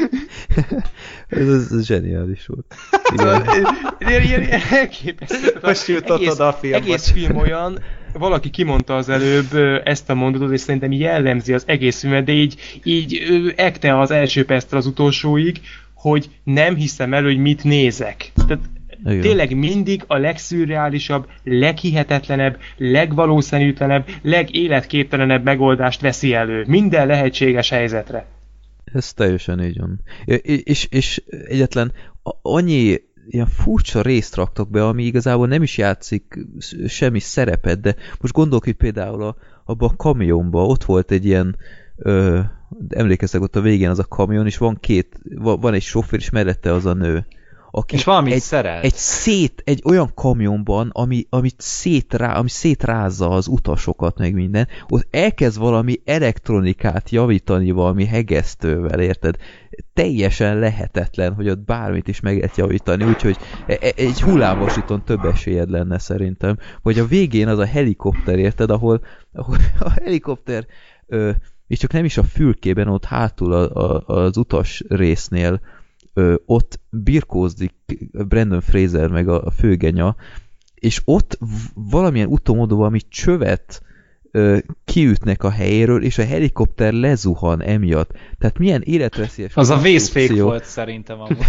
ez, ez, ez zseniális volt. Igen. Ilyen, ilyen, ilyen elképesztő. Most jutott Egész- oda a film. Egész film olyan, valaki kimondta az előbb ö, ezt a mondatot, és szerintem jellemzi az egész filmet, de így, így ö, ekte az első perctől az utolsóig, hogy nem hiszem el, hogy mit nézek. Tehát Igen. tényleg mindig a legszürreálisabb, leghihetetlenebb, legvalószínűtlenebb, legéletképtelenebb megoldást veszi elő. Minden lehetséges helyzetre. Ez teljesen így van. És, és, és egyetlen a- annyi ilyen furcsa részt raktak be, ami igazából nem is játszik semmi szerepet, de most gondolok, hogy például a, abban a kamionban ott volt egy ilyen ö, emlékeztek, ott a végén az a kamion, és van két, van, van egy sofőr, és mellette az a nő. Aki És valamit egy, szerelt. egy szét, egy olyan kamionban, ami, amit szétrá, ami szétrázza az utasokat, meg minden, ott elkezd valami elektronikát javítani valami hegesztővel, érted? Teljesen lehetetlen, hogy ott bármit is meg lehet javítani, úgyhogy e- e- egy hullámvasúton több esélyed lenne szerintem. Vagy a végén az a helikopter, érted, ahol, ahol a helikopter ö, és csak nem is a fülkében, ott hátul a, a, az utas résznél Ö, ott birkózdik Brandon Fraser meg a, a főgenya, és ott v- valamilyen utómódon valami csövet ö, kiütnek a helyéről, és a helikopter lezuhan emiatt. Tehát milyen életveszélyes Az a konstrukció. vészfék volt szerintem amúgy.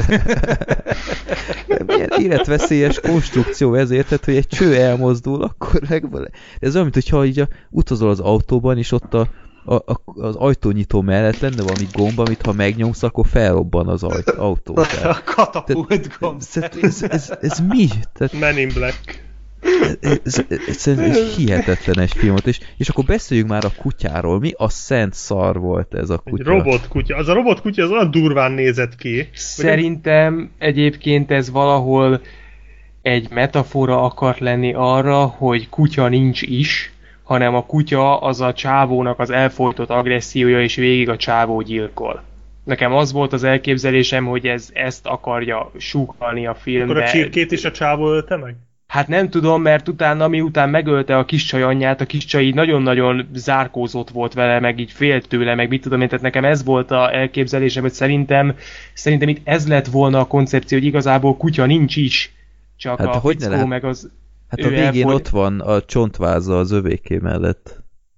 Milyen életveszélyes konstrukció ezért, tehát, hogy egy cső elmozdul, akkor meg... Ez olyan, mint hogyha így a, utazol az autóban, és ott a A, a, az ajtónyitó mellett lenne valami gomb, amit ha megnyomsz, akkor felrobban az ajt, autó. A katapult gomb Ez, ez, ez, ez mi? Tehát Men in Black. ez, ez, ez, ez hihetetlen egy film volt. És, és akkor beszéljünk már a kutyáról. Mi a szent szar volt ez a Egy kutya? robotkutya. Az a robotkutya az olyan durván nézett ki. Szerintem egyébként ez valahol egy metafora akart lenni arra, hogy kutya nincs is, hanem a kutya az a csávónak az elfolytott agressziója, és végig a csávó gyilkol. Nekem az volt az elképzelésem, hogy ez ezt akarja súgolni a filmbe. Akkor a csirkét is a csávó ölte meg? Hát nem tudom, mert utána, miután megölte a kis csaj anyját, a kis csaj így nagyon-nagyon zárkózott volt vele, meg így félt tőle, meg mit tudom én, tehát nekem ez volt az elképzelésem, hogy szerintem, szerintem itt ez lett volna a koncepció, hogy igazából kutya nincs is, csak Hát a hogy ne fickó lehet? meg az... Hát ő a végén elfoly- ott van a csontváza az övéké mellett.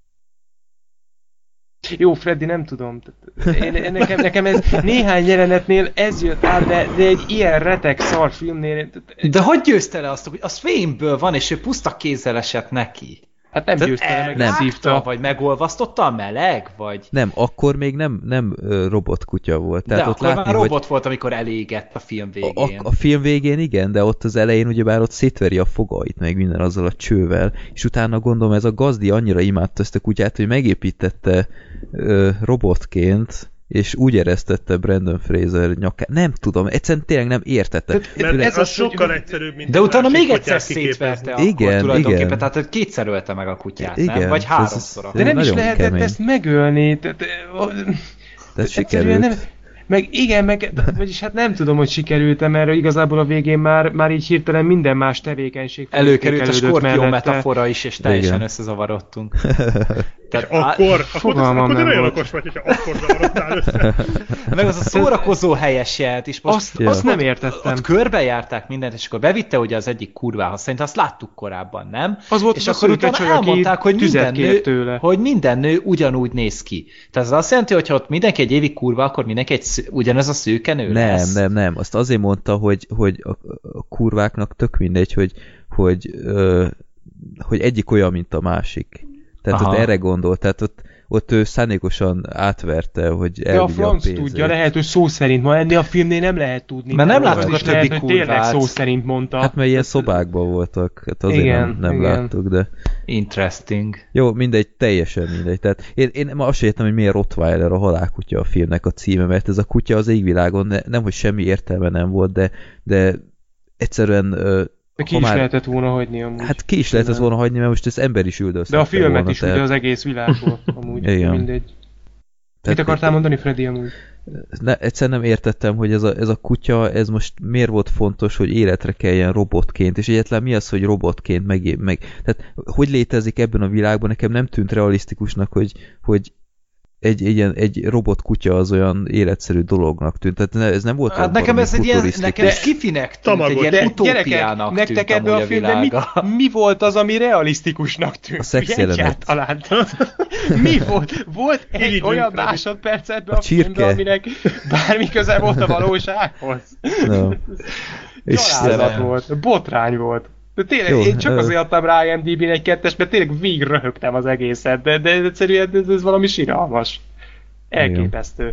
Jó, Freddy, nem tudom. Tehát Én, nekem, nekem ez néhány jelenetnél ez jött át, de, de egy ilyen retek szar filmnél... De hogy győzte le azt, hogy az fényből van, és ő puszta kézzel esett neki? Hát nem győzte, meg nem szívta. Vagy megolvasztotta a meleg? Vagy... Nem, akkor még nem, nem robotkutya volt. Tehát de ott akkor látni, már robot hogy... volt, amikor elégett a film végén. A, a film végén igen, de ott az elején ugyebár ott szétveri a fogait, meg minden azzal a csővel, és utána gondolom ez a gazdi annyira imádta ezt a kutyát, hogy megépítette ö, robotként, és úgy eresztette Brandon Fraser nyakát. Nem tudom, egyszerűen tényleg nem értettem. Mert ez az sokkal egyszerűbb, mint de utána még egyszer szétverte akkor igen, tulajdonképpen, igen. tehát kétszer ölte meg a kutyát, igen, nem? Vagy háromszor. De nem is lehetett kemény. ezt megölni. De, de, de sikerült. Nem, meg igen, meg, vagyis hát nem tudom, hogy sikerült-e, mert igazából a végén már, már így hirtelen minden más tevékenység előkerült a skorpió mellette. Metafora is, és teljesen igen. összezavarodtunk. Tehát akkor, akkor, akkor nem nagyon volt. okos vagy, hogyha akkor zavarodtál össze. Meg az a szórakozó helyes jelt is. Most Azt, azt nem értettem. Ott körbejárták mindent, és akkor bevitte ugye az egyik kurvához. Szerintem azt láttuk korábban, nem? Az volt és az akkor a utána szőke csaj, aki elmondták, hogy tüzet minden, kért nő, tőle. hogy minden nő ugyanúgy néz ki. Tehát az azt jelenti, hogy ha ott mindenki egy évig kurva, akkor mindenki egy sző, ugyanaz a szőkenő Nem, lesz. nem, nem. Azt azért mondta, hogy, hogy a, a kurváknak tök mindegy, hogy, hogy, ö, hogy egyik olyan, mint a másik. Tehát Aha. ott erre gondolt. Tehát ott, ott ő szándékosan átverte, hogy De a elvigye a franc pénzét. tudja, lehet, hogy szó szerint ma ennél a filmnél nem lehet tudni. Mert nem Az láttuk is a többi lehet, hogy tényleg kurvát. szó szerint mondta. Hát mert ilyen szobákban voltak, hát azért Igen, nem, nem igen. láttuk, de... Interesting. Jó, mindegy, teljesen mindegy. Tehát én, én ma azt sem értem, hogy miért Rottweiler a halálkutya a filmnek a címe, mert ez a kutya az égvilágon ne, nem, hogy semmi értelme nem volt, de, de egyszerűen... De ki is már... lehetett volna hagyni amúgy. Hát ki is lehetett volna hagyni, mert most ez ember is üldözte. De a filmet volna, is tehát... ugye az egész világból amúgy. Igen. Mindegy. Mit akartál mondani, Freddy, amúgy? Ne, egyszerűen nem értettem, hogy ez a, ez a kutya, ez most miért volt fontos, hogy életre keljen robotként, és egyáltalán mi az, hogy robotként meg, meg... Tehát hogy létezik ebben a világban, nekem nem tűnt realisztikusnak, hogy, hogy egy, egy, ilyen, egy robotkutya az olyan életszerű dolognak tűnt. Tehát ez nem volt hát nekem ez egy ilyen, nekem skifinek tűnt, egy ilyen de utópiának gyerekek, tűnt nektek ebben a filmben mi, mi volt az, ami realisztikusnak tűnt? A szexjelenet. Mi volt? Volt egy Így olyan Freddy. másodperc ebben A a, a filmben, csirke. aminek bármi köze volt a valósághoz? No. Gyalázat volt, botrány volt. De tényleg, Jó, én csak ö... azért adtam rá IMDb-n egy kettes, mert tényleg végig röhögtem az egészet, de, de egyszerűen ez, ez valami siralmas. Elképesztő.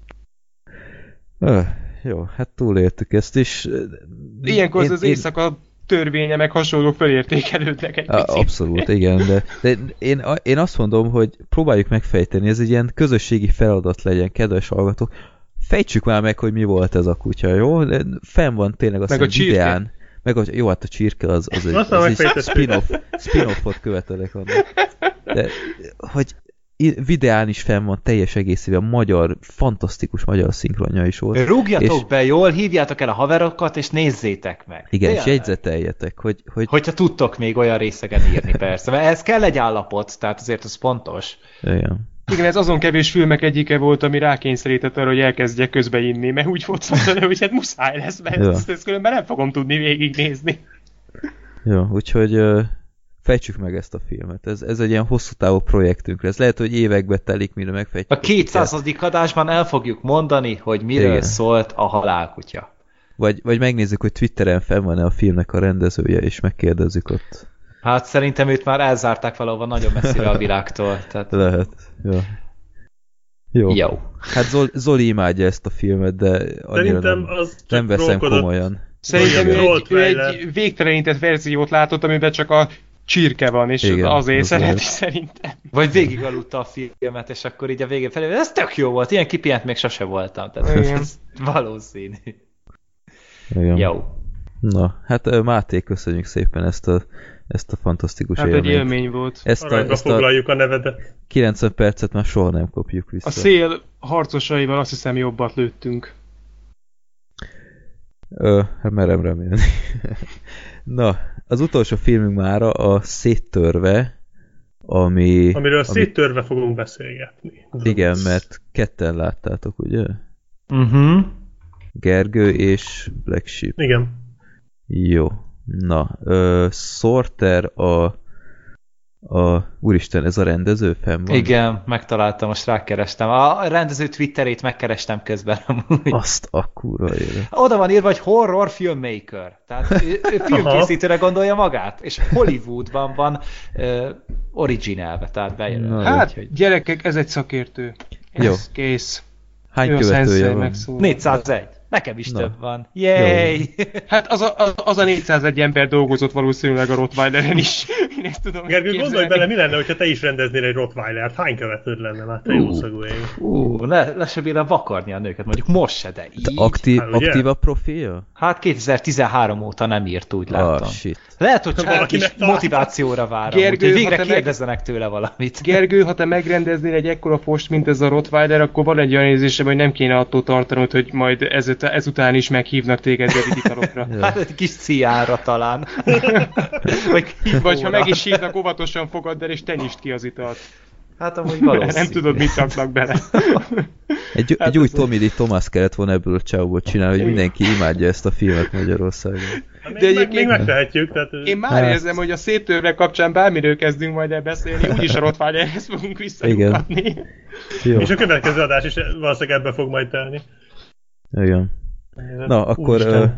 Öh, jó, hát túléltük ezt is. Ilyenkor én, az én... éjszaka törvénye meg hasonlók fölértékelődnek egy picit. Abszolút, igen, de, de én, én azt mondom, hogy próbáljuk megfejteni, ez egy ilyen közösségi feladat legyen, kedves hallgatók. Fejtsük már meg, hogy mi volt ez a kutya, jó? De fenn van tényleg azt meg a videán. Meg a, jó, hát a csirke az, az egy, az egy spin-off, spin-offot követelek annak. De, hogy videán is fenn van teljes egészében, magyar, fantasztikus magyar szinkronja is volt. Rúgjatok és, be jól, hívjátok el a haverokat, és nézzétek meg. Igen, tényleg? és jegyzeteljetek, hogy, hogy... Hogyha tudtok még olyan részegen írni, persze. Mert ez kell egy állapot, tehát azért az pontos. Igen. Igen, ez azon kevés filmek egyike volt, ami rákényszerített arra, hogy elkezdje közbe inni, mert úgy volt mondani, hogy hát muszáj lesz, mert ja. ezt, ezt különben nem fogom tudni végignézni. Jó, úgyhogy uh, fejtsük meg ezt a filmet. Ez, ez egy ilyen hosszú távú projektünk lesz. Lehet, hogy évekbe telik, mire megfejtjük. A kétszázadik adásban el fogjuk mondani, hogy miről Igen. szólt a halálkutya. Vagy, vagy megnézzük, hogy Twitteren fenn van-e a filmnek a rendezője, és megkérdezzük ott. Hát szerintem őt már elzárták valahova nagyon messzire a világtól. Tehát... Lehet. Jó. Jó. Jó. Hát Zoli, Zoli imádja ezt a filmet, de annyira nem, az nem veszem komolyan. Szerintem ő egy, ő egy végtelenített verziót látott, amiben csak a csirke van, és igen, azért az szereti az szerintem. Vagy végig aludta a filmet, és akkor így a végén felé, ez tök jó volt, ilyen kipihent még sose voltam. Tehát ez valószínű. Igen. Jó. Na, hát Máté, köszönjük szépen ezt a, ezt a fantasztikus hát élményt. egy élmény volt. Ezt a, Aranyba ezt foglaljuk a nevedet. kilencven percet már soha nem kopjuk vissza. A szél harcosaival azt hiszem jobbat lőttünk. Ö, hát merem remélni. Na, az utolsó filmünk mára a Széttörve, ami... Amiről ami... széttörve fogunk beszélgetni. Igen, mert ketten láttátok, ugye? Uh-huh. Gergő és Black Sheep. Igen. Jó. Na, uh, Sorter a A, úristen, ez a rendező fenn van? Igen, megtaláltam, most rákerestem. A rendező Twitterét megkerestem közben amúgy. Azt a kurva élet. Oda van írva, hogy horror filmmaker. Tehát ő, ő filmkészítőre gondolja magát, és Hollywoodban van uh, originálve, tehát bejelöl. Hát, úgyhogy... gyerekek, ez egy szakértő. Ez Jó. Kész. Hány Ő a követője sensei van? megszólal. négyszázegy. Nekem is Na. több van. Yay! Hát az a, az, az a négyszázegy ember dolgozott valószínűleg a Rottweileren is. Én ezt tudom Gergő, képzelni. gondolj bele, mi lenne, hogyha te is rendeznél egy Rottweilert? Hány követőd lenne már, te jó szagú ég? Ú, le, le sem bírna vakarni a nőket, mondjuk most se, de így. Aktív, Hát, ugye? aktív a profilja? Hát kétezer-tizenhárom óta nem írt, úgy láttam. Ah, shit. Lehet, hogy csak Valaki is megtalálta. motivációra várom, Gergő, úgyhogy végre ha te meg- kérdezzenek tőle valamit. Gergő, ha te megrendeznél egy ekkora post, mint ez a Rottweiler, akkor van egy olyan érzésem, hogy nem kéne attól tartanod, hogy majd ezut- ezután is meghívnak téged rövid italokra. Hát egy kis ciára talán. Vagy, Vagy ha meg is hívnak, óvatosan fogadd el, és te nyisd ki az italt. Hát amúgy valószínű. Nem tudod, mit raknak bele. Egy, Hát egy új ez- Tommy Lee Thomas kellett volna ebből a csávóból csinálni, hogy mindenki imádja ezt a filmet Magyarországon. Még, De De egyébként- még megtehetjük, tehát... Én már Hát. érzem, hogy a széttörve kapcsán bármiről kezdünk majd el beszélni, úgyis a Rottweilerhez fogunk visszajutni. Jó, És a következő adás is valószínűleg ebbe fog majd telni. igen. Na, akkor, Úristen. ö,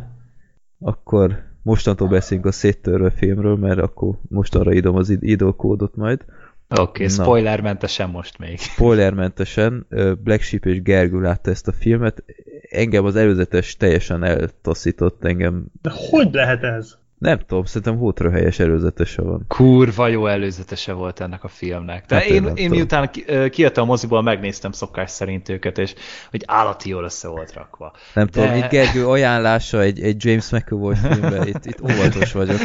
akkor mostantól beszélünk a széttörve filmről, mert akkor mostanra idom az id- idolkódot majd. Oké, okay, Na. spoilermentesen most még. Spoilermentesen, ö, Black Sheep és Gergő látta ezt a filmet. Engem az előzetes teljesen eltaszított engem. De hogy lehet ez? Nem tudom, szerintem hótrahelyes előzetese van. Kurva jó előzetese volt ennek a filmnek. De Hát én én, nem én tudom. miután ki- ö, kijöttem a moziból, megnéztem szokás szerint őket, és hogy állati jól össze volt rakva. Nem De- tudom, itt Gergő ajánlása egy, egy James McAvoy filmben, itt, itt óvatos vagyok.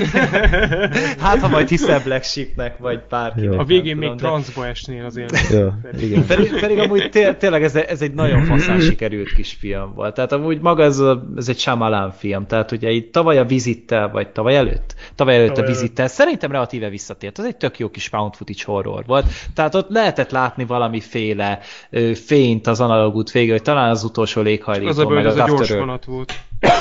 Hát, ha majd hiszel Black Sheepnek, vagy bárkinek. Jó. A végén nem még tudom, de- transzba esnél azért. Ja, igen. Pedig, pedig amúgy té- tényleg ez, ez egy nagyon faszán sikerült kis film volt. Tehát amúgy maga ez, a, ez egy Shyamalan film. Tehát ugye itt tavaly a Visittel, vagy tavaly előtt? Tavaly előtt Tavaly a Visittel. Szerintem relatíve visszatért. Az egy tök jó kis found footage horror volt. Tehát ott lehetett látni valamiféle ö, fényt az analóg út végén, hogy talán az utolsó léghajlító, Az a baj, meg hogy ez az a gyors After Earth. vonat volt.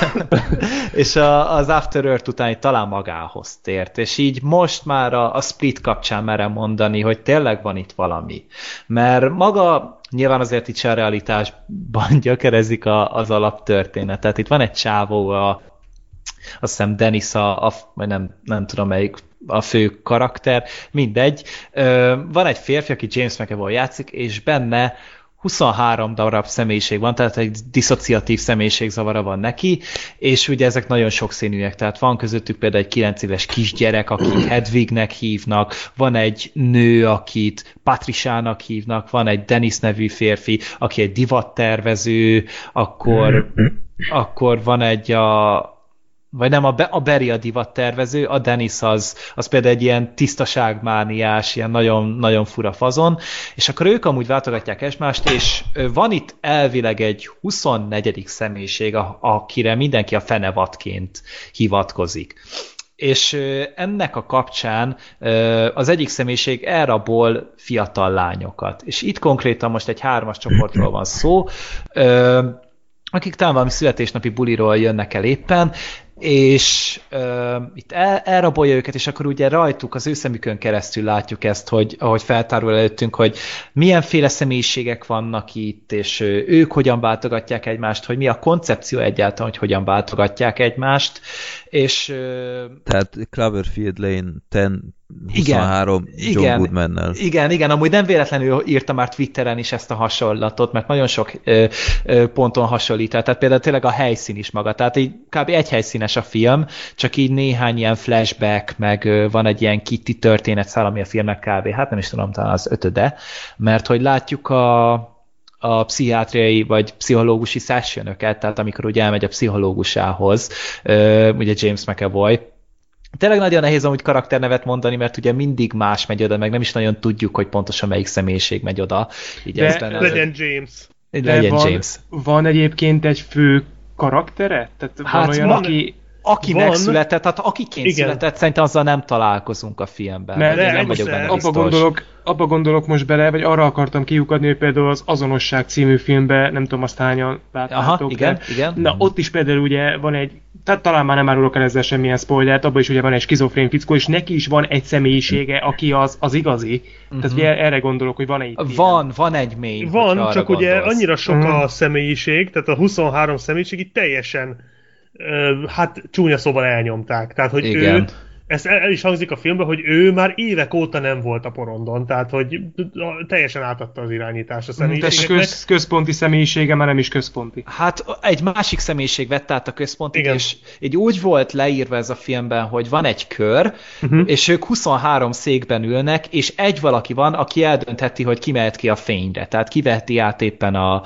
És a, az After Earth után itt talán magához tért, és így most már a, a Split kapcsán merem mondani, hogy tényleg van itt valami. Mert maga nyilván azért itt se a realitásban gyökerezik a, az alaptörténet. Tehát itt van egy csávó, a, azt hiszem Dennis, a, a, vagy nem, nem tudom melyik a fő karakter, mindegy. Ö, van egy férfi, aki James McAvoy játszik, és benne huszonhárom darab személyiség van, tehát egy diszociatív személyiségzavara van neki, és ugye ezek nagyon sokszínűek, tehát van közöttük például egy kilenc éves kisgyerek, akit Hedwignek hívnak, van egy nő, akit Patriciának hívnak, van egy Dennis nevű férfi, aki egy divattervező, akkor, akkor van egy a vagy nem, a, Be- a Barry a divattervező, a Dennis az, az például egy ilyen tisztaságmániás, ilyen nagyon, nagyon fura fazon, és akkor ők amúgy váltogatják egymást, és ö, van itt elvileg egy huszonnegyedik személyiség, a- akire mindenki a fenevatként hivatkozik. És ö, ennek a kapcsán ö, az egyik személyiség elrabol fiatal lányokat. És itt konkrétan most egy hármas csoportról van szó, ö, akik talán valami születésnapi buliról jönnek el éppen, és uh, itt el, elrabolja őket, és akkor ugye rajtuk, az ő szemükön keresztül látjuk ezt, hogy ahogy feltárul előttünk, hogy milyenféle személyiségek vannak itt, és uh, ők hogyan váltogatják egymást, hogy mi a koncepció egyáltalán, hogy hogyan váltogatják egymást, és... Uh, Tehát Cloverfield Lane tíz huszonhárom John igen, Goodman-nel. Igen, igen, amúgy nem véletlenül írta már Twitteren is ezt a hasonlatot, mert nagyon sok ö, ö, ponton hasonlít. Tehát például tényleg a helyszín is maga. Tehát így kb. Egy helyszínes a film, csak így néhány ilyen flashback, meg ö, van egy ilyen Kitty történetszál, ami a filmnek kb. Hát nem is tudom, talán az ötöde, mert hogy látjuk a a pszichiátriai vagy pszichológusi sessionöket, tehát amikor ugye elmegy a pszichológusához, ö, ugye James McAvoy. Tényleg nagyon nehéz amúgy karakternevet mondani, mert ugye mindig más megy oda, meg nem is nagyon tudjuk, hogy pontosan melyik személyiség megy oda. Így De ez benne az- Legyen James. legyen van, James. Van egyébként egy fő karaktere? Tehát Hát van olyan, van- aki... Aki Van. megszületett, tehát akiként Igen. született, szerintem azzal nem találkozunk a filmben. Mert Én nem egyszer vagyok benne Abba biztos. gondolok, abba gondolok most bele, vagy arra akartam kiukadni, hogy például az Azonosság című filmben, nem tudom azt hányan láttátok. Aha, igen, de- igen. Na, ott is például ugye van egy tehát talán már nem árulok el ezzel semmilyen spoilert, abban is ugye van egy skizofrén fickó, és neki is van egy személyisége, aki az, az igazi. Uh-huh. Tehát ugye erre gondolok, hogy van egy Van, ilyen. Van egy mély. Van, csak ugye annyira sok uh-huh. a személyiség, tehát a huszonhárom személyiség itt teljesen, uh, hát csúnya szóval elnyomták. Tehát, hogy Igen. ő... Ez el is hangzik a filmben, hogy ő már évek óta nem volt a porondon, tehát hogy teljesen átadta az irányítást a személyiségeknek. Köz, központi személyisége már nem is központi. Hát egy másik személyiség vett át a központit, és így úgy volt leírva ez a filmben, hogy van egy kör, uh-huh. és ők huszonhárom székben ülnek, és egy valaki van, aki eldöntheti, hogy ki mehet ki a fényre. Tehát kiveheti át éppen a,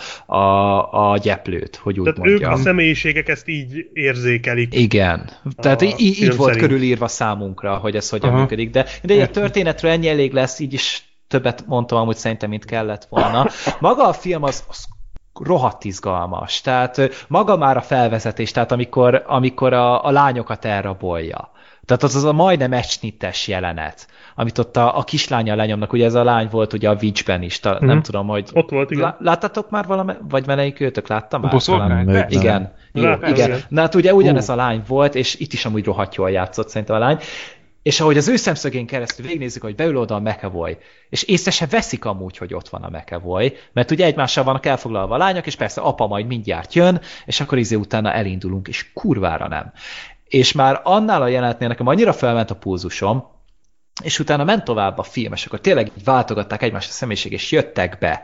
a, a gyeplőt, hogy úgy tehát mondjam. Tehát ők a személyiségek ezt így érzékelik. Igen. Tehát így, így volt körülírva szám számunkra, hogy ez hogyan Aha. működik, de, de a történetről ennyi elég lesz, így is többet mondtam amúgy szerintem, mint kellett volna. Maga a film az, az rohadt izgalmas, tehát maga már a felvezetés, tehát amikor, amikor a, a lányokat elrabolja. Tehát az az a majdnem ecsnittes jelenet, amit ott a, a kislánya lenyomnak, ugye ez a lány volt ugye a Witchben is, ta, mm-hmm. nem tudom, hogy... Ott volt, igen. Lá, láttatok már valami, vagy melyik őtök látta már? Boszorkány? Igen, igen. Jó, Lá, igen. igen. Na hát ugye ugyanez a lány volt, és itt is amúgy rohadt jól játszott szerintem a lány, és ahogy az ő szemszögén keresztül végignézzük, hogy beül oda a McAvoy, és észre se veszik amúgy, hogy ott van a McAvoy, mert ugye egymással vannak elfoglalva a lányok, és persze apa majd mindjárt jön, és akkor izé utána elindulunk, és kurvára nem. És már annál a jelenetnél nekem annyira felment a pulzusom, és utána ment tovább a film, és akkor tényleg így váltogatták egymást a személyiség, és jöttek be.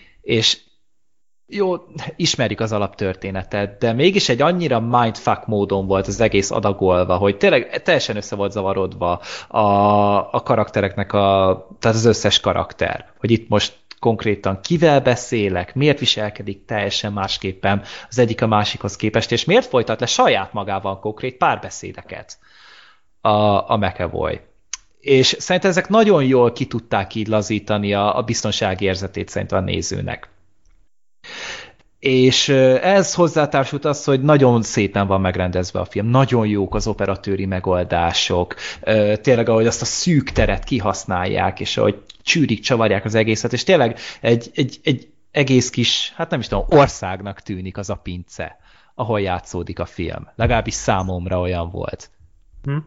És jó, ismerjük az alaptörténetet, de mégis egy annyira mindfuck módon volt az egész adagolva, hogy tényleg teljesen össze volt zavarodva a, a karaktereknek, a, tehát az összes karakter. Hogy itt most konkrétan kivel beszélek, miért viselkedik teljesen másképpen az egyik a másikhoz képest, és miért folytat le saját magával konkrét párbeszédeket a, a McAvoy. És szerintem ezek nagyon jól ki tudták így lazítani a, a biztonsági érzetét szerintem a nézőnek. És ez hozzátársult az, hogy nagyon szépen van megrendezve a film, nagyon jók az operatőri megoldások, tényleg ahogy azt a szűk teret kihasználják, és ahogy csűrik, csavarják az egészet, és tényleg egy, egy, egy egész kis, hát nem is tudom, országnak tűnik az a pince, ahol játszódik a film. Legalábbis számomra olyan volt. Hm?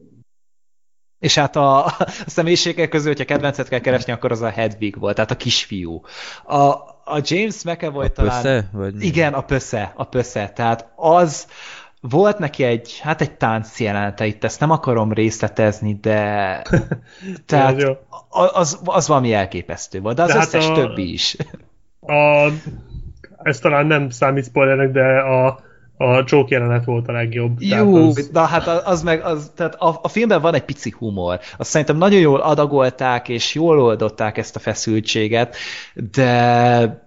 És hát a, a személyiségek közül, hogyha kedvencet kell keresni, akkor az a Hedwig volt, tehát a kisfiú. A, a James McAvoy a talán... Pösze? Vagy igen, a Pösze, a Pösze. Tehát az volt neki egy, hát egy tánc jelenete, itt ezt nem akarom részletezni, de tehát az, az valami elképesztő volt, de az de összes hát a, többi is. A, ez talán nem számít spoilernek, de a A csók jelenet volt a legjobb. Jó, az... na hát az meg, az, tehát a, a filmben van egy pici humor. Azt szerintem nagyon jól adagolták, és jól oldották ezt a feszültséget, de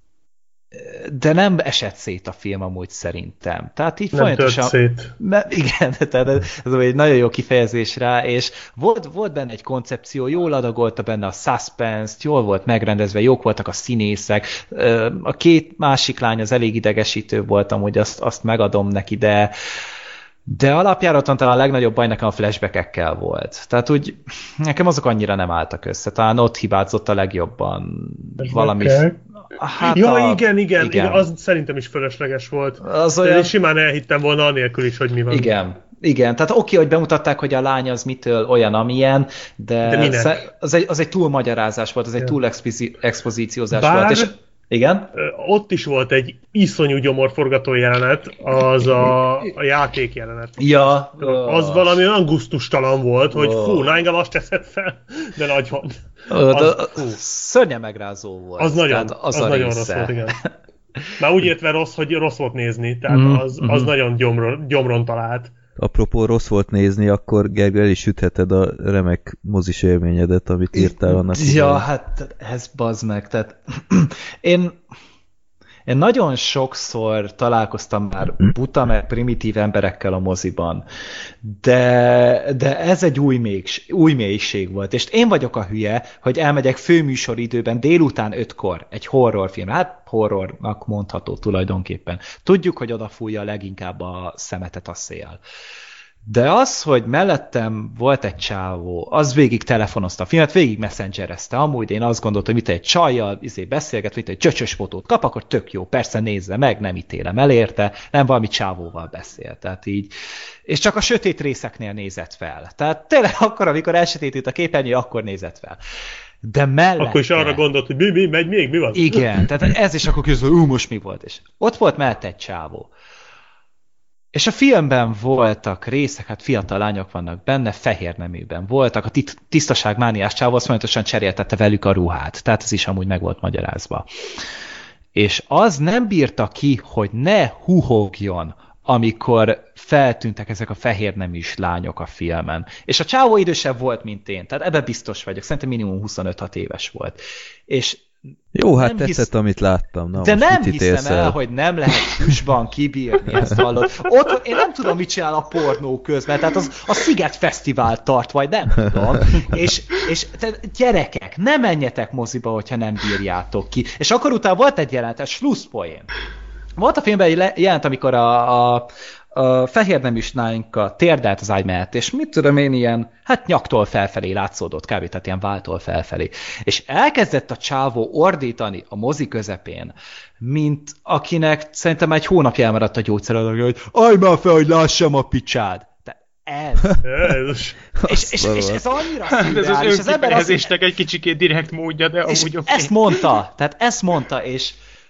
de nem esett szét a film amúgy szerintem. Tehát így nem folyamatosan... tört szét. Mert, igen, tehát ez, ez egy nagyon jó kifejezés rá, és volt, volt benne egy koncepció, jól adagolta benne a suspense-t, jól volt megrendezve, jók voltak a színészek. A két másik lány az elég idegesítő volt, amúgy azt, azt megadom neki, de de alapjáraton talán a legnagyobb baj nekem a flashback-ekkel volt. Tehát úgy, nekem azok annyira nem álltak össze. Talán ott hibázott a legjobban valami... Hát ja, a... igen, igen, igen, az szerintem is fölösleges volt. Az olyan... Én simán elhittem volna anélkül is, hogy mi van. Igen, igen. Tehát oké, okay, hogy bemutatták, hogy a lány az mitől olyan, amilyen, de, de az, egy, az egy túlmagyarázás volt, az egy túl expozíciózás Bár... volt. És... Igen? Ott is volt egy iszonyú gyomorforgató jelenet, az a, a játék jelenet. Ja. Az valami olyan gusztustalan volt, hogy fú, na engem azt teszed fel, de nagyon. Az, szörnyen megrázó volt. Az nagyon, az, az nagyon rossz volt, igen. Már úgy értve rossz, hogy rossz volt nézni, tehát mm, az, az mm. nagyon gyomron, gyomron talált. Apropó rossz volt nézni, akkor Gergő, el is ütheted a remek mozis élményedet, amit írtál annak. Ja, idején. Hát ez bazd meg. Tehát én, én nagyon sokszor találkoztam már buta, meg primitív emberekkel a moziban, de, de ez egy új, még, új mélység volt. És én vagyok a hülye, hogy elmegyek főműsoridőben délután ötkor egy horrorfilm. Hát horrornak mondható tulajdonképpen. Tudjuk, hogy odafújja leginkább a szemetet a szél. De az, hogy mellettem volt egy csávó, az végig telefonozta a filmet, végig messengerezte. Amúgy én azt gondoltam, hogy mit egy csajjal izé beszélget, mit egy csöcsös fotót kap, akkor tök jó, persze nézze meg, nem ítélem el érte, nem valami csávóval beszél. Tehát így. És csak a sötét részeknél nézett fel. Tehát tényleg akkor, amikor elsötétült a képernyő, akkor nézett fel. De mellette... Akkor is arra gondolt, hogy mi, mi, megy még, mi van? Igen, tehát ez is akkor közül, ú, most mi volt. És ott volt mellette egy csávó. És a filmben voltak részek, hát fiatal lányok vannak benne, fehér neműben voltak, a tisztaságmániás csávó azt folyamatosan cseréltette velük a ruhát, tehát ez is amúgy meg volt magyarázva. És az nem bírta ki, hogy ne huhogjon, amikor feltűntek ezek a fehér neműs lányok a filmen. És a csávó idősebb volt, mint én, tehát ebben biztos vagyok, szerintem minimum huszonöt-hat éves volt. És jó, hát tetszett, hisz... amit láttam. Na, de nem hiszem el, el, hogy nem lehet húsban kibírni ezt hallod. Ott én nem tudom, mit csinál a pornó közben, tehát az a Sziget Fesztivál tart, vagy nem tudom. És, és gyerekek, ne menjetek moziba, hogyha nem bírjátok ki. És akkor utána volt egy jelenet, slusszpoén. Volt a filmben egy jelent, amikor a, a, a fehér neműs lányka térdelt az ágy mellett, és mit tudom én, ilyen, hát nyaktól felfelé látszódott kb. Tehát ilyen váltól felfelé. És elkezdett a csávó ordítani a mozi közepén, mint akinek szerintem egy hónapja elmaradt a gyógyszeradagja, hogy állj már fel, hogy lássam a picsád. Ez. és, és, és ez annyira szürreális. Ez az önkifejezésnek egy kicsikét direkt módja, de amúgy oké. Ezt mondta, tehát ezt mondta, és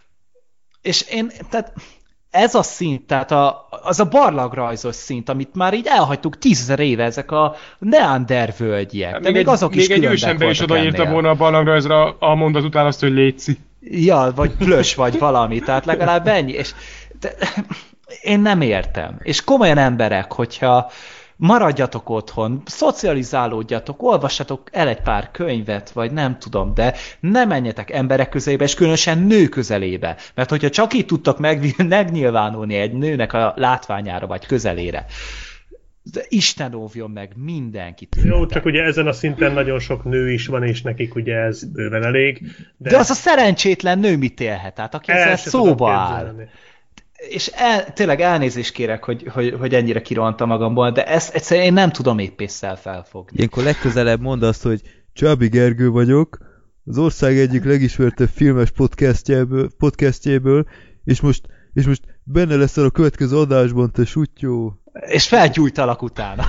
És én, tehát ez a szint, tehát a, az a barlangrajzos szint, amit már így elhagytuk tízezer éve, ezek a Neander völgyek. De még, még azok egy, is még egy ősember is odaírta volna a barlangrajzra a mondat után azt, hogy létszi. Ja, vagy plös, vagy valami, tehát legalább ennyi. És de, én nem értem. És komolyan emberek, hogyha maradjatok otthon, szocializálódjatok, olvassatok el egy pár könyvet, vagy nem tudom, de ne menjetek emberek közelébe, és különösen nő közelébe. Mert hogyha csak így tudtak meg, megnyilvánulni egy nőnek a látványára, vagy közelére, de Isten óvjon meg mindenkit. Jó, csak ugye ezen a szinten nagyon sok nő is van, és nekik ugye ez bőven elég. De, de az a szerencsétlen nő mit élhet? Tehát aki ezzel szóba áll. És el, tényleg elnézést kérek, hogy, hogy, hogy ennyire kirohantam magamból, de ezt egyszerűen én nem tudom éppésszel felfogni. Ilyenkor legközelebb mondd azt, hogy Csábi Gergő vagyok, az ország egyik legismertebb filmes podcastjéből, podcastjéből és, most, és most benne leszel a következő adásban, te sutyó. És felgyújtalak utána.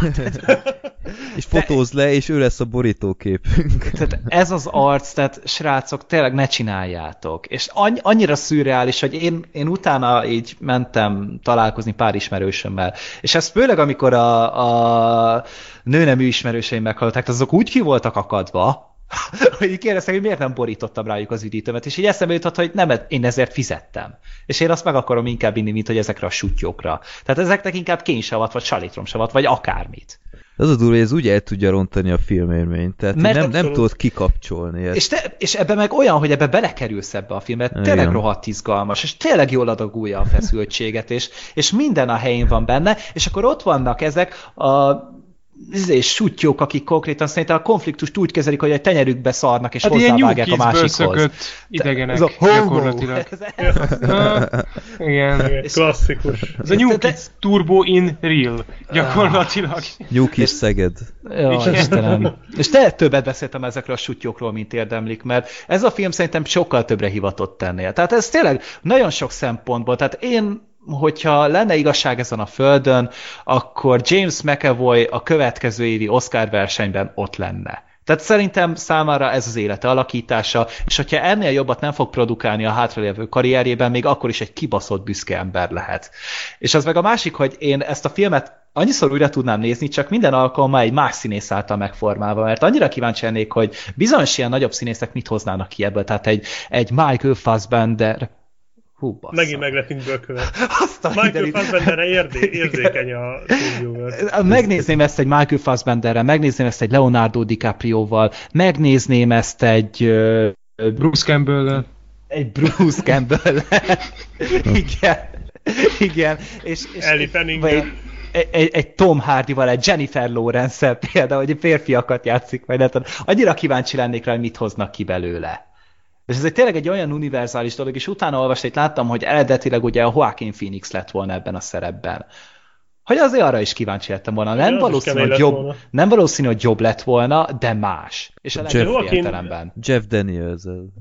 És fotózz le, és ő lesz a borítóképünk. Tehát ez az arc, tehát srácok, tényleg ne csináljátok. És annyi, annyira szürreális, hogy én, én utána így mentem találkozni pár ismerősömmel. És ez főleg, amikor a, a nőnemű ismerőseim meghallották, azok úgy ki voltak akadva, hogy így kérdeztek, hogy miért nem borítottam rájuk az üdítőmet, és így eszembe jutott, hogy nem, én ezért fizettem. És én azt meg akarom inkább inni, mint hogy ezekre a sutyókra. Tehát ezeknek inkább kénysavat, vagy salitromsavat, vagy akármit. Az a durva, hogy ez úgy el tudja rontani a filmélményt, tehát mert nem, nem tudod kikapcsolni ezt. És, te, és ebbe meg olyan, hogy ebbe belekerülsz ebbe a filmet, tényleg igen. Rohadt izgalmas, és tényleg jól adagolja a feszültséget, és, és minden a helyén van benne, és akkor ott vannak ezek a és sutyók, akik konkrétan szerintem a konfliktust úgy kezelik, hogy egy tenyerükbe szarnak, és hát hozzávágják a másikhoz. Idegenek, ez a gyakorlatilag. Ez, ez az. Igen. Klasszikus. Ez a New Kids Turbo in Real, gyakorlatilag. New Kids Szeged. Jó, Istenem. És te többet beszéltem ezekről a sutyókról, mint érdemlik, mert ez a film szerintem sokkal többre hivatott tennél. Tehát ez tényleg nagyon sok szempontból, tehát én hogyha lenne igazság ezen a földön, akkor James McAvoy a következő évi Oscar versenyben ott lenne. Tehát szerintem számára ez az élete alakítása, és hogyha ennél jobbat nem fog produkálni a hátralévő karrierjében, még akkor is egy kibaszott büszke ember lehet. És az meg a másik, hogy én ezt a filmet annyiszor újra tudnám nézni, csak minden alkalommal egy más színész által megformálva, mert annyira kíváncsi lennék, hogy bizonyos ilyen nagyobb színészek mit hoznának ki ebből, tehát egy, egy Michael Fassbender. Hú, bassza. Megint meg lettünk bőkövet. Michael Fassbenderre érzé, érzékeny a filmjúval. Megnézném ezt egy Michael Fassbenderrel, megnézném ezt egy Leonardo DiCaprioval, megnézném ezt egy... Uh, Bruce Campbell-lel. Egy Bruce Campbell-lel. Igen. Igen. És, és Ellie Fanning-gel. Egy, egy, egy Tom Hardy-val, egy Jennifer Lawrence-el például, hogy férfiakat játszik, vagy nem tudom. Annyira kíváncsi lennék rá, hogy mit hoznak ki belőle. És ez egy tényleg egy olyan univerzális dolog, és utána olvastam, láttam, hogy eredetileg ugye a Joaquin Phoenix lett volna ebben a szerepben. hogy azért arra is kíváncsi lettem volna. Igen, Nem az valószínű, is kemény hogy lett jobb, volna. nem valószínű, hogy jobb lett volna, de más. És a Jeff- legjobb Joaquin- értelemben. Jeff Daniels.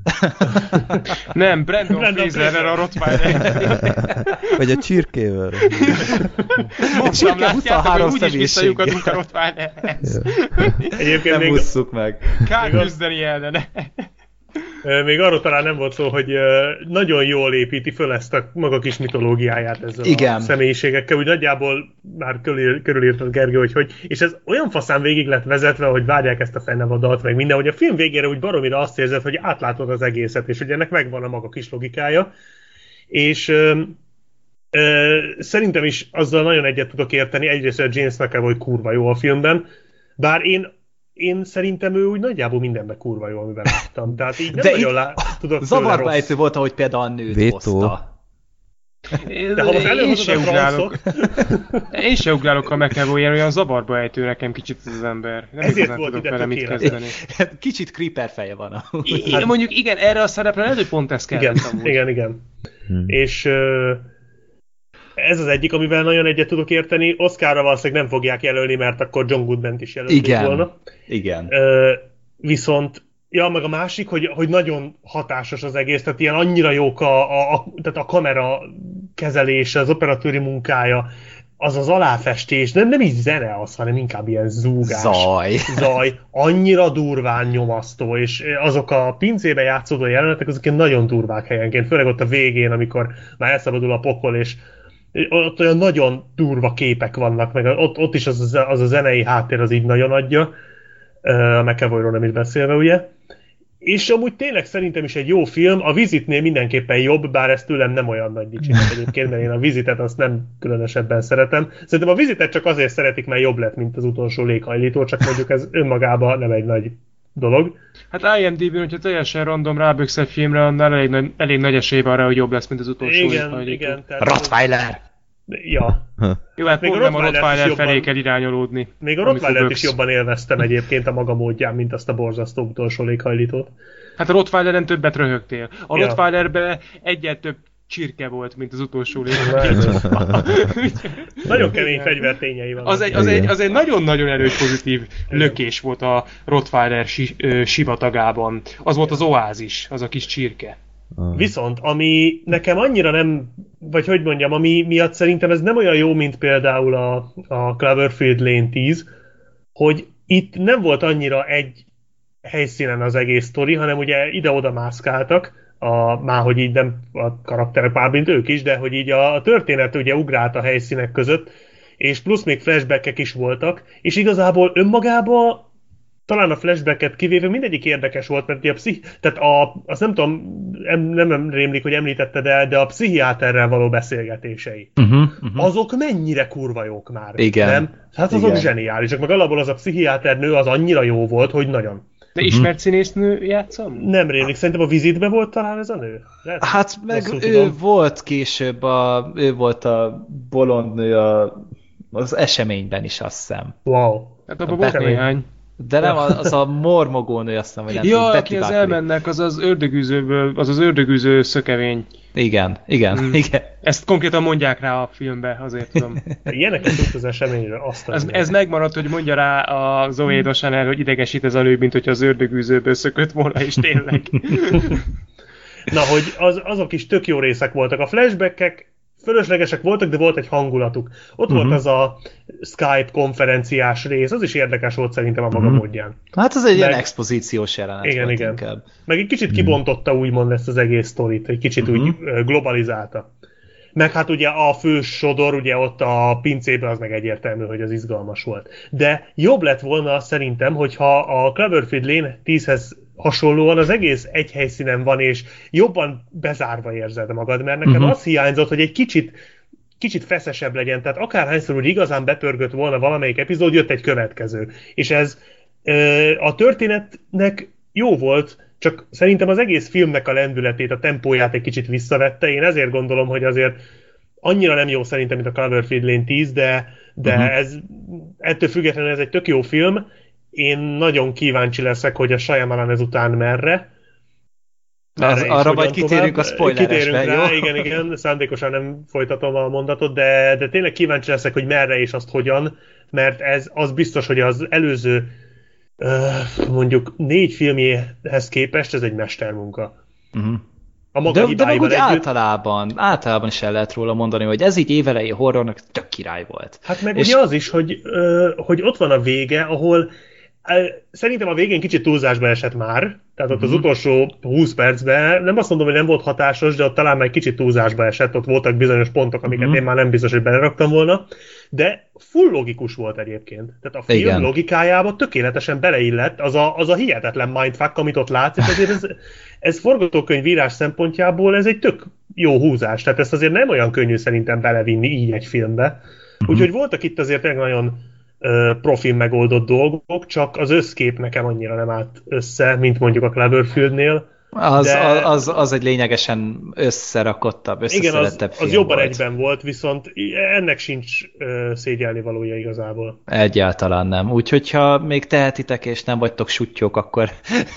Nem, Brandon, Brandon Fraser a Rottweiler. Vagy a csirkével. Mondtam, Csirke látjátok, huszonhárom hogy úgyis személyiséggel. visszajukadunk a Rottweilerhez. Egyébként Nem még, ússzuk meg. Kár Még az- küzdeni ellene. ö, még arról talán nem volt szó, hogy ö, nagyon jól építi föl ezt a maga kis mitológiáját ezzel Igen. a személyiségekkel. Úgy nagyjából már körül, körülírtad, Gergő, hogy, hogy és ez olyan faszán végig lett vezetve, hogy várják ezt a fennevadat, meg minden, hogy a film végére úgy baromira azt érzed, hogy átlátod az egészet, és hogy ennek megvan a maga kis logikája. És ö, ö, szerintem is azzal nagyon egyet tudok érteni, egyrészt, hogy a James McAvoy kurva jó a filmben, bár én én szerintem ő úgy nagyjából mindenben kurva jó, amiben láttam. Tehát így nem De nagyon itt lá- tudok tőle Zavarba rossz. ejtő volt, ahogy például a nőt Vétó. hozta. De ha most Én előhozod se a ugrálok. francot, Én se ugrálok a McAvoy-en, olyan zavarba ejtő nekem kicsit az ember. Nem Ezért igazán volt tudok ide vele mit tökéletes. kezdeni. Kicsit creeper feje van. I- I- mondjuk igen, erre a szerepre lehet, hogy pont ez kellett igen, amúgy. igen, igen. Hmm. És ö, ez az egyik, amivel nagyon egyet tudok érteni. Oscarra valószínűleg nem fogják jelölni, mert akkor John Goodman-t is jelölték Igen. volna. Igen. Ö, viszont, ja, meg a másik, hogy, hogy nagyon hatásos az egész, tehát ilyen annyira jók a, a, a, tehát a kamera kezelése, az operatőri munkája, az az aláfestés, nem, nem így zene az, hanem inkább ilyen zúgás. Zaj. Zaj, annyira durván nyomasztó, és azok a pincébe játszódó jelenetek, azok ilyen nagyon durvák helyenként, főleg ott a végén, amikor már elszabadul a pokol, és ott olyan nagyon durva képek vannak, meg ott, ott is az, az a zenei háttér az így nagyon adja, a McAvoyról nem is beszélve, ugye. És amúgy tényleg szerintem is egy jó film, a Visitnél mindenképpen jobb, bár ez tőlem nem olyan nagy dicséret egyébként, mert én a Visitet azt nem különösebben szeretem. Szerintem a Visitet csak azért szeretik, mert jobb lett, mint az utolsó léghajlító, csak mondjuk ez önmagában nem egy nagy dolog. Hát IMDb-n, hogyha teljesen random ráböksz egy filmre, annál elég, nagy- elég nagy esély van rá, hogy jobb lesz, mint az utolsó. Igen, léghajlító. igen. Tehát Rottweiler! Ja. Jó, hát Még pont a nem a Rottweilert is Rottweiler felé jobban- kell irányolódni. Még a amikor Rottweilert böksz. is jobban élveztem egyébként a maga módján, mint azt a borzasztó utolsó léghajlítót. Hát a Rottweileren többet röhögtél. A Ja. Rottweilerben egyet több csirke volt, mint az utolsó léghajlító. Nagyon kemény fegyvertényei vannak. Az egy, az, egy, Igen. az egy nagyon-nagyon erős pozitív lökés volt a Rottweiler si, ö, sivatagában. Az volt az oázis, az a kis csirke. Ah. Viszont, ami nekem annyira nem, vagy hogy mondjam, ami miatt szerintem ez nem olyan jó, mint például a, a Cloverfield Lane tíz, hogy itt nem volt annyira egy helyszínen az egész sztori, hanem ugye ide-oda mászkáltak, a, már hogy így nem a karakterek, már mint ők is, de hogy így a, a történet ugye ugrált a helyszínek között, és plusz még flashbackek is voltak, és igazából önmagában talán a flashbacket kivéve mindegyik érdekes volt, mert ugye a pszich... Tehát a, azt nem tudom, em, nem rémlik, hogy említetted el, de a pszichiáterrel való beszélgetései. Uh-huh, uh-huh. Azok mennyire kurva jók már. Igen. Nem? Hát azok Igen. zseniálisak. Meg alapból az a pszichiáter nő az annyira jó volt, hogy nagyon. De ismert színésznő játszom? Nem rémlik, szerintem a Visitben volt talán ez a nő? Lehet, Hát meg rosszul ő tudom. volt később, a, ő volt a bolondnő a, az eseményben is, azt hiszem. Wow. Hát abban volt Kemény. néhány. De nem, az a mormogónő, azt hiszem, vagy nem Ja, tudom, aki Betty az Buckley. elmennek, az az ördögűzőből, az az ördögűző szökevény. Igen, igen, Mm. igen. Ezt konkrétan mondják rá a filmbe, azért tudom. Ilyeneket tudsz az eseményről, azt Ez, ez megmaradt, hogy mondja rá a Zoe Deschanel, hogy idegesít ez a nő, mint hogyha az ördögűzőből szökött volna, és tényleg. Na, hogy az, azok is tök jó részek voltak. A flashbackek fölöslegesek voltak, de volt egy hangulatuk. Ott uh-huh. volt az a Skype konferenciás rész, az is érdekes volt szerintem a maga Mhm. módján. Hát ez egy ilyen Meg- expozíciós jelenet Igen, volt igen. inkább. Meg egy kicsit kibontotta úgymond ezt az egész sztorit, egy kicsit Mhm. úgy ö, globalizálta. Meg hát ugye a fő sodor, ugye ott a pincében az meg egyértelmű, hogy az izgalmas volt. De jobb lett volna szerintem, hogyha a Cloverfield Lane tízhez hasonlóan az egész egy helyszínen van, és jobban bezárva érzed magad, mert nekem Mhm. az hiányzott, hogy egy kicsit kicsit feszesebb legyen, tehát akárhányszor úgy igazán bepörgött volna valamelyik epizód, jött egy következő. És ez ö, a történetnek jó volt, csak szerintem az egész filmnek a lendületét, a tempóját egy kicsit visszavette. Én ezért gondolom, hogy azért annyira nem jó szerintem, mint a Cloverfield Lane tíz, de, de Uh-huh. ez, ettől függetlenül ez egy tök jó film. Én nagyon kíváncsi leszek, hogy a Shyamalan ezután merre. Az, arra majd kitérünk a spoileresbe, jó? Rá, jó? igen, igen, szándékosan nem folytatom a mondatot, de, de tényleg kíváncsi leszek, hogy merre és azt hogyan, mert ez az biztos, hogy az előző mondjuk négy filmjéhez képest ez egy mestermunka. Uh-huh. A maga de, de meg úgy együtt... általában, általában is el lehet róla mondani, hogy ez így évelei horrornak tök király volt. Hát meg és... ugye az is, hogy, hogy ott van a vége, ahol szerintem a végén kicsit túlzásba esett már, tehát ott uh-huh. az utolsó húsz percben, nem azt mondom, hogy nem volt hatásos, de ott talán már egy kicsit túlzásba esett, ott voltak bizonyos pontok, amiket uh-huh. én már nem biztos, hogy beleraktam volna, de full logikus volt egyébként. Tehát a film Igen. logikájába tökéletesen beleillett az a, az a hihetetlen mindfuck, amit ott látsz, és azért ez, ez forgatókönyvírás szempontjából ez egy tök jó húzás, tehát ezt azért nem olyan könnyű szerintem belevinni így egy filmbe. Uh-huh. Úgyhogy voltak itt azért nagyon profin megoldott dolgok, csak az összkép nekem annyira nem állt össze, mint mondjuk a Cloverfieldnél. Az, de... az, az egy lényegesen összerakottabb, összeszedettebb film az, az jobban volt. Egyben volt, viszont ennek sincs szégyelni valója igazából. Egyáltalán nem. Úgyhogy ha még tehetitek és nem vagytok sutyók, akkor,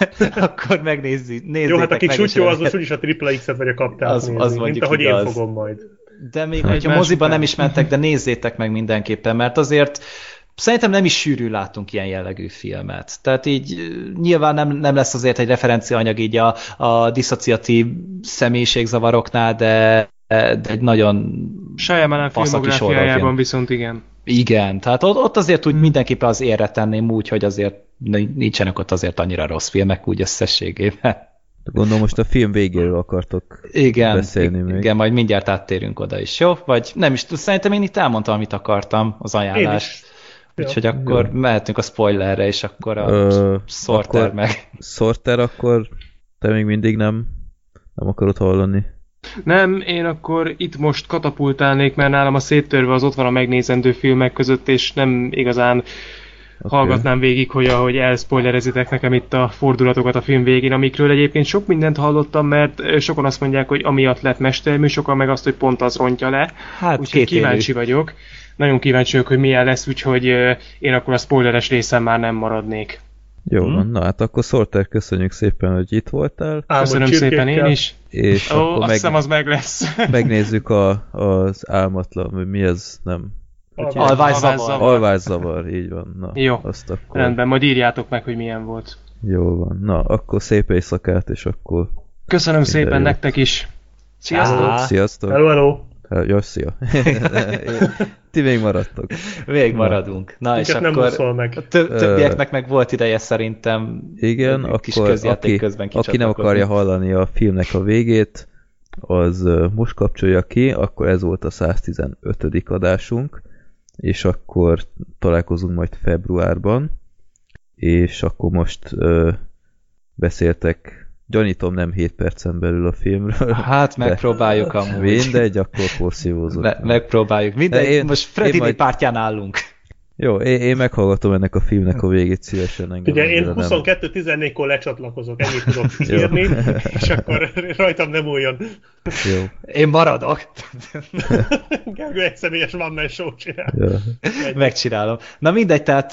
akkor megnézzük. Jó, hát aki sutyó, az most úgyis a Triple X-et vagy a kaptát az, nézni, az mint ahogy igaz. Én fogom majd. De még hogyha moziban nem is mentek, de nézzétek meg mindenképpen, mert azért szerintem nem is sűrű látunk ilyen jellegű filmet. Tehát így nyilván nem, nem lesz azért egy referenciaanyag így a, a diszociatív személyiségzavaroknál, de, de egy nagyon Shyamalan filmográfiájában viszont igen. Igen, tehát ott, ott azért úgy mindenképpen az érre tenném úgy, hogy azért nincsenek ott azért annyira rossz filmek úgy összességében. Gondolom most a film végéről akartok igen, beszélni még. Igen, majd mindjárt áttérünk oda is, jó? Vagy nem is, szerintem én itt elmondtam, amit akartam, az ajánlást. Úgyhogy ja. akkor ja. mehetünk a spoilerre, és akkor a Ö, Sorter akkor meg. Sorter, akkor te még mindig nem, nem akarod hallani? Nem, én akkor itt most katapultálnék, mert nálam a széttörve az ott van a megnézendő filmek között, és nem igazán okay. hallgatnám végig, hogy ahogy elspoilerezitek nekem itt a fordulatokat a film végén, amikről egyébként sok mindent hallottam, mert sokan azt mondják, hogy amiatt lett mestermű, sokan meg azt, hogy pont az rontja le. Hát úgyhogy kíváncsi vagyok. Nagyon kíváncsi vagyok, hogy milyen lesz, úgyhogy én akkor a spoileres részen már nem maradnék. Jó hmm. van, na hát akkor Sorter, köszönjük szépen, hogy itt voltál. Köszönöm szépen én is. És Ó, akkor azt meg, hiszem az meg lesz. megnézzük a, az álmatlan, hogy mi ez, nem? Alvászavar. Alvászavar, így van. Na, jó, azt akkor... rendben, majd írjátok meg, hogy milyen volt. Jó van, na akkor szép éjszakát, és akkor... Köszönöm szépen jót. Nektek is. Sziasztok! Sziasztok! Hello, hello! Jó, szia! Ti még maradtok. Még maradunk. Na, na és akkor meg. Tö- többieknek meg volt ideje szerintem. Igen, akkor aki, közben aki nem akarja hallani a filmnek a végét, az most kapcsolja ki, akkor ez volt a száztizenötödik adásunk, és akkor találkozunk majd februárban, és akkor most ö, beszéltek, gyanítom nem hét percen belül a filmről. Hát megpróbáljuk amúgy. Mindegy, akkor porszívózunk. Me- megpróbáljuk. Mindegy, én, most Freddy majd... pártján állunk. Jó, én, én meghallgatom ennek a filmnek a végét szívesen. Engem ugye én huszonkettő tizennégy-kor lecsatlakozok, ennyit tudok kérni, és akkor rajtam nem újjon. Jó. Én maradok. Gergő egy személyes one-man show csinál. Ja. Megcsinálom. Na mindegy, tehát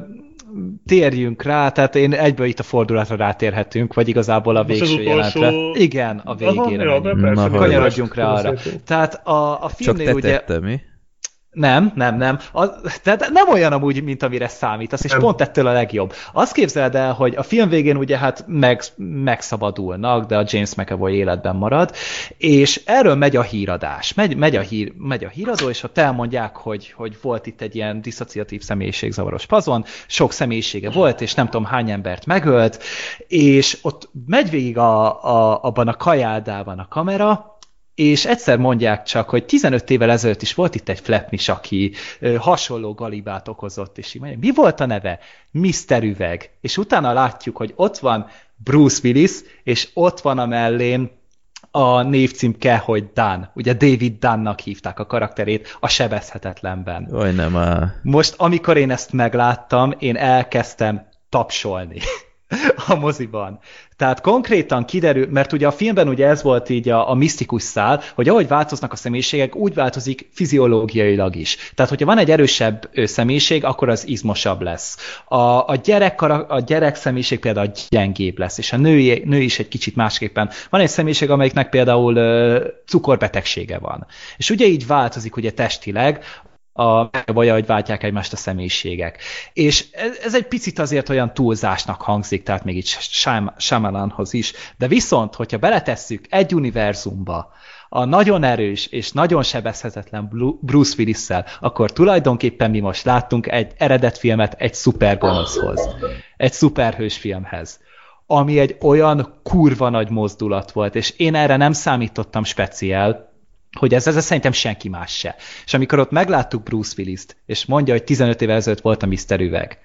térjünk rá, tehát én egyből itt a fordulatra rátérhetünk, vagy igazából a végső jelentre. Igen, a végére. Aha, kanyarodjunk rá arra. Tehát a, a filmnél csak te ugye... tette, mi? Nem, nem, nem. Az, tehát nem olyan amúgy, mint amire számítasz, és nem. Pont ettől a legjobb. Azt képzeld el, hogy a film végén ugye hát meg, megszabadulnak, de a James McAvoy életben marad, és erről megy a híradás. Megy, megy, a, hír, megy a híradó, és ott elmondják, hogy, hogy volt itt egy ilyen diszociatív személyiségzavaros pazon, sok személyisége volt, és nem tudom hány embert megölt, és ott megy végig a, a, abban a kajáldában a kamera, és egyszer mondják csak, hogy tizenöt évvel ezelőtt is volt itt egy Flepnis, aki ö, hasonló galibát okozott, és így mondják, mi volt a neve? miszter Üveg. És utána látjuk, hogy ott van Bruce Willis, és ott van a mellén a névcímke, hogy Dan. Ugye David Dunnak hívták a karakterét a Sebezhetetlenben. Oj, nem áll. Most, amikor én ezt megláttam, én elkezdtem tapsolni. a moziban. Tehát konkrétan kiderül, mert ugye a filmben ugye ez volt így a, a misztikus szál, hogy ahogy változnak a személyiségek, úgy változik fiziológiailag is. Tehát, hogyha van egy erősebb személyiség, akkor az izmosabb lesz. A, a, gyerek, a gyerek személyiség például gyengébb lesz, és a nő, nő is egy kicsit másképpen. Van egy személyiség, amelyiknek például uh, cukorbetegsége van. És ugye így változik ugye testileg, a baj, hogy váltják egymást a személyiségek. És ez, ez egy picit azért olyan túlzásnak hangzik, tehát még itt Shyamalanhoz is, de viszont, hogyha beletesszük egy univerzumba a nagyon erős és nagyon sebezhetetlen Bruce Willis-szel, akkor tulajdonképpen mi most láttunk egy eredetfilmet egy szupergonoszhoz, egy szuperhős filmhez, ami egy olyan kurva nagy mozdulat volt, és én erre nem számítottam speciál, hogy ez, ez szerintem senki más se. És amikor ott megláttuk Bruce Willis-t, és mondja, hogy tizenöt évvel ezelőtt volt a miszter Üveg,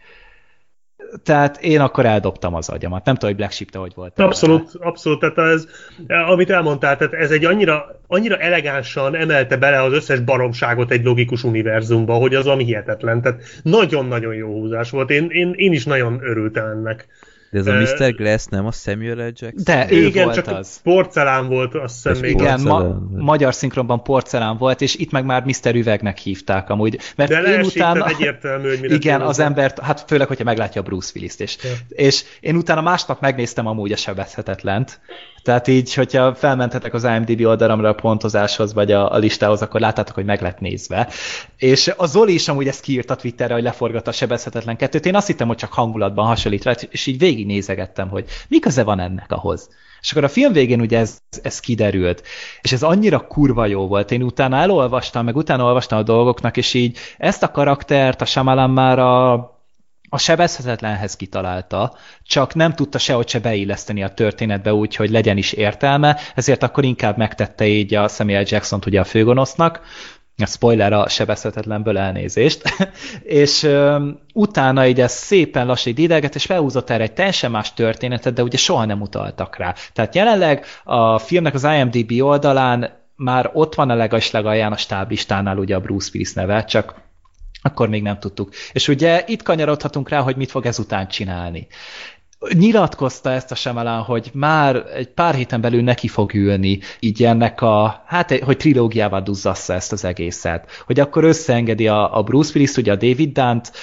tehát én akkor eldobtam az agyamat. Nem tudom, hogy Black Sheep, te hogy volt. Abszolút, abszolút. Tehát ez, amit elmondtál, tehát ez egy annyira, annyira elegánsan emelte bele az összes baromságot egy logikus univerzumba, hogy az ami hihetetlen. Tehát nagyon-nagyon jó húzás volt. Én, én, én is nagyon örültem ennek. De ez a miszter Glass nem a Samuel L. Jackson? De ő igen, volt csak az. porcelán volt, azt hiszem még. Igen, ma- magyar szinkronban porcelán volt, és itt meg már miszter Üvegnek hívták amúgy. Mert de én utána... egyértelmű, hogy mire igen, az embert, hát főleg, hogyha meglátja a Bruce Willis-t is. Ja. És én utána másnap megnéztem amúgy a Sebezhetetlent. Tehát így, hogyha felmentetek az IMDb oldalamra a pontozáshoz, vagy a, a listához, akkor láttátok, hogy meg lett nézve. És a Zoli is amúgy ezt kiírta Twitterre, hogy leforgatta a Sebezhetetlen kettőt. Én azt hittem, hogy csak hangulatban hasonlít rá, és így végignézegettem, hogy mi köze van ennek ahhoz. És akkor a film végén ugye ez, ez kiderült. És ez annyira kurva jó volt. Én utána elolvastam, meg utána olvastam a dolgoknak, és így ezt a karaktert a Shyamalan már a a Sebezhetetlenhez kitalálta, csak nem tudta sehogy se beilleszteni a történetbe úgy, hogy legyen is értelme, ezért akkor inkább megtette így a Samuel Jackson-t ugye a főgonosznak, a spoiler a Sebezhetetlenből, elnézést, és um, utána így ez szépen lassan didelget, és felhúzott erre egy teljesen más történetet, de ugye soha nem utaltak rá. Tehát jelenleg a filmnek az IMDb oldalán már ott van a legalján a stáblistánál ugye a Bruce Willis neve, csak akkor még nem tudtuk. És ugye itt kanyarodhatunk rá, hogy mit fog ezután csinálni. Nyilatkozta ezt a Shyamalan, hogy már egy pár héten belül neki fog ülni így ennek a, hát hogy trilógiával duzzassza ezt az egészet. Hogy akkor összeengedi a, a Bruce Willis, ugye a David Dunn-t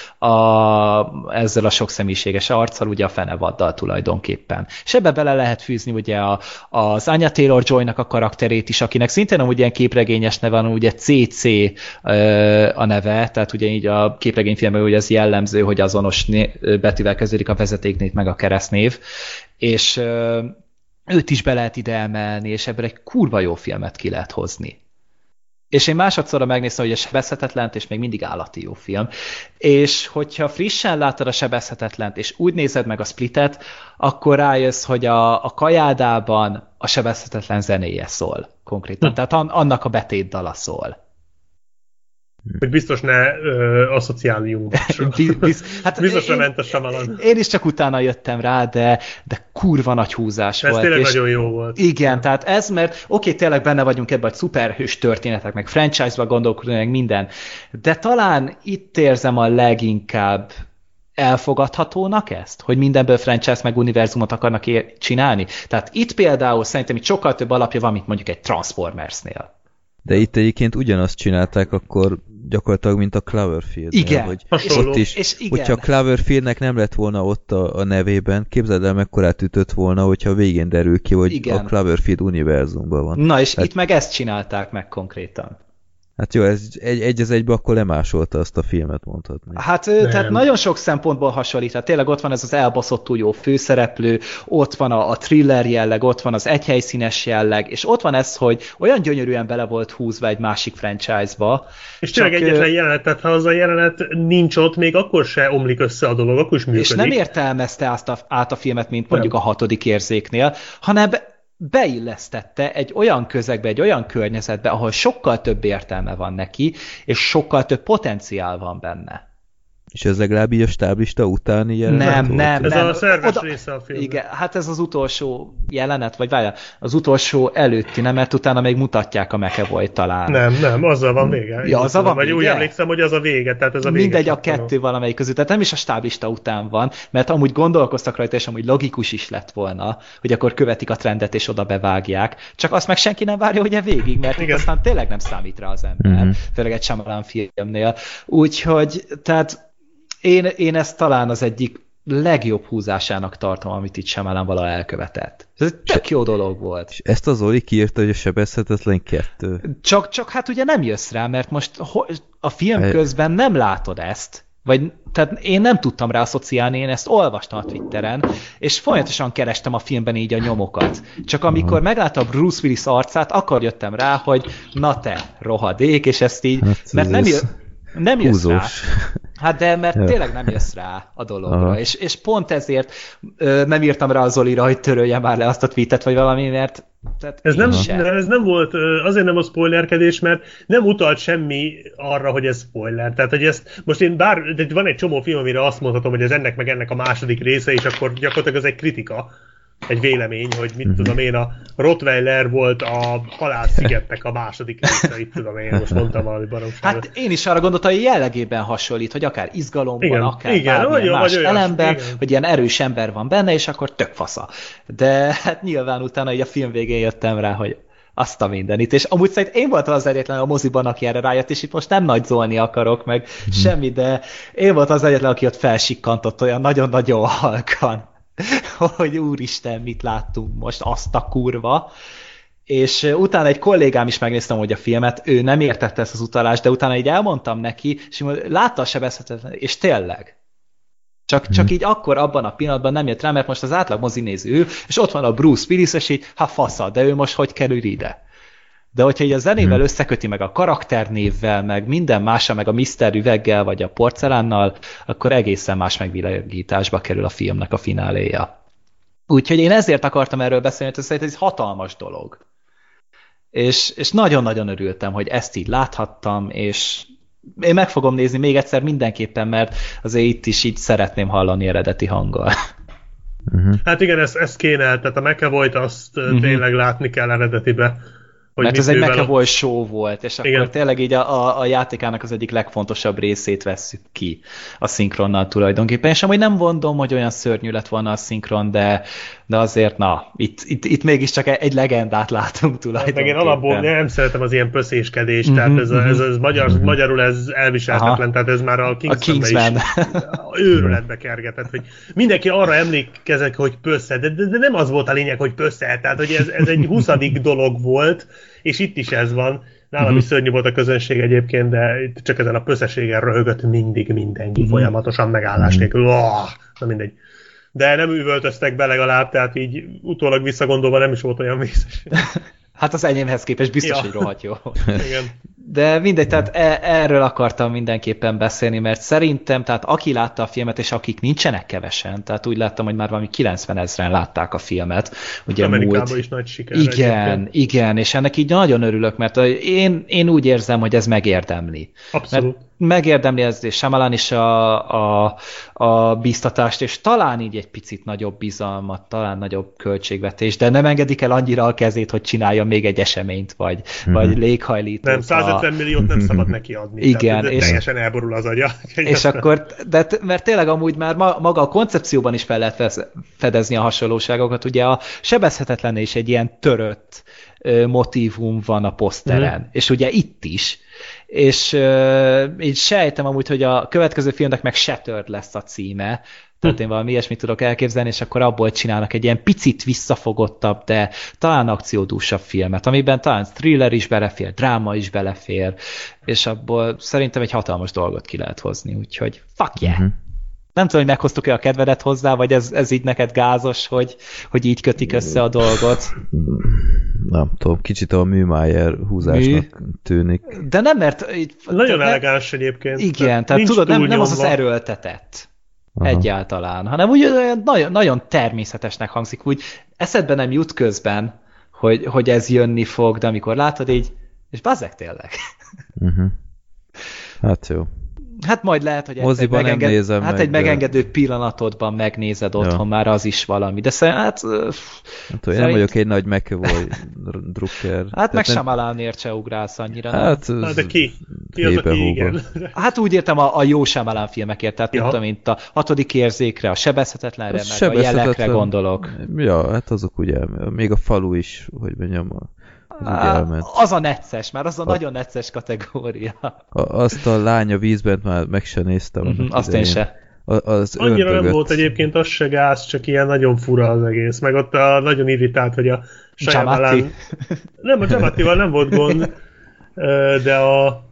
a, ezzel a sokszemélyiséges arccal, ugye a fenevaddal tulajdonképpen. És ebbe bele lehet fűzni ugye a, az Anya Taylor-Joy-nak a karakterét is, akinek szintén amúgy ilyen képregényes neve van, ugye cé cé a neve, tehát ugye így a képregényfilmben ugye ez jellemző, hogy azonos betűvel kezdődik a vezetéknév meg a keresztnév, és ö, őt is be lehet ide emelni, és ebből egy kurva jó filmet ki lehet hozni. És én másodszorra megnéztem, hogy a Sebezhetetlent, és még mindig állati jó film. És hogyha frissen láttad a Sebezhetetlent, és úgy nézed meg a Splitet, akkor rájössz, hogy a, a kajádában a Sebezhetetlen zenéje szól konkrétan. Hm. Tehát an, annak a betétdala szól. Hogy biztos ne ö, asszociáljunk. Biz, hát Biztosra én, ment a Shyamalan. Én is csak utána jöttem rá, de, de kurva nagy húzás ez volt. Ez tényleg és nagyon jó volt. Igen, tehát ez, mert oké, okay, tényleg benne vagyunk ebben, hogy szuperhős történetek, meg franchise-ba gondolkodunk, meg minden, de talán itt érzem a leginkább elfogadhatónak ezt, hogy mindenből franchise meg univerzumot akarnak csinálni. Tehát itt például szerintem itt sokkal több alapja van, mint mondjuk egy Transformersnél. De itt egyébként ugyanazt csinálták akkor gyakorlatilag, mint a Cloverfield. Igen. Hogy hasonló. Ott is, és igen. hogyha Cloverfieldnek nem lett volna ott a, a nevében, képzeld el, mekkorát ütött volna, hogyha végén derül ki, hogy igen. A Cloverfield univerzumban van. Na, és hát, itt meg ezt csinálták meg konkrétan. Hát jó, ez egy, egy az egybe akkor lemásolta azt a filmet, mondhatni. Hát nem. Tehát nagyon sok szempontból hasonlít. Tehát tényleg ott van ez az elbaszottul jó főszereplő, ott van a, a thriller jelleg, ott van az egyhelyszínes jelleg, és ott van ez, hogy olyan gyönyörűen bele volt húzva egy másik franchise-ba. És tényleg egyetlen ő... jelenet, tehát ha az a jelenet nincs ott, még akkor se omlik össze a dolog, akkor is működik. És nem értelmezte át a, át a filmet, mint mondjuk nem. a hatodik érzéknél, hanem beillesztette egy olyan közegbe, egy olyan környezetbe, ahol sokkal több értelme van neki, és sokkal több potenciál van benne. És ez legalább így a stáblista utáni jelenet Nem, volt? nem, Ez nem. a szerves Oda... része a filmnek. Igen, hát ez az utolsó jelenet, vagy várjál, az utolsó előtti, nem, mert utána még mutatják a McAvoy talán. Nem, nem, azzal van vége. Ja, azzal van Vagy vége? úgy emlékszem, hogy az a vége, tehát ez a vége. Mindegy, a kettő valamelyik között, tehát nem is a stáblista után van, mert amúgy gondolkoztak rajta, és amúgy logikus is lett volna, hogy akkor követik a trendet, és oda bevágják. Csak azt meg senki nem várja, ugye végig, mert itt aztán tényleg nem számít rá az ember, mm-hmm. főleg egy Shyamalan filmnél. Úgyhogy, tehát én, én ezt talán az egyik legjobb húzásának tartom, amit itt Shyamalan vala elkövetett. Ez egy tök jó dolog volt. És ezt az Zoli kiírta, hogy a Sebezhetetlen kettő. Csak, csak hát ugye nem jössz rá, mert most a film közben nem látod ezt, vagy tehát én nem tudtam rá asszociálni, én ezt olvastam a Twitteren, és folyamatosan kerestem a filmben így a nyomokat. Csak amikor megláttam Bruce Willis arcát, akkor jöttem rá, hogy na te, rohadék, és ezt így, hát mert nem, jö, nem jössz rá. Hát de, mert ja. tényleg nem jössz rá a dologra, és, és pont ezért ö, nem írtam rá a Zolira, hogy törölje már le azt a tweetet, vagy valami, mert ez nem, ez nem volt, azért nem a spoilerkedés, mert nem utalt semmi arra, hogy ez spoiler. Tehát, hogy ezt most én bár, de van egy csomó film, amire azt mondhatom, hogy ez ennek meg ennek a második része, és akkor gyakorlatilag ez egy kritika, egy vélemény, hogy mit tudom én, a Rottweiler volt a Halál-szigetnek a második része, itt tudom én, most mondtam valami baromságot. Hát én is arra gondoltam, hogy jellegében hasonlít, hogy akár izgalomban, igen, akár igen, bármilyen más vagy elemben, igen. hogy ilyen erős ember van benne, és akkor tök fasza. De hát nyilván utána így a film végén jöttem rá, hogy azt a mindenit. És amúgy szerint én voltam az egyetlen a moziban, aki erre rájött, és itt most nem nagyzolni akarok, meg mm-hmm. semmi, de én voltam az egyetlen, aki ott felsikkantott olyan nagyon-nagyon halkan, hogy úristen, mit láttunk most, azt a kurva. És utána egy kollégám is megnéztem, hogy a filmet, ő nem értette ezt az utalást, de utána így elmondtam neki, és látta a Sebezhetetlen, és tényleg. Csak, hmm. csak így akkor abban a pillanatban nem jött rá, mert most az átlag mozinéző ő, és ott van a Bruce Willis, és így, ha fasza, de ő most hogy kerül ide? De hogyha így a zenével hmm. összeköti meg a karakternévvel, meg minden mással, meg a miszter üveggel, vagy a porcelánnal, akkor egészen más megvilágításba kerül a filmnek a fináléja. Úgyhogy én ezért akartam erről beszélni, hogy szerintem ez egy hatalmas dolog. És, és nagyon-nagyon örültem, hogy ezt így láthattam, és én meg fogom nézni még egyszer mindenképpen, mert azért itt is így szeretném hallani eredeti hanggal. Uh-huh. Hát igen, ezt, ezt kéne, tehát a McAvoyt azt uh-huh. tényleg látni kell eredetibe. Mert ez egy McAvoy show volt, és akkor igen. tényleg így a, a, a játékának az egyik legfontosabb részét vesszük ki a szinkronnal tulajdonképpen. És amúgy nem mondom, hogy olyan szörnyű lett volna a szinkron, de, de azért, na, itt, itt, itt mégiscsak egy legendát látunk tulajdonképpen. Meg én alapból nem szeretem az ilyen pöszéskedést, mm-hmm, tehát ez, a, ez, ez magyar, mm-hmm. magyarul ez elviselhetetlen, aha. Tehát ez már a Kingsman is őrületbe kergetett, hogy mindenki arra emlékezek, hogy pösze, de, de, de nem az volt a lényeg, hogy pösze, tehát hogy ez, ez egy huszadik dolog volt, és itt is ez van. Nálam uh-huh. is szörnyű volt a közönség egyébként, de itt csak ezen a pösszeségen röhögött mindig mindenki, uh-huh. folyamatosan megállás nélkül. Uh-huh. Na mindegy. De nem üvöltöztek be legalább, tehát így utólag visszagondolva nem is volt olyan vészes. Hát az enyémhez képest biztos, ja. hogy rohadt jó. Igen. De mindegy, tehát e- erről akartam mindenképpen beszélni, mert szerintem, tehát aki látta a filmet, és akik nincsenek kevesen, tehát úgy láttam, hogy már valami kilencven ezren látták a filmet. Ugye Amerikában múlt... is nagy siker. Igen, egyébként. igen, és ennek így nagyon örülök, mert én, én úgy érzem, hogy ez megérdemli. Abszolút. Mert megérdemli ez, és Shyamalan is a, a, a bíztatást, és talán így egy picit nagyobb bizalmat, talán nagyobb költségvetés, de nem engedik el annyira a kezét, hogy csinálja még egy eseményt, vagy, mm-hmm. vagy léghajlítót. Nem, százötven milliót nem szabad neki adni. Igen. Tehát, és, teljesen elborul az agya. És akkor, de, mert tényleg amúgy már maga a koncepcióban is fel lehet fedezni a hasonlóságokat. Ugye a Sebezhetetlen is egy ilyen törött motívum van a poszteren, mm. és ugye itt is. És uh, így sejtem amúgy, hogy a következő filmnek meg Shattered lesz a címe, tehát hm. én valami ilyesmit tudok elképzelni, és akkor abból csinálnak egy ilyen picit visszafogottabb, de talán akciódúsabb filmet, amiben talán thriller is belefér, dráma is belefér, és abból szerintem egy hatalmas dolgot ki lehet hozni, úgyhogy fuck yeah! Uh-huh. Nem tudom, hogy meghoztuk-e a kedvedet hozzá, vagy ez, ez így neked gázos, hogy, hogy így kötik össze a dolgot? Nem tudom, kicsit a Műmájer húzásnak Mű? tűnik. De nem, mert... Így, nagyon te, elegáns egyébként. Igen, tehát tudod, nem, nem az az erőltetett. Aha. Egyáltalán, hanem úgy nagyon, nagyon természetesnek hangzik, úgy eszedbe nem jut közben, hogy, hogy ez jönni fog, de amikor látod így, és bazzeg tényleg. Uh-huh. Hát jó. Hát majd lehet, hogy moziban egy, nem megenged... nézem hát meg, egy de... megengedő pillanatodban megnézed otthon, ja. Már az is valami. De szerintem, hát... Nem tudom, én nem vagyok egy nagy McAvoy drukker. Hát meg nem... Shyamalanért se ugrálsz annyira. Hát, hát de ki? Ki az, aki igen? Hát úgy értem a, a jó Shyamalan filmekért, tehát ja. Tudom, mint a hatodik érzékre, a sebezhetetlenre, meg sebezhetetlen... a jelekre gondolok. Ja, hát azok ugye, még a falu is, hogy mondjam, az, á, az a necces, már az a, a nagyon necces kategória. A, azt a Lány a vízben már meg se néztem. Mm-hmm, azt én se. Az annyira ördögöt. Nem volt egyébként az se gáz, csak ilyen nagyon fura az egész. Meg ott a, nagyon irritált, hogy a Shyamalan... Nem, a Giamattival nem volt gond, de a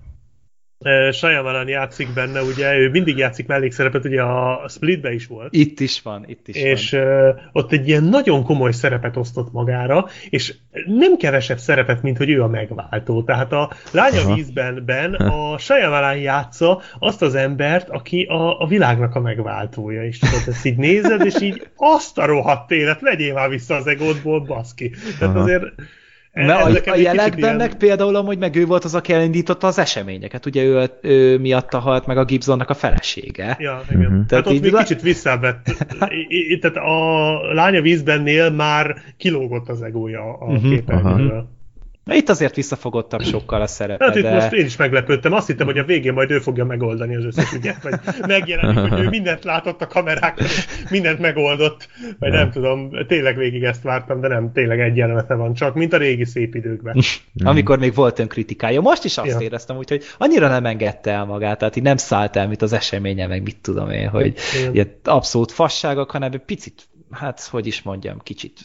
Shyamalan játszik benne, ugye, ő mindig játszik mellékszerepet, ugye a Splitbe is volt. Itt is van, itt is és van. És ott egy ilyen nagyon komoly szerepet osztott magára, és nem kevesebb szerepet, mint hogy ő a megváltó. Tehát a Lány a vízben ben a Shyamalan játsza azt az embert, aki a, a világnak a megváltója. És tudod, ezt így nézed, és így azt a rohadt élet, vegyél már vissza az egódból, baszki. Tehát Aha. azért... Mert a, a jelekben ilyen... meg például amúgy meg ő volt az, aki elindította az eseményeket. Ugye ő, ő miatta halt meg a Gibsonnak a felesége. Ja, igen. Uh-huh. Tehát ott még la... kicsit visszavett. Tehát a Lány a vízbennél már kilógott az egója a uh-huh. képernyőről. Itt azért visszafogottabb sokkal a szerepe. Hát itt de... most én is meglepődtem. Azt hittem, hogy a végén majd ő fogja megoldani az összes ügyet, vagy megjelenik, hogy ő mindent látott a kamerákon, és mindent megoldott. Vagy nem tudom, tényleg végig ezt vártam, de nem, tényleg egy jelenete van csak, mint a régi szép időkben. Amikor még volt önkritikája. Most is azt ja. éreztem, úgyhogy annyira nem engedte el magát, tehát így nem szállt el, mint az eseménye, meg mit tudom én, hogy ilyen abszolút fasságok, hanem egy picit, hát hogy is mondjam, kicsit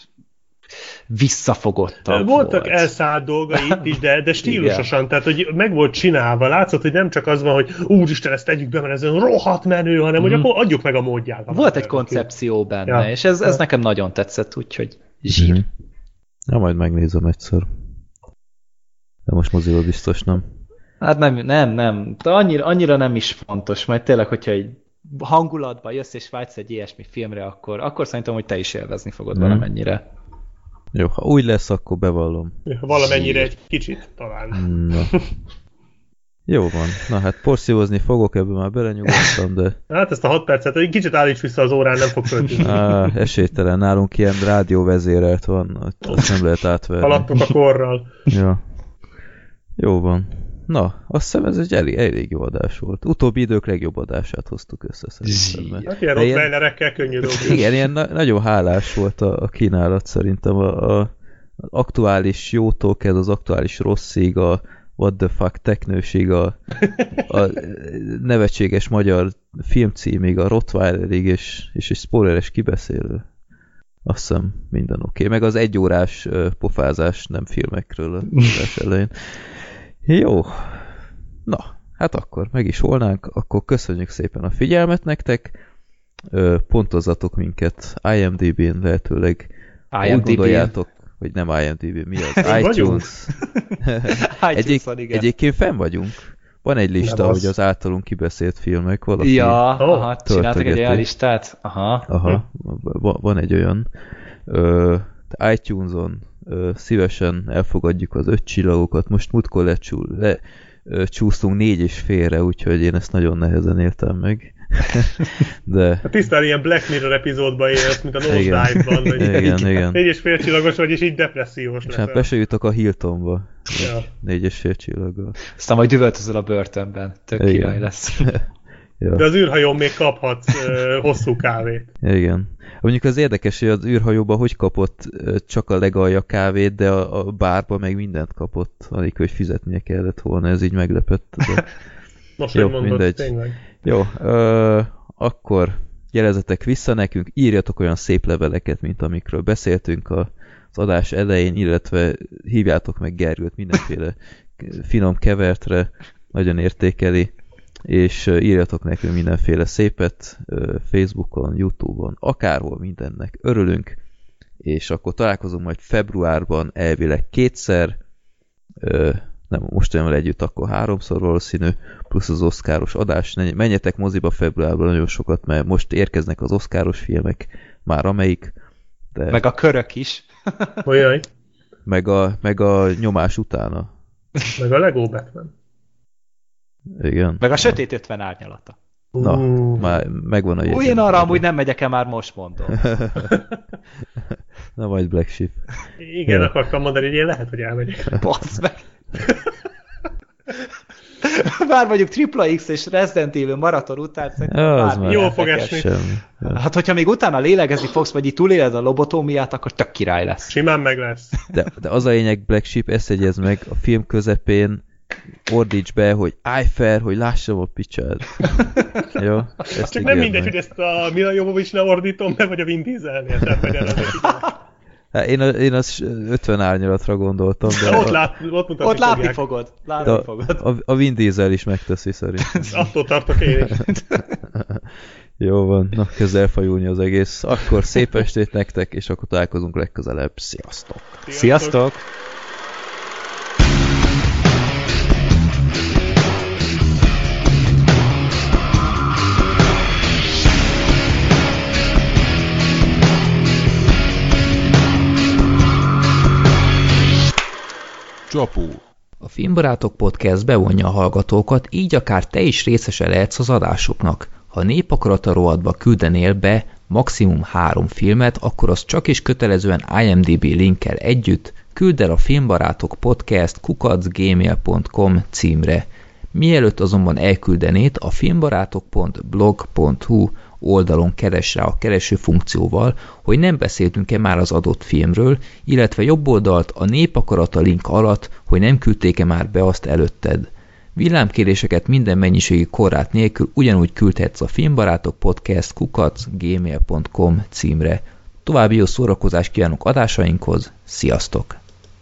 visszafogottabb Voltak volt. elszállt dolgai itt is, de, de stílusosan, tehát hogy meg volt csinálva. Látszott, hogy nem csak az van, hogy úristen, ezt tegyük be, mert ez olyan rohadt menő, hanem mm. hogy akkor adjuk meg a módját. Volt egy koncepció benne, ja. és ez, ez nekem nagyon tetszett, úgyhogy zsír. Mm. Na, majd megnézem egyszer. De most moziba biztos nem. Hát nem, nem, nem. De annyira, annyira nem is fontos, majd tényleg, hogyha egy hangulatba jössz és vágysz egy ilyesmi filmre, akkor, akkor szerintem, hogy te is élvezni fogod mm. valamennyire. Jó, ha úgy lesz, akkor bevallom. Ja, valamennyire egy kicsit talán. Na. Jó van. Na hát porszívozni fogok, ebből már belenyugodtam, de... Hát ezt a hat percet, egy kicsit állíts vissza az órán, nem fog költeni. Á, esélytelen. Nálunk ilyen rádióvezérelt van, azt nem lehet átverni. Haladtunk a korral. Ja. Jó van. Na, azt hiszem ez egy elég, elég jó adás volt. Utóbbi idők legjobb adását hoztuk össze szerintem. Hát ilyen rottweilerekkel könnyű dolgok. Igen, ilyen na- nagyon hálás volt a, a kínálat szerintem. A, a, az aktuális jótól kezdve az aktuális rosszig, a what the fuck teknőség, a, a nevetséges magyar filmcímig, a rottweilerig, és, és egy spoileres kibeszélő. Azt hiszem minden oké. Okay. Meg az egyórás uh, pofázás nem filmekről a adás elején. Jó. Na, hát akkor meg is holnánk, akkor köszönjük szépen a figyelmet nektek, pontozzatok minket I M D B-n lehetőleg, úgy gondoljátok, hogy nem I M D B, mi az? iTunes. Egyéb, egyébként fenn vagyunk. Van egy lista, hogy az általunk kibeszélt filmek valaki. Ja, aha, csináltak egy olyan listát? Aha. Aha, van egy olyan. iTunes-on szívesen elfogadjuk az öt csillagokat. Most múltkor lecsúl, le, csúsztunk négy és félre, úgyhogy én ezt nagyon nehezen éltem meg. De... A tisztán ilyen Black Mirror epizódban élsz, mint a Nosedive-ban, hogy igen, igen. négy és fél csillagos vagy, és így depressziós leszel. Hát be se jutok a Hiltonba. Ja. Négy és fél csillaggal. Aztán majd üvöltözöl a börtönben. Tök igen. Király lesz. Ja. De az űrhajón még kaphatsz uh, hosszú kávét. Igen. Mondjuk az érdekes, hogy az űrhajóban hogy kapott uh, csak a legalja kávét, de a, a bárban meg mindent kapott, anélkül, hogy fizetnie kellett volna, ez így meglepett. De... Most jó, mondod, mindegy. Tényleg. Jó, uh, akkor jelezetek vissza nekünk, írjatok olyan szép leveleket, mint amikről beszéltünk az adás elején, illetve hívjátok meg Gergőt mindenféle finom kevertre, nagyon értékeli, és írjatok nekünk mindenféle szépet Facebookon, YouTube-on, akárhol, mindennek örülünk, és akkor találkozunk majd februárban elvileg kétszer, nem most olyan együtt, akkor háromszor valószínű, plusz az oszkáros adás. Menjetek moziba februárban nagyon sokat, mert most érkeznek az oszkáros filmek, már amelyik. De... Meg a körök is. Olyaj. Meg a, meg a nyomás utána. Meg a Lego Batman. Igen. Meg a Sötét ötven árnyalata. Na, már megvan a jegyem. Új, én arra amúgy nem megyek el, már most mondom. Na majd Black Sheep. Igen, ja. Akartam mondani, hogy én lehet, hogy elmegyek. Bassz meg! Bár mondjuk Triple X és Resident Evil maraton után ja, jól fog esni. Ja. Hát, hogyha még utána lélegezni fogsz, vagy így túléled a lobotómiát, akkor tök király lesz. Simán meg lesz. De, de az a lényeg, Black Sheep, ezt jegyez meg, a film közepén ordíts be, hogy állj fel, hogy lássam a picsád. Jó? Ezt csak nem mindegy, meg. Hogy ezt a Mila Jovovics-ne ordítom be, vagy a Vin Dieselnél. Hát én, én az ötven árnyalatra gondoltam. De, de ott, a, lát, ott, mutatni ott látni fogod. Látni a, fogod. A, a Vin Diesel is megteszi szerintem. Attól tartok én is. Jó van, na kezd elfajulni az egész. Akkor szép estét nektek, és akkor találkozunk legközelebb. Sziasztok! Sziasztok! Sziasztok. Csapó. A Filmbarátok Podcast bevonja a hallgatókat, így akár te is részese lehetsz az adásoknak. Ha népakarata rovatba küldenél be maximum három filmet, akkor az csak is kötelezően IMDb linkkel együtt küld el a Filmbarátok Podcast kukac gmail pont com címre. Mielőtt azonban elküldenéd, a filmbarátok pont blog pont hu oldalon keres rá a kereső funkcióval, hogy nem beszéltünk-e már az adott filmről, illetve jobb oldalt a népakarata link alatt, hogy nem küldték-e már be azt előtted. Villámkéréseket minden mennyiségi korlát nélkül ugyanúgy küldhetsz a Filmbarátok Podcast kukac gmail pont com címre. További jó szórakozást kívánok adásainkhoz, sziasztok!